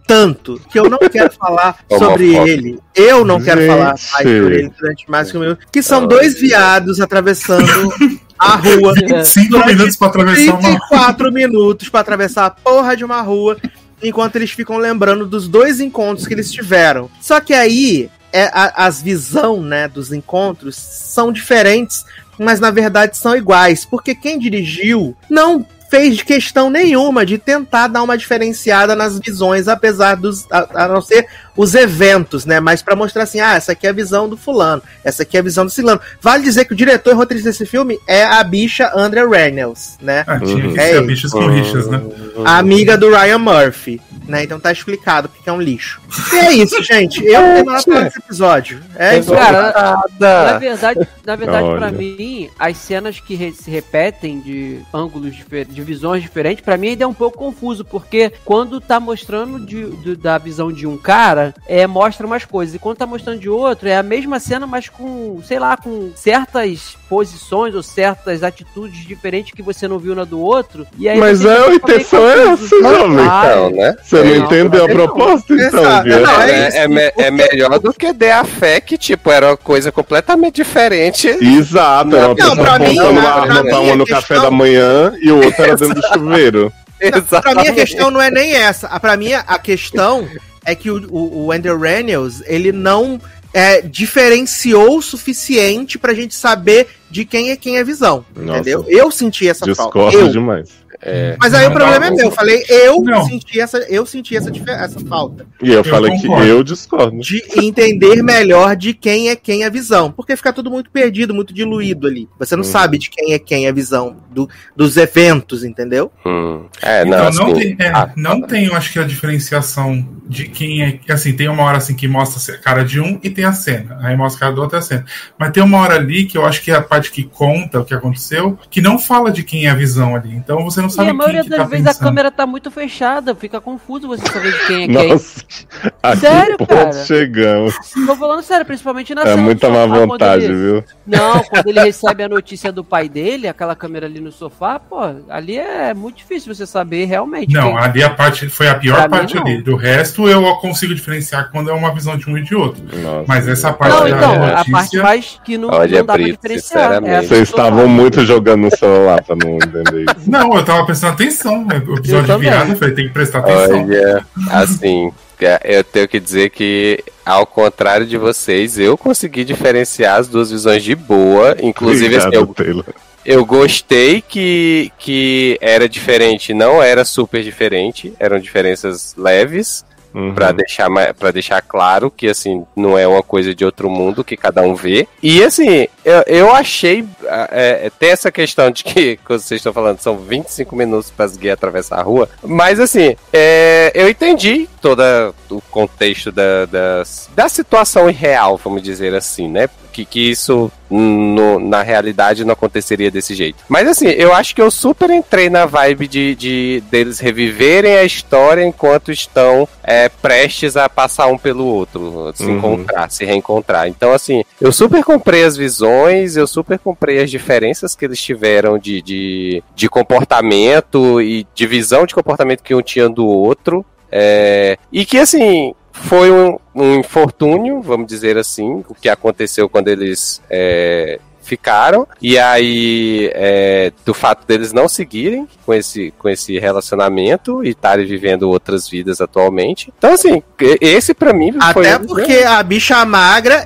tanto que eu não quero falar sobre Homofóbico. ele. Eu não quero Gente. falar mais sobre ele durante mais que um minuto. Que são dois viados atravessando a rua. Cinco durante minutos pra atravessar trinta uma. e quatro minutos pra atravessar a porra de uma rua, enquanto eles ficam lembrando dos dois encontros que eles tiveram. Só que aí, é, a, as visão, né, dos encontros são diferentes, mas na verdade são iguais. Porque quem dirigiu não fez questão nenhuma de tentar dar uma diferenciada nas visões, apesar dos, a, a não ser os eventos, né? Mas pra mostrar assim, ah, essa aqui é a visão do fulano, essa aqui é a visão do ciclano. Vale dizer que o diretor e roteirista desse filme é a bicha Andrea Reynolds, né? Ah, tinha que É ser isso. bichas com rixas, né? A amiga do Ryan Murphy, né? Então tá explicado porque é um lixo. E é isso, gente. Eu não tenho nada pra falar desse episódio. É isso. Cara, na verdade, na verdade Olha. pra mim, as cenas que re- se repetem de ângulos diferentes, de visões diferentes, pra mim ainda é um pouco confuso, porque quando tá mostrando de, de- da visão de um cara, é, mostra umas coisas, e quando tá mostrando de outro, é a mesma cena, mas com, sei lá, com certas posições ou certas atitudes diferentes que você não viu na do outro, e aí Mas você é, a fica meio intenção é confuso. essa, jovem. Ah, Então, né? Você não Não, entendeu a não. proposta, então, Exato. viu? Não, é É, isso. é, me- é melhor do que der a fé que, tipo, era uma coisa completamente diferente. Exato, era uma Não, pessoa pra mim, apontando pra- uma pra arma pra mim, uma a no questão- café da manhã e o outro era dentro do chuveiro. Pra mim a questão não é nem essa. A- Pra mim a questão é que o, o, o Andrew Reynolds, ele não é, diferenciou o suficiente pra gente saber de quem é quem é visão. Nossa. Entendeu? Eu senti essa falta. Discordo Eu. demais. É. Mas aí o Não, problema é não. meu. Eu falei, eu Não. senti essa, eu senti essa, difer- essa falta. E eu, Eu falei concordo. que eu discordo. De entender melhor de quem é quem a visão. Porque fica tudo muito perdido, muito diluído ali. Você não Uhum. sabe de quem é quem a visão do, dos eventos, entendeu? Hum. É, não, Então, assim, não, tem, é, ah, não tem, eu acho que a diferenciação de quem é. Assim, tem uma hora assim que mostra a cara de um e tem a cena. Aí mostra a cara do outro e a cena. Mas tem uma hora ali que eu acho que é a parte que conta o que aconteceu, que não fala de quem é a visão ali. Então você não E sabe a maioria quem que das tá vezes a pensando. câmera tá muito fechada, fica confuso você saber de quem é quem. Nossa, a Sério, que cara? ponto chegamos? Tô falando sério, principalmente na É cena do muita má sofá, quando vontade, ele- viu? Não, quando ele recebe a notícia do pai dele, aquela câmera ali no sofá, pô, ali é muito difícil você saber realmente. Não, quem- ali a parte foi a pior Pra mim, parte não. ali. Do resto eu consigo diferenciar quando é uma visão de um e de outro. Nossa. Mas essa parte Não, da então, a notícia. parte mais que não, Olha, não dá pra Brito, diferenciar. sinceramente. é a Vocês sofá. estavam muito jogando no celular pra não entender isso. Não, eu tava prestando atenção. O episódio Eu de também. viado, eu falei, tem que prestar atenção. Olha, assim, eu tenho que dizer que, ao contrário de vocês, eu consegui diferenciar as duas visões de boa. Inclusive, assim, Obrigado, eu, Taylor. eu gostei que, que era diferente, não era super diferente, eram diferenças leves. Uhum. Pra deixar, ma- pra deixar claro que, assim, não é uma coisa de outro mundo que cada um vê. E, assim, eu, eu achei... É, é, tem essa questão de que, quando vocês estão falando, são vinte e cinco minutos pra as guias atravessar a rua. Mas, assim, é, eu entendi todo o contexto da, das, da situação irreal, vamos dizer assim, né? Que, que isso, no, na realidade, não aconteceria desse jeito. Mas, assim, eu acho que eu super entrei na vibe de, de deles reviverem a história enquanto estão é, prestes a passar um pelo outro, se Uhum. encontrar, se reencontrar. Então, assim, eu super comprei as visões, eu super comprei as diferenças que eles tiveram de, de, de comportamento e de visão de comportamento que um tinha do outro. É, e que, assim, foi um, um infortúnio, vamos dizer assim, o que aconteceu quando eles é, ficaram. E aí, é, do fato deles não seguirem com esse, com esse relacionamento e estarem vivendo outras vidas atualmente. Então, assim, esse pra mim foi... Até porque a bicha magra,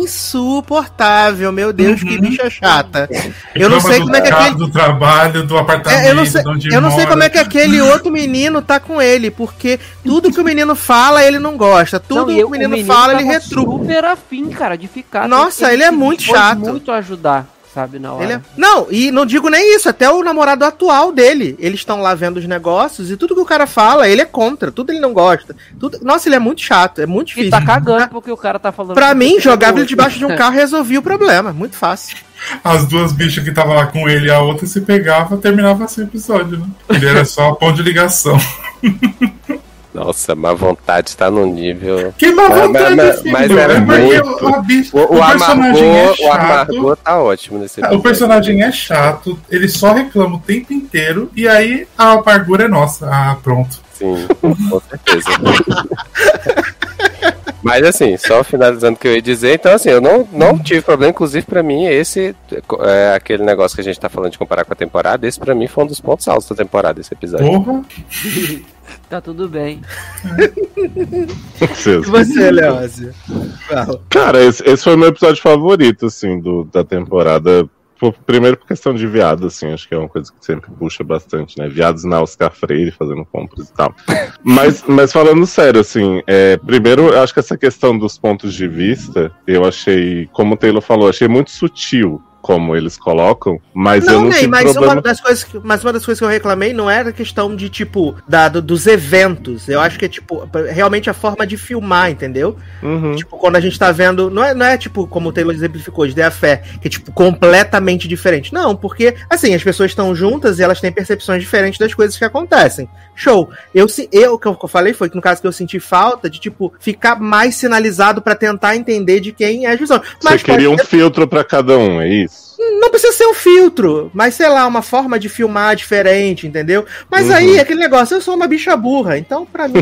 insuportável. Meu Deus, que Uhum. bicha chata. Eu não Reclama sei do como é que carro, aquele. do trabalho, do apartamento, É, eu não sei, de onde eu não sei mora. como é que aquele outro menino tá com ele, porque tudo que o menino fala, ele não gosta. Tudo Não, e que eu- o menino, fala, ele tava retruca. super afim, cara, de ficar. Nossa, ele é muito foi chato. muito ajudar, sabe, na hora. Ele é- Não, e não digo nem isso, até o namorado atual dele. Eles estão lá vendo os negócios e tudo que o cara fala, ele é contra, tudo ele não gosta. Tudo... Nossa, ele é muito chato, é muito E difícil. tá cagando porque o cara tá falando. Pra que mim, você jogava é ele debaixo de um carro e resolvia o problema. Muito fácil. As duas bichas que estavam lá com ele e a outra se pegava, terminava assim o episódio, né? Ele era só a ponto de ligação. Nossa, má vontade tá num nível. Que má Mas- vontade, mas- filho. mas era é porque muito. o, a bicha- O, o o, personagem amargor, é o chato. amargor tá ótimo nesse O episódio. personagem é chato, ele só reclama o tempo inteiro, e aí a amargura é nossa. Ah, pronto. Sim, com certeza. Mas assim, só finalizando o que eu ia dizer, então assim, eu não, não tive problema, inclusive pra mim esse, é, aquele negócio que a gente tá falando de comparar com a temporada, esse pra mim foi um dos pontos altos da temporada, esse episódio. Porra. Tá tudo bem. E você, Leózio? Fala. Cara, esse, esse foi o meu episódio favorito, assim, do, da temporada. Por- Primeiro por questão de viado, assim, acho que é uma coisa que sempre puxa bastante, né? Viados na Oscar Freire fazendo compras e tal. Mas, mas falando sério, assim, é, primeiro eu acho que essa questão dos pontos de vista, eu achei, como o Taylor falou, achei muito sutil como eles colocam, mas eu Não, não Ney, tive mas problema. uma das coisas que, mas uma das coisas que eu reclamei não era questão de, tipo, da, do- dos eventos. Eu acho que é, tipo, realmente a forma de filmar, entendeu? Uhum. Tipo, quando a gente tá vendo. Não é, não é tipo, como o Taylor exemplificou, de a fé, que é, tipo, completamente diferente. Não, porque, assim, as pessoas estão juntas e elas têm percepções diferentes das coisas que acontecem. Show. Eu, se- eu, o que eu que eu falei foi que, no caso, que eu senti falta de, tipo, ficar mais sinalizado pra tentar entender de quem é as visões. Você Mas queria um pode ser- filtro pra cada um, é isso? não precisa ser um filtro, mas sei lá, uma forma de filmar diferente, entendeu? Mas Uhum. aí, aquele negócio, eu sou uma bicha burra, então pra mim.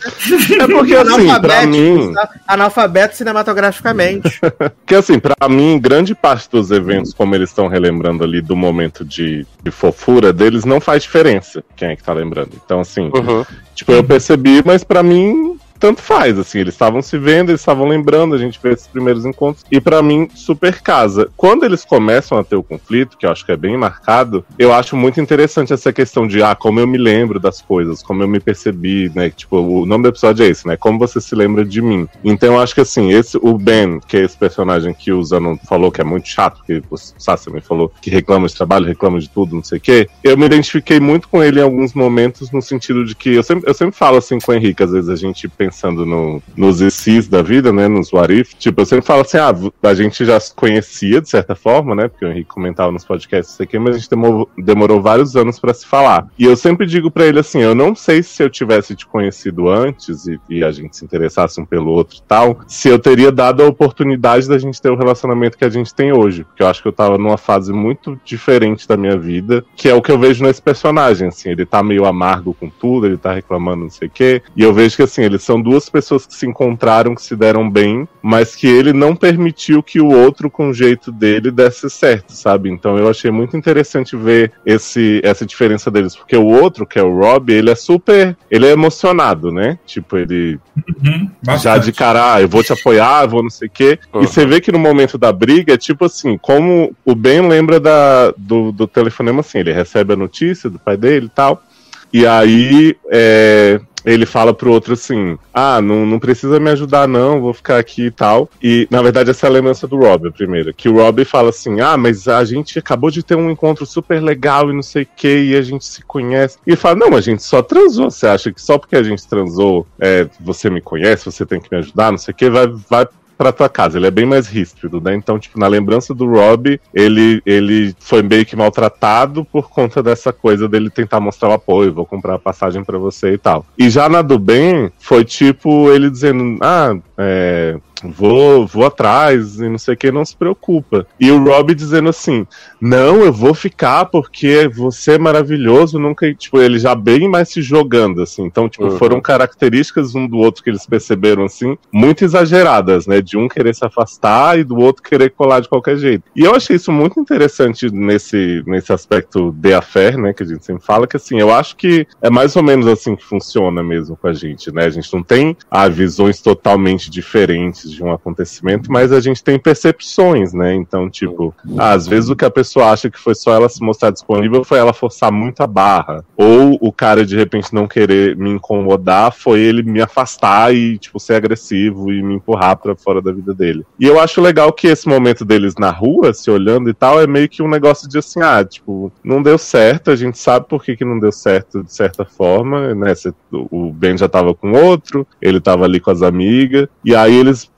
É porque, assim, pra analfabeto, mim... analfabeto cinematograficamente. Porque, assim, pra mim, grande parte dos eventos, como eles estão relembrando ali do momento de, de fofura deles, não faz diferença quem é que tá lembrando. Então, assim, Uhum. tipo, eu percebi, mas pra mim, tanto faz, assim, eles estavam se vendo, eles estavam lembrando, a gente vê esses primeiros encontros, e pra mim, super casa. Quando eles começam a ter o conflito, que eu acho que é bem marcado, eu acho muito interessante essa questão de, ah, como eu me lembro das coisas, como eu me percebi, né, tipo, o nome do episódio é esse, né, como você se lembra de mim. Então eu acho que, assim, esse, o Ben, que é esse personagem que o Zanon falou que é muito chato, porque o Sassi me falou que reclama de trabalho, reclama de tudo, não sei o quê, eu me identifiquei muito com ele em alguns momentos, no sentido de que, eu sempre, eu sempre falo assim com o Henrique, às vezes a gente pensa pensando no, nos E Cs da vida, né, nos What If, tipo, eu sempre falo assim, ah, a gente já se conhecia de certa forma, né, porque o Henrique comentava nos podcasts, não sei o que, mas a gente demorou, demorou vários anos pra se falar. E eu sempre digo pra ele assim, eu não sei se eu tivesse te conhecido antes e, e a gente se interessasse um pelo outro e tal, se eu teria dado a oportunidade da gente ter o relacionamento que a gente tem hoje, porque eu acho que eu tava numa fase muito diferente da minha vida, que é o que eu vejo nesse personagem, assim, ele tá meio amargo com tudo, ele tá reclamando não sei o que, e eu vejo que, assim, eles são duas pessoas que se encontraram, que se deram bem, mas que ele não permitiu que o outro, com o jeito dele, desse certo, sabe? Então eu achei muito interessante ver esse, essa diferença deles, porque o outro, que é o Rob, ele é super, ele é emocionado, né? Tipo, ele Uhum, já de cara, ah, eu vou te apoiar, vou não sei o quê. Uhum. E você vê que no momento da briga, é tipo assim, como o Ben lembra da, do, do telefonema assim, ele recebe a notícia do pai dele e tal, e aí é, ele fala pro outro assim, ah, não, não precisa me ajudar não, vou ficar aqui e tal. E, na verdade, essa é a lembrança do Rob, a primeira. Que o Rob fala assim, ah, mas a gente acabou de ter um encontro super legal e não sei o que, e a gente se conhece. E ele fala, não, a gente só transou. Você acha que só porque a gente transou, é, você me conhece, você tem que me ajudar, não sei o que, vai... vai pra tua casa, ele é bem mais ríspido, né? Então, tipo, na lembrança do Rob, ele, ele foi meio que maltratado por conta dessa coisa dele tentar mostrar o apoio, vou comprar a passagem pra você e tal. E já na do Ben, foi tipo ele dizendo, ah, é... Vou, vou atrás e não sei o que, não se preocupa. E o Rob dizendo assim, não, eu vou ficar porque você é maravilhoso, nunca, tipo, ele já bem mais se jogando, assim. Então, tipo, Uhum. foram características um do outro que eles perceberam, assim, muito exageradas, né? De um querer se afastar e do outro querer colar de qualquer jeito. E eu achei isso muito interessante nesse, nesse aspecto de affair, né? Que a gente sempre fala, que assim, eu acho que é mais ou menos assim que funciona mesmo com a gente, né? A gente não tem ah, visões totalmente diferentes de um acontecimento, mas a gente tem percepções, né? Então, tipo, às vezes o que a pessoa acha que foi só ela se mostrar disponível foi ela forçar muito a barra. Ou o cara, de repente, não querer me incomodar foi ele me afastar e, tipo, ser agressivo e me empurrar pra fora da vida dele. E eu acho legal que esse momento deles na rua, se olhando e tal, é meio que um negócio de assim, ah, tipo, não deu certo, a gente sabe por que que não deu certo de certa forma, né? O Ben já tava com outro, ele tava ali com as amigas, e aí eles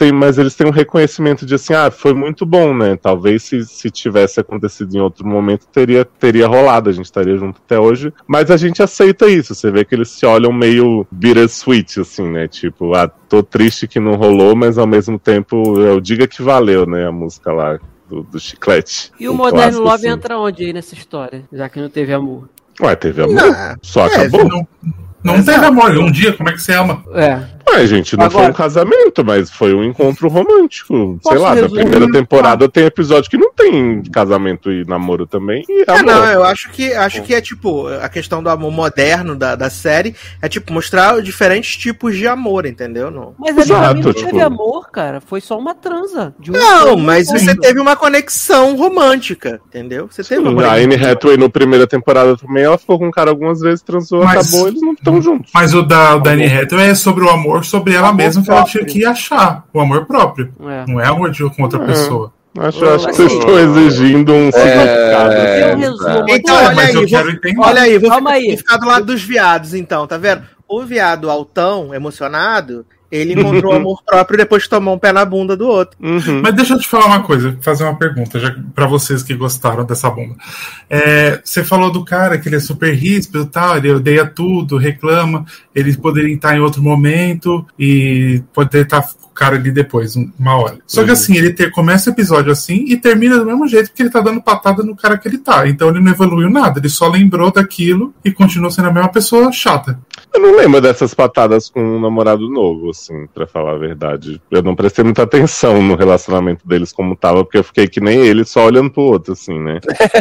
têm, mas eles têm um reconhecimento de assim, ah, foi muito bom, né? Talvez se, se tivesse acontecido em outro momento, teria, teria rolado, a gente estaria junto até hoje. Mas a gente aceita isso, você vê que eles se olham meio bittersweet, assim, né? Tipo, ah, tô triste que não rolou, mas ao mesmo tempo eu diga que valeu, né? A música lá do, do Chiclete. E o Um Modern clássico, Love assim. entra onde aí nessa história? Já que não teve amor. Ué, teve amor? Não. Só É, acabou? Não, não teve amor. Um dia, como é que você ama? É. Ué, gente, não Agora- foi um casamento, mas foi um encontro romântico. Sei Posso lá, na resumir? primeira temporada tem episódio que não tem casamento e namoro também. E É, amor. não, eu acho que acho que é tipo, a questão do amor moderno da, da série é tipo mostrar diferentes tipos de amor, entendeu? Não, Mas ali pra mim não Exato, teve tipo- amor, cara. Foi só uma transa. De um não mas outro. você teve uma conexão romântica, entendeu? Você teve uma A conexão. Anne Hathaway, na primeira temporada também, ela ficou com o cara algumas vezes, transou, Mas- acabou, eles não estão juntos. Mas o da, o da Anne Hathaway é sobre o amor, sobre ela Amor mesma, que ela próprio. tinha que achar. O amor próprio. É. Não é amor de com outra É. pessoa. Acho, acho que assim, vocês estão exigindo um significado. É, Eu resumo. Então, É, olha mas aí, eu vou- quero entender. Olha aí, vou Calma ficar, aí. ficar do lado dos viados, então, tá vendo? O viado altão, emocionado, ele encontrou amor próprio depois que tomou um pé na bunda do outro. Uhum. Mas deixa eu te falar uma coisa, fazer uma pergunta, já para vocês que gostaram dessa bomba. É, você falou do cara que ele é super ríspido e tal, ele odeia tudo, reclama, ele poderia estar em outro momento e poderia estar com o cara ali depois, uma hora. Só que assim, ele ter, começa o episódio assim e termina do mesmo jeito, porque ele tá dando patada no cara que ele tá. Então ele não evoluiu nada, ele só lembrou daquilo e continuou sendo a mesma pessoa chata. Eu não lembro dessas patadas com um namorado novo, assim, pra falar a verdade. Eu não prestei muita atenção no relacionamento deles como tava, porque eu fiquei que nem ele, só olhando pro outro, assim, né?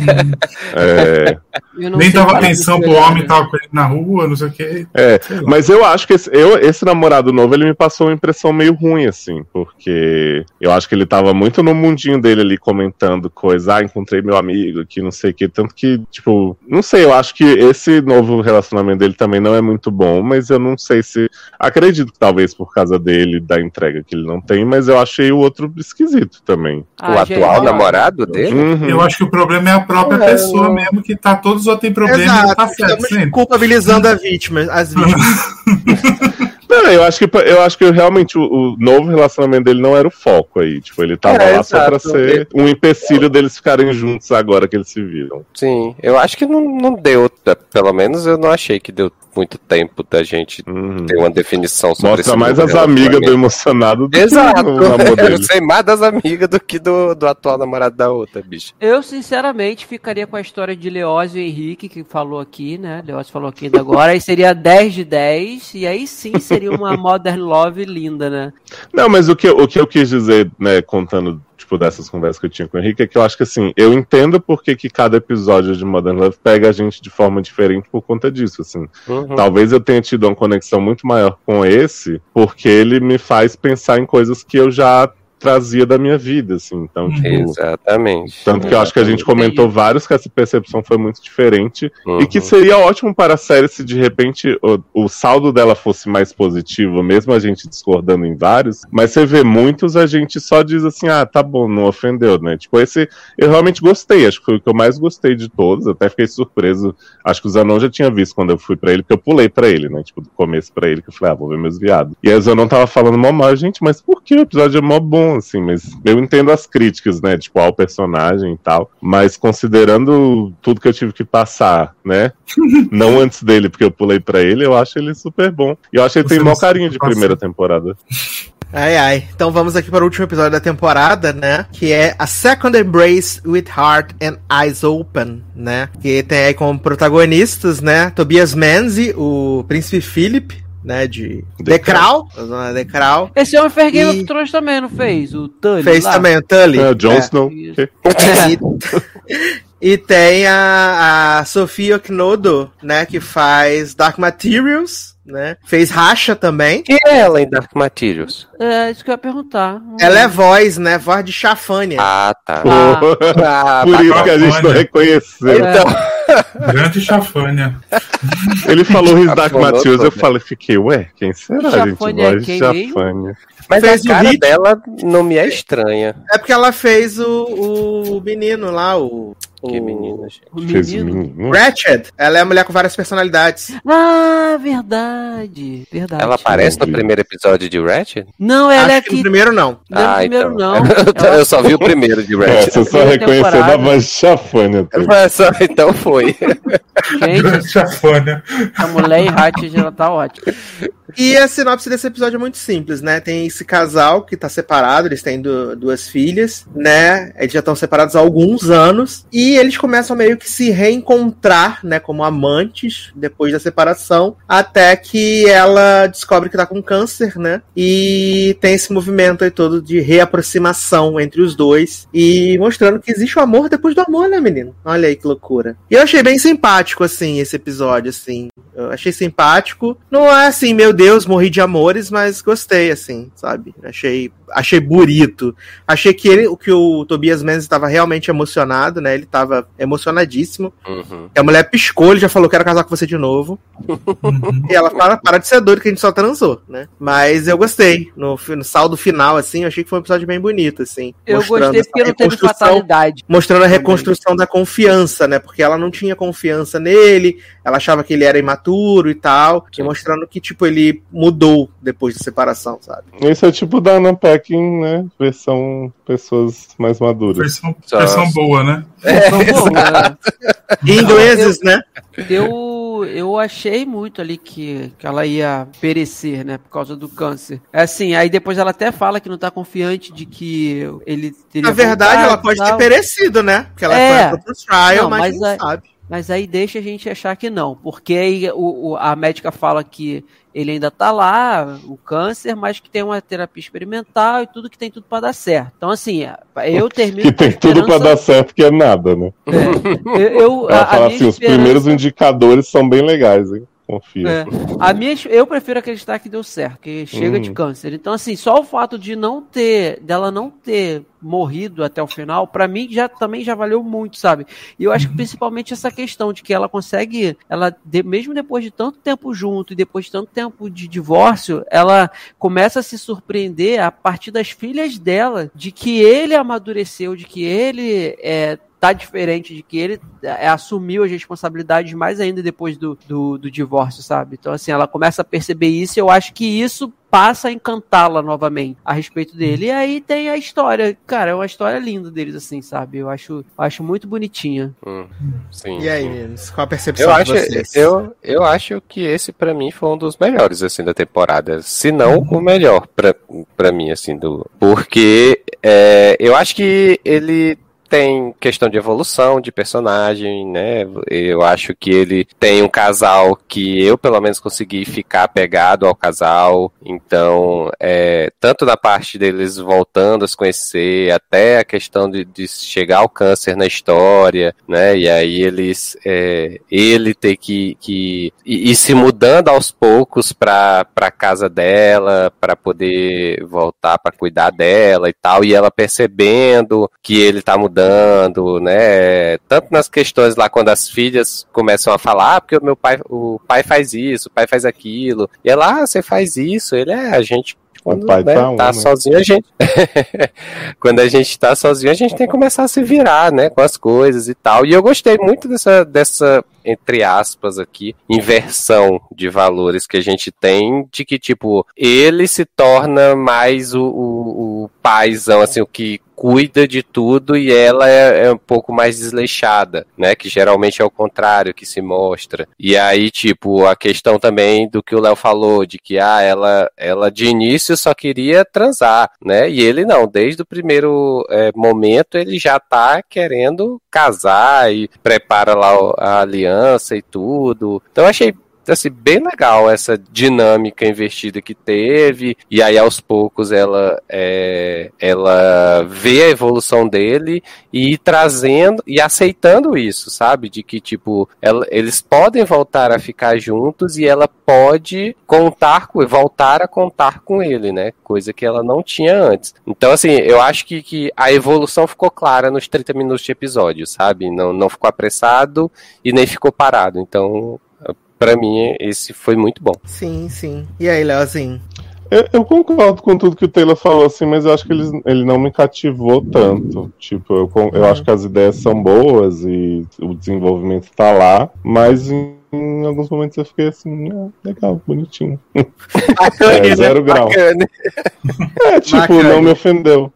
é, Eu não Nem sei dava falar atenção disso, pro né? homem, tava com ele na rua, não sei o que. é, Sei lá. mas eu acho que esse, eu, esse namorado novo, ele me passou uma impressão meio ruim, assim, porque eu acho que ele tava muito no mundinho dele ali, comentando coisas, ah, encontrei meu amigo aqui, não sei o que, tanto que, tipo, não sei, eu acho que esse novo relacionamento dele também não é muito bom, mas eu não sei se, acredito que talvez por causa dele, da entrega que ele não tem, mas eu achei o outro esquisito também. Ah, o gente, atual ó, namorado dele? Uhum. Eu acho que o problema é a própria É, pessoa eu- mesmo, que tá, todos os outros têm problema e ele Exato, tá certo estamos sempre. culpabilizando a vítima, as vítimas. Não, eu acho que eu acho que realmente o, o novo relacionamento dele não era o foco aí. Tipo, ele tava É, lá só pra exato. ser um empecilho deles ficarem juntos agora que eles se viram. Sim, eu acho que não, não deu, pelo menos eu não achei que deu muito tempo da gente Uhum. ter uma definição sobre Mostra esse mais novo as amigas do relacionamento. emocionado do Exato, que o namoro eu dele. sei mais das amigas do que do, do atual namorado da outra, bicho. Eu, sinceramente, ficaria com a história de Leózio e Henrique, que falou aqui, né? Leózio falou aqui ainda agora, aí seria dez de dez, e aí sim seria uma Modern Love linda, né? Não, mas o que, o que eu quis dizer, né, contando tipo, dessas conversas que eu tinha com o Henrique, é que eu acho que assim, eu entendo porque que cada episódio de Modern Love pega a gente de forma diferente por conta disso, assim. Uhum. Talvez eu tenha tido uma conexão muito maior com esse, porque ele me faz pensar em coisas que eu já trazia da minha vida, assim. Então, tipo, Exatamente. tanto que eu acho que a gente comentou vários que essa percepção foi muito diferente Uhum. e que seria ótimo para a série se de repente o, o saldo dela fosse mais positivo, mesmo a gente discordando em vários, mas você vê muitos, a gente só diz assim, ah, tá bom, não ofendeu, né? Tipo, esse eu realmente gostei, acho que foi o que eu mais gostei de todos, até fiquei surpreso, acho que o Zanon já tinha visto quando eu fui pra ele, porque eu pulei pra ele, né? Tipo, do começo pra ele, que eu falei, ah, vou ver meus viados. E aí o Zanon tava falando mó mal, gente, mas por que o episódio é mó bom, assim? Mas eu entendo as críticas, né? Tipo, ao personagem e tal, mas considerando tudo que eu tive que passar, né? Não antes dele, porque eu pulei pra ele, eu acho ele super bom. E eu acho que ele Você tem não mó carinho de passa. primeira temporada. Ai, ai. Então vamos aqui para o último episódio da temporada, né? Que é A Second Embrace with Heart and Eyes Open, né? Que tem aí como protagonistas, né? Tobias Menzies, o Príncipe Philip, né? De The The Crown, a zona The Crown. Esse homem fez Game E- of Thrones também, não fez? O Tully Fez lá? também o Tully. É, o Jon É. Snow. Isso. que- E, e tem a, a Sofia Oknodo, né? Que faz Dark Materials, né? Fez Racha também. Quem é ela em Dark Materials? É, isso que eu ia perguntar. Ela é voz, né? Voz de Chafânia. Ah, tá. Ah. Ah, Por isso que a gente não bacana. reconheceu. Então, Grande chafânia. Ele falou His Dark Afonou Materials, eu toda. falei, fiquei, ué, quem será, gente? Chafânia é Voz de quem mesmo? Chafânia. mas Fez o a cara hit. dela não me é estranha. É porque ela fez o, o menino lá, o, Que O- menina, gente. O Fez menino. menino. Ratched, ela é a mulher com várias personalidades. Ah, verdade. Verdade. Ela aparece no vi. primeiro episódio de Ratchet? Não, ela Acho é que no que. primeiro não. Não é no Ah, primeiro, então. não. Eu Ela- só vi o primeiro de É, Ratchet. você só primeira reconheceu temporada. a voz chafânia dele. Mas só- Então foi. Gente, Grande chafana. a mulher em Hatchet, ela tá ótima. E a sinopse desse episódio é muito simples, né? Tem esse casal que tá separado, eles têm du- duas filhas, né? Eles já estão separados há alguns anos. E eles começam meio que se reencontrar, né? Como amantes, depois da separação. Até que ela descobre que tá com câncer, né? E tem esse movimento aí todo de reaproximação entre os dois. E mostrando que existe o amor depois do amor, né, menino? Olha aí que loucura. E eu achei bem simpático, assim, esse episódio, assim. Eu achei simpático. Não é assim, meu Deus, morri de amores, mas gostei, assim, sabe? Achei, achei bonito. Achei que ele, que o Tobias Menzies estava realmente emocionado, né? Ele estava emocionadíssimo. Uhum. E a mulher piscou, ele já falou, quero casar com você de novo. Uhum. E ela fala, para de ser doido que a gente só transou, né? Mas eu gostei. No, fi- no saldo final, assim, eu achei que foi um episódio bem bonito, assim. Eu mostrando gostei essa porque não teve reconstrução- fatalidade. Mostrando a Também. reconstrução da confiança, né? Porque ela não tinha confiança nele, ela achava que ele era imaturo e tal. E mostrando que, tipo, ele mudou depois da separação, sabe? Esse é tipo da Anna Packing, né? Versão pessoas mais maduras. Versão, Só- versão boa, né? Então, bom, né? Em ingleses, né? Eu, eu achei muito ali que, que ela ia perecer, né, por causa do câncer. É assim, aí depois ela até fala que não tá confiante de que ele teria Na verdade, voltado ela pode e ter tal. perecido, né? Porque ela É. foi pro trial, Não, mas, mas não é- sabe. Mas aí deixa a gente achar que não, porque aí o, o- a médica fala que ele ainda tá lá, o câncer, mas que tem uma terapia experimental e tudo que tem tudo pra dar certo. Então assim, eu termino Que com a tem tudo pra esperança- dar certo, que é nada, né? É, eu, eu- Ela a- a fala minha assim, os esperança- primeiros indicadores são bem legais, hein? Confia. É. A minha, eu prefiro acreditar que deu certo, que chega Hum. de câncer. Então, assim, só o fato de não ter, dela não ter morrido até o final, pra mim já também já valeu muito, sabe? E eu acho que principalmente essa questão de que ela consegue, ela de- mesmo depois de tanto tempo junto e depois de tanto tempo de divórcio, ela começa a se surpreender a partir das filhas dela, de que ele amadureceu, de que ele é tá diferente, de que ele é, assumiu as responsabilidades mais ainda depois do, do, do divórcio, sabe? Então, assim, ela começa a perceber isso e eu acho que isso passa a encantá-la novamente a respeito dele. E aí tem a história. Cara, é uma história linda deles, assim, sabe? Eu acho, acho muito bonitinha. Hum, sim. E aí, meninos? Qual a percepção Eu de acho, vocês? eu, eu acho que esse pra mim foi um dos melhores assim da temporada, se não o melhor pra, pra mim assim do, porque é, eu acho que ele tem questão de evolução de personagem, né? Eu acho que ele tem um casal que eu, pelo menos, consegui ficar apegado ao casal. Então, é, tanto na parte deles voltando a se conhecer, até a questão de, de chegar ao câncer na história, né? E aí eles, é, ele ter que, que ir, ir se mudando aos poucos para a casa dela, para poder voltar para cuidar dela e tal. E ela percebendo que ele tá mudando, né? Tanto nas questões lá quando as filhas começam a falar, ah, porque o meu pai, o pai faz isso, o pai faz aquilo. E ela, ah, você faz isso, ele é a gente. Quando, O pai né, tá um, tá né? sozinho, a gente. Quando a gente tá sozinho, a gente tem que começar a se virar, né? Com as coisas e tal. E eu gostei muito dessa, dessa, entre aspas, aqui, inversão de valores que a gente tem, de que, tipo, ele se torna mais o, o, o paizão, assim, o que cuida de tudo e ela é, é um pouco mais desleixada, né? Que geralmente é o contrário que se mostra. E aí, tipo, a questão também do que o Léo falou, de que ah, ela, ela de início só queria transar, né? E ele não, desde o primeiro é, momento ele já tá querendo casar e prepara lá a aliança e tudo. Então eu achei assim, bem legal essa dinâmica investida que teve, e aí aos poucos ela, é, ela vê a evolução dele e ir trazendo e aceitando isso, sabe? De que, tipo, ela, eles podem voltar a ficar juntos e ela pode contar com, voltar a contar com ele, né? Coisa que ela não tinha antes. Então, assim, eu acho que, que a evolução ficou clara nos trinta minutos de episódio, sabe? Não, não ficou apressado e nem ficou parado. Então, pra mim, esse foi muito bom. Sim, sim. E aí, Leozinho? Eu, eu concordo com tudo que o Taylor falou, assim, mas eu acho que ele, ele não me cativou tanto. Tipo, eu, con- eu acho que as ideias são boas e o desenvolvimento tá lá, mas em, em alguns momentos eu fiquei assim, ah, legal, bonitinho. É, zero grau. Bacana. É, tipo, Bacana. não me ofendeu.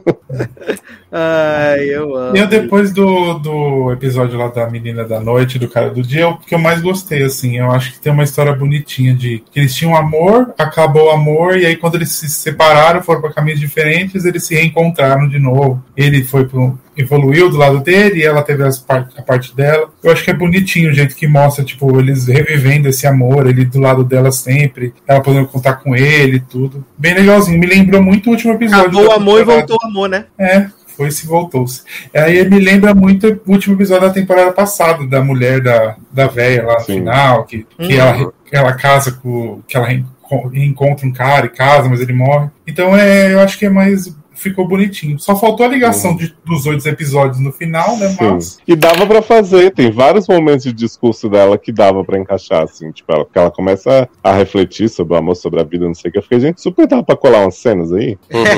Ai, eu amo. Eu, depois do, do episódio lá da menina da noite, do cara do dia, o que eu mais gostei, assim, eu acho que tem uma história bonitinha de que eles tinham amor, acabou o amor, e aí quando eles se separaram, foram para caminhos diferentes, eles se reencontraram de novo. Ele foi pro, evoluiu do lado dele, e ela teve as par- a parte dela. Eu acho que é bonitinho o jeito que mostra, tipo, eles revivendo esse amor, ele do lado dela sempre, ela podendo contar com ele e tudo. Bem legalzinho, me lembrou muito o último episódio. Acabou o da amor e temporada. voltou o amor, né? É, foi-se e voltou-se. Aí me lembra muito o último episódio da temporada passada, da mulher da, da véia lá no Sim. final, que, que, Uhum. ela, que ela casa com. Que ela reenco- reencontra um cara e casa, mas ele morre. Então é, eu acho que é mais. Ficou bonitinho. Só faltou a ligação Uhum. de, dos oito episódios no final, né? Sim. Mas. E dava pra fazer, tem vários momentos de discurso dela que dava pra encaixar, assim, tipo, ela, porque ela começa a, a refletir sobre o amor, sobre a vida, não sei o que. Eu fiquei, gente, super dava pra colar umas cenas aí.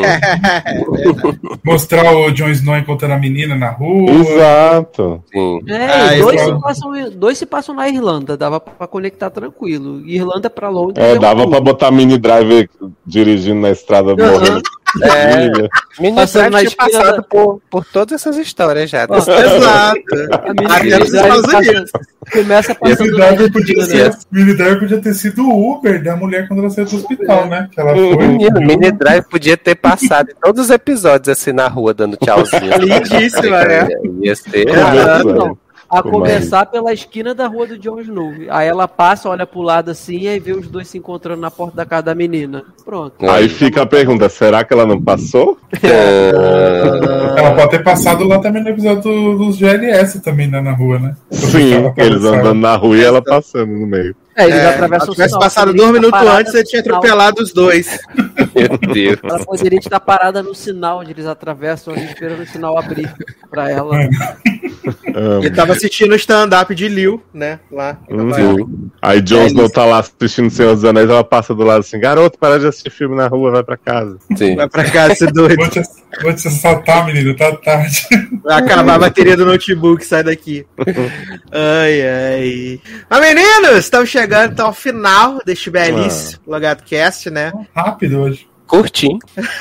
Uhum. Mostrar o Jon Snow encontrando a menina na rua. Exato. Sim. É, Ah, os dois, isso. se passam, dois se passam na Irlanda, dava pra conectar tranquilo. Irlanda pra Londres. É, um dava pulo. pra botar mini driver dirigindo na estrada morrendo. É. Mini Passando Drive na tinha esquina passado da- por, por todas essas histórias já. Ó, Exato. A menina Até nos Drive Estados passa- Unidos. Começa E esse passando na driver podia esquina, ser, Mini Driver podia ter sido o Uber da mulher quando ela saiu do hospital, né? Que ela foi. Menino, viu? Mini Drive podia ter passado em todos os episódios assim na rua, dando tchauzinho. Lindíssima, né? Ia ser. Ah, não. A Foi começar pela esquina da rua do Jon Snow. Aí ela passa, olha pro lado assim, e aí vê os dois se encontrando na porta da casa da menina. Pronto. Aí fica a pergunta, será que ela não passou? Ela pode ter passado lá também no episódio do- dos G L S também, né, na rua, né? Sim, Ela eles atravessava. andando na rua e ela passando no meio. É, eles É, atravessam se o tivesse sinal. passado Poderia dois estar minutos parada antes, você no tinha sinal. atropelado os dois. Meu Deus. Ela poderia estar parada no sinal onde eles atravessam, ali esperando o sinal abrir pra ela. Amo. Ele tava assistindo o stand-up de Liu, né? Lá. em Nova York. Uhum. Aí Jon Snow tá lá assistindo Senhor dos Anéis, ela passa do lado assim, garoto, para de assistir filme na rua, vai pra casa. Sim. Vai pra casa, esse doido. Vou te, vou te assaltar, menino, tá tarde. Vai acabar a bateria do notebook, sai daqui. Ai, ai. Mas, meninos, estamos chegando então, ao final deste belíssimo Logado Cast, né? Rápido hoje. Curtinho.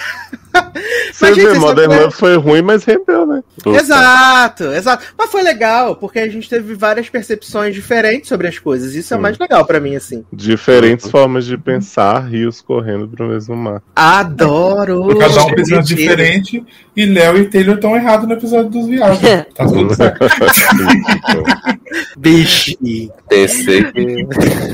Você gente, vê, vocês Modern estão- Love foi ruim, mas rendeu, né? Exato, exato. Mas foi legal, porque a gente teve várias percepções diferentes sobre as coisas. Isso é Sim. mais legal pra mim, assim. Diferentes formas de pensar, rios correndo pro mesmo mar. Adoro! Cada um pensando Mentira. diferente. E Léo e Taylor estão errados no episódio dos viados. Tá tudo certo. Bicho. Pensei que.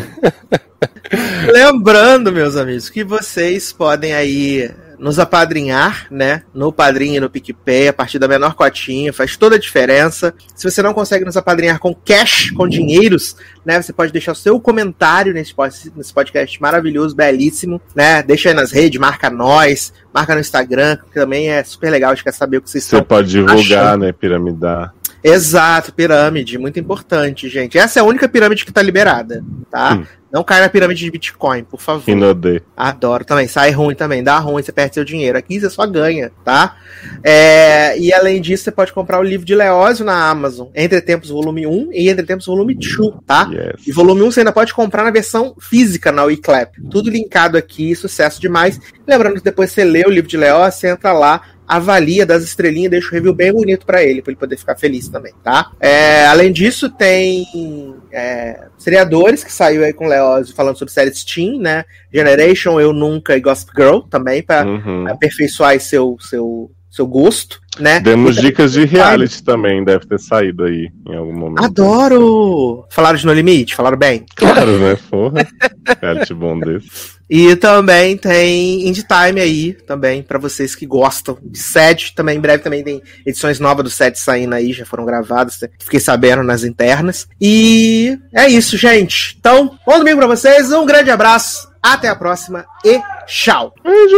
Lembrando, meus amigos, que vocês podem aí nos apadrinhar, né? No Padrinho e no PicPay, a partir da menor cotinha, faz toda a diferença. Se você não consegue nos apadrinhar com cash, com dinheiros, né? Você pode deixar o seu comentário nesse, pod- nesse podcast maravilhoso, belíssimo, né? Deixa aí nas redes, marca nós, marca no Instagram, que também é super legal, a gente quer saber o que vocês Você estão pode divulgar, achando. né, piramidar. Exato, pirâmide, muito importante, gente. Essa é a única pirâmide que tá liberada, tá? Hum. Não cai na pirâmide de Bitcoin, por favor. Inodê. Adoro também. Sai ruim também, dá ruim, você perde seu dinheiro. Aqui você só ganha, tá? É, e além disso, você pode comprar o livro de Leózio na Amazon. Entre Tempos volume um e Entre Tempos volume dois, tá? Yes. E volume um você ainda pode comprar na versão física na Wiclap. Tudo linkado aqui, sucesso demais. Lembrando que depois você lê o livro de Leózio, você entra lá, avalia das estrelinhas, deixa o review bem bonito pra ele, pra ele poder ficar feliz também, tá? É, além disso, tem é, seriadores que saiu aí com o Leózio falando sobre séries teen, né? Generation, Eu Nunca e Gossip Girl também, pra Uhum. aperfeiçoar aí seu, seu, seu gosto, né? Demos E- dicas de reality também, deve ter saído aí em algum momento. Adoro! Falaram de No Limite? Falaram bem? Claro, né? Porra. Reality bom desse. E também tem Indie Time aí, também, pra vocês que gostam de set. Também, em breve, também tem edições novas do set saindo aí, já foram gravadas, fiquei sabendo nas internas. E é isso, gente. Então, bom domingo pra vocês, um grande abraço, até a próxima e tchau!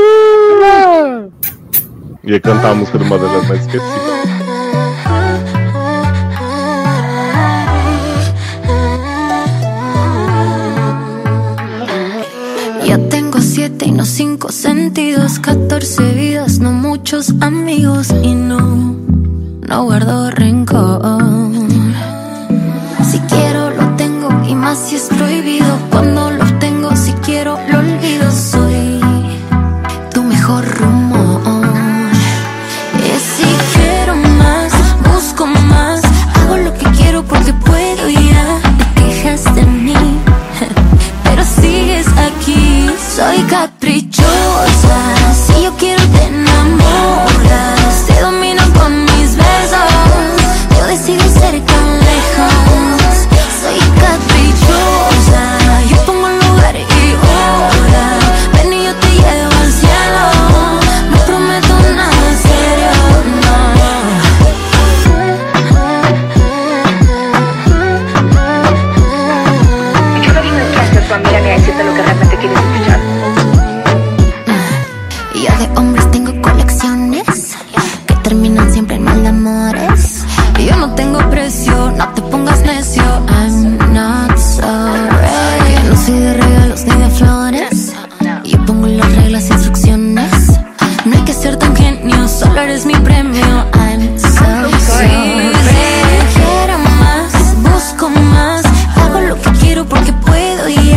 Ia cantar a música do Modern Love, mas esqueci. Ya tengo siete y no cinco sentidos, catorce vidas, no muchos amigos y no, no guardo rencor. Si quiero lo tengo y más si es prohibido. Cuando lo tengo, si quiero lo olvido. Soy tu mejor rumor. Y si quiero más, busco más. Hago lo que quiero porque puedo y ya te quejas de mí, pero sigues aquí. Soy caprichosa. Si yo quiero te enamoras. Te domino con mis besos. Yo decido ser tan lejos. Soy caprichosa. Yo pongo un lugar y hora. Ven y yo te llevo al cielo. No prometo nada serio, Yo no vine aquí a ser tu amiga ni a decirte lo que realmente quieres escuchar. Y yo de hombres tengo colecciones que terminan siempre en mal amores. Y yo no tengo precio, no te pongas necio. I'm not sorry. Que no soy de regalos ni de flores. Yo pongo las reglas e instrucciones. No hay que ser tan genio, solo eres mi premio. I'm so sorry. Quiero más, busco más. Hago lo que quiero porque puedo y